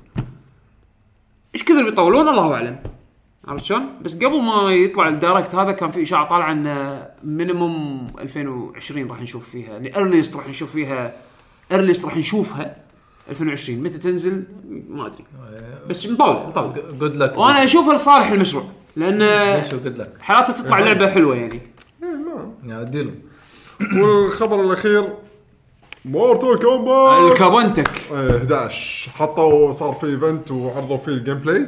ايش كثر بيطولون الله اعلم عرفت شلون. بس قبل ما يطلع الدايركت هذا كان في اشاعه طالعه ان مينيموم ألفين وعشرين راح نشوف فيها يعني ايرليست راح نشوف فيها ايرليست راح نشوفها ألفين وعشرين متى تنزل ما ادري بس مطول مطول. جود لك وانا اشوفها لصالح المشروع لان شو جود لك حالاته تطلع لعبه حلوه يعني. يعني اديله والخبر الاخير مورتال كومبات الكابونتك ايه احد عشر حطوا صار في ايفنت وعرضوا فيه الجيم بلاي.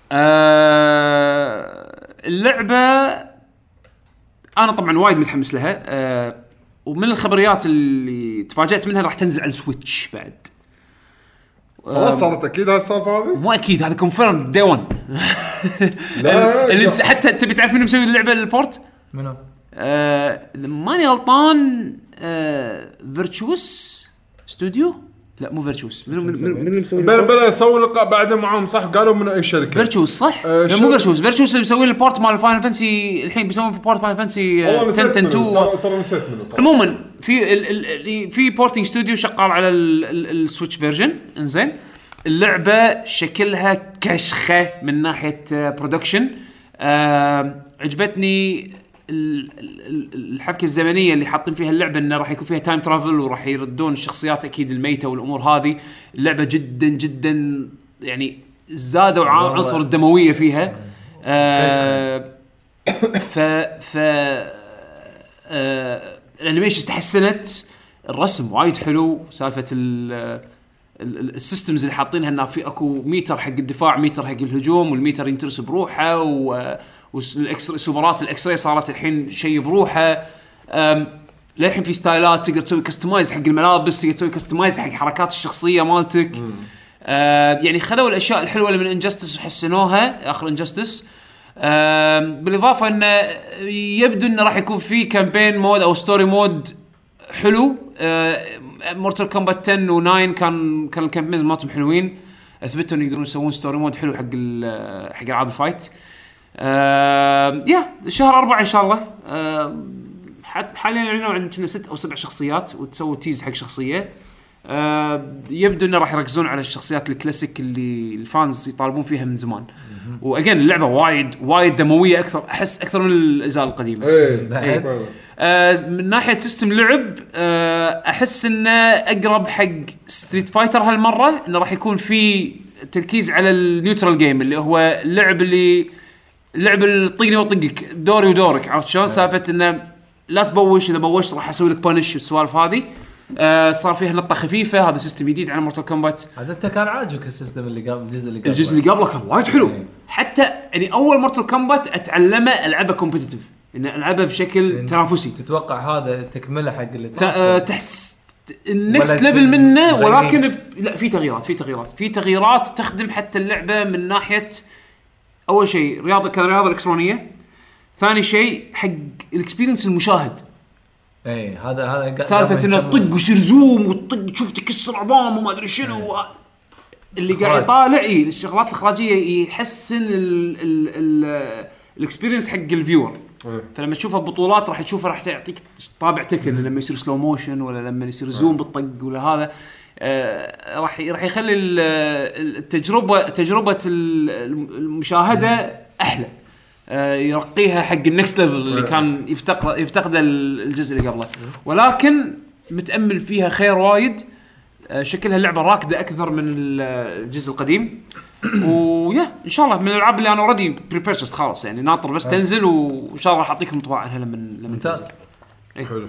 آه اللعبه انا طبعا وايد متحمس لها. آه ومن الخبريات اللي تفاجأت منها راح تنزل على السويتش بعد. خلاص صارت اكيد هالسالفه هذه. مو اكيد هذا كونفيرم دي ون. لا اللي بس حتى تبي تعرف منو مسوي اللعبه البورت؟ منو؟ آه ماني غلطان. آه فيرتشوس ستوديو. لا مو فيرتشوس. منو منو منو اللي مسوي؟ بلا بلا يسوي لقاء بعده معاهم صح. قالوا من اي شركه؟ فيرتشوس صح؟ آه لا مو فيرتشوس. فيرتشوس اللي مسوي البورت مال فاينل فانسي الحين بيسوون في بورت فاينل فانسي عشرة اثنين. ترى نسيت منه صح. عموما في ال ال في بورتنج ستوديو شغال على السويتش فيرجن. انزين اللعبه شكلها كشخه من ناحيه برودكشن. آه عجبتني الحبكه الزمنيه اللي حاطين فيها اللعبه انه راح يكون فيها تايم ترافل وراح يردون الشخصيات اكيد الميته والامور هذه. اللعبه جدا جدا يعني زادوا عنصر الدمويه فيها. آه ف ف آه الانيميشن تحسنت. الرسم وايد حلو. سالفه ال السيستمز اللي حاطينها انه في اكو ميتر حق الدفاع ميتر حق الهجوم والميتر ينترس بروحه والاكس سوبرات الاكس راي صارت الحين شيء بروحه. للحين في ستايلات تقدر تسوي كستمايز حق الملابس تقدر تسوي كستمايز حق حركات الشخصيه مالتك. آه يعني خذوا الاشياء الحلوه اللي من انجستس وحسنوها اخر انجستس. آه بالاضافه انه يبدو انه راح يكون في كامبين مود او ستوري مود حلو. آه مورتال كومبات عشرة و تسعة كان كان الكامبين مالتهم حلوين. اثبتوا ان يقدرون يسوون ستوري مود حلو حق حق العاب الفايت. آه يا شهر أربعة ان شاء الله. آه حاليا اعلنوا عن كنا ست او سبع شخصيات وتسووا تيز حق شخصيه. آه يبدو انه راح يركزون على الشخصيات الكلاسيك اللي الفانز يطالبون فيها من زمان. واجين اللعبه وايد وايد دمويه اكثر احس اكثر من الاجزاء القديمه. ايه آه من ناحيه سيستم لعب آه احس انه اقرب حق ستريت فايتر هالمره. انه راح يكون في تركيز على النيوترال جيم اللي هو اللعب اللي اللعب الطقني وطقك دوري ودورك. عرفت شلون؟ سالفه انه لا تبوش اذا بوشت راح اسوي لك بانش السوالف هذه. آه صار فيها نطه خفيفه. هذا سيستم جديد على مورتال كومبات. هذا انت كان عاجبك السيستم اللي قبل الجزء اللي قبل الجزء اللي قبله كان وايد حلو. حتى يعني اول مورتال كومبات اتعلمه العبه كومبيتيتيف ان العبه بشكل يعني تنافسي. تتوقع هذا تكمله حق اللي آه تحس النكست ليفل منه ولكن ب... لا في تغييرات في تغييرات في تغييرات تخدم حتى اللعبه من ناحيه اول شيء رياضه كرياضه الكترونيه. ثاني شيء حق الاكسبيرينس المشاهد. اي هذا هذا سالفه انه طق ويصير زوم وطق تشوف تكسر عظام وما ادري شنو اللي قاعد يطالع. اي الشغلات الاخراجيه يحسن الاكسبيرينس حق الفيور. فلما تشوفها ببطولات راح تشوفها راح تعطيك طابع تكن لما يصير سلو موشن ولا لما يصير زوم بالطق ولا هذا. آه راح راح يخلي التجربه تجربه المشاهده احلى. آه يرقيها حق النكست ليفل اللي كان يفتقد يفتقد الجزء اللي قبله. ولكن متامل فيها خير وايد. آه شكلها اللعبه راكده اكثر من الجزء القديم. ويا ان شاء الله من الالعاب اللي انا اوريدي بريبيرشست خلاص يعني ناطر بس تنزل وان شاء الله راح اعطيكم انطباع عنها لما لما تنزل. حلو.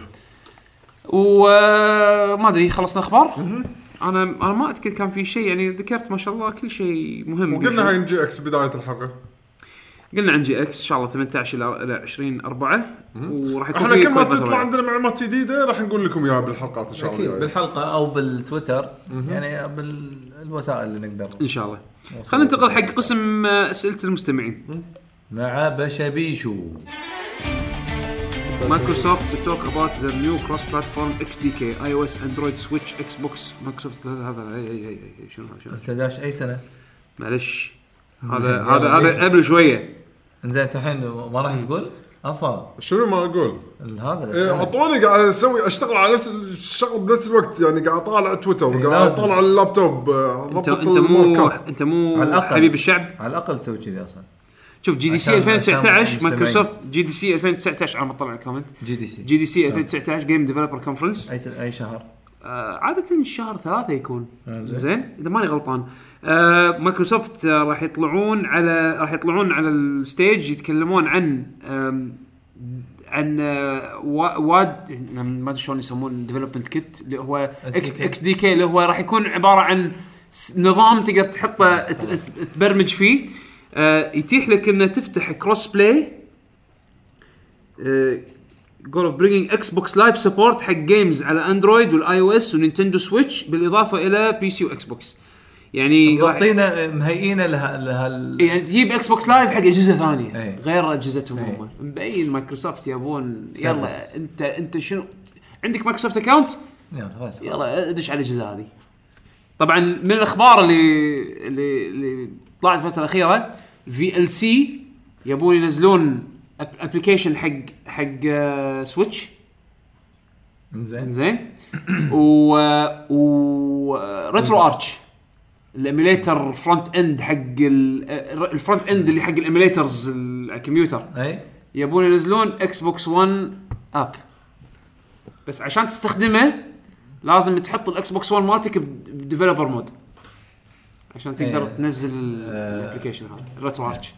وما ادري خلصنا اخبار. انا انا ما اذكر كان في شيء يعني ذكرت ما شاء الله كل شيء مهم. وقلنا هاي نجي اكس بدايه الحلقه. قلنا عن جي اكس ان شاء الله ثمانية عشر الى عشرين أربعة وراح يكون احنا كل ما تطلع عندنا معلومات جديده راح نقول لكم اياها بالحلقات ان شاء الله. اكيد بالحلقه او بالتويتر يعني بالوسائل اللي نقدر ان شاء الله. خلينا ننتقل حق قسم اسئله المستمعين مع بشبيشو. مايكروسوفت to talk about their new cross-platform إكس دي كي iOS Android Switch Xbox مايكروسوفت. هذا اي اي اي شنو شنو انت داش اي سنه معلش هذا هذا هذا قبل شويه. انزين الحين ما راح تقول افا شنو ما اقول هذا إيه اعطوني قاعد اسوي اشتغل على نفس الشغل بنفس الوقت يعني قاعد اطالع تويتر وقاعد اطالع على اللابتوب انت انت مو انت مو حبيب الشعب على الاقل تسوي كذي اصلا. شوف جي دي سي ألفين وتسعة عشر مايكروسوفت جي دي سي ألفين وتسعة عشر على ما طلع الكومنت جي دي سي جي دي سي ألفين وتسعة عشر جيم ديفلوبر كونفرنس. اي اي شهر آه عاده الشهر ثلاثة يكون زين اذا ماني غلطان. آه مايكروسوفت آه راح يطلعون على راح يطلعون على الستيج يتكلمون عن عن آه، وا- واد ما ادري شلون يسمون ديفلوبمنت كيت اللي هو اكس اكس دي كي اللي هو راح يكون عباره عن س- نظام تقدر تحطه ت- ت- تبرمج فيه آه، يتيح لك انه تفتح كروس بلاي جول اوف برينجينج اكس بوكس لايف سبورت حق جيمز على اندرويد والاي او اس ونينتندو سويتش بالاضافه الى بي سي واكس بوكس يعني راح- مغطينا مهيئين لها لها ال- يعني تجيب اكس بوكس لايف حق اجهزه ثانيه أي. غير اجهزتهم أي. هم مبين مايكروسوفت يبون يلا سيرفس. انت انت شنو عندك مايكروسوفت اكاونت يلا بس يلا ادش على الاجهزه هذه. طبعا من الاخبار اللي اللي, اللي طلعت الفتره الاخيره في ال سي يبون ينزلون ابلكيشن حق حق آه، سويتش زين زين و و ريترو ارتش الاميليتر فرونت اند حق ال- الفرونت اند اللي حق الاميليترز الكمبيوتر اي يبون ينزلون اكس بوكس ون اب بس عشان تستخدمه لازم تحط الاكس بوكس ون مالتك بديفلوبر مود عشان تقدر إيه. تنزل الابلكيشن هذا ريترو ارتش.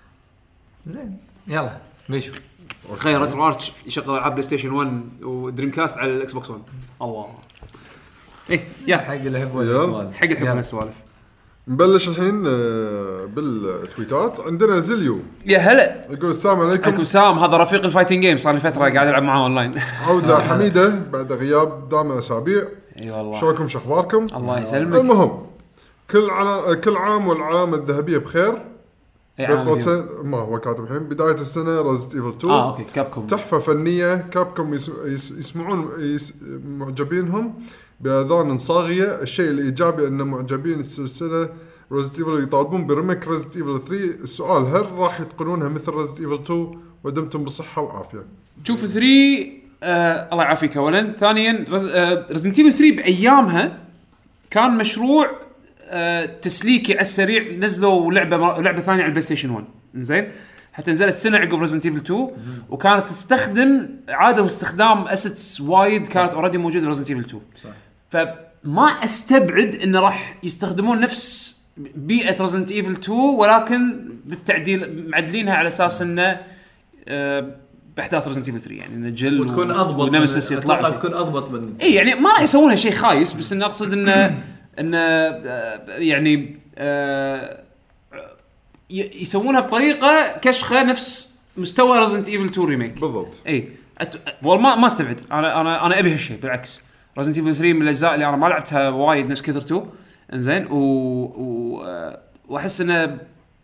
زين يلا بيشو تخيل ريترو ارتش يشغل العاب بلاي ستيشن ون ودريم كاست على الاكس بوكس ون. الله ايه يا حق اللي يحبوا يلا. السوالف حق الحين يلا. السوالف. نبلش الحين آه، بالتويتات. عندنا زليو يا هلا يقول السلام عليكم. عليكم السلام. هذا رفيق الفايتنج جيم صار لي فتره قاعد العب معاه اونلاين. عودة حميدة بعد غياب دام اسابيع. اي والله شلونكم شو اخباركم؟ الله يسلمك. المهم كل عنا... كل عام والعلامة الذهبية بخير. إي بين عام قوسين ما هو كاتب الحين بداية السنة ريزنت ايفل تو. اه اوكي كابكم تحفة فنية. كابكم يس... يس... يسمعون يس... معجبينهم بأذان صاغية. الشيء الإيجابي أن معجبين السلسلة ريزنت ايفل يطالبون بريميك ريزنت ايفل ثري. السؤال هل راح يتقنونها مثل ريزنت ايفل تو ودمتم بصحة وعافية؟ شوف ثري آه الله يعافيك اولا. ثانيا ريزنت ايفل ثري بايامها كان مشروع آه تسليكي على السريع. نزلوا لعبه لعبه ثانيه على البلاي ستيشن ون زين حتى نزلت سنه عقب ريزنت ايفل تو وكانت تستخدم عاده استخدام اسيتس وايد كانت اوريدي موجوده ريزنت ايفل تو. فما استبعد انه راح يستخدمون نفس بيئه ريزنت ايفل تو ولكن بالتعديل معدلينها على اساس انه آه باحداث ريزنت ايفل ثري يعني نجل وتكون اضبط ونمسس يطلع اتوقع فيه. تكون اضبط من اي يعني ما راح يسوونها شيء خايس بس انه اقصد انه انه آه، يعني آه، ي- يسوونها بطريقه كشخه نفس مستوى ريزنت ايفل تو ريميك. بالضبط. اي أت... والله ما ما استبعد. انا انا انا ابي هالشيء بالعكس. ريزنت ايفل ثري من الاجزاء اللي انا ما لعبتها وايد نفس كثر تو انزين و... و... آه، واحس انه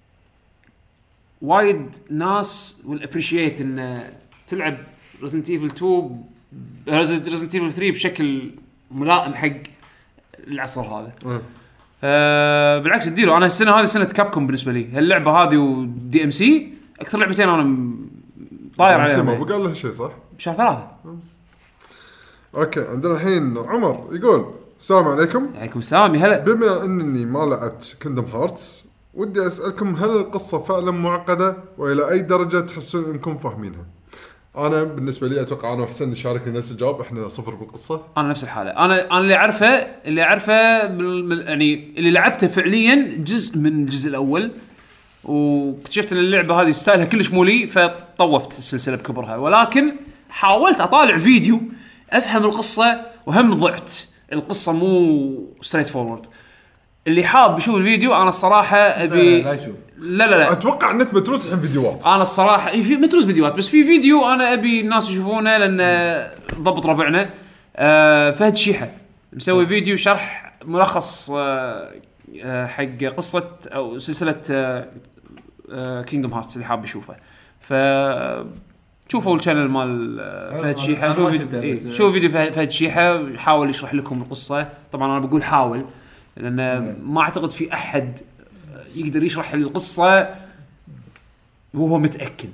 وايد ناس والابريشيت ان تلعب ريزنت ايفل تو ريزنت ايفل ثري بشكل ملائم حق العصر هذا. أه. أه بالعكس تديروا. انا السنه هذه سنه كابكوم بالنسبه لي. هاللعبه هذه ودي ام سي اكثر لعبتين انا م- طاير ما عليهم قال له شيء صح؟ شهر ثلاثة. اوكي عندنا الحين عمر يقول السلام عليكم. عليكم السلام يا هلا. بما انني ما لعبت كيندم هارتس ودي اسالكم هل القصه فعلا معقده والى اي درجه تحسون انكم فاهمينها؟ انا بالنسبه لي اتوقع انا وحسن نشاركني نفس الجواب. احنا صفر بالقصه. انا نفس الحاله. انا انا اللي اعرفه اللي اعرفه بال... بال- يعني اللي لعبته فعليا جزء من الجزء الاول واكتشفت ان اللعبه هذه ستايلها كلش مولي فطوفت السلسله بكبرها. ولكن حاولت اطالع فيديو افهم القصه وهم ضعت. القصه مو ستريت فورورد. اللي حاب يشوف الفيديو انا الصراحه ابي لا يشوف لا لا لا اتوقع النت متروس الحين فيديوهات. انا الصراحه في متروس فيديوهات بس في فيديو انا ابي الناس يشوفونه لان ضبط ربعنا آه فهد شيحه مسوي فيديو شرح ملخص آه آه حق قصه او سلسله آه آه كينغدوم هارتس اللي حاب يشوفه. ف شوفوا الشانل مال آه، فهد أنا- شيحه. أنا شوفوا ما فيديو شفته إيه، بس- شوفوا فيديو فهد فهد شيحه يحاول يشرح لكم القصه. طبعا انا بقول حاول لان ما اعتقد في احد يقدر يشرح القصه وهو متاكد.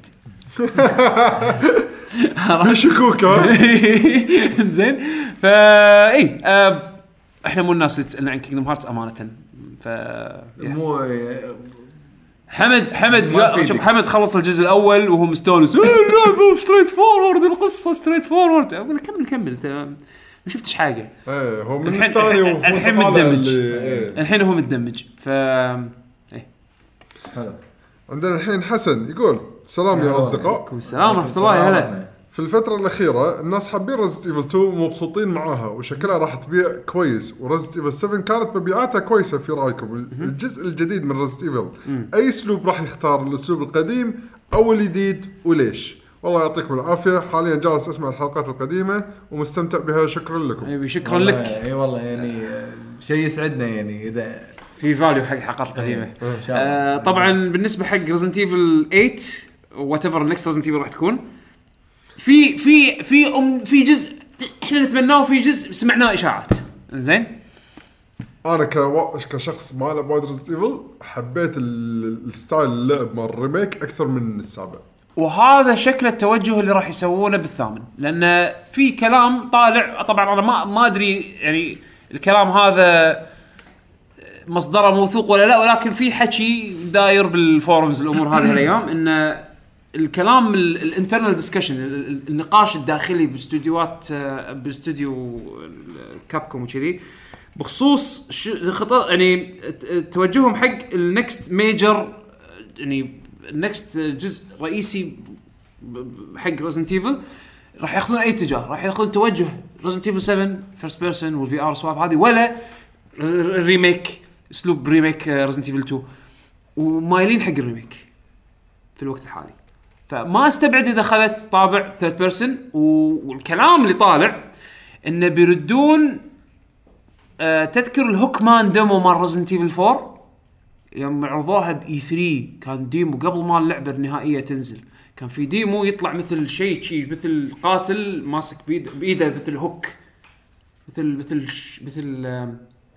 في شكوك ها؟ زين فا اي آه احنا مو الناس اللي تسالنا عن كينجدوم هارتس امانه. ف مو حمد حمد ما لا، فيدك. شوف حمد خلص الجزء الاول وهو مستانس. إيه، اللعبه ستريت فورورد القصه ستريت فورورد. اقول له كمل كمل انت ما شفتش حاجه. ايه هو من الحين- الثاني الحين- وهو الحين طالع مندمج. اللي- إيه. الحين هو متدمج ف ايه. حلو عندنا الحين حسن يقول سلام يا اصدقاء. السلام ورحمه الله يا هلا. في الفترة الأخيرة الناس حابين ريزنت ايفل تو ومبسوطين معاها وشكلها راح تبيع كويس، وريزنت ايفل سفن كانت مبيعاتها كويسة. في رأيكم الجزء الجديد من ريزنت ايفل أي أسلوب راح يختار، الأسلوب القديم أو الجديد وليش؟ والله يعطيكم العافية. حاليا جالس أسمع الحلقات القديمة ومستمتع بها. شكرا لكم. أيوة شكرا لك. اي والله يعني شيء يسعدنا يعني اذا في فاليو حق الحلقات القديمة. ان شاء الله. آه طبعا بالنسبة حق ريزنت ايفل ثمانية وات ايفر نكست ريزنت ايفل راح تكون في في في أم في جزء احنا نتمناه، في جزء سمعناه اشاعات. زين انا كوا... كشخص ما لعب وايد ريزنت ايفل حبيت ال- الستايل اللعب مال الريميك اكثر من السابع، وهذا شكل التوجه اللي راح يسوونه بالثامن، لان في كلام طالع. طبعا انا ما ما ادري يعني الكلام هذا مصدره موثوق ولا لا، ولكن في حكي داير بالفورمز الامور هذه الايام ان الكلام الانترنال ديسكشن، النقاش الداخلي باستديوهات باستوديو كابكوم وكذي بخصوص خطط يعني توجههم حق النكست ميجر، يعني النكست جزء رئيسي حق ريزنت ايفل راح ياخذون اي اتجاه. راح ياخذون توجه ريزنت ايفل سفن فيرست بيرسون والفي ار سواب هذه، ولا ريميك اسلوب ريميك ريزنت ايفل تو، ومايلين حق الريميك في الوقت الحالي. فما استبعد اذا اخذت طابع ثيرد بيرسون. والكلام اللي طالع انه بيردون أه تذكر الهوك مان ديمو مال ريزنت ايفل فور يوم عرضوها باي ثري، كان ديمو قبل ما اللعبه النهائيه تنزل. كان في ديمو يطلع مثل شيء شيء مثل قاتل ماسك بيد بايده مثل هوك، مثل مثل مثل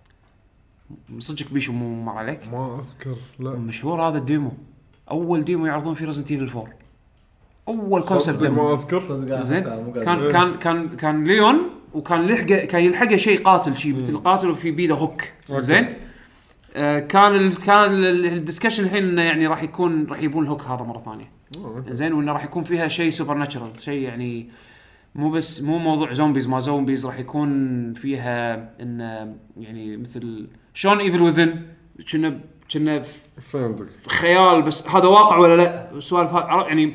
صدق بيشو مو مر عليك ما اذكر. لا مشهور هذا الديمو، اول ديمو يعرضون فيه ريزنت ايفل فور، اول كونسبت ما ديمو. اذكر. زين كان كان كان كان ليون وكان لحقه كان يلحقه شيء قاتل شيء مثل قاتل وفي بيده هوك. زين آه كان ال كان الدسكشن الحين يعني راح يكون راح يبون الهوك هذا مره ثانيه. زين وانه راح يكون فيها شيء سوبر ناتشرال، شيء يعني مو بس مو موضوع زومبيز ما زومبيز، راح يكون فيها ان يعني مثل شون ايفل وذن كنا كنا فهمتك خيال بس هذا واقع ولا لا. السوالف هذا يعني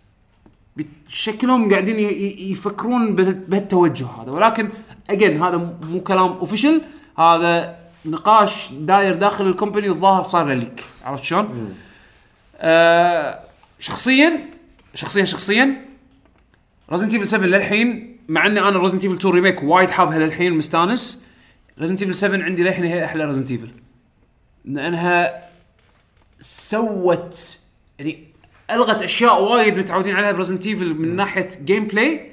بشكلهم قاعدين يفكرون بهالتوجه هذا، ولكن اجين هذا مو كلام اوفيشال، هذا نقاش داير داخل الكومباني والظاهر صار ليك. عرفت شلون؟ آه شخصيا شخصيا شخصيا ريزنت ايفل سفن للحين، مع اني انا ريزنت ايفل تو ريميك وايد حابها للحين مستانس، ريزنت ايفل سفن عندي للحين هي احلى ريزنت ايفل، لانها سوت يعني الغت اشياء وايد متعودين عليها بريزنت ايفل من ناحيه جيم بلاي،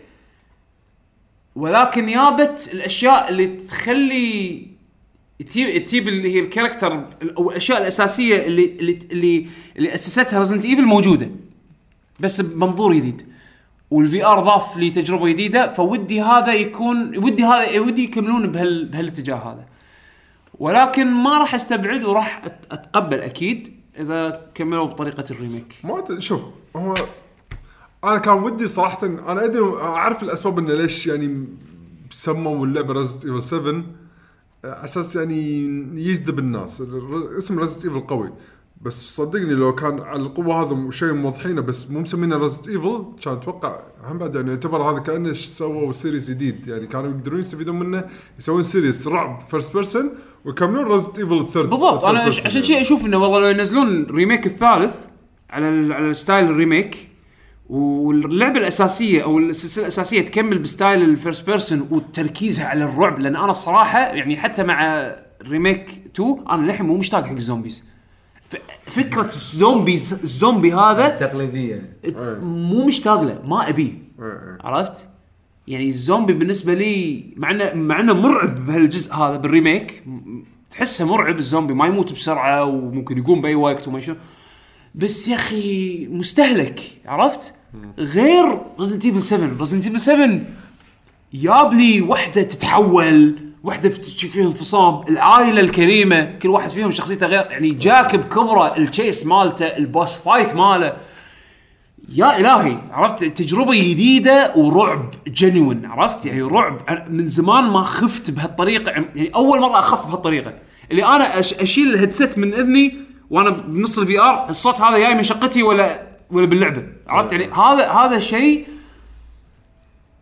ولكن يابت الاشياء اللي تخلي تجيب تجيب اللي هي الكاركتر او الاشياء الاساسيه اللي اللي اللي, اللي اسستها ريزنت ايفل موجوده بس بمنظور جديد، والفي ار ضاف لي تجربه جديده. فودي هذا يكون ودي هذا ودي يكملون بهال بهالاتجاه هذا، ولكن ما راح استبعد وراح اتقبل اكيد اذا كملوا بطريقه الريميك. ما شوف هو انا كان ودي صراحه، انا ادري اعرف الاسباب انه ليش يعني سموا اللعبه ريزنت ايفل سفن اساس يعني يجذب الناس، اسم ريزنت ايفل قوي، بس صدقني لو كان على القوه هذا شيء موضحينه بس مو مسمينه ريزنت ايفل كان اتوقع هم بعد يعني يعتبر هذا كانه سووا سيريز جديد، يعني كانوا يقدرون يستفيدون منه يسوون سيريز رعب فيرست بيرسون ويكملون ريزنت ايفل الثيرد. بالضبط انا عشان شيء اشوف انه والله لو ينزلون ريميك الثالث على على الستايل الريميك واللعبه الاساسيه او السلسله الاساسيه تكمل بستايل الفيرست بيرسون وتركيزها على الرعب، لان انا الصراحه يعني حتى مع ريميك تو انا للحين مو مشتاق حق الزومبيز. فكره الزومبيز الزومبي هذا تقليديه مو مشتاق له، ما ابيه. عرفت يعني الزومبي بالنسبه لي مع انه مع انه مرعب بهالجزء هذا بالريميك، تحسه مرعب الزومبي ما يموت بسرعه وممكن يقوم باي وقت وما شو، بس يا اخي مستهلك. عرفت غير ريزنت ايفل سفن ريزنت ايفل سفن يابلي وحده تتحول، وحده فيها انفصام، العائله الكريمه كل واحد فيهم شخصيته غير، يعني جاك بكبره التشيس مالته البوس فايت ماله يا الهي. عرفت تجربه جديده ورعب جنوين. عرفت يعني رعب من زمان ما خفت بهالطريقه، يعني اول مره اخاف بهالطريقه اللي انا اشيل الهيدسيت من اذني وانا بنص الفي ار الصوت هذا جاي من شقتي ولا ولا باللعبه. عرفت يعني هذا هذا شيء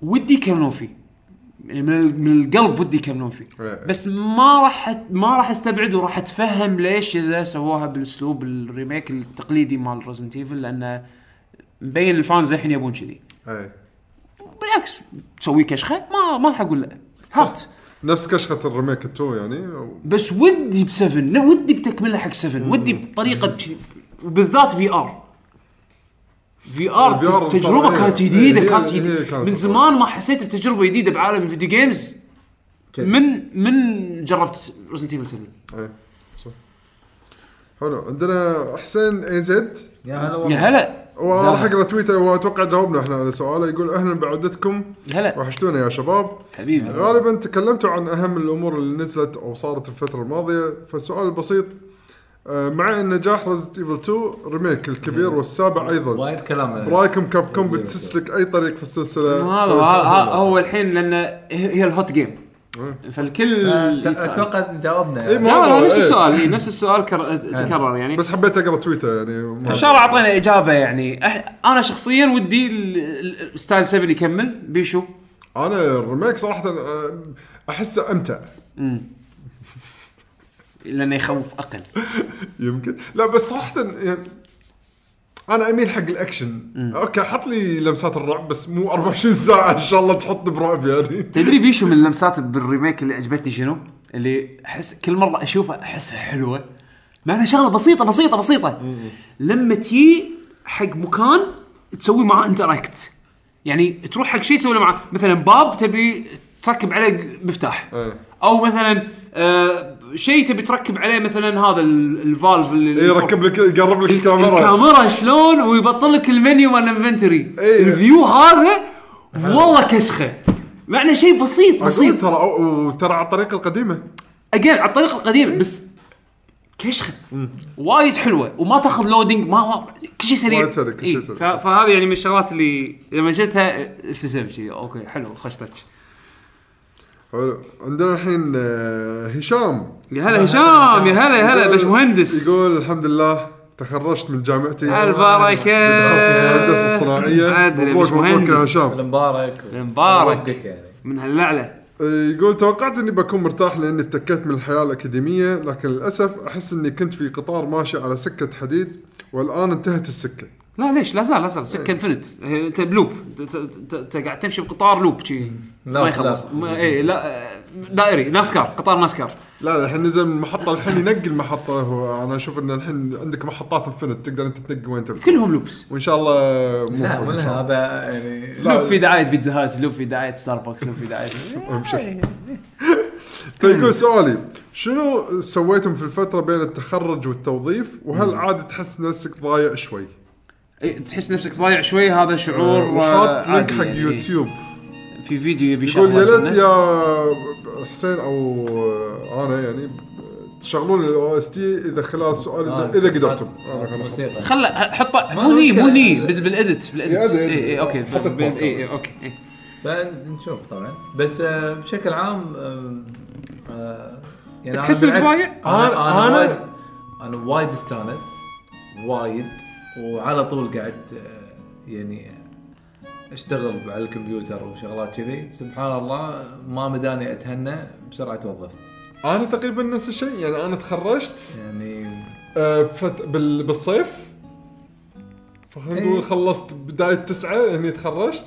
ودي يكملون فيه يعني من من القلب ودي يكملون فيه إيه. بس ما راح ما راح استبعد وراح اتفهم ليش اذا سووها بالاسلوب الريميك التقليدي مال ريزنت ايفل لانه مبين الفانز الحين يبون كذي اي بالعكس تسوي كشخه ما ما راح اقول لا هات نفس كشخه الريميك تو يعني أو... بس ودي بسفن لا ودي بتكمله حق سفن ودي بطريقه بشي... وبالذات في ار في ار الفي آر تجربه طبعاً كانت هي- جديده هي- كانت هي جديدة. كانت من زمان ما حسيت بتجربه جديده بعالم الفيديو جيمز من من جربت ريزنت ايفل سبعة اي صح حلو عندنا حسين اي زد يا هلا يا هلا وراح اقرا تويتر واتوقع جاوبنا احنا على سؤاله يقول اهلا بعودتكم هلا وحشتونا يا شباب حبيبي غالبا تكلمتوا عن اهم الامور اللي نزلت او صارت الفتره الماضيه فالسؤال البسيط آه، مع النجاح ريزنت ايفل تو ريميك الكبير والسابع ايضا وايد كلام برايكم كاب كوم بتسلك اي طريق في السلسله هذا هذا هو الحين لان هي الهوت جيم فالكل اتوقع جاوبنا إيه، ما- لا نفس إيه. السؤال إيه، نفس السؤال كر... تكرر يعني بس حبيت اقرا تويتر يعني ما- ان شاء الله اعطينا اجابه يعني أح... انا شخصيا ودي ال- ال- ستايل سبعة يكمل بيشو انا الريميك صراحه آه، احسه امتع لانه يخوف اقل يمكن لا بس صراحه يعني انا اميل حق الاكشن اوكي حط لي لمسات الرعب بس مو أربعة وعشرين ساعه ان شاء الله تحط برعب يعني تدري بيشو من اللمسات بالريميك اللي عجبتني شنو اللي احس كل مره اشوفها احسها حلوه مع انها شغله بسيطه بسيطه بسيطه لما تجي حق مكان تسوي معاه انتراكت يعني تروح حق شيء تسوي له معاه مثلا باب تبي تركب عليه مفتاح إيه. او مثلا آه شيء تبي تركب عليه مثلا هذا ال- الفالف اللي اي يركب لك يقرب لك الكاميرا الكاميرا شلون ويبطل لك المنيو مال الانفنتوري إيه. الفيو هذا والله كشخه معنى شيء بسيط أقول بسيط ترى أو- وترى على الطريقه القديمه اجين على الطريقه القديمه بس كشخه وايد حلوه وما تاخذ لودينج ما, ما كل شيء سريع وايد سريع، كل شيء إيه، سريع. ف- فهذه يعني من الشغلات اللي لما شفتها ابتسمت شيء اوكي حلو خش تاتش حلو عندنا الحين آه، هشام يا هلا هشام يا هلا يا هلا يقول- باش مهندس يقول الحمد لله تخرجت من جامعتي البركه بتخصص الهندسه الصناعيه عادل، مبروك مش مبروك يا مهندس. هشام المبارك المبارك. يعني من هاللعله يقول توقعت اني بكون مرتاح لاني اتكيت من الحياه الاكاديميه لكن للاسف احس اني كنت في قطار ماشي على سكه حديد والان انتهت السكه لا ليش لا زال لا زال سكه انفنت انت بلوب ت- ت- انت قاعد تمشي بقطار لوب شي لا، ما يخلص لا. ما- اي لا دائري ناسكار قطار ناسكار لا الحين نزل من محطه الحين ينقل محطه هو انا اشوف ان الحين عندك محطات انفنت تقدر انت تنقل وين تبي كلهم لوبس وان شاء الله مو لا فوق إن ولا شاء الله. هذا يعني لا. لوب في دعايه بيتزا هات لوب في دعايه ستاربكس لوب في دعايه فيقول سؤالي شنو سويتم في الفتره بين التخرج والتوظيف وهل عاد تحس نفسك ضايع شوي إيه، تحس نفسك ضايع شوي هذا شعور وحاط آه، لينك عادي حق يعني. يوتيوب في فيديو يبي يقول يا شغله ليت شنو؟ يا حسين او انا يعني تشغلون الاو اس تي اذا خلال السؤال آه، اذا قدرتم آه، أنا خلاص. موسيقى خله حطه ما مو هني مشكلة. مو هني بال- بالاديت يا بالاديت أدري، اي اي اوكي حطيت بال- بوك. اي إي، اوكي إي. فنشوف طبعا بس آه، بشكل عام آه، آه، يعني تحس أنا بالعكس، بالضايع؟ انا أنا- انا أنا- وايد انا وايد استانست وايد وعلى طول قاعد آه، يعني اشتغل على الكمبيوتر وشغلات كذي سبحان الله ما مداني اتهنى بسرعه توظفت انا تقريبا نفس الشيء يعني انا تخرجت يعني آه، فت... بال... بالصيف فخلينا إيه. نقول خلصت بدايه تسعة هني تخرجت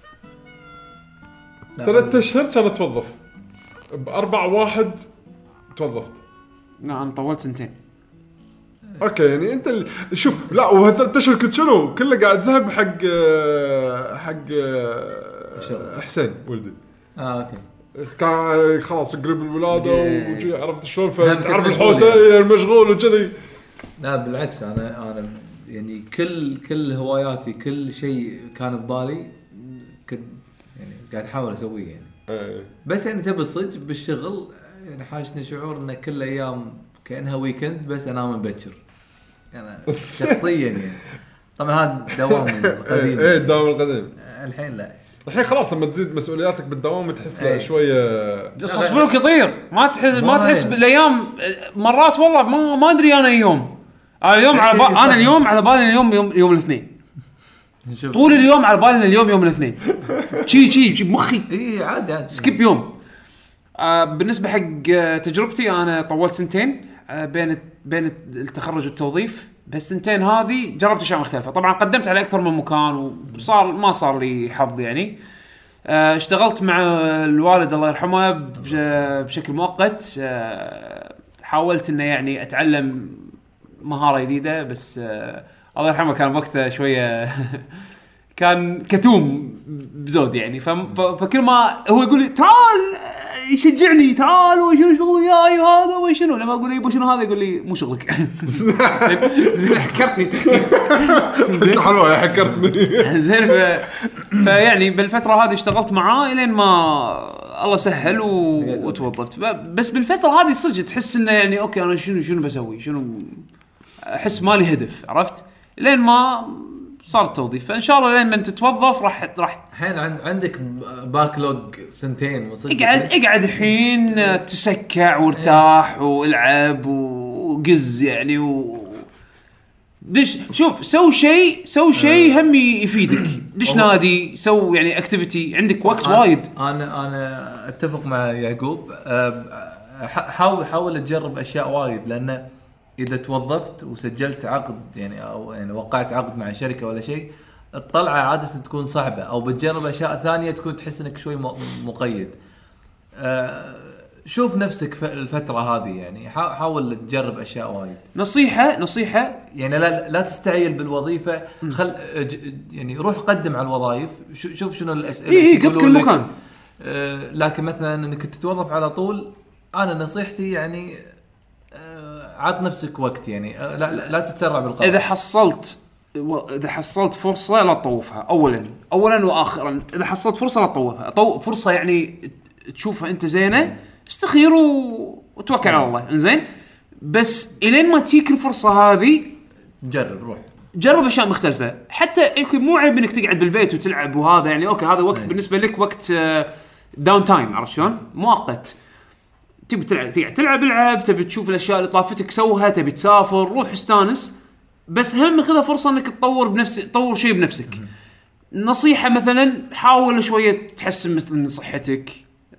لا، ثلاثة اشهر كان اتوظف بأربع واحد توظفت لا انا طولت سنتين اوكي يعني انت ال... شوف لا وهالثلاث اشهر كنت شنو كله قاعد ذهب حق آه، حق آه، الشغل. حسين ولدي اه اوكي كان خلاص قريب الولاده إيه. وجي عرفت شلون هم كنت فتعرف مشغول الحوسه مشغول وكذي لا بالعكس انا انا يعني كل كل هواياتي كل شيء كان ببالي كنت يعني قاعد احاول اسويه يعني إيه. بس يعني تبي الصدق بالشغل يعني حاشني شعور ان كل ايام كانها ويكند بس انام مبكر يعني شخصيا يعني طبعا هذا دوام القديم ايه الدوام القديم الحين لا الحين خلاص لما تزيد مسؤولياتك بالدوام تحس إيه. شويه صبرك يطير ما تحس ما ما تحس هي. بالايام مرات والله ما ما ادري انا يوم انا اليوم على إيه، با... صح. انا اليوم على بالي اليوم يوم يوم الاثنين طول اليوم على بالنا اليوم يوم الاثنين شي شي شي بمخي اي عادي عادي سكيب يوم. آه بالنسبه حق تجربتي انا طولت سنتين آه بين بين التخرج والتوظيف، بهالسنتين هذه جربت اشياء مختلفه. طبعا قدمت على اكثر من مكان وصار ما صار لي حظ يعني. آه اشتغلت مع الوالد الله يرحمه بشكل مؤقت. آه حاولت انه يعني اتعلم مهاره جديده، بس آه الله يرحمه كان وقته شويه كان كتوم بزود يعني. فكل ما هو يقول لي تعال يشجعني تعال وشنو شغل وياي وهذا وشنو، لما اقول له يبا شنو هذا يقول لي مو شغلك. زين حكرتني انت حلوه حكرتني. زين فيعني بالفتره هذه اشتغلت معاه الين ما الله سهل وتوظفت. بس بالفتره هذه صدق تحس انه يعني اوكي انا شنو شنو بسوي، شنو احس مالي هدف، عرفت؟ لين ما صار التوظيف. فان شاء الله لين ما تتوظف راح راح الحين عندك باكلوج سنتين وصدق. اقعد اقعد الحين تسكع وارتاح والعب وقز يعني و دش شوف سوي شيء سوي شيء هم يفيدك. دش نادي سوي يعني اكتيفيتي عندك وقت وايد. انا انا اتفق مع يعقوب. حاول حاول تجرب اشياء وايد، لانه اذا توظفت وسجلت عقد يعني او يعني وقعت عقد مع شركه ولا شيء، الطلعه عاده تكون صعبه، او بتجرب اشياء ثانيه تكون تحس انك شوي مقيد. أه شوف نفسك في الفتره هذه يعني حاول تجرب اشياء وايد. نصيحه نصيحه يعني لا لا تستعجل بالوظيفه. خل يعني روح قدم على الوظائف، شوف شنو الاسئله اي قد كل مكان. أه لكن مثلا انك تتوظف على طول، انا نصيحتي يعني عط نفسك وقت يعني. لا لا, لا تتسرع بالقرار. اذا حصلت اذا حصلت فرصه لا تطوفها. اولا اولا واخرا اذا حصلت فرصه لا تطوفها. طو... فرصه يعني تشوفها انت زينه استخير و... وتوكل على الله. انزين بس الين ما تيك الفرصه هذه جرب روح جرب اشياء مختلفه. حتى يمكن مو عيب انك تقعد بالبيت وتلعب وهذا يعني اوكي هذا وقت بالنسبه لك وقت داون تايم، عرفت شلون؟ مؤقت. تبي تلعب تقعد تلعب العب، تبي تشوف الاشياء اللي طافتك سوها، تبي تسافر روح استانس. بس هم خذها فرصه انك تطور بنفسك، تطور شيء بنفسك. نصيحه مثلا حاول شويه تحسن مثل من صحتك،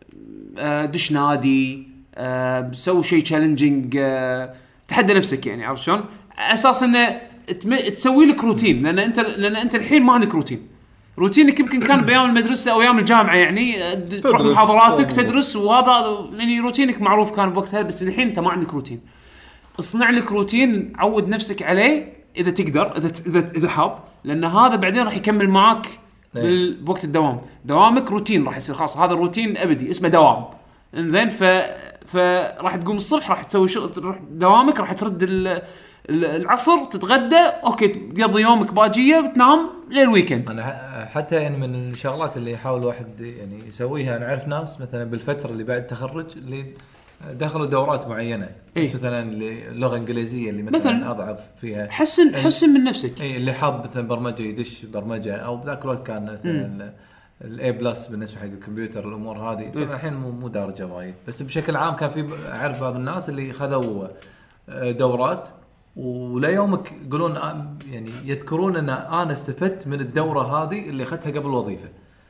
دش نادي، سوي شيء تشالنجينج، تحدى نفسك يعني، عرفت شلون؟ اساس انه تسوي لك روتين، لان انت لان انت الحين ما عندك روتين. روتينك يمكن كان بايام المدرسه او ايام الجامعه يعني تروح محاضراتك تدرس وهذا يعني روتينك معروف كان بوقتها. بس الحين انت ما عندك روتين. اصنع لك روتين عود نفسك عليه اذا تقدر، اذا اذا اذا حاب، لان هذا بعدين راح يكمل معاك بوقت الدوام. دوامك روتين راح يصير خاص، هذا الروتين ابدي اسمه دوام. انزين ف فراح تقوم الصبح راح تسوي شغل، تروح دوامك، راح ترد ال العصر تتغدى، اوكي تقضي يومك باجيه وتنام للويكند. انا حتى يعني من الشغلات اللي يحاول واحد يعني يسويها، انا اعرف ناس مثلا بالفتره اللي بعد التخرج اللي دخلوا دورات معينه، إيه؟ بس مثلا اللغه الانجليزيه اللي مثلا, مثلاً اضعف فيها، حسن حسن من نفسك. اي اللي حاب مثلا برمجه يدش برمجه، او بذاك الوقت كان مثلا الاي بلس بالنسبه حق الكمبيوتر الامور هذه. طبعا الحين مو دارجه وايد، بس بشكل عام كان في اعرف بعض الناس اللي خذوا دورات ولا يومك يقولون يعني يذكرون ان انا استفدت من الدوره هذه اللي اخذتها قبل الوظيفه.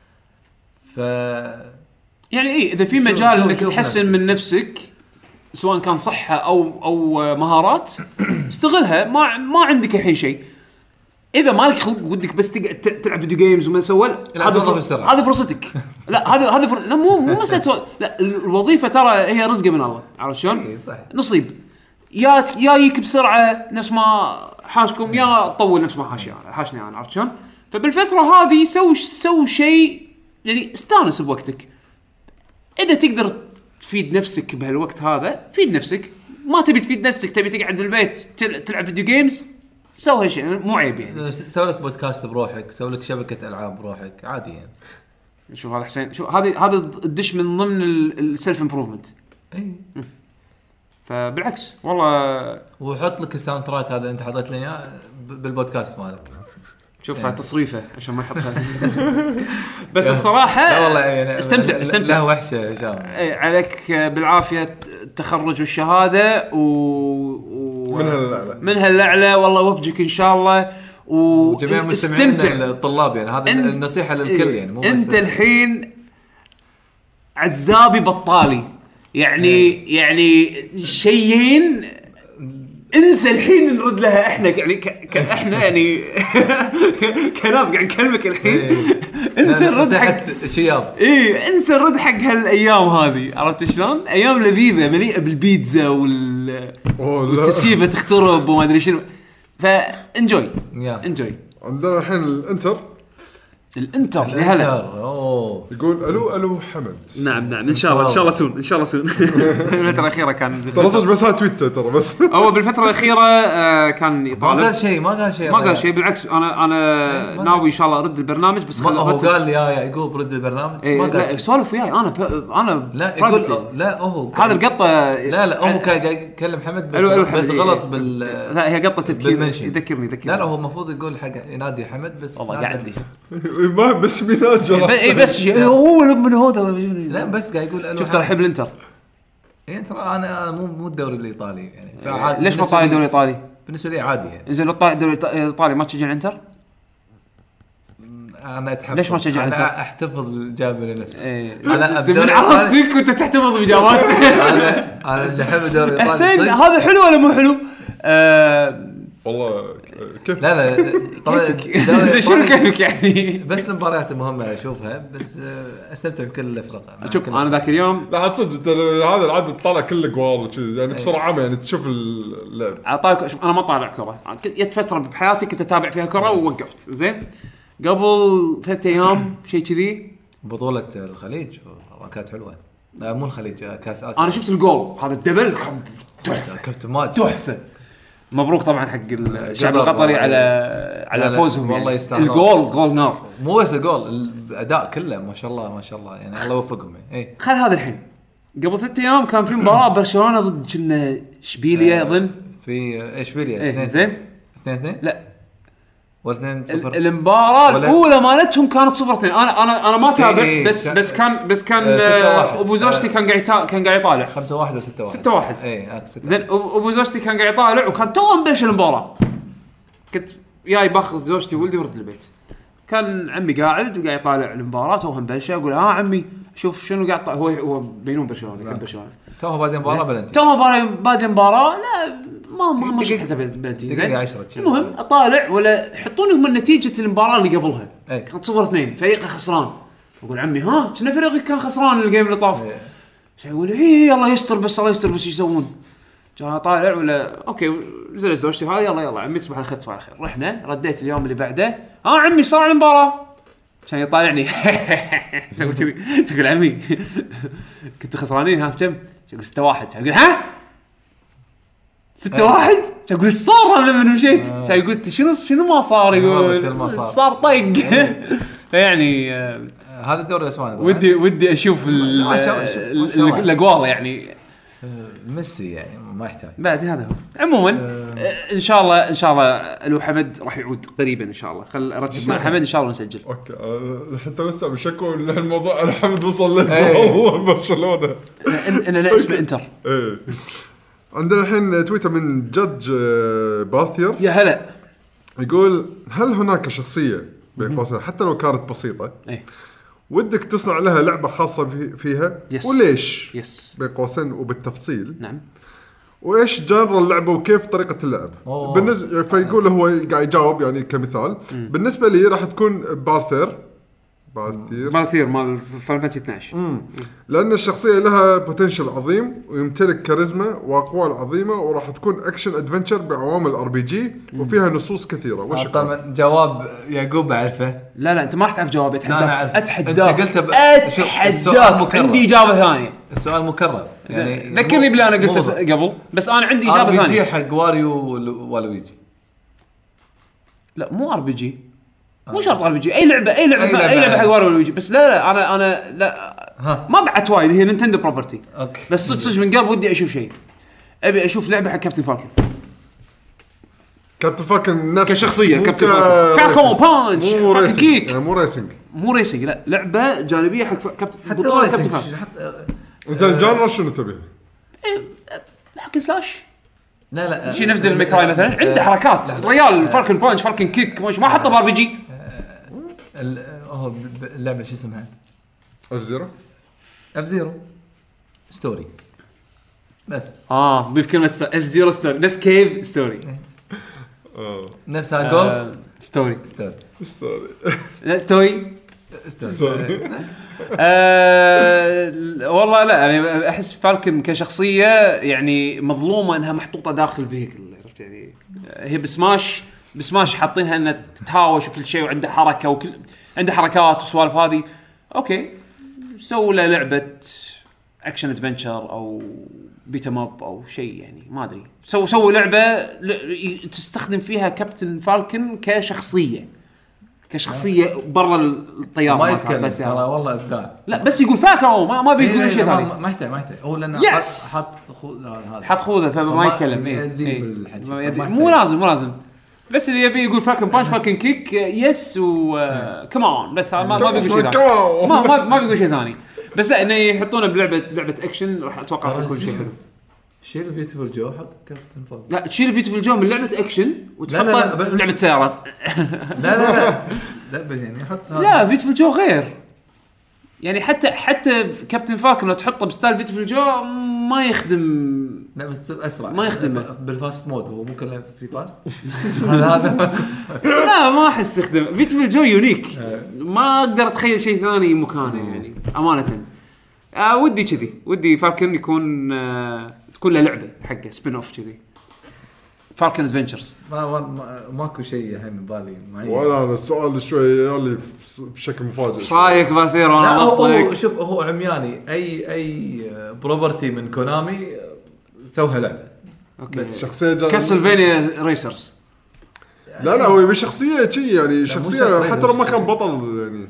ف يعني ايه اذا في مجال انك تحسن نفسك. من نفسك سواء كان صحه او او مهارات استغلها. ما ما عندك الحين شيء، اذا مالك خلق ودك بس تقعد تلعب فيديو جيمز وما تسوي، هذه فرصتك. لا هذا هذا فر... لا مو مو مساله. لا الوظيفه ترى هي رزق من الله، عرفت شلون؟ نصيب. يا يا يجيك بسرعه نفس ما حاشكم، يا طول نفس ما حاشي حاشني انا، عرفت شلون؟ فبالفتره هذه سوي سوي شيء يعني استانس بوقتك. اذا تقدر تفيد نفسك بهالوقت هذا فيد نفسك. ما تبي تفيد نفسك تبي تقعد بالبيت تلعب فيديو جيمز، سوي هالشيء مو عيب يعني. سوي لك بودكاست بروحك، سوي لك شبكه العاب بروحك، عادي يعني. شوف هذا حسين، شوف هذه هذا الدش من ضمن السيلف امبروفمنت. اي فبالعكس والله. وحط لك الساوند تراك هذا انت حطيت لي اياه بالبودكاست مالك. شوف يعني. هاي تصريفه عشان ما يحطها. بس الصراحه لا والله يعني استمتع استمتع. لا وحشه ان شاء الله. اي عليك بالعافيه التخرج والشهاده و, و... من هاللعله من هاللعله والله وفجك ان شاء الله. وجميع المستمعين واستمتع. الطلاب يعني هذا أنت- النصيحه للكل يعني مو بس انت الحين عزابي بطالي يعني يعني شيئين انسى الحين نرد لها احنا يعني ك... ك... احنا يعني كناس قاعد نكلمك الحين انسى الرد حق شياب ايه انسى الرد حق هالايام هذه عرفت شلون ايام لذيذه مليئه بالبيتزا وال أوه، لا. والتسييفه تخترب وما ادري شنو فانجوي يا. انجوي عندنا الحين الانتر الانتر يا هلا الانتر اوه يقول الو الو حمد. نعم نعم ان شاء الله ان شاء الله سون ان شاء الله سون الفتره الاخيره كان ترى صدق بس هاي تويتر ترى بس. هو بالفتره الاخيره آه، كان ما يطالب قال شيء ما قال شيء ما قال شيء بالعكس انا انا ما ناوي ان شاء الله ارد البرنامج بس ما خل هو أرتب. قال لي يا يعقوب رد البرنامج إيه ما لا قال شيء. سولف وياي انا ب... انا لا privately. يقول لا هو هذا القطه لا لا هو كان قاعد يكلم حمد بس, ألو ألو بس حمد، إيه. غلط بال لا هي قطه تذكير بالمنشن. يذكرني يذكرني لا لا هو المفروض يقول حق ينادي حمد بس والله نادى. قاعد لي ما بس ميلاد جرى. اي بس شيء هو من هذا لا بس قاعد يقول شوف ترى احب الانتر يعني ترى انا انا مو مو الدوري الايطالي يعني ليش فعاد ما بالنسبة طالع لي- الدوري الايطالي؟ بالنسبه لي عادي يعني زين لو طالع الدوري الايطالي ما تشجع الانتر؟ انا اتحفظ ليش ما تشجع انا الإنتر؟ احتفظ الاجابه لنفسي ايه انا من الدوري الإيطالي- عرفتك وانت تحتفظ باجابات انا انا اللي احب الدوري الايطالي حسين صدق. هذا حلو ولا مو حلو؟ آه، والله كيف لا لا طبعا كيفك الدوري زين شنو الإيطالي- كيفك يعني؟ بس المباريات المهمه اشوفها بس آه، استمتع بكل الافرقه مع شوف كل انا ذاك اليوم لا عاد صدق ترى هذا العدد طالع كله جوال وكذي يعني بسرعه عامه يعني تشوف اللعب. اعطاك شوف انا ما طالع كره كنت- جت فتره بحياتي كنت اتابع فيها كره ووقفت زين قبل ثلاث ايام شيء كذي بطوله الخليج كانت حلوه آه، مو الخليج آه، كاس اسيا انا شفت الجول هذا الدبل كان تحفه كابتن ماج تحفه مبروك طبعا حق الشعب قدر القطري والله. على لا على لا، فوزهم والله يعني. يستاهلون. الجول جول نار مو بس الجول الاداء كله ما شاء الله ما شاء الله يعني الله يوفقهم يعني اي خل هذا الحين قبل ثلاث ايام كان في مباراه برشلونه ضد كنا اشبيليا اظن في اشبيليا ايه زين اثنين اثنين لا ولا اثنين ال- صفر المباراه ولا- الاولى مالتهم كانت صفر اثنين انا انا انا ما تابع إيه، بس كان- بس كان بس كان آه، ستة آه، واحد. ابو زوجتي آه. كان قاعد يتا- كان قاعد يطالع خمسة واحد وستة واحد ستة واحد. اي هاك ستة زين أب- ابو زوجتي كان قاعد يطالع وكان تو مبلش المباراه كنت جاي باخذ زوجتي وولدي ورد البيت كان عمي قاعد وقاعد يطالع المباراه توها مبلشه اقول ها عمي شوف شنو قاعد طالع. هو هو بينون برشلونه يحب برشلونه توه بعدين مباراه بلنتي توها مباراه بعد المباراه لا ما ما ما شفت حتى بلنتي دقيقة زين عشرة شي. المهم اطالع ولا يحطون لهم نتيجه المباراه اللي قبلها أي. كانت صفر اثنين فريقه خسران اقول عمي ها كنا فريقك كان خسران الجيم اللي طاف إيه. شو يقول ايه الله يستر بس الله يستر بس ايش يسوون جاء طالع ولا اوكي نزلت زوجتي هاي يلا يلا عمي تصبح على خير تصبح على خير رحنا رديت اليوم اللي بعده ها عمي صار المباراه كان يطالعني اقول كذي تقول عمي كنتوا خسرانين ها كم تقول ستة واحد اقول ها ستة واحد اقول ايش صار انا لما مشيت كان يقول شنو شنو ما صار يقول شنو ما صار. صار طق فيعني آه، هذا الدوري الاسباني طبعاً. ودي ودي اشوف ال- ما شاء الله، شوف، ما شاء الله. ال- الاقوال يعني آه، ميسي يعني ما يحتاج بعد هذا هو عموما آه، ان شاء الله ان شاء الله الو حمد راح يعود قريبا ان شاء الله خل ارتب مع حمد ان شاء الله نسجل اوكي أه، الحين توسع بشكو إن الموضوع على حمد وصل له إيه. والله برشلونه. إن- اننا اسمه انتر ايه عندنا الحين تويتر من جدج آه، بارثير يا هلا يقول هل هناك شخصيه بين قوسين حتى لو كانت بسيطه ايه ودك تصنع لها لعبه خاصه في- فيها يس. وليش يس بين قوسين وبالتفصيل نعم وايش جانر اللعبه وكيف طريقه اللعب أوه. بالنسبه فيقول هو قاعد يجاوب يعني كمثال بالنسبه لي راح تكون بارثير بارثير مالثير مال فاينل فانتسي اثناشر لان الشخصيه لها بوتنشل عظيم ويمتلك كاريزما واقوال عظيمه وراح تكون اكشن ادفنتشر بعوامل ار بي جي وفيها نصوص كثيره وشكرا طبعا جواب يعقوب اعرفه لا لا انت ما راح تعرف جواب لا، أنا أعرف. اتحداك أنت اتحداك قلت ب- السؤال اتحداك مكرر. عندي اجابه ثانيه السؤال مكرر يعني يعني ذكرني باللي انا قلته مو- قبل بس انا عندي ار اجابه بي جي ثانيه حق واريو ولويجي لا مو ار بي جي مو شرط ار بي جي اي لعبه اي لعبه أي اي لعبة. لعبه حق وارو ويجي بس لا لا انا انا لا ها. ما بعت وايد هي نينتندو بروبرتي اوكي بس صدق صدق من قلب ودي اشوف شيء ابي اشوف لعبه حق كابتن فالكن كابتن فالكن نفس كشخصيه مو كابتن ك- فالكن كاكو بانش مو فالكن ريسنج كيك يعني مو ريسنج مو ريسنج لا لعبه جانبيه حق ف- كابتن حتى بطولة كابتن ريسنج فالكن حتى زين جانرا شنو تبي؟ حق سلاش لا لا شيء نفس ديفل ماكراي مثلا عنده حركات ريال فالكن بانش فالكن كيك مش ما حطه بار بي جي. هو اللعبه شو اسمها؟ اف زيرو اف زيرو ستوري بس. اه ضيف كلمه اف زيرو ستوري نفس كيف ستوري اه نفسها جولف ستوري ستوري سوري توي ستوري. أه والله لا يعني احس فالكن كشخصيه يعني مظلومه انها محطوطه داخل فيهيكل عرفت يعني هي بسماش بسماش حاطينها انها تتهاوش وكل شيء وعنده حركه وكل عنده حركات وسوالف هذه اوكي سووا له لعبه اكشن ادفنتشر او بيت ماب او شيء يعني ما ادري سووا سووا لعبه تستخدم فيها كابتن فالكن كشخصيه كشخصيه برا الطياره ما يتكلم بس ترى والله ابداع. لا بس يقول فاكر هو ما ما بيقول شيء ثاني ما يحتاج ما يحتاج هو لانه Yes. حط خوذ هذا حط خوذه فما يتكلم ايه يدي إيه. بالحكي. ما يدي- ما مو يحتاج. لازم مو لازم بس اللي يبي يقول فالكن بانش فالكن كيك يس و كمان بس ما ما بيقول شيء ثاني ما ما ما بيقول شيء ثاني بس لا انه يحطونه بلعبه لعبه اكشن راح اتوقع راح يكون شيء حلو. شيل بيوتيفول جو حط كابتن فوق. لا تشيل بيوتيفول جو من لعبه اكشن وتحطه لا، لا، بس- لعبه سيارات. لا لا لا لا بس يعني حط هذا. لا بيوتيفول جو غير يعني حتى حتى كابتن فالكن لو تحطه بستايل بيوتيفول جو ما يخدم. لا بس اسرع ما يخدمه. بالفاست مود هو ممكن له فري فاست. هذا هذا لا ما احس يخدم بيوتيفول جو يونيك ما اقدر اتخيل شيء ثاني مكانه يعني امانه. آه ودي كذي ودي فالكن يكون آه تكون له لعبه حقه سبين اوف كذي فالكن ادفنتشرز. ما ما ماكو شيء الحين ببالي معي. ولا انا السؤال شوي يالي بشكل مفاجئ. ايش رايك باثيرو؟ لا انا هو ضبطك. شوف هو عمياني اي اي بروبرتي من كونامي سوها لعبه. اوكي بس شخصيه جانب كاسلفينيا ريسرز. لا لا هو يبي شخصيه شيء يعني شخصيه شرط حتى لو ما ريدرز. كان بطل يعني.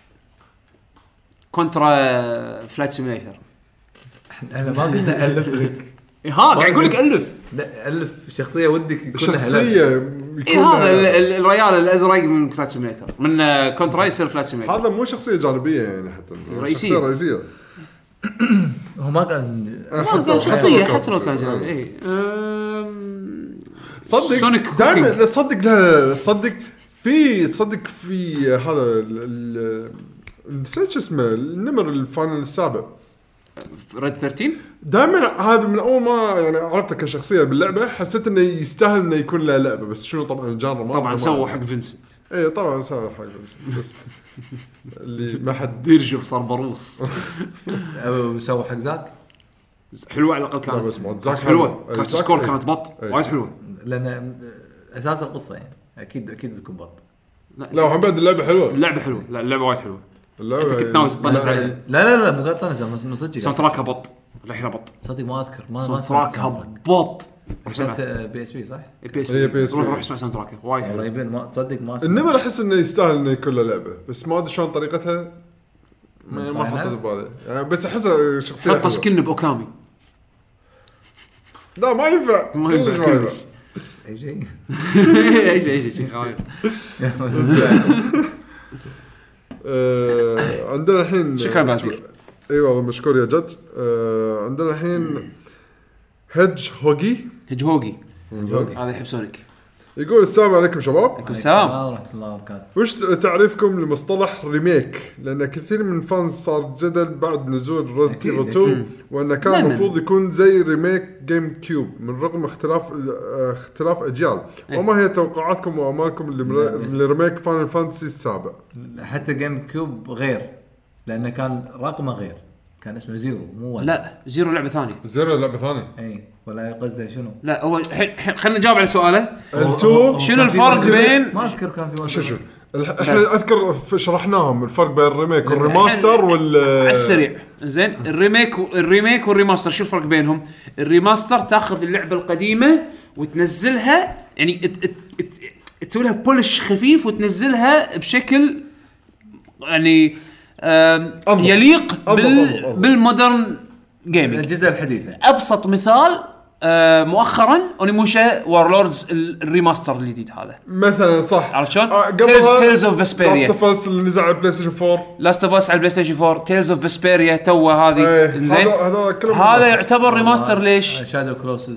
كونترا فلايت سيميليتر. انا ما قلنا الف لك. ها قاعد يقول لك الف. لا الف شخصيه ودك يكون لها لعبة. شخصيه اي يكون هذا ال- لها- ال- الريال الازرق من فلايت سيميليتر من آه، كونترا يصير فلايت سيميليتر. هذا مو شخصيه جانبيه يعني حتى يعني رئيسية. شخصيه رئيسيه. هو ما قال آه، ما كان شخصيه حتى لو كان جانبي. آه. اي أم، صدق سونيك دائما كوكينج. صدق لا صدق في صدق في هذا ال- ال- نسيت شو اسمه النمر الفاينل السابع ريد ثلاثة عشر دائما هذا من اول ما يعني عرفته كشخصيه باللعبه حسيت انه يستاهل انه يكون له لعبه بس شنو طبعا الجانر ما طبعا ما- سووا حق فينسنت ايه طبعا سووا حق بس اللي ما حد ديرجو صار بروس. سووا حق زاك حلوه على الاقل لا، كانت بس ما زاك حلوه حلو. كانت زاك سكور حلو. كانت بط أي. وايد حلوه. لان اساس القصه يعني اكيد اكيد بتكون بط. لا وهم بعد اللعبه حلوه اللعبه حلوه لا اللعبه وايد حلوه. اللعبه انت كنت ناوي تطنز عليها. لا لا لا مو قاعد طنز بس من صدق ساوند تراكها بط الحين بط صدق ما اذكر ما ما ساوند سمعت تراكها بط. عشان بي اس بي صح؟ بي اس هي بي بي اس بي. روح روح اسمع ساوند تراكها وايد حلو. قريبين ما تصدق ما سمعت. النمر احس انه يستاهل انه يكون له لعبه بس ما ادري شلون طريقتها ما من ما فاينل؟ حطيت ببالي يعني بس احسها شخصيه حط حلوة. سكن باوكامي. لا ما ينفع ما كلش ينفع ما ينفع كلش. اي شيء. ايش ايش ايش خايف. آه، عندنا الحين شكراً بعدير. اي والله مشكور يا جد. آه، عندنا الحين هيدج هوجي هجوجي هوجي. هذا يحب سونيك. يقول السلام عليكم شباب عليكم السلام. ورحمه الله وبركاته. وش تعريفكم لمصطلح ريميك لان كثير من الفانز صار جدل بعد نزول ريزنت أكيد، ايفل اثنين وانه كان دايماً. المفروض يكون زي ريميك جيم كيوب من رغم اختلاف آه، اختلاف اجيال. إيه. وما هي توقعاتكم وامالكم لمر- بس. لريميك فاينل فانتسي السابع؟ حتى جيم كيوب غير لانه كان رقمه غير كان اسمه زيرو مو واحد. لا زيرو لعبه ثانيه. زيرو لعبه ثانيه اي ولا قصده شنو؟ لا هو الحين الحين خلينا نجاوب على سؤاله. التو شنو كان في الفرق واحد- بين- ما اذكر كان في واحد. شو شو الح- احنا اذكر ف- شرحناهم الفرق بين الريميك والريماستر الحين- وال على السريع زين الريميك الريميك والريماستر شو الفرق بينهم؟ الريماستر تاخذ اللعبه القديمه وتنزلها يعني ت- ت- ت- تسوي لها بولش خفيف وتنزلها بشكل يعني آم، أنظف. يليق أنظف، بال أنظف، أنظف. بالمودرن جيمنج. الجزء الحديثه ابسط مثال آه، مؤخرا اونيموشا وارلوردز الريماستر الجديد هذا مثلا صح عرفت شلون؟ آه، Tales- قبلها Tales of Vesperia. لاست اوف اس اللي نزل على البلاي ستيشن فور. لاست اوف اس على البلاي ستيشن فور تيلز اوف فيسبيريا تو هذه إيه، زين هذا- هذا كلهم هذا ريماستر. يعتبر ريماستر ليش؟ شادو كلوسز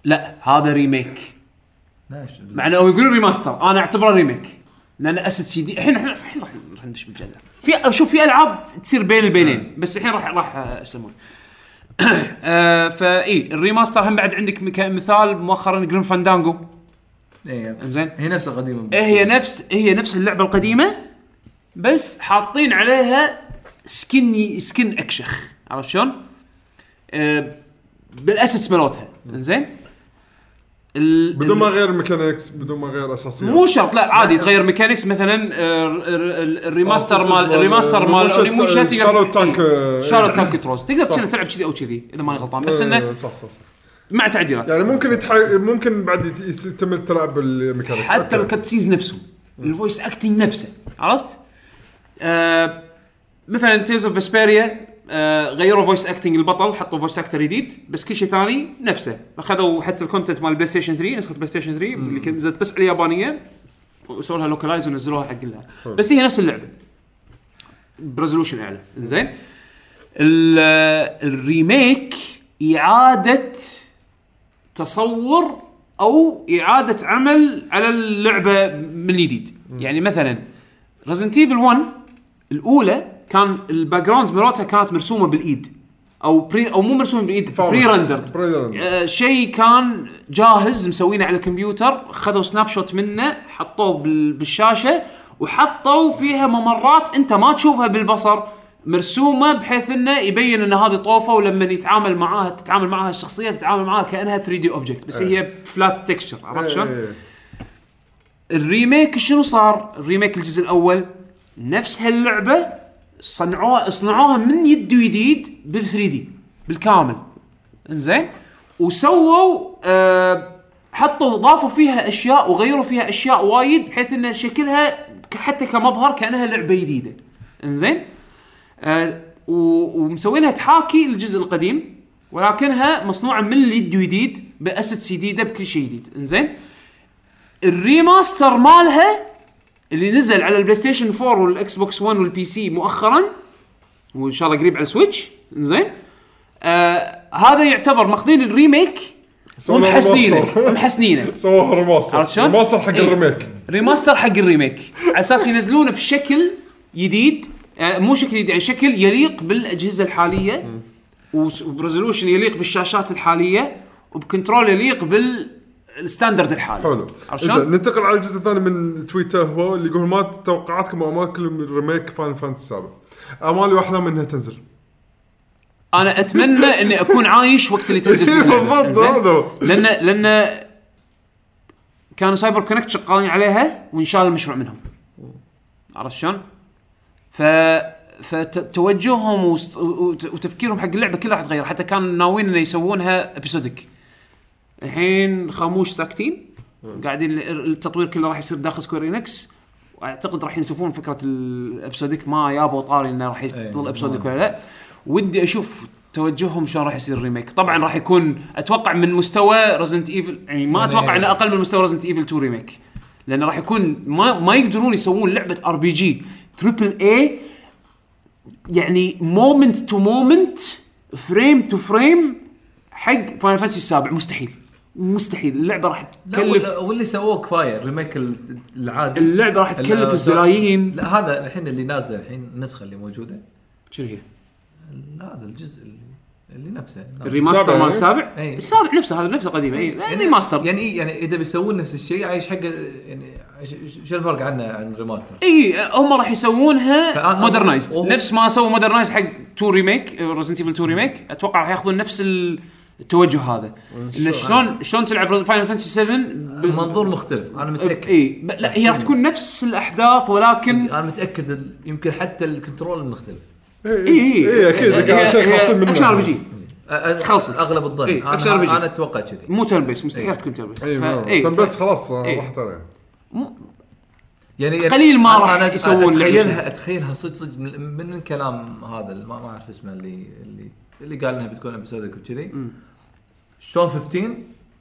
لا هذا ريميك، ليش؟ مع انه يقولون ريماستر انا اعتبره ريميك لان اسد سي دي. الحين احنا الحين راح راح ندش بالجدل في شوف في العاب تصير بين البينين، بس الحين راح راح يسمون آه فاي الريماستر. هم بعد عندك مثال مؤخرا جرين فاندانجو. ايه زين هي نفس القديمه، إيه هي نفس هي نفس اللعبه القديمه بس حاطين عليها سكن سكن اكشخ، عرفت شلون؟ آه بالاسيتس مالتها. زين بدون ما غير ميكانيكس، بدون ما غير اساسيات، مو شرط لا عادي تغير ميكانيكس. مثلا الريماستر مال الريماستر مال انيموشن تقدر شالو تانك شالو تانك تروز تقدر تصير تلعب كذي او كذي اذا ماني غلطان، بس انه صح صح صح مع تعديلات. يعني ممكن يتحي... ممكن بعد يتم التلاعب بالميكانيكس حتى الكاتسينز نفسه الفويس اكتنج نفسه، عرفت؟ آه مثلا تيلز اوف فيسبيريا آه غيروا فويس اكتنج البطل، حطوا فويس اكتر جديد بس كل شيء ثاني نفسه. اخذوا حتى الكونتنت مال بلاي ستيشن ثري، نسخه بلاي ستيشن ثري اللي كانت نزلت بس على اليابانيه وسووا لها لوكلايز ونزلوها حق لها، بس هي نفس اللعبه بريزولوشن اعلى. زين الريميك اعاده تصور او اعاده عمل على اللعبه من جديد. يعني مثلا ريزنت ايفل واحد الاولى كان الباك جراوندز مالتها كانت مرسومه بالايد او بري او مو مرسومه بالايد، بري رندرد آه شيء كان جاهز مسوينه على الكمبيوتر، خذوا سناب شوت منه حطوه بالشاشه وحطوا فيها ممرات انت ما تشوفها بالبصر مرسومه بحيث انه يبين ان هذه طوفه، ولما يتعامل معاها تتعامل معاها الشخصيه تتعامل معاها كانها ثري دي اوبجكت بس أيه. هي فلات تكستشر، عرفت شلون؟ أيه. الريميك شنو صار؟ الريميك الجزء الاول نفس هاللعبه صنعوها صنعوها من يد وجديد بال ثري دي بالكامل. انزين وسووا أه حطوا ضافوا فيها اشياء وغيروا فيها اشياء وايد بحيث ان شكلها حتى كمظهر كانها لعبه جديده. انزين أه ومسوينها تحاكي للجزء القديم ولكنها مصنوعه من اليد وجديد باسيتس جديده بكل شيء جديد. انزين الريماستر مالها اللي نزل على البلاي ستيشن فور والاكس بوكس ون والبي سي مؤخرا وان شاء الله قريب على السويتش. زين آه هذا يعتبر ماخذين الريميك ومحسنينه محسنينه سووه ريماستر ريماستر حق ايه الريميك ريماستر حق الريميك على اساس ينزلونه بشكل جديد، آه مو شكل جديد يعني شكل يليق بالاجهزه الحاليه وبريزولوشن يليق بالشاشات الحاليه وبكنترول يليق بال الستاندرد الحالي. حلو. إذا ننتقل على الجزء الثاني من تويتر هو اللي يقول ما توقعاتكم وامالكم من ريميك فاينل فانتسي السابع؟ امالي واحلام انها تنزل. انا اتمنى اني اكون عايش وقت اللي تنزل فيه بالضبط هذا، لان لان كانوا سايبر كونكت شغالين عليها وان شاء الله المشروع منهم، عرفت شلون؟ ف فتوجههم وتفكيرهم حق اللعبه كلها راح يتغير. حتى كانوا ناويين انه يسوونها ابيسودك، الحين خاموش ساكتين قاعدين التطوير كله راح يصير داخل سكوير إنكس، واعتقد راح ينسفون فكره الابسوديك ما يابوا طاري انه راح يطل ابسوديك ولا لا. ودي اشوف توجههم شلون راح يصير الريميك. طبعا راح يكون اتوقع من مستوى ريزنت ايفل، يعني ما اتوقع انه اقل من مستوى ريزنت ايفل تو ريميك، لانه راح يكون ما ما يقدرون يسوون لعبه ار بي جي تريبل اي يعني مومنت تو مومنت فريم تو فريم حق فاينل فانتسي السابع. مستحيل مستحيل. اللعبه راح تكلف واللي سووه كفايه الريميك العادي. اللعبه راح تكلف الزلايين. لا هذا الحين اللي نازله الحين النسخه اللي موجوده شنو هي؟ هذا الجزء اللي اللي نفسه الريماستر مال السابع. أي. السابع نفسه هذا نفسه قديم. اي يعني ريماستر يعني يعني اذا بيسوون نفس الشيء عايش حق يعني شو الفرق عنه عن الريماستر؟ اي هم راح يسوونها مودرنايزد نفس ما سووا مودرنايز حق تو ريميك ريزنت ايفل تو ريميك. اتوقع راح ياخذون نفس التوجه هذا ان شلون شلون تلعب فاينل فانتسي سبعة بمنظور مختلف. انا متاكد اي لا هي راح تكون نفس الاحداث ولكن انا متاكد يمكن حتى الكنترول مختلف. اي اي اكيد شيء خاص منه اكشن ار بي جي خلص اغلب الظن. إيه انا انا اتوقع كذي مو تيرن بيس مستحيل إيه. تكون تيرن بيس اي بس خلاص راحت عليه يعني قليل ما راح يسوون. اتخيلها اتخيلها صدق صدق من الكلام هذا ما ما اعرف اسمه اللي اللي اللي قال انها بتكون ابيسودك وكذي شلون خمستاشر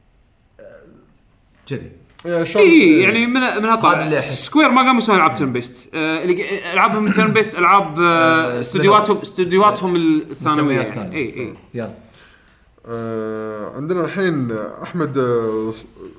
كذي اي يعني من منها طبعا سكوير ما قاموا يسوون العاب تيرن بيست. اللي العابهم تيرن بيست العاب استوديوهاتهم استوديوهاتهم الثانويه. اي اي يلا آه عندنا الحين احمد آه،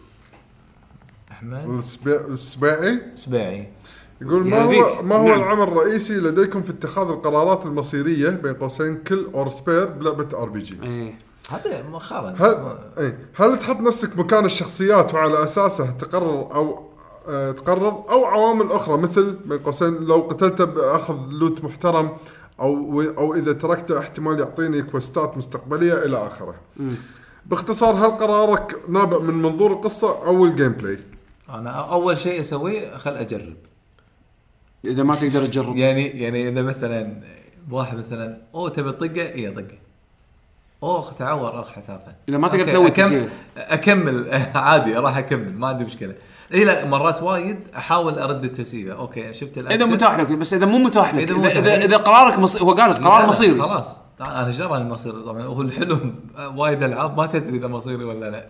احمد السبيعي السبيعي سبيعي يقول ما يا هو بيك. ما هو نعم. العمل الرئيسي لديكم في اتخاذ القرارات المصيريه بين قوسين كل اور سبير بلعبه ار بي جي؟ ايه هذا مؤخرا هل اي هل تحط نفسك مكان الشخصيات وعلى اساسه تقرر او آه تقرر او عوامل اخرى مثل بين قوسين لو قتلته باخذ لوت محترم او او اذا تركته احتمال يعطيني كوستات مستقبليه الى اخره. باختصار هل قرارك نابع من منظور القصه او الجيم بلاي؟ انا اول شيء اسويه خل اجرب. اذا ما تقدر تجرب يعني يعني اذا مثلا واحد مثلا او تبي طقه اي طقه اوه تعور اخ حسافه اذا ما تقدر أوكي، تلوي أكم- تسير. اكمل عادي راح اكمل ما عندي مشكله. اي لا مرات وايد احاول ارد التسييفه. اوكي شفت اذا الأكشن؟ متاح لك، بس اذا مو متاح لك، إذا مو اذا متاح اذا, لك. إذا قرارك مصير، هو قال لك لا، قرار لا، مصيري خلاص انا جرى المصير طبعا. هو الحلو وايد العاب ما تدري اذا مصيري ولا لا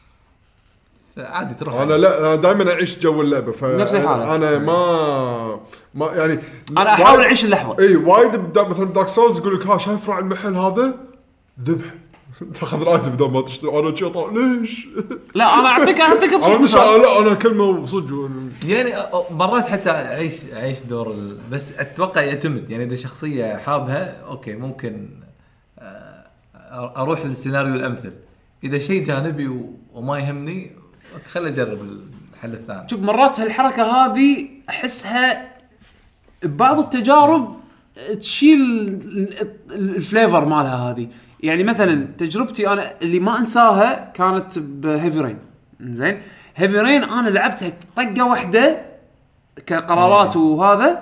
عادي تروح. انا لا انا دائما اعيش جو اللعبه ف نفس الحالة. انا ما ما يعني انا احاول اعيش اللحظه. اي وايد بدا مثلا دارك سولز يقول لك ها شايف راعي المحل هذا ذبح تاخذ رايته بدل ما تشتري. انا شي طالع ليش لا انا اعطيك اعطيك انا بصوت مش مثال. لا انا كلمه صدق يعني أ- مرات حتى اعيش اعيش دور ال... بس اتوقع يعتمد. يعني اذا شخصيه حابها اوكي ممكن آه، اروح للسيناريو الامثل. اذا شيء جانبي و... وما يهمني خلي اجرب الحل الثاني. شوف مرات هالحركه هذه احسها ببعض التجارب تشيل الفليفر مالها هذه. يعني مثلا تجربتي انا اللي ما انساها كانت بهيفي رين. زين هيفي رين انا لعبتها طقه واحده كقرارات وهذا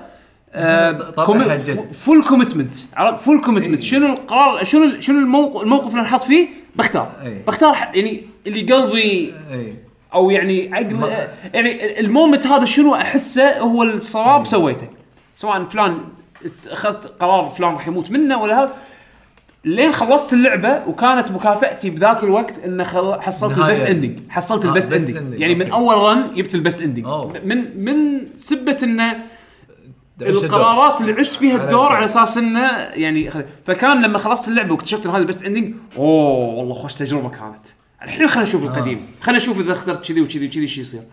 طبعاً جد. فول كوميتمنت. عرفت فول كوميتمنت شنو القرار شنو ال- شنو الموقف الموقف اللي انحط فيه بختار أي. بختار ح- يعني اللي قلبي اي او يعني عقل ما- يعني المومنت هذا شنو احسه هو الصواب سويته. سواء فلان اخذت قرار فلان راح يموت منه ولا هذا. لين خلصت اللعبه وكانت مكافأتي بذاك الوقت ان خل... حصلت نهاية. البست اندنج. حصلت آه، البست best اندنج ending. يعني من أوكي. اول رن جبت البست اندنج. أوه. من من سبه انه عشت القرارات اللي عشت فيها على الدور الدور. على اساس انه يعني خ- فكان لما خلصت اللعبه واكتشفت ان هذا البست اندنج اوه والله خوش تجربه كانت. الحين خلينا نشوف القديم. خلينا نشوف اذا اخترت كذي وكذي وكذي شو يصير.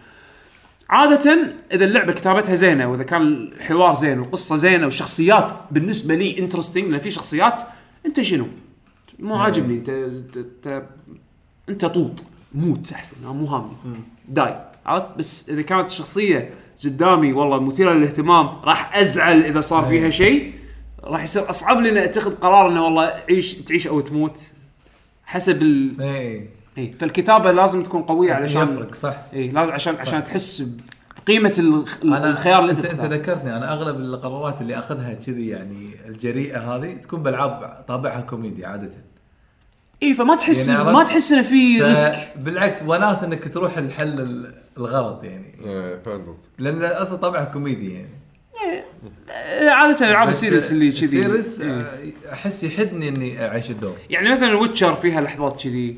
عادة إذا اللعبة كتابتها زينة وإذا كان الحوار زين والقصة زينة والشخصيات بالنسبة لي انترستينج، لأن في شخصيات أنت شنو مو عاجبني أنت أنت, أنت, أنت طوط موت أحسن مو هامي داي. عرفت؟ بس إذا كانت الشخصية قدامي والله مثيرة للاهتمام راح أزعل إذا صار فيها شيء. راح يصير أصعب لي إن أتخذ قرار إنه والله عيش تعيش أو تموت حسب ال. اي إيه فالكتابة لازم تكون قوية علشان يفرق صح. اي لازم عشان صح. عشان تحس بقيمه الخ- الخيار اللي انت انت, انت تختاره. ذكرتني انا اغلب القرارات اللي اخذها كذي يعني الجريئه هذه تكون بالعاب طابعها كوميدي عاده. اي فما تحس يعني ما تحس انه في ريسك. بالعكس وناس انك تروح الحل ال- الغلط يعني ايه فهمت لان اصلا طابعها كوميدي يعني. آه، عاده العاب بس السيريس اللي كذي السيريس إيه. آه، احس يحدني اني اعيش الدور. يعني مثلا ويتشر فيها لحظات كذي،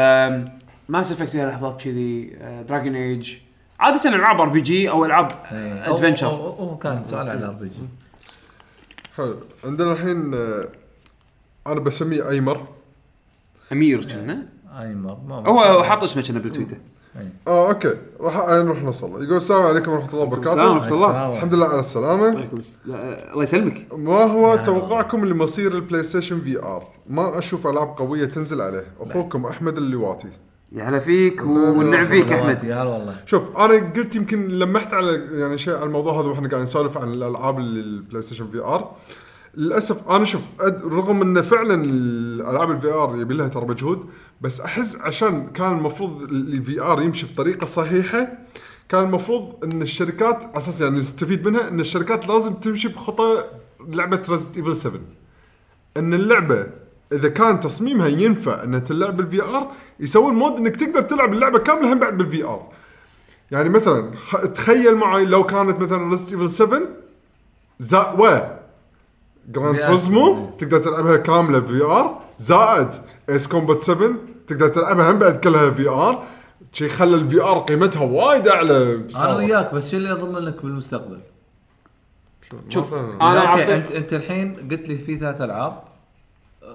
ماس افكت فيها لحظات كذي، دراجون ايج عاده العاب ار بي جي او العاب إيه. ادفنشر. هو هو كان سؤال على الار بي جي. حلو. عندنا الحين آه، انا بسميه ايمر. امير كنا ايمر ما هو حاط اسمه كنا بالتويتر. اه اوكي راح نروح نوصل. يقول السلام عليكم ورحمه الله السلام وبركاته. ورحمه الله. الحمد لله على السلامه. عليكم السلام. الله يسلمك. ما هو توقعكم لمصير البلاي ستيشن في ار؟ ما اشوف العاب قويه تنزل عليه. اخوكم احمد اللواتي. يا هلا فيك والنعم فيك يا احمد. يا هلا والله. شوف انا قلت يمكن لمحت على يعني شيء على الموضوع هذا واحنا قاعدين نسولف عن الالعاب اللي البلاي ستيشن في ار. للاسف انا شوف أد... رغم ان فعلا الالعاب الفي ار يبي لها ترى مجهود، بس احس عشان كان المفروض الفي ار يمشي بطريقه صحيحه كان المفروض ان الشركات اساسا يعني نستفيد منها ان الشركات لازم تمشي بخطى لعبه ريزنت ايفل سفن. ان اللعبه اذا كان تصميمها ينفع انها تلعب بالفي ار يسوون مود انك تقدر تلعب اللعبه كامله هم بعد بالفي ار. يعني مثلا خ... تخيل معي لو كانت مثلا ريزنت ايفل سفن زا و جراند توريزمو تقدر تلعبها كامله في ار زائد ايس كومبات سفن تقدر تلعبها هم بعد كلها في ار. شيء خلى الفي ار قيمتها وايد اعلى. انا وياك بس شو اللي اضمن لك بالمستقبل؟ شوف انا انا اوكي أعطيك- انت انت الحين قلت لي في ثلاث العاب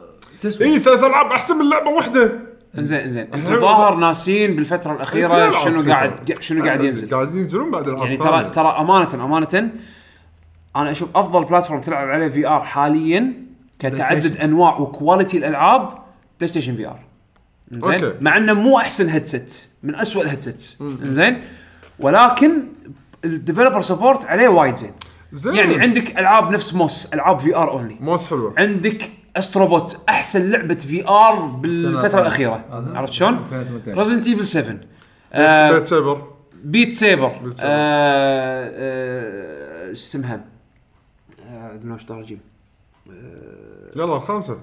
تسوى اي ثلاث العاب احسن من لعبه واحده. انزين انزين انت ظاهر ناسين بالفتره الاخيره شنو قاعد شنو قاعد ينزل قاعد ينزلون بعد العاب يعني ترى ترى امانه امانه انا اشوف افضل بلاتفورم تلعب عليه في ار حاليا كتعدد انواع وكواليتي الالعاب بلاي ستيشن في ار. زين مع انه مو احسن هيدسيت من أسوأ الهيدسيتس زين ولكن الديفلوبر سبورت عليه وايد زين. زين يعني عندك العاب نفس موس العاب في ار اونلي موس حلوه. عندك استروبوت احسن لعبه في ار بالفتره الاخيره عرفت شلون؟ ريزنت ايفل سبعة آه بيت سيبر بيت سيبر ايش آه آه اسمها ادري ايش درجه يلا الخامسه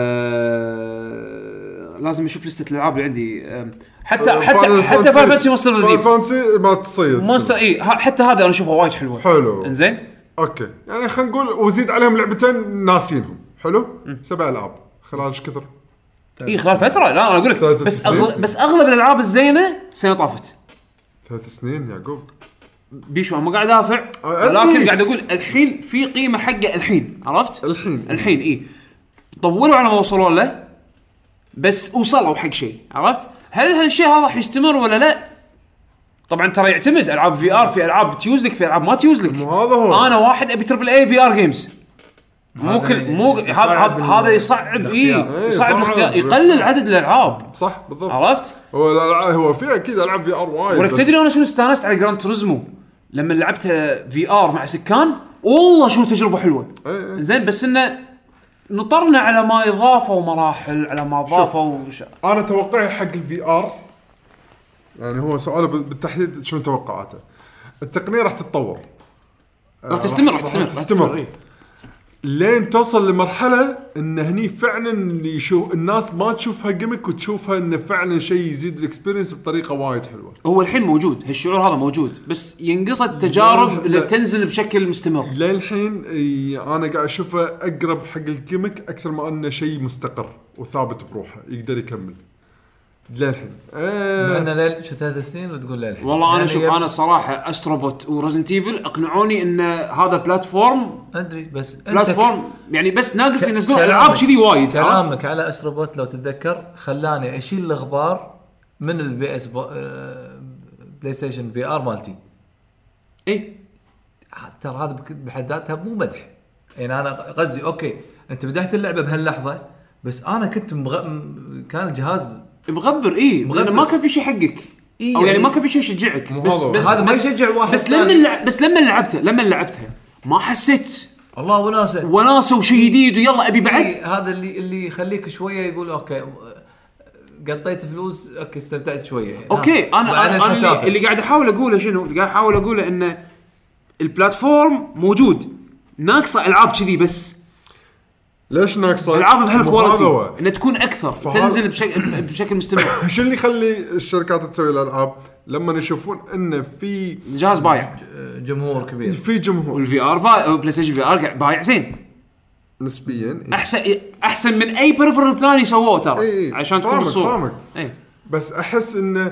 آه لازم اشوف لسته الالعاب اللي عندي آه حتى حتى حتى حتى فاينل فانتسي ماستر ريديم فانسي ما تصيد ماستر اي حتى هذا انا اشوفه وايد حلوه حلو انزين اوكي يعني خلينا نقول وزيد عليهم لعبتين ناسينهم حلو سبع العاب خلال ايش كثر اي خلال فتره لا انا اقول لك بس أغل... بس اغلب الالعاب الزينه سنه طافت ثلاث سنين يعقوب بيشو ما قاعد ادافع ولكن قاعد اقول الحين في قيمه حقه الحين عرفت الحين الحين اي طولوا على ما وصلوا له بس وصلوا حق شيء عرفت هل هالشيء هذا راح يستمر ولا لا طبعا ترى يعتمد العاب في ار في العاب تيوزلك في العاب ما تيوزلك هذا هو انا واحد ابي تربل اي في ار جيمز مو كل مو هذا هذا يصعب اي يصعب الاختيار يقلل عدد الالعاب صح بالضبط عرفت هو هو في اكيد العاب في ار وايد ولك تدري انا شنو استانست على جراند توريزمو لما لعبتها في ار مع سكان والله شو تجربه حلوه زين بس انه نطرنا على ما اضافوا مراحل على ما اضافوا وش... انا توقعي حق الفي ار يعني هو سؤاله بالتحديد شنو توقعاته التقنيه راح تتطور راح تستمر راح تستمر, تستمر. إيه؟ لين توصل لمرحله ان هني فعلا يشوف الناس ما تشوفها جيمك وتشوفها انه فعلا شيء يزيد الاكسبيرينس بطريقه وايد حلوه. هو الحين موجود هالشعور هذا موجود بس ينقص التجارب اللي تنزل بشكل مستمر. للحين انا قاعد اشوفه اقرب حق الجيمك اكثر ما انه شيء مستقر وثابت بروحه يقدر يكمل للحين. آه انا ليل شو ثلاث سنين وتقول للحين والله انا شوف يب... انا صراحه استروبوت وريزنت ايفل اقنعوني ان هذا بلاتفورم ادري بس بلايستيشن يعني بس ناقص ينزلون العاب كذي وايد. كلامك على استروبوت لو تتذكر خلاني اشيل الغبار من البي اس بلاي ستيشن في ار مالتي. اي ترى هذا بحد ذاتها مو مدح يعني انا قصدي اوكي انت بدحت اللعبه بهاللحظه بس انا كنت مغ... كان الجهاز مغبر ايه مغبر. ما كان في شيء حقك إيه او يعني, يعني ما كان في شيء يشجعك بس, بس هذا ما يشجع واحد بس لما اللع... بس لما لعبتها لما لعبتها ما حسيت الله وناسه وناسه وشيء جديد ويلا ابي بعد إيه هذا اللي اللي يخليك شويه يقول اوكي قطيت فلوس اوكي استمتعت شويه يعني اوكي انا, أنا, أنا اللي, اللي قاعد احاول اقوله شنو اللي قاعد احاول اقوله ان البلاتفورم موجود ناقصه العاب كذي بس. ليش ناقصه العاب بهالكواليتي ان تكون اكثر تنزل بشكل بشكل مستمر. شو اللي يخلي الشركات تسوي الالعاب لما يشوفون ان في جهاز بايع جمهور كبير في جمهور والفي ار فا... بلاي ستيشن في ار بايع زين نسبيا احسن احسن من اي بريفرال ثاني سووه ترى ايه عشان تكون الصوره اي بس احس انه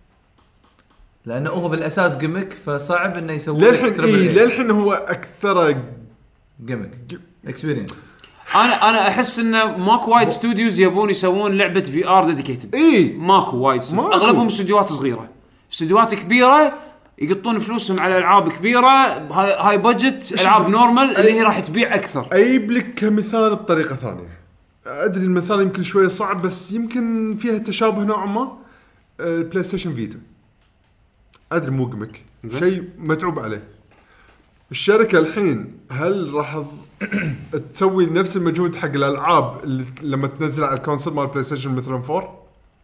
لانه هو بالاساس جيمك فصعب انه يسوي للحين إيه للحين هو اكثر جيمك اكسبيرينس. انا انا احس انه ماكو وايد استوديوز يبون يسوون لعبه في ار ديديكيتد. اي ماكو وايد ماكو. اغلبهم استوديوهات صغيره استوديوهات كبيره يقطون فلوسهم على العاب كبيره هاي, هاي بادجت العاب نورمال اللي هي راح تبيع اكثر. اجيب لك كمثال بطريقه ثانيه ادري المثال يمكن شويه صعب بس يمكن فيها تشابه نوعا ما. البلاي ستيشن فيتا ادري مو جمك شيء متعوب عليه الشركه الحين هل راح تسوي نفس المجهود حق الالعاب اللي لما تنزل على الكونسول مال بلاي ستيشن مثلا فور؟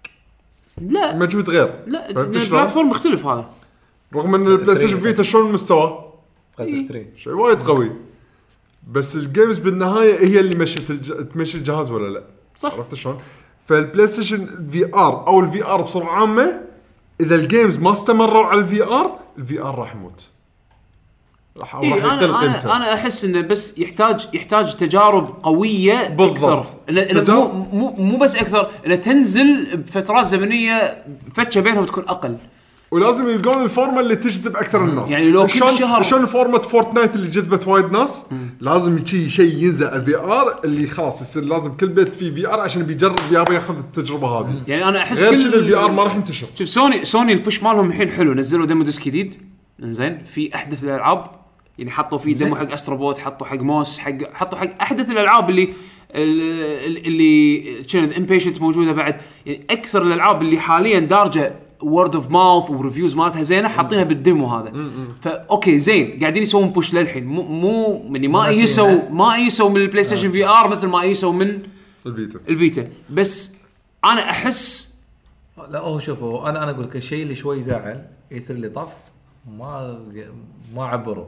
لا مجهود غير لا البلاتفورم مختلف هذا رغم ان البلاي ستيشن فيتا شلون المستوى قصدك ثلاثة شيء وايد قوي بس الجيمز بالنهايه هي اللي مشت الج... تمشي الجهاز ولا لا صح. عرفت شلون؟ فالبلاي ستيشن في ار او الفي ار بصوره عامه اذا الجيمز ما استمروا على الفي ار الفي ار راح يموت راح إيه أنا, أنا, أنا أحس إنه بس يحتاج يحتاج تجارب قوية أكثر إنه تجارب... مو مو مو بس أكثر إنه تنزل بفترات زمنية فتشة بينهم تكون أقل ولازم يلقون الفورمه اللي تجذب اكثر الناس. يعني لو كل شلون شهر- شلون فورمه فورتنايت اللي جذبت وايد ناس، لازم شيء شيء ينزل الفي ار اللي خاص يصير لازم كل بيت فيه في ار عشان بيجرب يابا ياخذ التجربه هذه. يعني انا احس غير كل كذا الفي ار ما راح ينتشر. شوف سوني سوني البوش مالهم الحين حلو، نزلوا ديمو ديسك جديد انزين في احدث الالعاب، يعني حطوا فيه ديمو حق استروبوت، حطوا حق موس، حق حطوا حق احدث الالعاب اللي ال- اللي شنو امبيشنت موجوده بعد، يعني اكثر الالعاب اللي حاليا دارجه وورد اوف ماوث وريفيوز مالتها زينه حاطينها بالديمو هذا. فا اوكي زين قاعدين يسوون بوش للحين، مو مو يعني ما يسووا ما يسووا من البلاي ستيشن في ار مثل ما يسووا من الفيتا الفيتا، بس انا احس لا هو شوفوا انا انا اقول لك الشيء اللي شوي زعل اي ثري اللي طاف ما ما عبروا،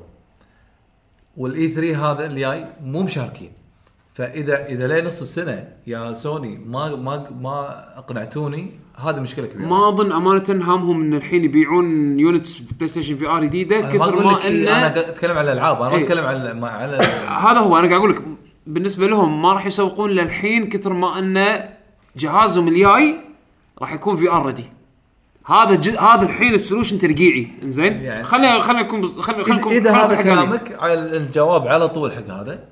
والاي ثري هذا اللي جاي مو مشاركين. فاذا اذا لين نص السنه يا سوني ما ما ما اقنعتوني هذه مشكله كبيره. ما اظن امانه هامهم ان الحين يبيعون يونتس بلاي ستيشن في ار جديده أنا ما كثر أقول ما لك إيه، انا ان اتكلم على الالعاب، انا ما إيه. اتكلم على ما- على هذا هو انا قاعد اقول لك بالنسبه لهم ما راح يسوقون للحين كثر ما ان جهازهم الجاي راح يكون في ار ردي. هذا ج... هذا الحين السولوشن ترقيعي انزين. يعني- خلينا خلينا نكون بز... خلينا خلينا إذا, نكون إذا خلينا هذا نحكي عليه. كلامك على الجواب على طول حق هذا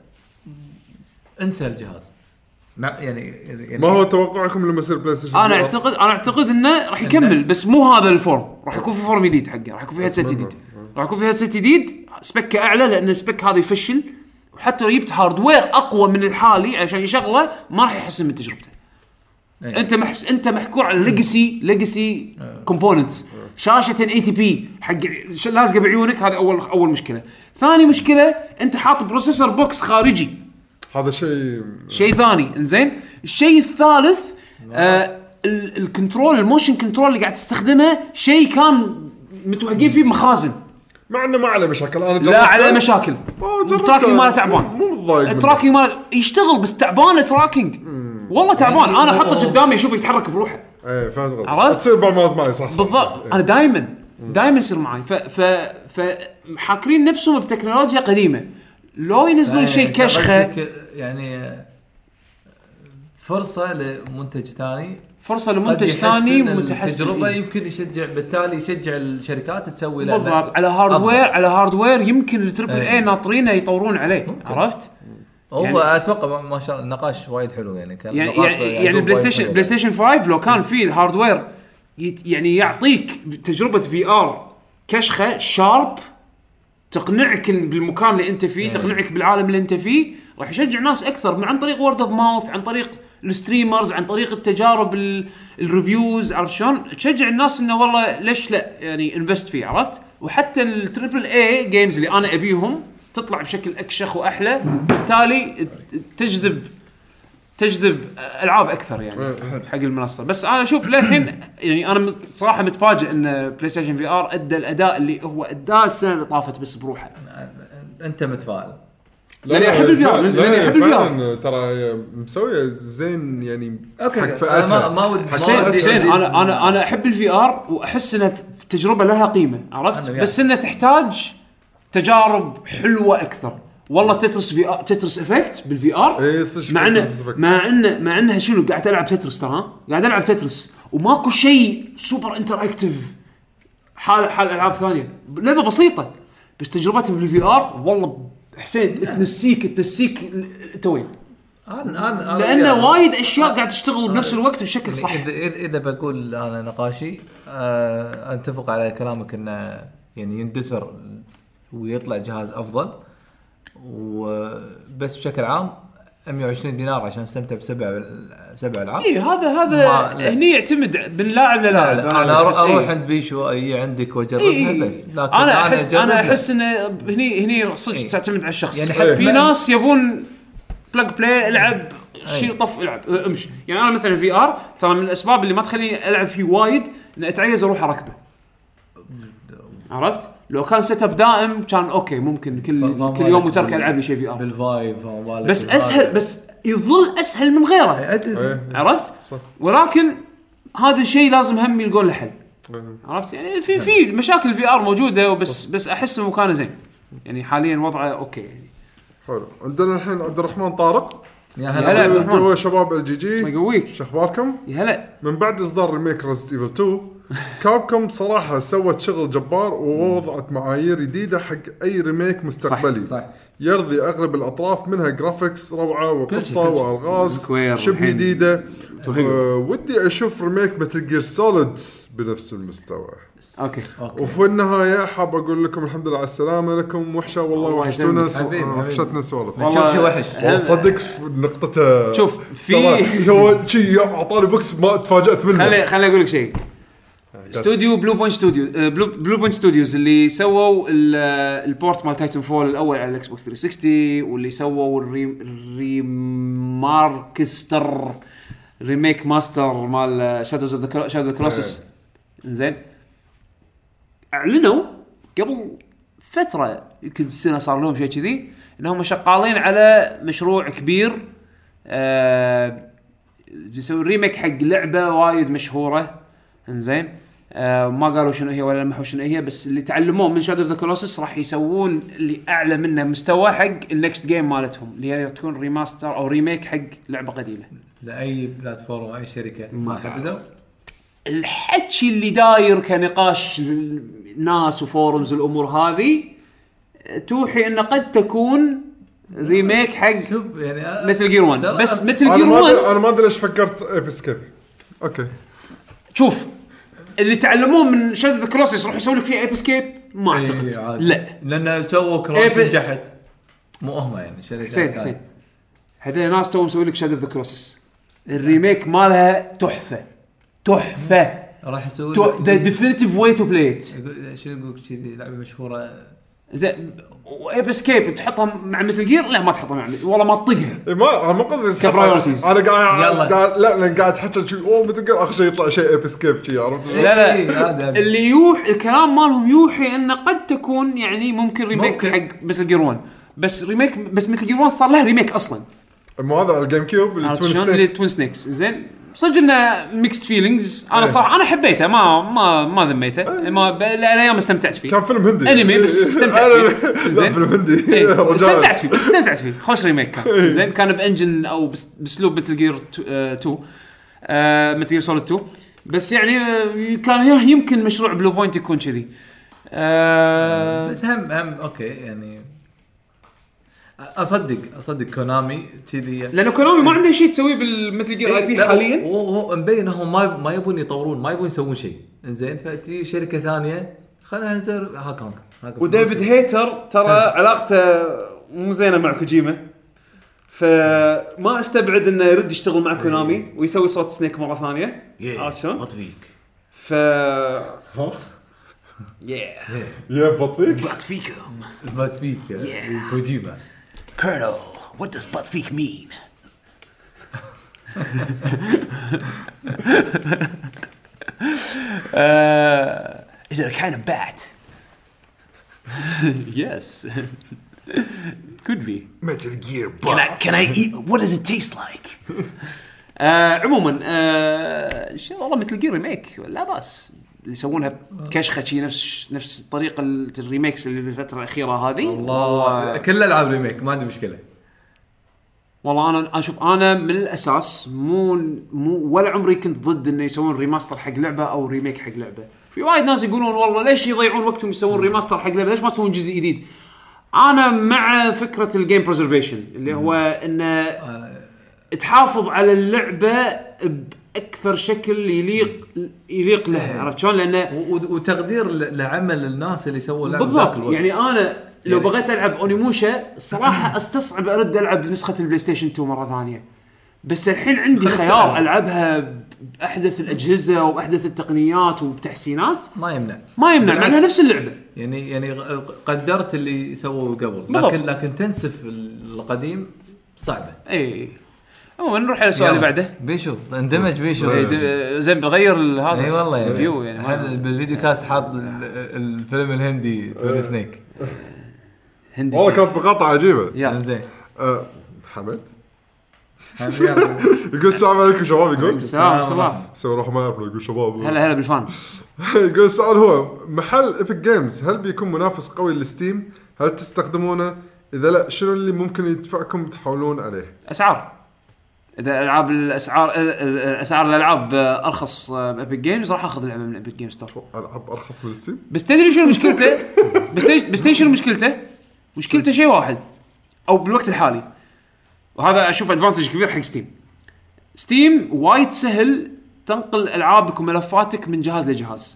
انسى الجهاز. مع يعني, يعني ما هو توقعكم لما يصير بلاي ستيشن؟ انا اعتقد انا اعتقد انه راح يكمل بس مو هذا الفورم، راح يكون في فورم جديد حقه، راح يكون في هيدسيت جديد، راح يكون في هيدسيت جديد سبيكه اعلى لان السبيك هذا يفشل، وحتى لو جبت هاردوير اقوى من الحالي عشان يشغله ما راح يحسن من تجربته. أيه. انت محس... انت محكور على ليجاسي ليجاسي كومبوننتس، شاشه ثمانين اي بي حق ش- لازقه بعيونك، هذا اول اول مشكله. ثاني مشكله انت حاط بروسيسور بوكس خارجي، هذا شيء شيء ثاني انزين. الشيء الثالث آه ال- الكنترول الموشن كنترول اللي قاعد تستخدمه شيء كان متوهقين فيه بمخازن، مع انه ما عليه مشاكل. انا لا على مشاكل. آه، جربته. التراكنج ماله تعبان، مو متضايق منه. التراكنج ماله يشتغل بس تعبان التراكنج والله تعبان. انا احطه قدامي اشوفه يتحرك بروحه. ايه فهمت قصدك. عرفت؟ تصير بعض معي صح صح بالضبط. إيه. انا دائما دائما يصير معي ف ف فحاكرين نفسهم بتكنولوجيا قديمه، لو ينزلون شيء يعني كشخه قصدك يعني فرصه لمنتج ثاني، فرصه قد لمنتج يحسن ثاني متحسن. التجربه إيه؟ يمكن يشجع، بالتالي يشجع الشركات تسوي لعبه بالضبط على هاردوير أفضل. على هاردوير يمكن التربل إيه. اي ناطرينه يطورون عليه. ممكن. عرفت؟ هو يعني- اتوقع ما شاء الله النقاش وايد حلو يعني كان يعني نقاط يعني, يعقوب يعني البلاي وايد ستيشن حلوة. بلاي ستيشن خمسة لو كان فيه هاردوير يت- يعني يعطيك تجربه في ار كشخه شارب تقنعك بالمكان اللي انت فيه، تقنعك بالعالم اللي انت فيه، راح يشجع ناس اكثر عن طريق وورد اوف ماوث، عن طريق الستريمرز، عن طريق التجارب ال- الريفيوز. عرفت شلون؟ تشجع الناس انه والله ليش لا يعني انفست فيه. عرفت؟ وحتى التريبل اي جيمز اللي انا ابيهم تطلع بشكل اكشخ واحلى، بالتالي تجذب تجذب العاب اكثر يعني حق المنصه. بس انا اشوف للحين يعني انا صراحه متفاجئ ان بلاي ستيشن في ار ادى الاداء اللي هو اداه السنه اللي طافت بس بروحه. انت متفائل؟ لاني احب الفي ار، لاني احب الفي ار. ترى مسويه زين يعني اوكي حق انا فئتها. ما ما ودي ما زين ودي زين أزيد. انا انا انا احب الفي ار واحس انها تجربه لها قيمه. عرفت؟ أنا بس انها تحتاج تجارب حلوه اكثر. والله تترس في آر تترس افكت بالفي ار إيه، صدق مع انه تترس إفكت. مع انه مع انها شنو قاعد العب تترس ترى ها؟ قاعد العب تترس وماكو شيء سوبر انتراكتيف حال حال العاب ثانيه، لعبه بسيطه بس تجربتها بالفي ار والله حسين تنسيك تنسيك انت وين، انا انا أنا لانه يعني- وايد اشياء قاعد تشتغل بنفس الوقت بشكل صح. اذا اذا إذا بقول انا نقاشي أه اتفق على كلامك انه يعني يندثر ويطلع جهاز افضل، وبس بشكل عام مية وعشرين دينار عشان استمتع بسبع سبع العاب. اي هذا هذا ما- لا. هني يعتمد من لاعب لا للاعب. لا انا اروح, أحس إيه. أروح عند بيشو اي عندك واجربها إيه. بس، لكن انا احس أجرب انا لا. احس انه هني هني صدق إيه. تعتمد على الشخص. يعني يعني حتى في ما- ناس يبون بلاك بلاي العب شيل طف العب أه، امشي. يعني انا مثلا في ار ترى من الاسباب اللي ما تخليني العب فيه وايد ان اتعيز اروح اركبه. عرفت؟ لو كان سيت اب دائم كان اوكي ممكن كل فما كل يوم بالك وترك بال- العب لي شيء في ار، بالفايف فما بالك بس بالهذا. اسهل بس يظل اسهل من غيره. إيه. عرفت؟ صح. ولكن هذا الشيء لازم هم يلقون له حل. عرفت؟ يعني في في مشاكل في ار موجوده وبس بس احس مكانه زين. يعني حاليا وضعه اوكي يعني. حلو. عندنا الحين عبد الرحمن طارق. يا هلا هلا عبد الرحمن. هو شباب ال جي ما جي، يقويك شو اخباركم؟ يا هلا. من بعد اصدار ريميك ريزنت ايفل تو كابكوم صراحه سوت شغل جبار ووضعت معايير جديده حق اي ريميك مستقبلي صح. يرضي اغلب الاطراف منها جرافيكس روعه وقصه كل شيء. والغاز سكوير شبه الحين. جديده. توهيجو. أه ودي اشوف ريميك مثل جير سوليد بنفس المستوى. اوكي وفي النهايه حاب اقول لكم الحمد لله على السلامه لكم وحشه والله الله وحشتونا يسلمك. حبيبي، آه، حبيبي. وحشتنا سوالف نشوف شي وحش والله صدق في نقطته. شوف، في- ترى هو شيء اعطاني بوكس ما تفاجات منه. خلي خلي اقول لك شيء. استوديو بلو بوينت ستوديو آه، بلو, بلو بوينت ستوديوز اللي سووا ال- آه، البورت مال تايتن فول الاول على الاكس بوكس ثلاثمية وستين واللي سووا الري الريماركستر ريميك ماستر مال شادوز اوف ذا شادو كلوسس. زين اعلنوا قبل فتره يمكن سنه صار لهم شيء كذي انهم شغالين على مشروع كبير آه بيسوي ريميك حق لعبه وايد مشهوره. انزين آه ما قالوا شنو هي ولا لمحوا شنو هي، بس اللي تعلموه من شادو اوف ذا كلوسس راح يسوون اللي اعلى منه مستوى حق النكست جيم مالتهم اللي هي تكون ريماستر او ريميك حق لعبه قديمه لاي بلاتفورم واي شركه ما حددوا. الحكي اللي داير كنقاش ناس وفورمز والامور هذه توحي انه قد تكون ريميك حق شوف يعني مثل جير واحد. ترى بس أنا- مثل انا جير ما واحد أدري- انا ما ادري ليش فكرت ابسكيب. اوكي شوف اللي تعلموه من شادو ذا كلوسس راح يسوي لك فيه ايبسكيب ما اعتقد. إيه عادي. لا لان سووا كراش إيه ب- نجحت مو هم يعني شركه زين زين هذول ناس تو مسوي لك شادو ذا كلوسس الريميك مالها تحفه تحفه راح يسوي ذا ديفينيتيف واي تو بلاي ات. شو يقول كذي لعبه مشهوره زين وايبسكيب تحطها مع مثل جير لا ما تحطها مع والله ما تطقها. إيه ما انا ما قصدي كبرايورتيز. انا قاعد يلا. قاعد لا انا قاعد احكي شيء اوه مثل قال اخر شيء يطلع شيء ابسكيب شيء عرفت. لا لا إيه، هذا- هذا. اللي يوح الكلام مالهم يوحي انه قد تكون يعني ممكن ريميك ممكن. حق مثل جير واحد بس ريميك بس مثل جير واحد صار لها ريميك اصلا. مو هذا على الجيم كيوب عرفت التوين شلون؟ اللي سنيك. توين سنيكس. زين صدق انه ميكست فيلينجز. انا إيه. صراحه انا حبيته ما ما ما ذميته ما ب- الايام استمتعت فيه. كان فيلم هندي انمي بس استمتعت فيه. لا زين فيلم هندي إيه، رجال. استمتعت فيه بس استمتعت فيه خوش ريميك كان. زين كان بانجن او بس- باسلوب مثل جير تو مثل جير سوليد تو بس يعني آه، كان يه- يمكن مشروع بلو بوينت يكون كذي. آه، بس هم هم اوكي يعني اصدق اصدق كونامي كذي لانه كونامي ما عنده شيء تسويه بالمثل جير اي بي حاليا. هو مبين انهم ما ما يبون يطورون ما يبون يسوون شيء زين فتي شركه ثانيه خلينا ننزل هاك هاك هاك وديفيد هيتر ترى علاقته مو زينه مع كوجيما فما استبعد انه يرد يشتغل مع كونامي ويسوي صوت سنيك مره ثانيه. عرفت شلون؟ بطفيك ف يا يا بطفيك بطفيكم بطفيك كوجيما كولونيل what does بطفيك mean؟ uh, is it a kind of bat? Yes. Could be. متل جير Can I can I eat? What does it taste like? آه عموما آه شو والله مثل جير ريميك لا باس اللي يسوونها كشخه شي نفس نفس طريقه الريميكس اللي بالفتره الاخيره هذه. والله كل الالعاب ريميك ما عندي مشكله. والله انا اشوف انا من الاساس مو مو ولا عمري كنت ضد انه يسوون ريماستر حق لعبه او ريميك حق لعبه. في وايد ناس يقولون والله ليش يضيعون وقتهم يسوون ريماستر حق لعبه ليش ما تسوون جزء جديد. انا مع فكره الجيم بريزرفيشن اللي هو انه تحافظ على اللعبه باكثر شكل يليق يليق لها. عرفت شلون؟ لانه و- وتقدير ل- لعمل الناس اللي سووا اللعبه بالضبط. يعني انا لو يعني- بغيت العب اونيموشا الصراحه استصعب ارد العب نسخه البلاي ستيشن اثنين مره ثانيه بس الحين عندي خليك خيار تلعب. العبها باحدث الاجهزه وباحدث التقنيات وبتحسينات ما يمنع ما يمنع مع بالعكس. انها نفس اللعبه. يعني يعني قدرت اللي سووا قبل بالضبط. لكن لكن تنسف القديم صعبه. اي عموما نروح على السؤال اللي بعده. بيشو اندمج بيشو إيه، د- زين بغير هذا اي والله يعني الفيو يعني احنا ما- بالفيديو كاست حاط ال- الفيلم الهندي توين سنيك هندي والله سنيك. كانت مقاطعه عجيبه. يا زين أه حمد يقول السلام عليكم شباب. يقول سلام سلام سوي روح ما يعرف يقول شباب. هلا هلا بالفان. يقول السؤال هو محل ايبك جيمز هل بيكون منافس قوي للستيم؟ هل تستخدمونه؟ اذا لا شنو اللي ممكن يدفعكم تحولون عليه؟ اسعار اذا العاب الاسعار اسعار الالعاب ارخص بابيك جيمز راح اخذ لعبه من ابيك جيم ستور. العاب ارخص من ستيم. بس تدري شنو مشكلته؟ بس بس تدري شنو مشكلته؟ مشكلته شيء واحد او بالوقت الحالي، وهذا اشوف ادفانتج كبير حق ستيم. ستيم وايد سهل تنقل العابك وملفاتك من جهاز لجهاز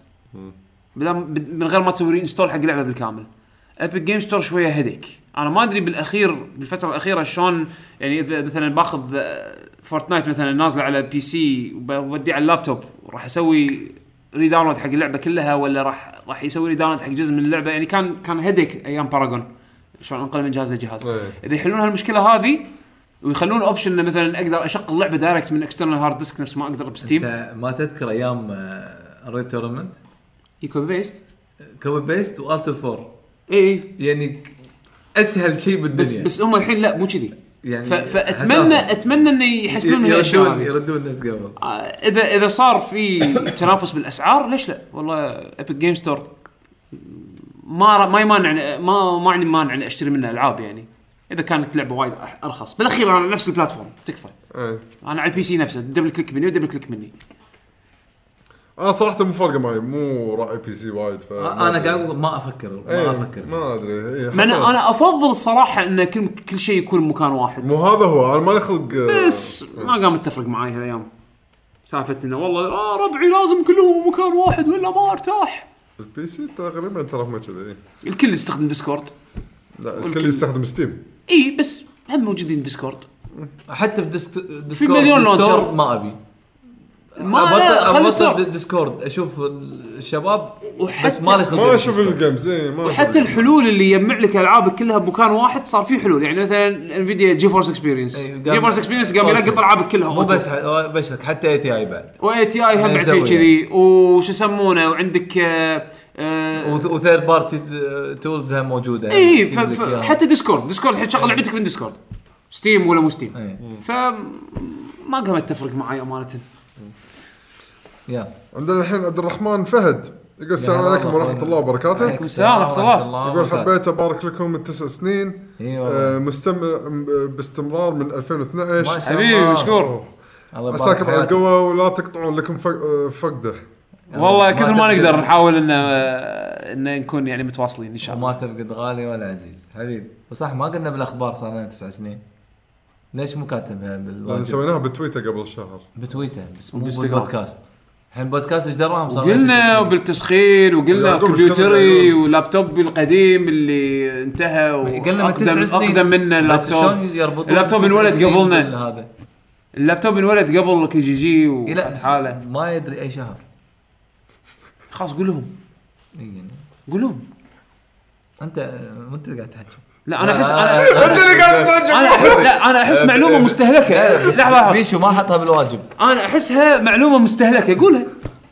من غير ما تسوي انستول حق لعبه بالكامل. ابيك جيم ستور شويه هديك. انا ما ادري بالاخير بالفتره الاخيره شلون، يعني اذا مثلا باخذ فورتنايت مثلا نازله على بي سي وبودي على اللابتوب راح اسوي ريداونلود حق اللعبه كلها ولا راح راح يسوي ريداونلود حق جزء من اللعبه. يعني كان كان هديك ايام باراجون شلون انقل من جهاز لجهاز. اذا يحلون هالمشكله هذه ويخلون اوبشن ان مثلا اقدر اشغل لعبه دايركت من اكسترنال هارد ديسك نفس ما اقدر بستيم. انت ما تذكر ايام ريد تورنمنت يكون بيست كوبي بيست والتو فور؟ اي يعني اسهل شيء بالدنيا. بس بس هم الحين لا مو كذي يعني فاتمنى حسافة. اتمنى انه يحسنون يردون يردون نفس قبل. اذا اذا صار في تنافس بالاسعار ليش لا؟ والله ابيك جيم ستور ما ما يمانع ما ما عندي مانع اني اشتري منه العاب. يعني اذا كانت لعبه وايد ارخص بالاخير انا نفس البلاتفورم تكفى. ايه انا على البي سي نفسه دبل كليك مني ودبل كليك مني. انا صراحه مو فارقه معي مو راعي بي سي وايد. انا قاعد ما افكر ما ايه افكر ما ادري. ايه انا انا افضل الصراحه ان كل كل شيء يكون بمكان واحد. مو هذا هو انا ما خلق بس ما قامت تفرق معي هالايام سالفه انه والله آه ربعي لازم كلهم بمكان واحد ولا ما ارتاح. البي سي تقريبا ترى ما كذا. الكل يستخدم ديسكورد. لا الكل يستخدم ستيم. اي بس هم موجودين ديسكورد. حتى بديسكورد في مليون لونشر ما ابي ما ابطل ديسكورد اشوف الشباب بس ما لي خلق ما اشوف الجيمز. اي ما وحتى الحلول اللي يجمع لك العابك كلها بمكان واحد صار في حلول. يعني مثلا انفيديا جي فورس اكسبيرينس جي فورس اكسبيرينس قام يلقط العابك كلها مو بس بس حتى اي تي اي بعد واي تي اي هم بعد في كذي وش يسمونه وعندك آه آه وثيرد بارتي تولز هم موجوده. اي حتى ديسكورد ديسكورد الحين تشغل لعبتك من ديسكورد ستيم ولا مو ستيم. فما قامت تفرق معي امانه. يا عندنا الحين عبد الرحمن فهد يقول السلام عليكم ورحمه الله وبركاته. وعليكم السلام ورحمه الله. يقول حبيت ابارك لكم التسع سنين أيوة. مستمر باستمرار من ألفين واثناشر. حبيبي مشكور. عساكم على القوه ولا تقطعون لكم فقده. والله كثر ما نقدر نحاول ان ان نكون يعني متواصلين ان شاء الله. وما تفقد غالي ولا عزيز حبيبي. وصح ما قلنا بالاخبار صار لنا تسع سنين. ليش مو كاتبها بالواجب؟ سويناها بتويتر قبل شهر. بتويتر بس مو بالبودكاست. الحين بودكاست ايش دراهم صار؟ قلنا وبالتسخين وقلنا كمبيوتري ولابتوب القديم اللي انتهى وقلنا من تسع سنين اقدم منه اللابتوب. اللابتوب انولد قبلنا. هذا اللابتوب انولد قبل كي جي جي وحاله ما يدري اي شهر. خلاص قول لهم قول لهم انت انت قاعد تحكي. لا انا احس انا انت اللي قاعد ترجع. انا احس لا انا احس معلومه مستهلكه. لحظه بيشو ما حطها بالواجب. انا احسها معلومه مستهلكه قولها.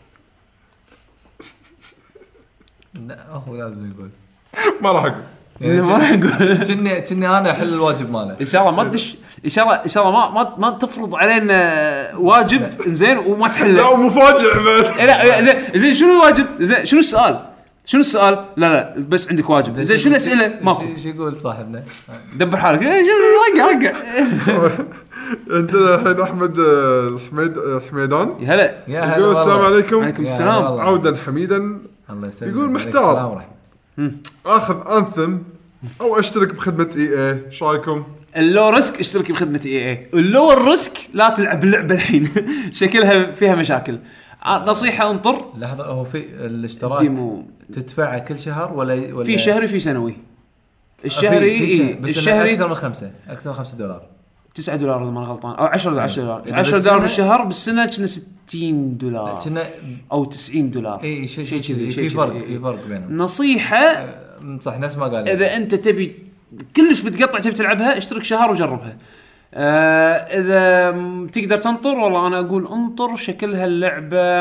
لا هو لازم يقول. ما راح اقول ما راح اقول. كني كني انا احل الواجب ماله. ان شاء الله ما تدش ان شاء الله ان شاء الله ما ما, ما تفرض علينا واجب زين وما تحله. لا مفاجئ بعد. لا زين زين شنو الواجب؟ زين شنو السؤال؟ شنو السؤال؟ لا لا بس عندك واجب. زين شنو الاسئله؟ ماكو. شو يقول صاحبنا؟ دبر حالك. رقع رقع. عندنا الحين احمد الحميد الحميدان. يا هلا. يقول السلام عليكم. وعليكم السلام. عودا حميدا. الله يسلمك. يقول محتار اخذ انثم او اشترك بخدمه اي اي. ايش رايكم؟ اللو ريسك اشترك بخدمه اي اي. اللو الريسك لا تلعب اللعبه الحين. شكلها فيها مشاكل. نصيحه انطر. لحظه هو في الاشتراك ديمو تدفعه كل شهر ولا ولا في شهري في سنوي؟ الشهري في في بس الشهري اكثر من خمسة اكثر من خمسة دولار. تسعة دولار اذا ما غلطان او عشرة دولار عشرة دولار بالشهر. بالسنه كنا ستين دولار كنا او تسعين دولار. اي شيء شيء كذي. في فرق في فرق بينهم. نصيحه صح نفس ما قال. اذا انت تبي كلش بتقطع تبي تلعبها اشترك شهر وجربها. آه اذا تقدر تنطر والله انا اقول انطر. شكلها اللعبه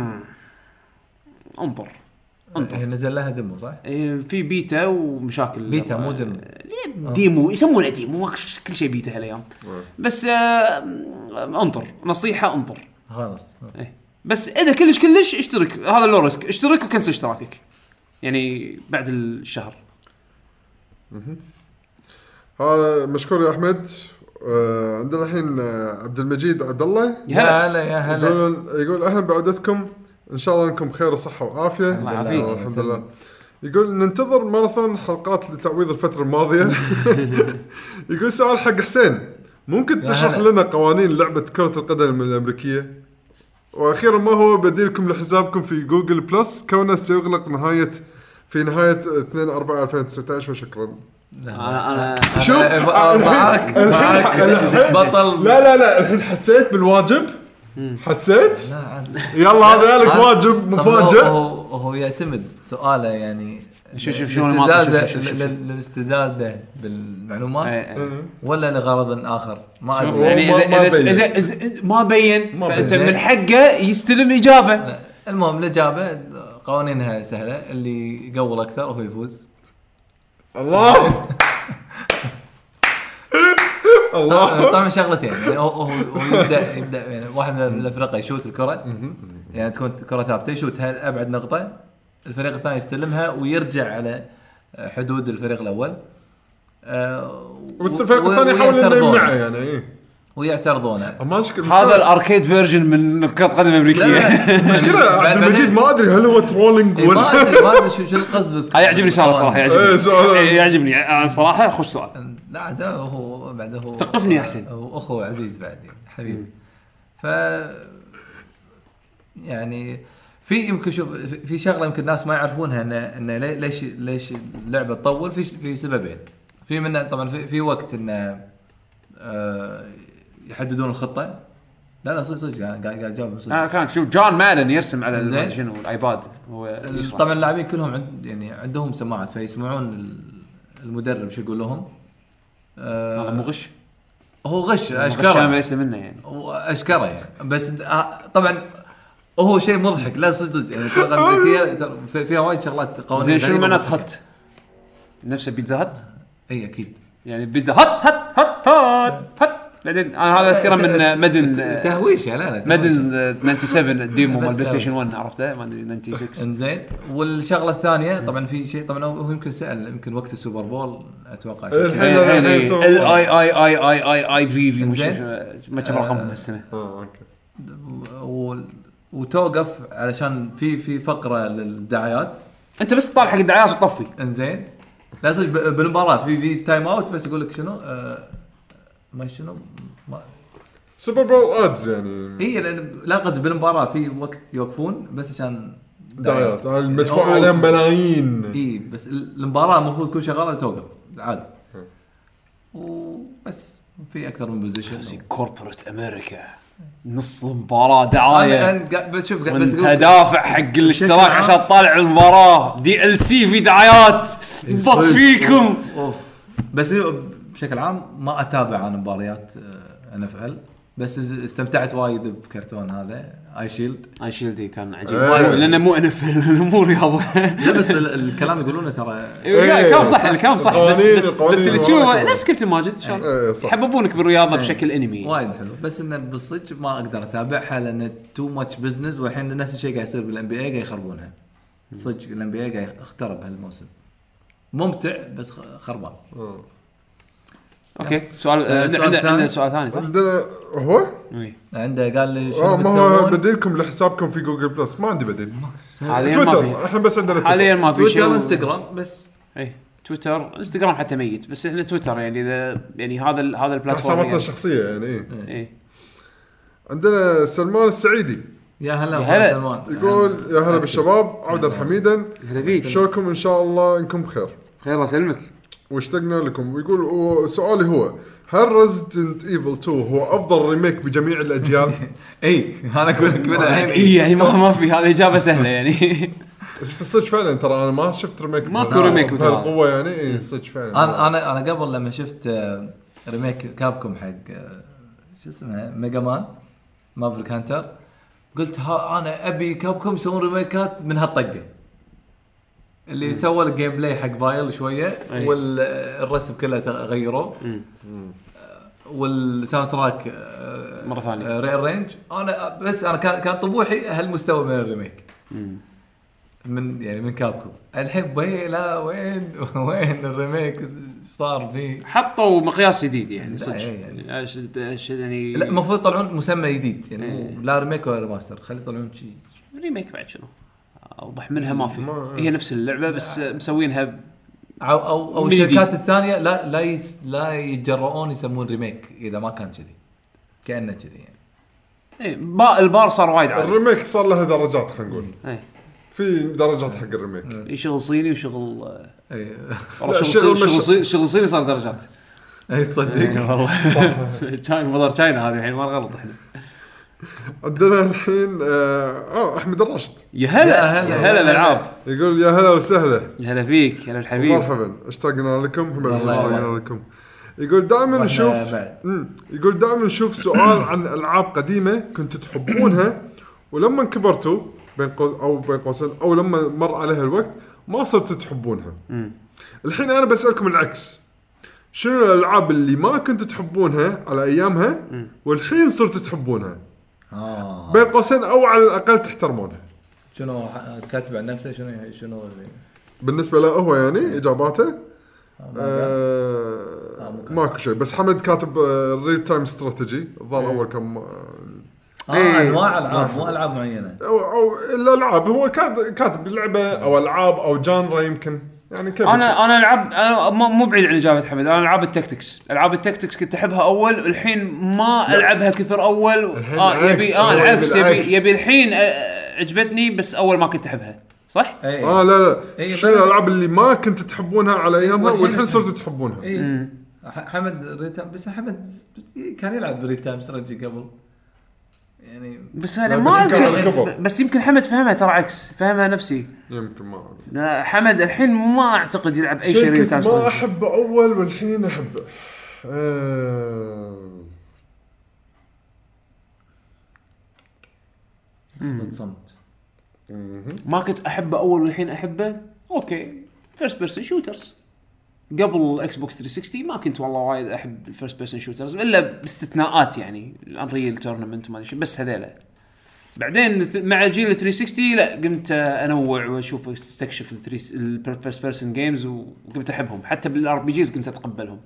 انطر انطر. هي نزل لها ديمو صح؟ في بيتا ومشاكل. بيتا مو ديمو. ديمو يسمونه ديمو كل شيء بيتا هالايام. بس آه انطر. نصيحه انطر خلاص. إيه. بس اذا كلش كلش اشترك. هذا لو ريسك. اشترك وكنسل اشتراكك يعني بعد الشهر. هذا مشكور يا احمد. آه، عندنا الحين آه، عبد المجيد عبد الله يا هلا يا هلا. يقول يقول اهلا بعودتكم، ان شاء الله انكم بخير وصحه وعافيه. الله يعافيك. آه، الحمد لله. يقول ننتظر ماراثون حلقات لتعويض الفتره الماضيه. يقول سؤال حق حسين، ممكن تشرح هلا. لنا قوانين لعبه كره القدم الامريكيه؟ واخيرا ما هو بديلكم لحسابكم في جوجل بلس كونه سيغلق نهايه في نهايه اثنين أربعة ألفين وتسعة عشر؟ وشكرا. انا انا شوف معك معك بطل. لا لا لا الحين حسيت بالواجب، حسيت لا عاد. يلا هذا لك واجب طب مفاجئ. هو هو هو يعتمد سؤاله يعني شوف شوف شو المنطق، شوف شوف شوف. للاستزادة بالمعلومات إيه. ولا لغرض آخر ما شوف أدري. يعني ما- ما اذا بين. اذا اذا إذا ما بين ما فانت بين. من حقه يستلم اجابه. لا. المهم الإجابة قوانينها سهلة، اللي يقول أكثر هو يفوز. الله الله. طبعا شغلتين يعني هو هو هو يبدا يبدا يعني واحد من الفرق يشوت الكره، يعني تكون كره ثابته يشوتها ابعد نقطه، الفريق الثاني يستلمها ويرجع على حدود الفريق الاول. آه والفريق الثاني يحاول انه يمنعه يعني ايه. ويعترضونه. ما مشكله هذا الاركيد فيرجن من كرة قدم امريكيه. مشكله عبد المجيد ما ادري هل هو ترولينج ما ولا ادري ما ادري شو شو القصد. هاي يعجبني سؤال صراحه، إيه، يعجبني سؤال. إيه، يعجبني أنا صراحه خوش سؤال. لا ده هو بعد هو ثقفني يا حسين. هو اخو عزيز بعد يعني حبيبي. ف يعني في يمكن شوف في شغله يمكن الناس ما يعرفونها ان ان ليش ليش اللعبه تطول. في في سببين. في منها طبعا في, في وقت ان آه يحددون الخطه. لا لا صدق صدق قاعد قاعد جاوب صدق. انا كان شوف جون مالن يرسم على زين. شنو الايباد هو يشرح. طبعا اللاعبين كلهم عند يعني عندهم سماعات فيسمعون المدرب شو يقول لهم. آه هذا مو غش، هو غش غش اشكره ليس منه يعني. اشكره يعني بس آه طبعا هو شيء مضحك. لا صدق يعني الفرق الامريكيه ترى في- فيها وايد شغلات قوانين زين شنو غريبة معنات مضحكة. هات؟ نفس بيتزا هات اي اكيد. يعني بيتزا هات هات هات هات هات بعدين انا هذا اذكره من مدن تهويش يا لا لا مدن سبعة وتسعين الديمو مال بس بلاي ستيشن واحد عرفته ما ادري ستة وتسعين. انزين. والشغله الثانيه طبعا في شيء طبعا هو يمكن سال يمكن وقت السوبر بول اتوقع الحين اي هذا الحين اي سوى- اي اي اي اي اي اي في في مش إنزين. ما كم رقمهم هالسنه. اه اوكي. و- وتوقف علشان في في فقره للدعايات. انت بس تطالع حق الدعايات وتطفي. انزين لا صدق ب- بالمباراه في في تايم اوت بس يقول لك شنو آه ما شنو ما سوبر بول ادز يعني هي لأن- لا قصدي بالمباراه في وقت يوقفون بس عشان دعايات المدفوع أو- عليهم ملايين. اي بس المباراه المفروض تكون شغاله توقف عادي. وبس في اكثر من بوزيشن. كوربوريت امريكا نص المباراه دعايه انا قاعد بشوف قاعد بس بس أقول- دافع حق الاشتراك عام. عشان تطالع المباراه دي ال سي في دعايات بط فيكم. أوف, اوف بس بشكل عام ما اتابع انا مباريات ان اف ال بس استمتعت وايد بكرتون هذا اي شيلد. اي شيلدي كان عجيب إيه. لانه مو انفل مو رياضه. لا بس ال- الكلام يقولونه ترى إيه، كلام صح الكلام صح بس القوانين- بس بس القوانين اللي تشوفه وراك. نفس كابتن ماجد شلون إيه، صح. يحببونك بالرياضه بشكل انمي. وايد حلو بس انه بالصدق ما اقدر اتابعها لان تو ماتش بزنس. والحين نفس الشيء قاعد يصير بالان بي اي قاعد يخربونها صدق. الان بي اي قاعد اخترب هالموسم ممتع بس خ- خربان. اوكي سؤال آه، آه، سؤال عندنا ثاني. عندنا سؤال ثاني صح؟ عندنا هو إيه. عنده قال لي اه شنو ما هو بتسوون؟ بديلكم لحسابكم في جوجل بلس. ما عندي بديل. حاليا ما تويتر في احنا بس عندنا تويتر. حاليا ما في شيء. تويتر انستغرام بس. اي تويتر انستغرام حتى ميت بس احنا تويتر يعني اذا يعني هذا ال- هذا البلاتفورم حساباتنا يعني. الشخصيه يعني ايه. اي عندنا سلمان السعيدي يا هلا يا هلا. سلمان. يقول يا هلا بالشباب عودا حميدا. هلا فيك شلونكم ان شاء الله انكم بخير خير الله يسلمك. واشتقنا لكم. ويقول وسؤالي هو هل ريزدنت ايفل تو هو افضل ريميك بجميع الاجيال؟ اي انا اقول لك من الحين اي يعني ما ما في هذه اجابه سهله يعني. بس في الصدق فعلا ترى انا ما شفت ريميك ماكو ريميك مثل هذا. بهالقوه يعني اي صدق فعلا. انا انا انا قبل لما شفت آه، ريميك كابكوم حق آه، شو اسمه ميجا مان مافريك هانتر قلت ها انا ابي كابكوم يسوون ريميكات من هالطقه اللي سووا الجيم بلاي حق فايل شويه أي. والرسم كله غيروه والساوند تراك آه، مرة ثانية. آه، ري رينج. انا بس انا كان كان طموحي هالمستوى من الريميك. من يعني من كابكم الحين بي لا وين وين الريميك صار فيه حطوا مقياس جديد يعني لا، صدق إيه يعني ايش ايش يعني لا المفروض يطلعون مسمى جديد يعني إيه. مو لا ريميك ولا ريماستر خلي يطلعون شيء ريميك بعد شنو اوضح منها ما في ما- هي نفس اللعبه بس مسوينها او او, أو من الشركات جديد. الثانيه لا لا يس لا يتجرؤون يسمون ريميك اذا ما كان كذي كانه كذي يعني ايه با- البار صار وايد عالي الريميك صار له درجات خلينا نقول ايه في درجات حق الريميك في شغل صيني وشغل آه، اي والله لا، شغل الشغل صيني- شغل مش- صيني شغل صيني صار درجات اي تصدق والله تشاينا مضر تشاينا هذه الحين ما غلط احنا عندنا الحين اه آه، احمد الراشد يا هلا يا يا هلا، هلا يا بالالعاب يقول يا هلا وسهلا يا هلا فيك يا هلا الحبيب مرحبا اشتقنا لكم محمد والله اشتقنا والله. لكم يقول دائما وإحنا نشوف بعد. مم. يقول دائما نشوف سؤال عن العاب قديمه كنتوا تحبونها ولما كبرتوا بين قوس او بين قوسين او لما مر عليها الوقت ما صرتوا تحبونها. الحين انا بسالكم العكس شنو الالعاب اللي ما كنتوا تحبونها على ايامها والحين صرتوا تحبونها اه بين قوسين او على الاقل تحترمونها. شنو ح- كاتب عن نفسه شنو شنو اللي بالنسبه له هو يعني اجاباته آه، ما قال. آه آه، مو كاتب. ماكو شيء بس حمد كاتب ريل تايم استراتيجي الظاهر اول كم اه إيه. انواع العاب مو العاب معينه او, أو الالعاب هو كاتب كاتب لعبه او العاب او جانرا يمكن يعني كيف انا انا العب أنا مو مو بعيد عن اجابه حمد انا العاب التكتكس العاب التكتكس كنت احبها اول والحين ما العبها كثر اول الحين اه العكس. يبي اه هو يبي العكس العكس. يبي يبي الحين آه، عجبتني بس اول ما كنت احبها صح اي اه لا لا إيه، شنو بس- الالعاب اللي ما كنت تحبونها على ايامها والحين والحين تحب. صرتوا تحبونها اي ح- حمد ريتام بس حمد كان يلعب بريتام استراتيجي قبل يعني بس لا، انا بس ما يمكن على أدري. كبر. بس يمكن حمد فهمها ترى عكس فهمها نفسي يمكن ما أعرف. لا، حمد الحين ما اعتقد يلعب اي شيء شيء ريل كنت تايم ما ستراتيجي. احبه اول والحين احبه آه... صمت ما كنت احبه اول والحين احبه اوكي فيرست بيرسون شوترز قبل اكس بوكس ثلاثمية وستين ما كنت والله وايد احب الفيرست بيرسون شوترز الا باستثناءات يعني الانريل تورنمنت ما ادري شو بس هذيلا بعدين ث- مع جيل ثلاثمية وستين لا قمت انوع واشوف استكشف الفيرست بيرسون جيمز وقمت احبهم حتى بالار بي جيز قمت اتقبلهم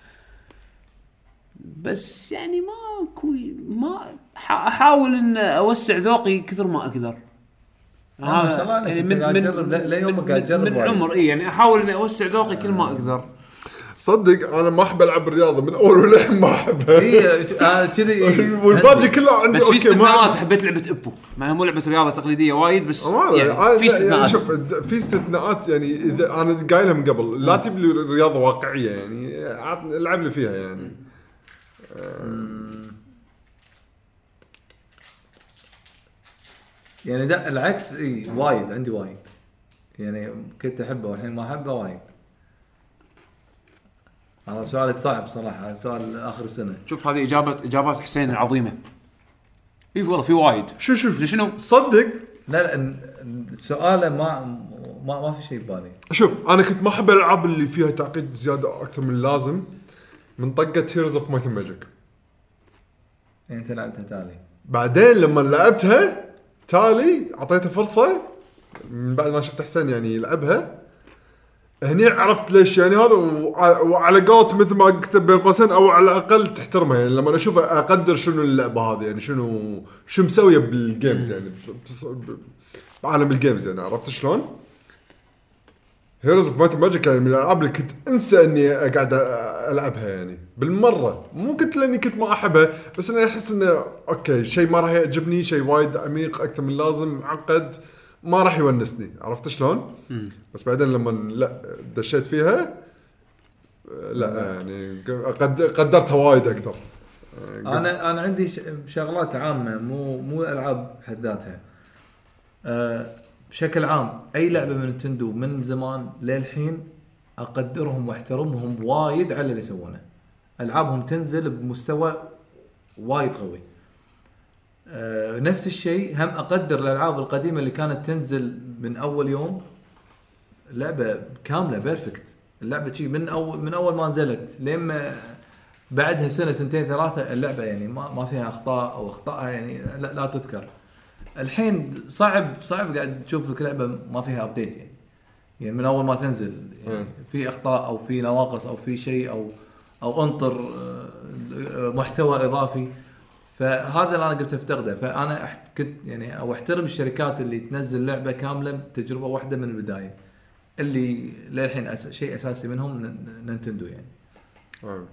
بس يعني ما كوي ما ح- احاول ان اوسع ذوقي كثر ما اقدر ما شاء الله عليك، أنت قاعد تجرب، لا- لا يومك قاعد تجرب من وايد. عمر اي يعني احاول اني اوسع ذوقي كل ما اقدر صدق انا ما احب العب الرياضه من اول والحين ما احبها هي آه، كذي والباقي كله عندي بس في اوكي ما استثناءات حبيت لعبه ابو مع انها مو لعبه رياضه تقليديه وايد بس ما يعني يعني في استثناءات شوف في استثناءات يعني اذا انا قايلها من قبل لا تجيب لي رياضه واقعيه يعني عطني العب لي فيها يعني يعني ده العكس اي وايد عندي وايد يعني كنت احبه والحين ما احبه وايد. هذا سؤالك صعب صراحه سؤال اخر السنه. شوف هذه اجابه اجابات حسين العظيمه اي والله في وايد شو شوف شنو صدق لا لا ن- ن- سؤاله ما ما ما في شيء ببالي. شوف انا كنت ما احب الالعاب اللي فيها تعقيد زياده اكثر من اللازم من طقه هيروز اوف مايث ماجيك. يعني انت لعبتها تالي بعدين لما لعبتها تالي اعطيتها فرصه من بعد ما شفت حسين يعني يلعبها هني عرفت ليش يعني هذا وع- وعلى قولت مثل ما كتب بين قوسين او على الاقل تحترمها يعني لما اشوف اقدر شنو اللعبه هذه يعني شنو شو مسويه بالجيمز يعني بص- ب- بعالم الجيمز يعني عرفت شلون؟ هيروز اوف مايت ماجيك يعني من الالعاب اللي كنت انسى اني قاعد العبها يعني بالمره مو كنت لاني كنت ما احبها بس انا احس انه اوكي شيء ما راح يعجبني شيء وايد عميق اكثر من اللازم معقد ما راح يونسني عرفت شلون؟ بس بعدين لما لا دشيت فيها لا يعني قد قدرتها وايد اكثر. انا انا عندي ش- شغلات عامه مو مو العاب بحد ذاتها. أه بشكل عام اي لعبه من نينتندو من زمان للحين اقدرهم واحترمهم وايد على اللي يسوونه. العابهم تنزل بمستوى وايد قوي. أه نفس الشيء هم اقدر الالعاب القديمه اللي كانت تنزل من اول يوم لعبه كامله بيرفكت. اللعبه شيء من اول من اول ما نزلت لما بعدها سنه سنتين ثلاثه اللعبه يعني ما ما فيها اخطاء او اخطائها يعني لا, لا تذكر. الحين صعب صعب قاعد تشوف لك لعبه ما فيها ابديت يعني يعني من اول ما تنزل يعني في اخطاء او في نواقص او في شيء او او انطر محتوى اضافي. فهذا اللي انا قلت افتقده. فانا كنت يعني او احترم الشركات اللي تنزل لعبه كامله بتجربه واحده من البدايه اللي للحين أس... شيء اساسي منهم نينتندو يعني. أه.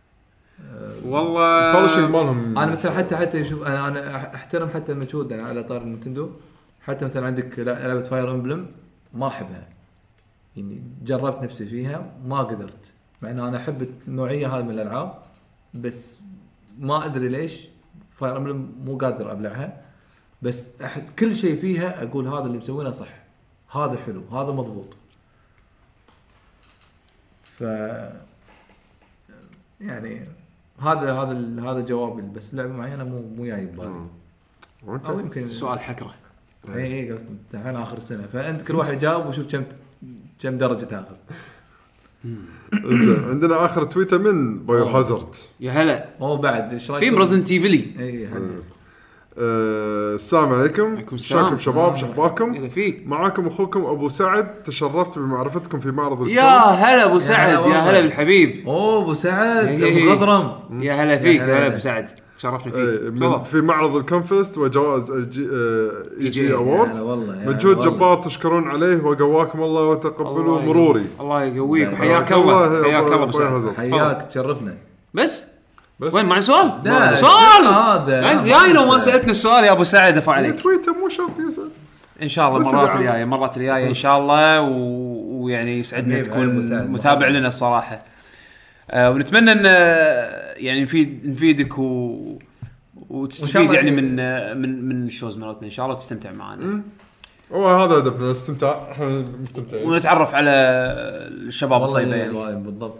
والله هذا شيء مالهم. انا مثلا حتى حتى شوف انا انا احترم حتى المجهود يعني على طار نينتندو. حتى مثلا عندك لعبه فاير امبلم ما احبها يعني جربت نفسي فيها ما قدرت مع ان انا احب النوعيه هذه من الالعاب بس ما ادري ليش فاير امبلم مو قادر ابلعها. بس أحد كل شيء فيها اقول هذا اللي مسوينه صح هذا حلو هذا مضبوط. ف يعني هذا هذا هذا جوابي. بس لعبه معينه مو مو جاي ببالي او يمكن سؤال حكره. اي اي قلت الحين اخر السنه فانت كل واحد جاوب وشوف كم كم درجه تاخذ. انزين عندنا اخر تويتر من بايو هازارد. يا هلا مو بعد ايش رايك في برزنت ايفلي. اي حد أه السلام عليكم شكرا شباب شو اخباركم يلا فيك معاكم اخوكم ابو سعد تشرفت بمعرفتكم في معرض الكون. يا هلا ابو سعد يا هلا بالحبيب. اوه ابو سعد إيه. ابو غضرم يا هلا فيك يا يا هلا. هلا ابو سعد شرفنا فيك. ايه من في معرض الكونفست وجوائز الجي اي جي يا اووردز هلا والله، يا مجهود هلا جبار تشكرون عليه وقواكم الله وتقبلوا الله مروري. الله يقويك الله وحياك الله الله يا حياك أبو- الله ابو أبو سعد. هزر. حياك تشرفنا. بس بس وين معنا سؤال؟ لا، سؤال هذا انت جاينا وما سالتنا السؤال يا ابو سعد افا عليك. تويتر مو شرط يسأل. ان شاء الله بس مرات يعني- الجايه مرات الجايه ان شاء الله و- ويعني يسعدنا حبيب تكون أبو سعد. متابع لنا الصراحه. آه ونتمنى ان آه، يعني نفيد نفيدك و وإن وتستفيد شاء الله يعني ي- من آه، من من الشوز مالتنا ان شاء الله وتستمتع معنا هو هذا هدفنا استمتاع احنا مستمتعين. ونتعرف على الشباب والله الطيبه يعني. يعني بالضبط.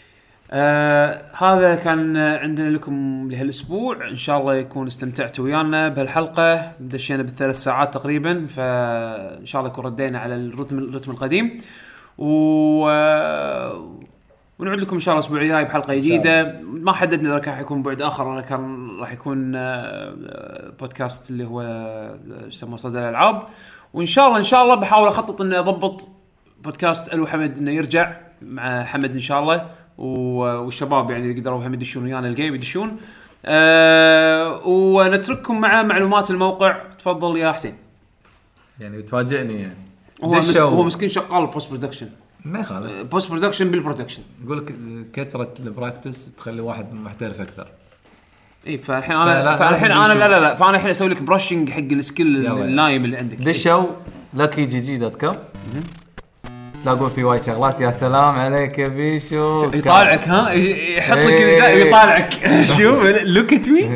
آه هذا كان عندنا لكم لهالاسبوع ان شاء الله يكون استمتعتوا ويانا بهالحلقه. دشينا بالثلاث ساعات تقريبا فان شاء الله يكون ردينا على الرتم الرتم القديم و آه ونعود لكم ان شاء الله الاسبوع الجاي بحلقه جديده. ما حددنا اذا كان حيكون بعد اخر ولا كان راح يكون آه بودكاست اللي هو يسمى صدى الالعاب. وان شاء الله ان شاء الله بحاول اخطط اني اضبط بودكاست الو حمد انه يرجع مع حمد ان شاء الله والشباب يعني اللي قدروا هم يدشون ويانا الجيم يدشون. أه ونترككم مع معلومات الموقع. تفضل يا حسين. يعني بتفاجئني يعني هو مسك هو مسكين شغال بوست برودكشن ما يخالف. بوست برودكشن بالبرودكشن. يقول لك كثره البراكتس تخلي واحد محترف اكثر. اي فالحين انا فلا- فالحين لازم انا لا لا نشوف. لا فانا الحين اسوي لك برشنج حق السكيل يلا. النايم اللي عندك. دشوا لكي جي جي دوت كوم تلاقون في وايد شغلات. يا سلام عليك يا بيشو. يطالعك ها يحط لك إيه. كذا ويطالعك. شوف لوك ات مي.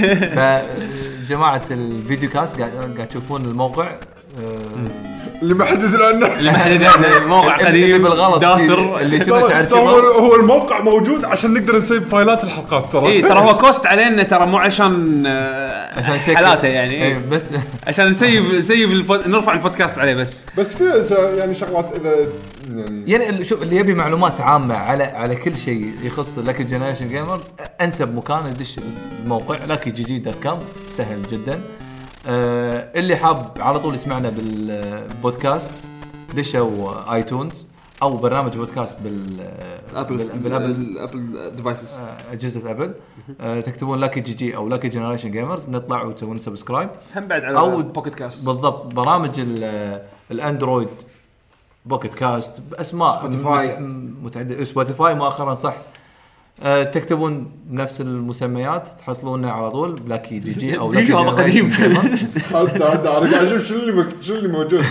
فجماعه الفيديو كاست قاعد قاعد تشوفون الموقع اللي ما حد يدري عنه. اللي ما حد يدري موقع اللي قديم بالغلط داثر. اللي شفت ترى- ترى تعرفه. هو الموقع موجود عشان نقدر نسيب فايلات الحلقات ترى. اي ترى هو كوست علينا ترى مو عشان آه، عشان شكل. حالاته يعني إيه، إيه. بس عشان نسيب نسيب البود... نرفع البودكاست عليه بس. بس في شا- يعني شغلات اذا يعني يعني شوف اللي يبي معلومات عامه على على كل شيء يخص لكي جنريشن جيمرز انسب مكان يدش الموقع لكي جي جي دوت كوم. سهل جدا. آه اللي حاب على طول يسمعنا بالبودكاست دشوا ايتونز او برنامج بودكاست بال بال- بالابل ابل ديفايسز. آه، اجهزه ابل. آه تكتبون لاكي جي جي او لاكي جنريشن جيمرز نطلع وتسوون سبسكرايب. هم بعد على أو بوكيت كاست. بالضبط برامج ال- الاندرويد بوكيت كاست باسماء سبوتيفاي. مت- متعدده. سبوتيفاي مؤخرا صح. أه تكتبون نفس المسميات تحصلوننا على طول بلاكي جي جي او لاكي بيجي والله قديم. هذا هذا انا قاعد اشوف شو اللي مك... شو اللي موجود.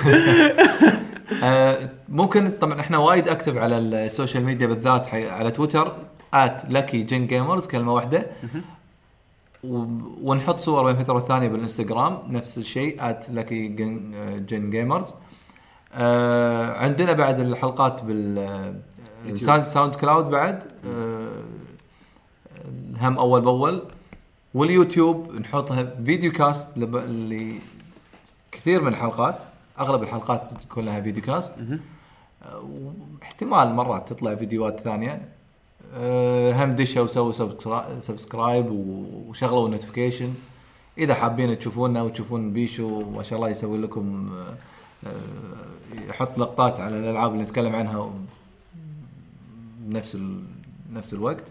أه ممكن طبعا احنا وايد اكتف على السوشيال ميديا بالذات حي- على تويتر آت لاكي جن جيمرز كلمه واحده. و- ونحط صور بين فتره والثانيه بالانستغرام نفس الشيء آت لاكي جن, جن جيمرز. آه عندنا بعد الحلقات بال ساوند ساوند كلاود بعد آه هم اول باول. واليوتيوب نحطها فيديو كاست لب- اللي كثير من الحلقات اغلب الحلقات تكون لها فيديو كاست. آه واحتمال مرات تطلع فيديوهات ثانيه. آه هم دشوا وسووا سبسكرايب وشغلوا النوتيفيكيشن اذا حابين تشوفونا وتشوفون بيشو ما شاء الله يسوي لكم يحط لقطات على الالعاب اللي نتكلم عنها بنفس ال... نفس الوقت.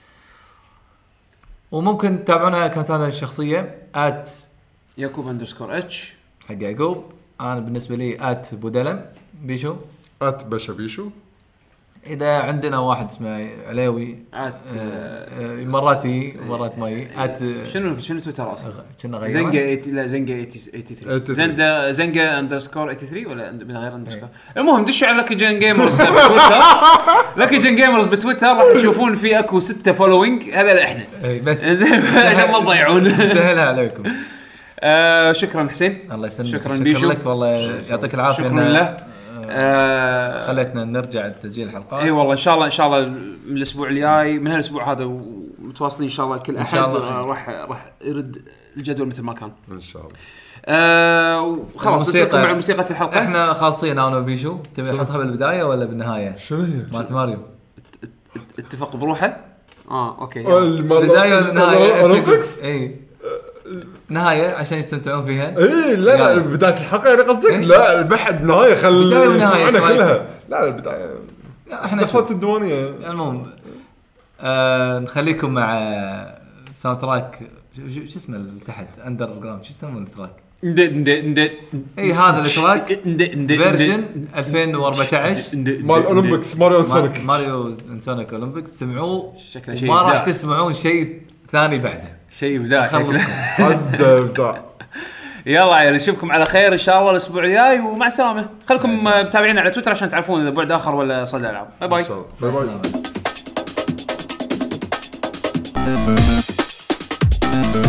وممكن تتابعونا اكونتاتنا الشخصيه ات يعقوب اندرسكور اتش حق يعقوب. انا بالنسبه لي ات بودلم بيشو ات باشا بيشو. اذا عندنا واحد اسمه عليوي ات آه مراتي مرات ماي ات شنو شنو تويتر اصلا كنا غير زنقه لا زنقه ثمانية وثمانين زندا زنقه اندرسكور ثمانية وثمانين ولا من غير اندرسكور. المهم دشوا على لكي جن جيمرز بتويتر. لكي جن جيمرز بتويتر راح تشوفون في اكو ستة فولوينج هذا احنا بس عشان ما تضيعون. سهلها عليكم. آه شكرا حسين. الله يسلمك. شكرا شكرا بيشو لك والله يعطيك العافيه. شكرا له. آه خلتنا نرجع تسجيل الحلقات. اي والله ان شاء الله ان شاء الله من الاسبوع الجاي من هالاسبوع هذا متواصلين ان شاء الله كل احد راح راح يرد الجدول مثل ما كان ان شاء الله. آه خلاص نتكلم مع موسيقى الحلقه. احنا خالصين انا وبيشو. تبي نحطها بالبدايه ولا بالنهايه؟ شنو هي مالت ماريو اتفق بروحه. اه اوكي البدايه ولا النهايه؟ اي نهايه عشان يستمتعون فيها. اي لا لا بدايه الحلقه يعني قصدك؟ إيه؟ لا بعد نهايه خل يسمعنا كلها. لا البدايه احنا دخلت الديوانيه. المهم آه نخليكم مع ساوند تراك شو اسمه اللي تحت اندر جراوند. شو يسمونه التراك؟ ند ند ند اي هذا التراك فيرجن ألفين وأربعة عشر مال اولمبيكس ماريو سونيك. ماريو سونيك اولمبيكس. سمعوه شكله شيء ما راح تسمعون شيء ثاني بعده. شيء ابداع حد ابداع. يلا عيال نشوفكم على خير ان شاء الله الاسبوع الجاي ومع السلامه. خليكم متابعين على تويتر عشان تعرفون اذا بعد اخر ولا صدى العاب. باي باي باي باي.